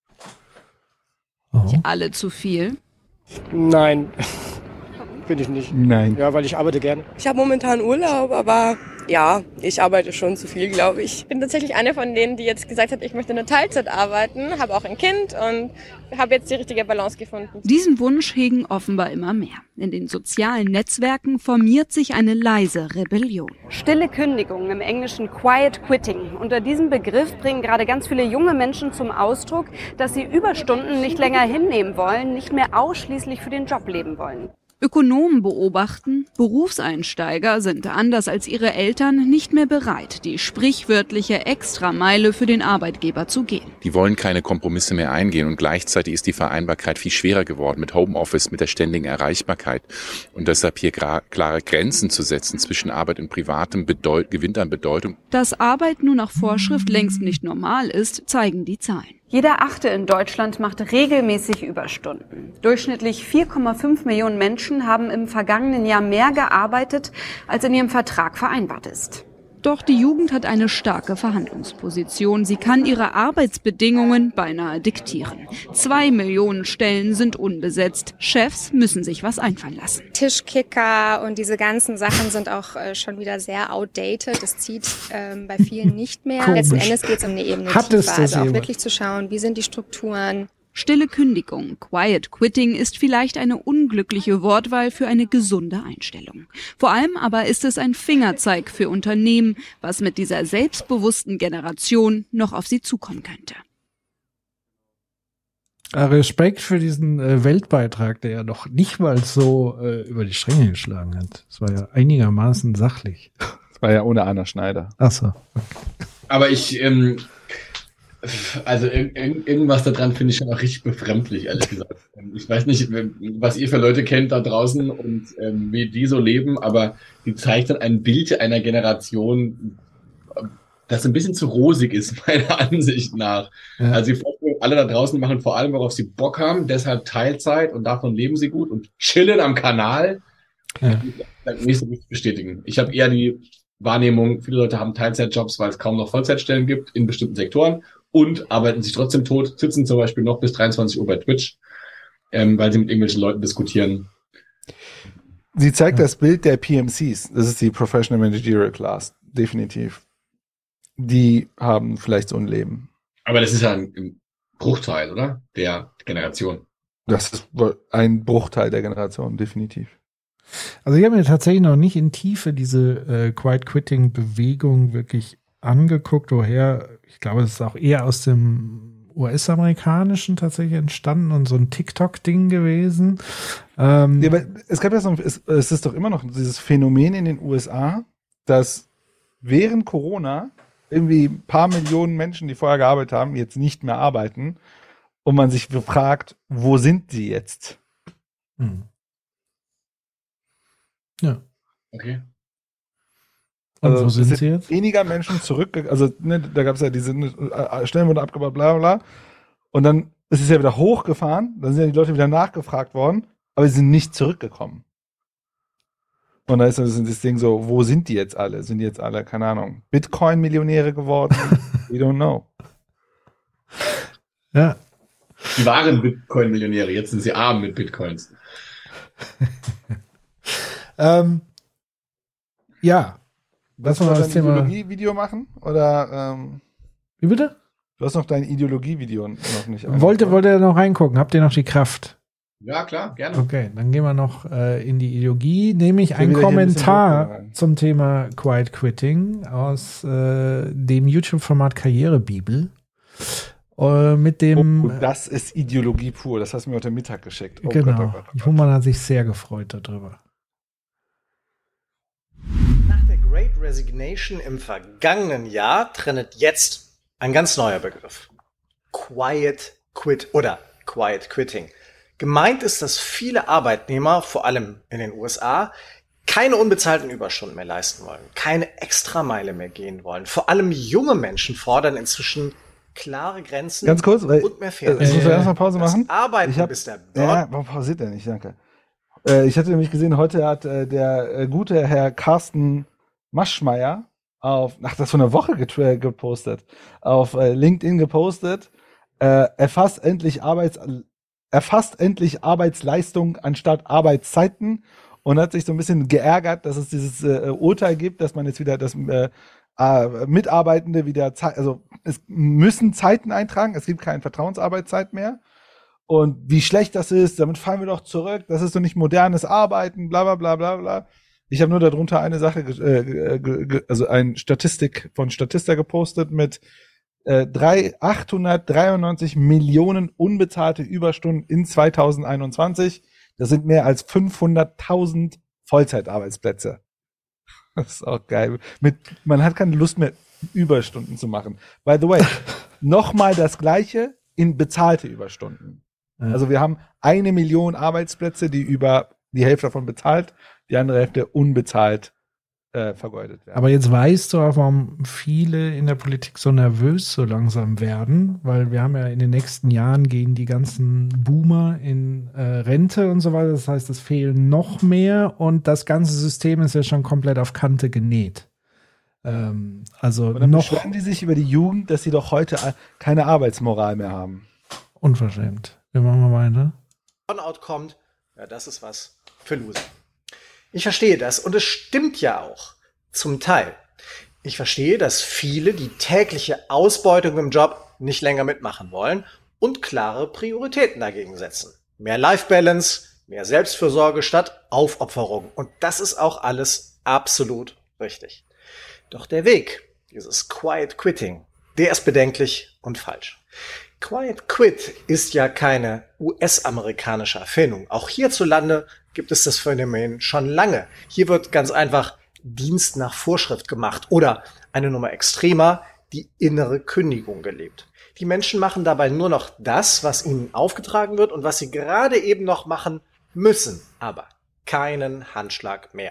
[SPEAKER 5] Oh.
[SPEAKER 4] Alle zu viel?
[SPEAKER 9] Nein. Bin ich nicht.
[SPEAKER 10] Nein.
[SPEAKER 9] Ja, weil ich arbeite gerne.
[SPEAKER 23] Ich habe momentan Urlaub, aber ja, ich arbeite schon zu viel, glaube ich.
[SPEAKER 24] Ich bin tatsächlich eine von denen, die jetzt gesagt hat, ich möchte eine Teilzeit arbeiten, habe auch ein Kind und habe jetzt die richtige Balance gefunden.
[SPEAKER 4] Diesen Wunsch hegen offenbar immer mehr. In den sozialen Netzwerken formiert sich eine leise Rebellion.
[SPEAKER 25] Stille Kündigung, im Englischen Quiet Quitting. Unter diesem Begriff bringen gerade ganz viele junge Menschen zum Ausdruck, dass sie Überstunden nicht länger hinnehmen wollen, nicht mehr ausschließlich für den Job leben wollen.
[SPEAKER 4] Ökonomen beobachten, Berufseinsteiger sind anders als ihre Eltern nicht mehr bereit, die sprichwörtliche Extrameile für den Arbeitgeber zu gehen.
[SPEAKER 26] Die wollen keine Kompromisse mehr eingehen und gleichzeitig ist die Vereinbarkeit viel schwerer geworden mit Homeoffice, mit der ständigen Erreichbarkeit. Und deshalb hier klare Grenzen zu setzen zwischen Arbeit und Privatem gewinnt an Bedeutung.
[SPEAKER 4] Dass Arbeit nur nach Vorschrift längst nicht normal ist, zeigen die Zahlen.
[SPEAKER 25] Jeder Achte in Deutschland macht regelmäßig Überstunden. Durchschnittlich 4,5 Millionen Menschen haben im vergangenen Jahr mehr gearbeitet, als in ihrem Vertrag vereinbart ist.
[SPEAKER 4] Doch die Jugend hat eine starke Verhandlungsposition. Sie kann ihre Arbeitsbedingungen beinahe diktieren. 2 Millionen Stellen sind unbesetzt. Chefs müssen sich was einfallen lassen.
[SPEAKER 3] Tischkicker und diese ganzen Sachen sind auch schon wieder sehr outdated. Das zieht bei vielen nicht mehr.
[SPEAKER 4] Komisch.
[SPEAKER 3] Letzten Endes geht es um eine Ebene tiefer. Also auch wirklich zu schauen, wie sind die Strukturen.
[SPEAKER 4] Stille Kündigung, Quiet Quitting, ist vielleicht eine unglückliche Wortwahl für eine gesunde Einstellung. Vor allem aber ist es ein Fingerzeig für Unternehmen, was mit dieser selbstbewussten Generation noch auf sie zukommen könnte.
[SPEAKER 5] Respekt für diesen Weltbeitrag, der ja noch nicht mal so über die Stränge geschlagen hat. Das war ja einigermaßen sachlich.
[SPEAKER 10] Das war ja ohne Anna Schneider.
[SPEAKER 5] Ach so. Okay.
[SPEAKER 7] Aber also irgendwas daran finde ich schon auch richtig befremdlich, ehrlich gesagt. Ich weiß nicht, was ihr für Leute kennt da draußen und wie die so leben, aber die zeichnen ein Bild einer Generation, das ein bisschen zu rosig ist, meiner Ansicht nach. Ja. Also die Vorstellung, alle da draußen machen vor allem, worauf sie Bock haben, deshalb Teilzeit und davon leben sie gut und chillen am Kanal. Ja. Nicht so richtig bestätigen. Ich habe eher die Wahrnehmung, viele Leute haben Teilzeitjobs, weil es kaum noch Vollzeitstellen gibt in bestimmten Sektoren und arbeiten sich trotzdem tot, sitzen zum Beispiel noch bis 23 Uhr bei Twitch, weil sie mit irgendwelchen Leuten diskutieren.
[SPEAKER 10] Sie zeigt das Bild der PMCs, das ist die Professional Managerial Class, definitiv. Die haben vielleicht so ein Leben.
[SPEAKER 7] Aber das ist ja ein Bruchteil, oder? Der Generation.
[SPEAKER 10] Das ist ein Bruchteil der Generation, definitiv.
[SPEAKER 5] Also ich habe mir tatsächlich noch nicht in Tiefe diese Quiet-Quitting-Bewegung wirklich angeguckt, woher, ich glaube, es ist auch eher aus dem US-amerikanischen tatsächlich entstanden und so ein TikTok-Ding gewesen.
[SPEAKER 10] Ja, aber es gab ja so, es ist doch immer noch dieses Phänomen in den USA, dass während Corona irgendwie ein paar Millionen Menschen, die vorher gearbeitet haben, jetzt nicht mehr arbeiten und man sich fragt, wo sind die jetzt?
[SPEAKER 5] Ja.
[SPEAKER 7] Okay.
[SPEAKER 5] Und
[SPEAKER 10] also
[SPEAKER 5] wo sind sie jetzt?
[SPEAKER 10] Weniger Menschen zurück, also ne, da gab es ja diese Stellen wurden abgebaut, bla bla bla. Und dann ist es ja wieder hochgefahren, dann sind ja die Leute wieder nachgefragt worden, aber sie sind nicht zurückgekommen. Und da ist das Ding so, wo sind die jetzt alle? Sind die jetzt alle, keine Ahnung, Bitcoin-Millionäre geworden? We don't know.
[SPEAKER 5] Ja.
[SPEAKER 7] Die waren Bitcoin-Millionäre, jetzt sind sie arm mit Bitcoins.
[SPEAKER 5] Ja.
[SPEAKER 10] Lass mal das Thema Ideologie-Video machen? Oder,
[SPEAKER 5] Wie bitte?
[SPEAKER 10] Du hast noch dein Ideologie-Video noch nicht.
[SPEAKER 5] Wollt ihr noch reingucken? Habt ihr noch die Kraft?
[SPEAKER 7] Ja, klar, gerne.
[SPEAKER 5] Okay, dann gehen wir noch in die Ideologie. Nämlich ein Kommentar zum Thema Quiet Quitting aus dem YouTube-Format Karrierebibel. Mit dem.
[SPEAKER 10] Das ist Ideologie pur. Das hast du mir heute Mittag geschickt. Oh
[SPEAKER 5] genau.
[SPEAKER 10] Gott, oh Gott, oh Gott.
[SPEAKER 5] Human hat sich sehr gefreut darüber.
[SPEAKER 8] Nach der Great Resignation im vergangenen Jahr trendet jetzt ein ganz neuer Begriff. Quiet Quit oder Quiet Quitting. Gemeint ist, dass viele Arbeitnehmer, vor allem in den USA, keine unbezahlten Überstunden mehr leisten wollen, keine Extrameile mehr gehen wollen. Vor allem junge Menschen fordern inzwischen klare Grenzen
[SPEAKER 10] ganz kurz,
[SPEAKER 8] und mehr Fairness.
[SPEAKER 10] Ich muss erst mal Pause machen.
[SPEAKER 8] Arbeiten bis der
[SPEAKER 10] warum pausiert er nicht? Danke. Ich hatte nämlich gesehen, heute hat der gute Herr Carsten Maschmeyer das vor einer Woche gepostet, auf LinkedIn gepostet, erfasst endlich Arbeitsleistung anstatt Arbeitszeiten und hat sich so ein bisschen geärgert, dass es dieses Urteil gibt, dass man jetzt wieder Mitarbeitende wieder es müssen Zeiten eintragen, es gibt keine Vertrauensarbeitszeit mehr und wie schlecht das ist, damit fallen wir doch zurück, das ist doch nicht modernes Arbeiten, bla bla bla bla bla. Ich habe nur darunter eine Sache, also eine Statistik von Statista gepostet mit 893 Millionen unbezahlte Überstunden in 2021. Das sind mehr als 500.000 Vollzeitarbeitsplätze. Das ist auch geil. Man hat keine Lust mehr, Überstunden zu machen. By the way, nochmal das Gleiche in bezahlte Überstunden. Ja. Also wir haben 1 Million Arbeitsplätze, die über die Hälfte davon bezahlt, die andere Hälfte unbezahlt vergeudet werden.
[SPEAKER 5] Aber jetzt weißt du auch, warum viele in der Politik so nervös so langsam werden, weil wir haben ja in den nächsten Jahren gehen die ganzen Boomer in Rente und so weiter. Das heißt, es fehlen noch mehr und das ganze System ist ja schon komplett auf Kante genäht. Also
[SPEAKER 10] Und dann
[SPEAKER 5] noch
[SPEAKER 10] beschweren die sich über die Jugend, dass sie doch heute keine Arbeitsmoral mehr haben.
[SPEAKER 5] unverschämt. Wir machen mal weiter.
[SPEAKER 8] Burnout kommt, ja, das ist was für Loser. Ich verstehe das und es stimmt ja auch. Zum Teil. Ich verstehe, dass viele die tägliche Ausbeutung im Job nicht länger mitmachen wollen und klare Prioritäten dagegen setzen. Mehr Life-Balance, mehr Selbstfürsorge statt Aufopferung. Und das ist auch alles absolut richtig. Doch der Weg, dieses Quiet Quitting, der ist bedenklich und falsch. Quiet Quit ist ja keine US-amerikanische Erfindung. Auch hierzulande gibt es das Phänomen schon lange. Hier wird ganz einfach Dienst nach Vorschrift gemacht oder eine Nummer extremer, die innere Kündigung gelebt. Die Menschen machen dabei nur noch das, was ihnen aufgetragen wird und was sie gerade eben noch machen müssen, aber keinen Handschlag mehr.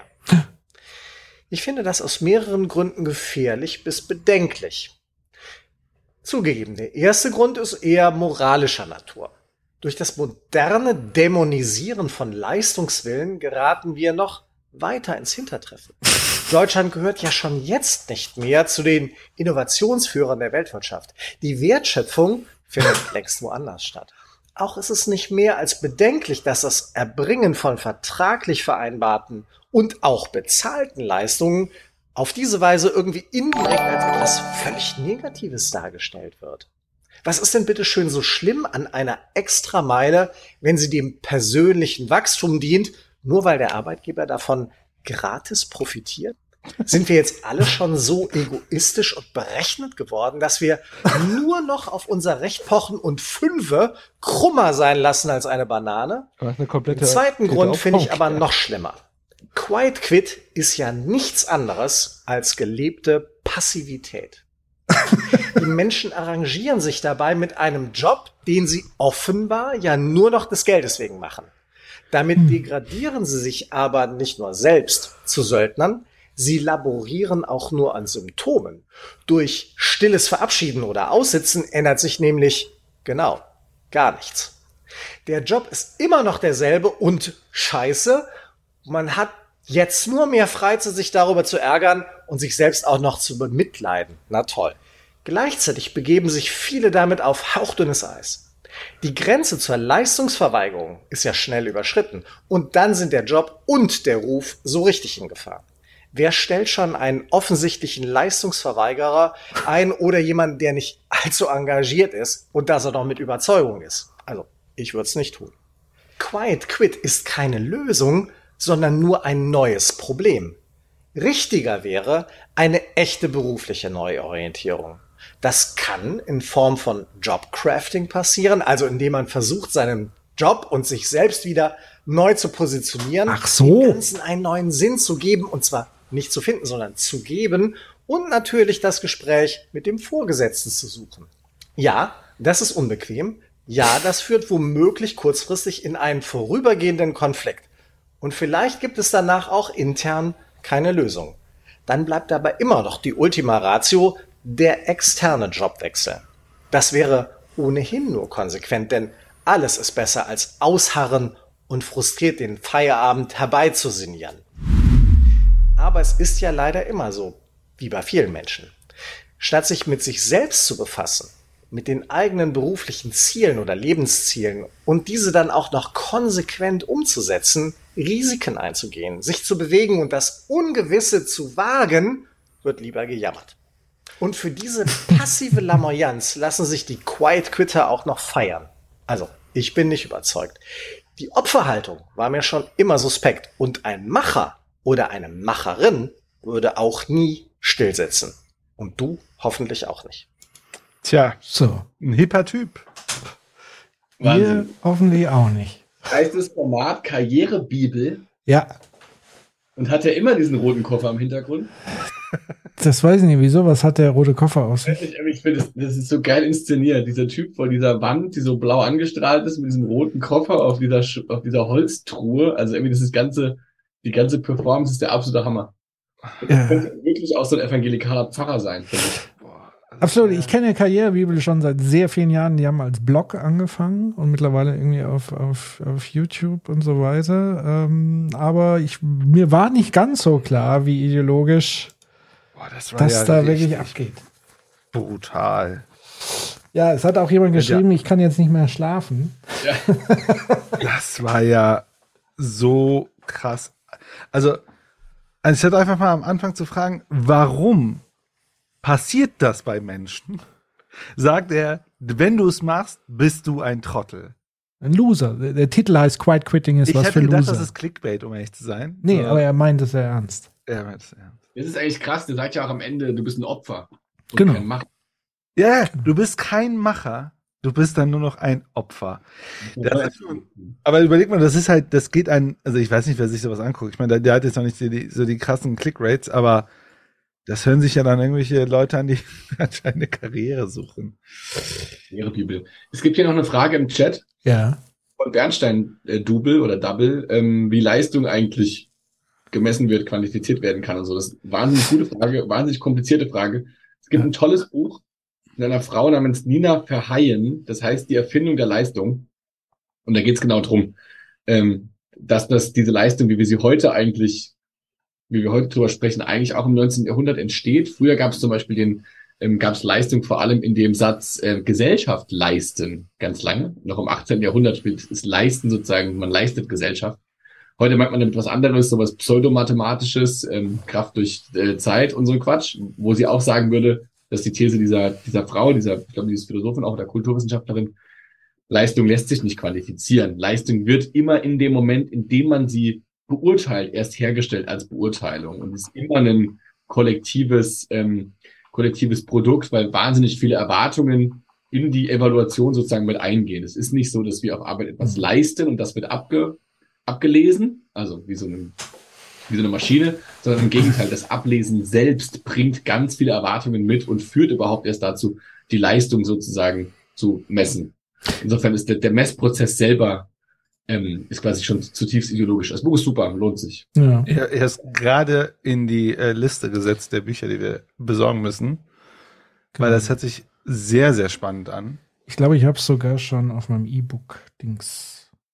[SPEAKER 8] Ich finde das aus mehreren Gründen gefährlich bis bedenklich. Zugegeben, der erste Grund ist eher moralischer Natur. Durch das moderne Dämonisieren von Leistungswillen geraten wir noch weiter ins Hintertreffen. Deutschland gehört ja schon jetzt nicht mehr zu den Innovationsführern der Weltwirtschaft. Die Wertschöpfung findet längst woanders statt. Auch ist es nicht mehr als bedenklich, dass das Erbringen von vertraglich vereinbarten und auch bezahlten Leistungen auf diese Weise irgendwie indirekt als etwas völlig Negatives dargestellt wird. Was ist denn bitte schön so schlimm an einer Extrameile, wenn sie dem persönlichen Wachstum dient, nur weil der Arbeitgeber davon gratis profitiert? Sind wir jetzt alle schon so egoistisch und berechnet geworden, dass wir nur noch auf unser Recht pochen und Fünfe krummer sein lassen als eine Banane? Den zweiten Grund finde ich aber noch schlimmer. Quiet Quit ist ja nichts anderes als gelebte Passivität. Die Menschen arrangieren sich dabei mit einem Job, den sie offenbar ja nur noch des Geldes wegen machen. Damit degradieren sie sich aber nicht nur selbst zu Söldnern, sie laborieren auch nur an Symptomen. Durch stilles Verabschieden oder Aussitzen ändert sich nämlich, genau, gar nichts. Der Job ist immer noch derselbe und scheiße. Man hat jetzt nur mehr Freizeit, sich darüber zu ärgern und sich selbst auch noch zu bemitleiden. Na toll. Gleichzeitig begeben sich viele damit auf hauchdünnes Eis. Die Grenze zur Leistungsverweigerung ist ja schnell überschritten und dann sind der Job und der Ruf so richtig in Gefahr. Wer stellt schon einen offensichtlichen Leistungsverweigerer ein oder jemanden, der nicht allzu engagiert ist und das auch noch mit Überzeugung ist? Also, ich würde es nicht tun. Quiet Quit ist keine Lösung, sondern nur ein neues Problem. Richtiger wäre eine echte berufliche Neuorientierung. Das kann in Form von Jobcrafting passieren, also indem man versucht, seinen Job und sich selbst wieder neu zu positionieren, dem Ganzen einen neuen Sinn zu geben, und zwar nicht zu finden, sondern zu geben und natürlich das Gespräch mit dem Vorgesetzten zu suchen. Ja, das ist unbequem. Ja, das führt womöglich kurzfristig in einen vorübergehenden Konflikt. Und vielleicht gibt es danach auch intern keine Lösung. Dann bleibt dabei immer noch die Ultima Ratio, der externe Jobwechsel. Das wäre ohnehin nur konsequent, denn alles ist besser als ausharren und frustriert den Feierabend herbeizusinieren. Aber es ist ja leider immer so, wie bei vielen Menschen. Statt sich mit sich selbst zu befassen, mit den eigenen beruflichen Zielen oder Lebenszielen und diese dann auch noch konsequent umzusetzen, Risiken einzugehen, sich zu bewegen und das Ungewisse zu wagen, wird lieber gejammert. Und für diese passive Lamoyanz lassen sich die Quiet Quitter auch noch feiern. Also, ich bin nicht überzeugt. Die Opferhaltung war mir schon immer suspekt und ein Macher oder eine Macherin würde auch nie stillsitzen. Und du hoffentlich auch nicht.
[SPEAKER 10] Tja,
[SPEAKER 5] so
[SPEAKER 10] ein hipper Typ.
[SPEAKER 5] Wir hoffentlich auch nicht.
[SPEAKER 7] Heißt das Format Karrierebibel?
[SPEAKER 5] Ja.
[SPEAKER 7] Und hat er immer diesen roten Koffer im Hintergrund?
[SPEAKER 5] Das weiß ich nicht, wieso? Was hat der rote Koffer aus sich?
[SPEAKER 7] Ich finde, das ist so geil inszeniert. Dieser Typ vor dieser Wand, die so blau angestrahlt ist, mit diesem roten Koffer auf dieser Holztruhe. Also irgendwie die ganze Performance ist der absolute Hammer. Das könnte wirklich auch so ein evangelikaler Pfarrer sein, finde ich.
[SPEAKER 5] Absolut, ich kenne Karrierebibel schon seit sehr vielen Jahren. Die haben als Blog angefangen und mittlerweile irgendwie auf YouTube und so weiter. Aber mir war nicht ganz so klar, wie ideologisch
[SPEAKER 6] Boah, das war
[SPEAKER 5] dass da wirklich abgeht.
[SPEAKER 6] Brutal.
[SPEAKER 5] Ja, es hat auch jemand geschrieben, ich kann jetzt nicht mehr schlafen.
[SPEAKER 6] Ja. Das war ja so krass. Also anstatt einfach mal am Anfang zu fragen, warum passiert das bei Menschen, sagt er, wenn du es machst, bist du ein Trottel.
[SPEAKER 5] Ein Loser. Der Titel heißt Quiet Quitting ist was für Loser. Ich hätte gedacht,
[SPEAKER 6] das ist Clickbait, um ehrlich zu sein.
[SPEAKER 5] Nee, aber er meint es sehr ernst.
[SPEAKER 6] Er meint es ernst.
[SPEAKER 7] Das ist eigentlich krass, der sagt ja auch am Ende, du bist ein Opfer.
[SPEAKER 5] Genau.
[SPEAKER 7] Kein Macher.
[SPEAKER 6] Ja, du bist kein Macher, du bist dann nur noch ein Opfer. Aber überleg mal, das geht also ich weiß nicht, wer sich sowas anguckt. Ich meine, der hat jetzt noch nicht so die krassen Click-Rates, aber das hören sich ja dann irgendwelche Leute an, die anscheinend eine Karriere suchen.
[SPEAKER 7] Karrierebibel. Es gibt hier noch eine Frage im Chat.
[SPEAKER 5] Ja.
[SPEAKER 7] Von Bernstein Double, wie Leistung eigentlich gemessen wird, quantifiziert werden kann und so. Das ist eine wahnsinnig gute Frage, wahnsinnig komplizierte Frage. Es gibt ein tolles Buch von einer Frau namens Nina Verheyen, das heißt Die Erfindung der Leistung. Und da geht es genau drum, dass diese Leistung, wie wir heute drüber sprechen, eigentlich auch im 19. Jahrhundert entsteht. Früher gab es zum Beispiel gab es Leistung vor allem in dem Satz Gesellschaft leisten, ganz lange. Noch im 18. Jahrhundert ist Leisten sozusagen, man leistet Gesellschaft. Heute meint man damit was anderes, sowas Pseudomathematisches, Kraft durch Zeit und so ein Quatsch, wo sie auch sagen würde, dass die These dieser Frau, ich glaube, dieses Philosophin auch oder Kulturwissenschaftlerin, Leistung lässt sich nicht quantifizieren. Leistung wird immer in dem Moment, in dem man sie beurteilt, erst hergestellt als Beurteilung und ist immer ein kollektives Produkt, weil wahnsinnig viele Erwartungen in die Evaluation sozusagen mit eingehen. Es ist nicht so, dass wir auf Arbeit etwas leisten und das wird abgelesen, also wie so eine Maschine, sondern im Gegenteil, das Ablesen selbst bringt ganz viele Erwartungen mit und führt überhaupt erst dazu, die Leistung sozusagen zu messen. Insofern ist der Messprozess selber ist quasi schon zutiefst ideologisch. Das Buch ist super, lohnt sich.
[SPEAKER 5] Ja.
[SPEAKER 6] Er ist gerade in die Liste gesetzt der Bücher, die wir besorgen müssen, weil das hört sich sehr, sehr spannend an.
[SPEAKER 5] Ich glaube, ich habe es sogar schon auf meinem E-Book-Dings.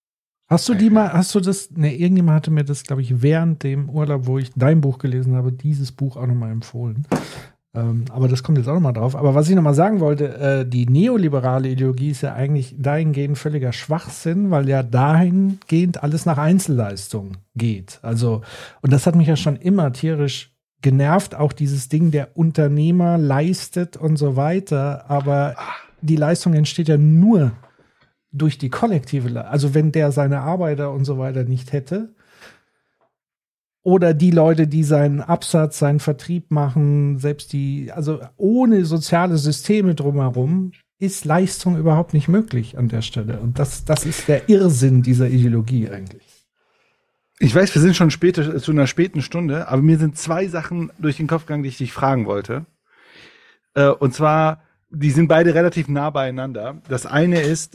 [SPEAKER 5] Irgendjemand hatte mir das, glaube ich, während dem Urlaub, wo ich dein Buch gelesen habe, dieses Buch auch nochmal empfohlen. Aber das kommt jetzt auch nochmal drauf. Aber was ich nochmal sagen wollte, die neoliberale Ideologie ist ja eigentlich dahingehend völliger Schwachsinn, weil ja dahingehend alles nach Einzelleistung geht. Also, und das hat mich ja schon immer tierisch genervt, auch dieses Ding, der Unternehmer leistet und so weiter. Aber die Leistung entsteht ja nur durch die kollektive, also wenn der seine Arbeiter und so weiter nicht hätte, oder die Leute, die seinen Absatz, seinen Vertrieb machen, also ohne soziale Systeme drumherum, ist Leistung überhaupt nicht möglich an der Stelle. Und das ist der Irrsinn dieser Ideologie eigentlich.
[SPEAKER 6] Ich weiß, wir sind schon zu einer späten Stunde, aber mir sind 2 Sachen durch den Kopf gegangen, die ich dich fragen wollte. Und zwar, die sind beide relativ nah beieinander. Das eine ist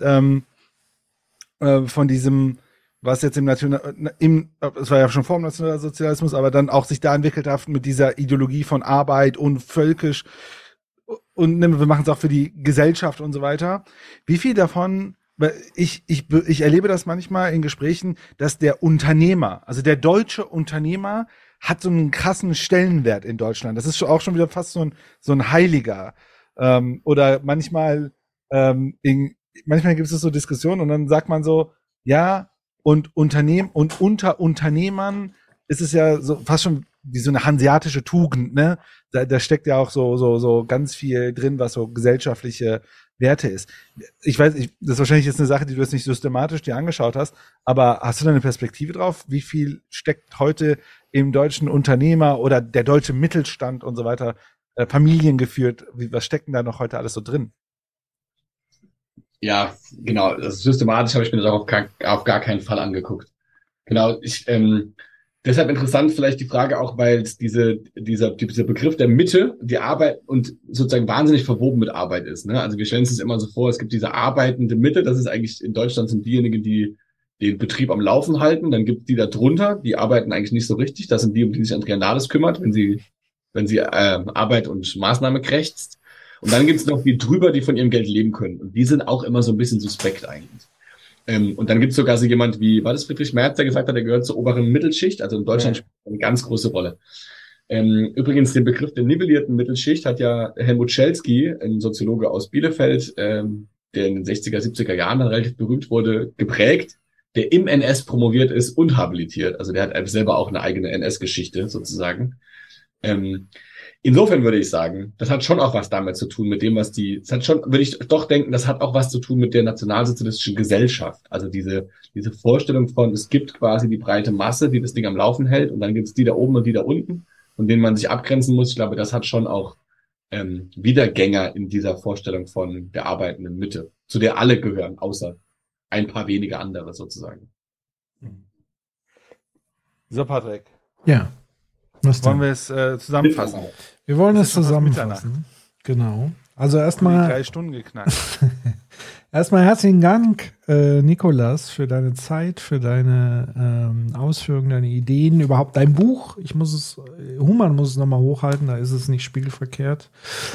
[SPEAKER 6] von diesem, was jetzt es war ja schon vor dem Nationalsozialismus, aber dann auch sich da entwickelt hat mit dieser Ideologie von Arbeit und völkisch und wir machen es auch für die Gesellschaft und so weiter. Wie viel davon, ich erlebe das manchmal in Gesprächen, dass der Unternehmer, also der deutsche Unternehmer, hat so einen krassen Stellenwert in Deutschland. Das ist auch schon wieder fast so ein Heiliger. Oder manchmal gibt es so Diskussionen und dann sagt man so, ja, und unter Unternehmern ist es ja so fast schon wie so eine hanseatische Tugend, ne? Da steckt ja auch so ganz viel drin, was so gesellschaftliche Werte ist. Ich weiß, das ist wahrscheinlich jetzt eine Sache, die du jetzt nicht systematisch dir angeschaut hast, aber hast du da eine Perspektive drauf? Wie viel steckt heute im deutschen Unternehmer oder der deutsche Mittelstand und so weiter, Familien geführt? Was steckt denn da noch heute alles so drin?
[SPEAKER 7] Ja, genau. Also systematisch habe ich mir das auch auf gar keinen Fall angeguckt. Genau. Deshalb interessant vielleicht die Frage auch, weil dieser Begriff der Mitte, die Arbeit und sozusagen wahnsinnig verwoben mit Arbeit ist. Ne? Also wir stellen uns das immer so vor, es gibt diese arbeitende Mitte, das ist eigentlich in Deutschland sind diejenigen, die den Betrieb am Laufen halten. Dann gibt es die da drunter, die arbeiten eigentlich nicht so richtig. Das sind die, um die sich Andrea Nahles kümmert, wenn sie Arbeit und Maßnahme krächzt. Und dann gibt es noch die drüber, die von ihrem Geld leben können. Und die sind auch immer so ein bisschen suspekt eigentlich. Und dann gibt es sogar so jemand wie, war das Friedrich Merz, der gesagt hat, der gehört zur oberen Mittelschicht, also in Deutschland spielt eine ganz große Rolle. Übrigens, den Begriff der nivellierten Mittelschicht hat ja Helmut Schelsky, ein Soziologe aus Bielefeld, der in den 60er, 70er Jahren relativ berühmt wurde, geprägt, der im NS promoviert ist und habilitiert. Also der hat selber auch eine eigene NS-Geschichte sozusagen. Insofern würde ich sagen, das hat schon auch was damit zu tun, mit dem, würde ich doch denken, das hat auch was zu tun mit der nationalsozialistischen Gesellschaft. Also diese Vorstellung von, es gibt quasi die breite Masse, die das Ding am Laufen hält, und dann gibt es die da oben und die da unten, von denen man sich abgrenzen muss. Ich glaube, das hat schon auch Wiedergänger in dieser Vorstellung von der arbeitenden Mitte, zu der alle gehören, außer ein paar wenige andere sozusagen.
[SPEAKER 10] So, Patrick.
[SPEAKER 5] Ja. Was
[SPEAKER 10] wollen wir es zusammenfassen?
[SPEAKER 5] Wir wollen es zusammenfassen. Genau. Also erstmal
[SPEAKER 10] 3 Stunden geknackt.
[SPEAKER 5] Erstmal herzlichen Dank, Nikolas, für deine Zeit, für deine Ausführungen, deine Ideen, überhaupt dein Buch. Humann muss es nochmal hochhalten, da ist es nicht spiegelverkehrt.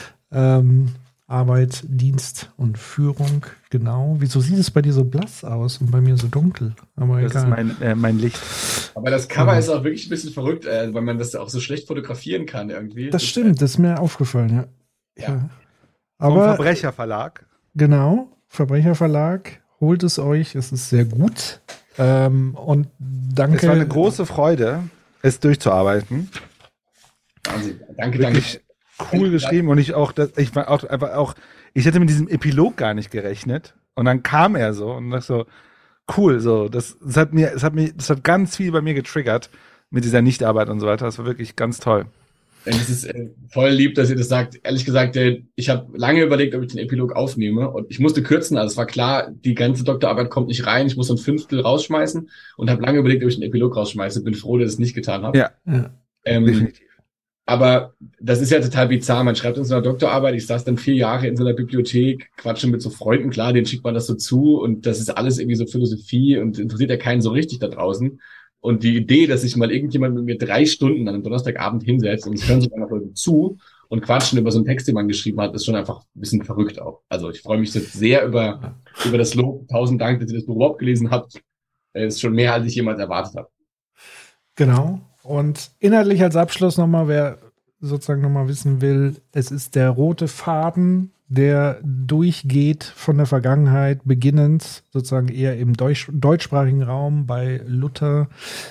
[SPEAKER 5] Arbeit, Dienst und Führung, genau. Wieso sieht es bei dir so blass aus und bei mir so dunkel? Aber
[SPEAKER 10] das
[SPEAKER 5] egal.
[SPEAKER 10] ist mein Licht.
[SPEAKER 7] Aber das Cover ist auch wirklich ein bisschen verrückt, weil man das auch so schlecht fotografieren kann irgendwie.
[SPEAKER 5] Das stimmt, das ist mir aufgefallen, ja.
[SPEAKER 10] Vom
[SPEAKER 5] Aber
[SPEAKER 10] Verbrecherverlag.
[SPEAKER 5] Genau, Verbrecherverlag, holt es euch, es ist sehr gut. Und danke.
[SPEAKER 10] Es war eine große Freude, es durchzuarbeiten.
[SPEAKER 7] Wahnsinn. Danke.
[SPEAKER 10] Cool geschrieben, und ich hätte mit diesem Epilog gar nicht gerechnet, und dann kam er so und dachte so, cool, so, das hat ganz viel bei mir getriggert mit dieser Nichtarbeit und so weiter. Das war wirklich ganz toll.
[SPEAKER 7] Es ist voll lieb, dass ihr das sagt. Ehrlich gesagt, ich habe lange überlegt, ob ich den Epilog aufnehme, und ich musste kürzen. Also es war klar, die ganze Doktorarbeit kommt nicht rein. Ich muss so ein 1/5 rausschmeißen, und habe lange überlegt, ob ich den Epilog rausschmeiße. Bin froh, dass ich es nicht getan habe.
[SPEAKER 10] Ja. Definitiv.
[SPEAKER 7] Aber das ist ja total bizarr. Man schreibt in so einer Doktorarbeit, ich saß dann 4 Jahre in so einer Bibliothek, quatsche mit so Freunden, klar, denen schickt man das so zu, und das ist alles irgendwie so Philosophie und interessiert ja keinen so richtig da draußen. Und die Idee, dass sich mal irgendjemand mit mir 3 Stunden an einem Donnerstagabend hinsetzt und es hören sich einfach Leute zu und quatschen über so einen Text, den man geschrieben hat, ist schon einfach ein bisschen verrückt auch. Also ich freue mich jetzt sehr über das Lob. 1000 Dank, dass ihr das Buch überhaupt gelesen habt. Das ist schon mehr, als ich jemals erwartet habe.
[SPEAKER 5] Genau. Und inhaltlich als Abschluss nochmal, wer sozusagen nochmal wissen will, es ist der rote Faden, der durchgeht von der Vergangenheit, beginnend sozusagen eher im deutschsprachigen Raum bei Luther,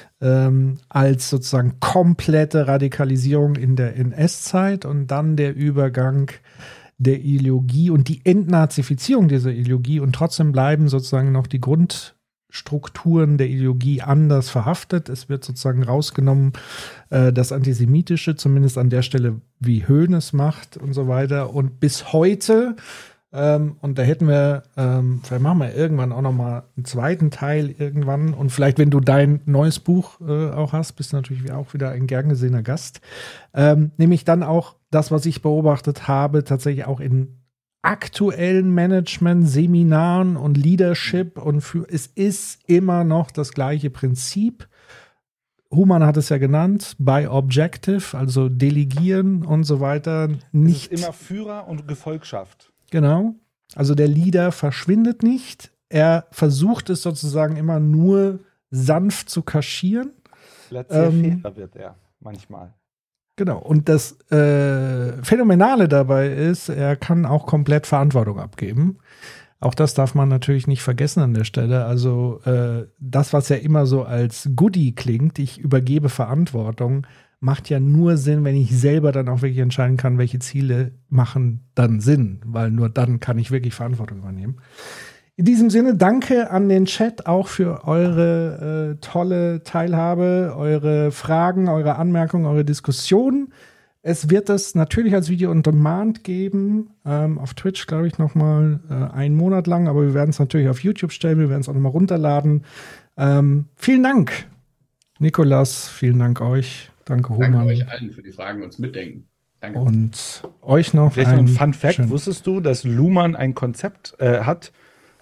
[SPEAKER 5] als sozusagen komplette Radikalisierung in der NS-Zeit, und dann der Übergang der Ideologie und die Entnazifizierung dieser Ideologie, und trotzdem bleiben sozusagen noch die Grundstrukturen der Ideologie anders verhaftet. Es wird sozusagen rausgenommen, das Antisemitische, zumindest an der Stelle, wie Höhn es macht und so weiter. Und bis heute, und da hätten wir, vielleicht machen wir irgendwann auch noch mal einen zweiten Teil irgendwann. Und vielleicht, wenn du dein neues Buch auch hast, bist du natürlich auch wieder ein gern gesehener Gast. Nämlich dann auch das, was ich beobachtet habe, tatsächlich auch in aktuellen Management-Seminaren und Leadership, und es ist immer noch das gleiche Prinzip. Humann hat es ja genannt, by Objective, also delegieren und so weiter. Nicht
[SPEAKER 10] es ist immer Führer und Gefolgschaft.
[SPEAKER 5] Genau. Also der Leader verschwindet nicht. Er versucht es sozusagen immer nur sanft zu kaschieren.
[SPEAKER 10] Laissez-faire wird er manchmal.
[SPEAKER 5] Genau. Und das Phänomenale dabei ist, er kann auch komplett Verantwortung abgeben. Auch das darf man natürlich nicht vergessen an der Stelle. Also das, was ja immer so als Goodie klingt, ich übergebe Verantwortung, macht ja nur Sinn, wenn ich selber dann auch wirklich entscheiden kann, welche Ziele machen dann Sinn. Weil nur dann kann ich wirklich Verantwortung übernehmen. In diesem Sinne, danke an den Chat auch für eure tolle Teilhabe, eure Fragen, eure Anmerkungen, eure Diskussionen. Es wird das natürlich als Video on Demand geben, auf Twitch, glaube ich, noch mal 1 Monat lang, aber wir werden es natürlich auf YouTube stellen, wir werden es auch noch mal runterladen. Vielen Dank, Nikolas, vielen Dank euch, danke Humann.
[SPEAKER 7] Danke euch allen für die Fragen und das Mitdenken. Danke.
[SPEAKER 5] Und euch noch
[SPEAKER 10] vielleicht noch ein Fun Fact, wusstest du, dass Luhmann ein Konzept hat,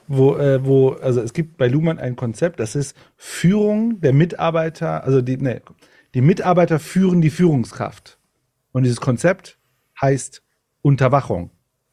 [SPEAKER 10] also es gibt bei Luhmann ein Konzept, das ist Führung der Mitarbeiter, also die Mitarbeiter führen die Führungskraft. Und dieses Konzept heißt Unterwachung.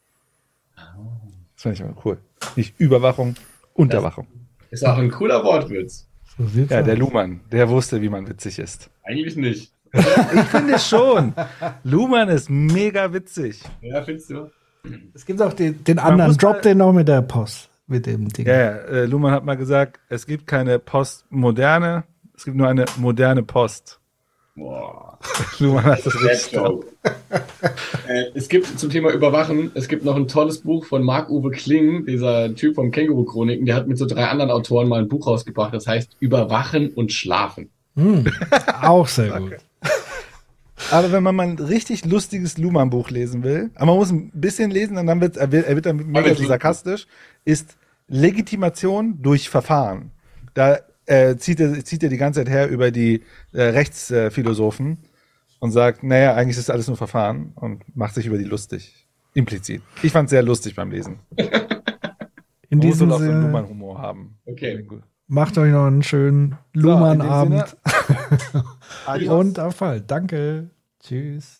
[SPEAKER 10] Das finde ich aber cool. Nicht Überwachung, Unterwachung.
[SPEAKER 7] Ist auch ein cooler Wortwitz.
[SPEAKER 5] So
[SPEAKER 10] ja, der Luhmann, der wusste, wie man witzig ist.
[SPEAKER 7] Eigentlich nicht.
[SPEAKER 6] Ich finde schon. Luhmann ist mega witzig.
[SPEAKER 7] Ja, findest du?
[SPEAKER 5] Es gibt auch den anderen, drop den noch mit der Post, mit dem Ding.
[SPEAKER 6] Ja, Luhmann hat mal gesagt, es gibt keine Postmoderne, es gibt nur eine moderne Post.
[SPEAKER 7] Boah.
[SPEAKER 6] Luhmann hat das richtig.
[SPEAKER 7] Es gibt zum Thema Überwachen, es gibt noch ein tolles Buch von Marc-Uwe Kling, dieser Typ vom Känguru-Chroniken, der hat mit so 3 anderen Autoren mal ein Buch rausgebracht, das heißt Überwachen und Schlafen.
[SPEAKER 5] Auch sehr gut.
[SPEAKER 6] Aber wenn man mal ein richtig lustiges Luhmann-Buch lesen will, aber man muss ein bisschen lesen, und dann wird er wird dann mega so sarkastisch, ist Legitimation durch Verfahren. Da zieht er die ganze Zeit her über die Rechtsphilosophen und sagt, naja, eigentlich ist alles nur Verfahren und macht sich über die lustig. Implizit. Ich fand es sehr lustig beim Lesen.
[SPEAKER 5] In diesem
[SPEAKER 6] auch so einen
[SPEAKER 5] Sinne,
[SPEAKER 6] Luhmann-Humor haben.
[SPEAKER 7] Okay.
[SPEAKER 5] macht euch noch einen schönen Luhmann-Abend.
[SPEAKER 6] Adios.
[SPEAKER 5] Und auf Fall. Danke. Tschüss.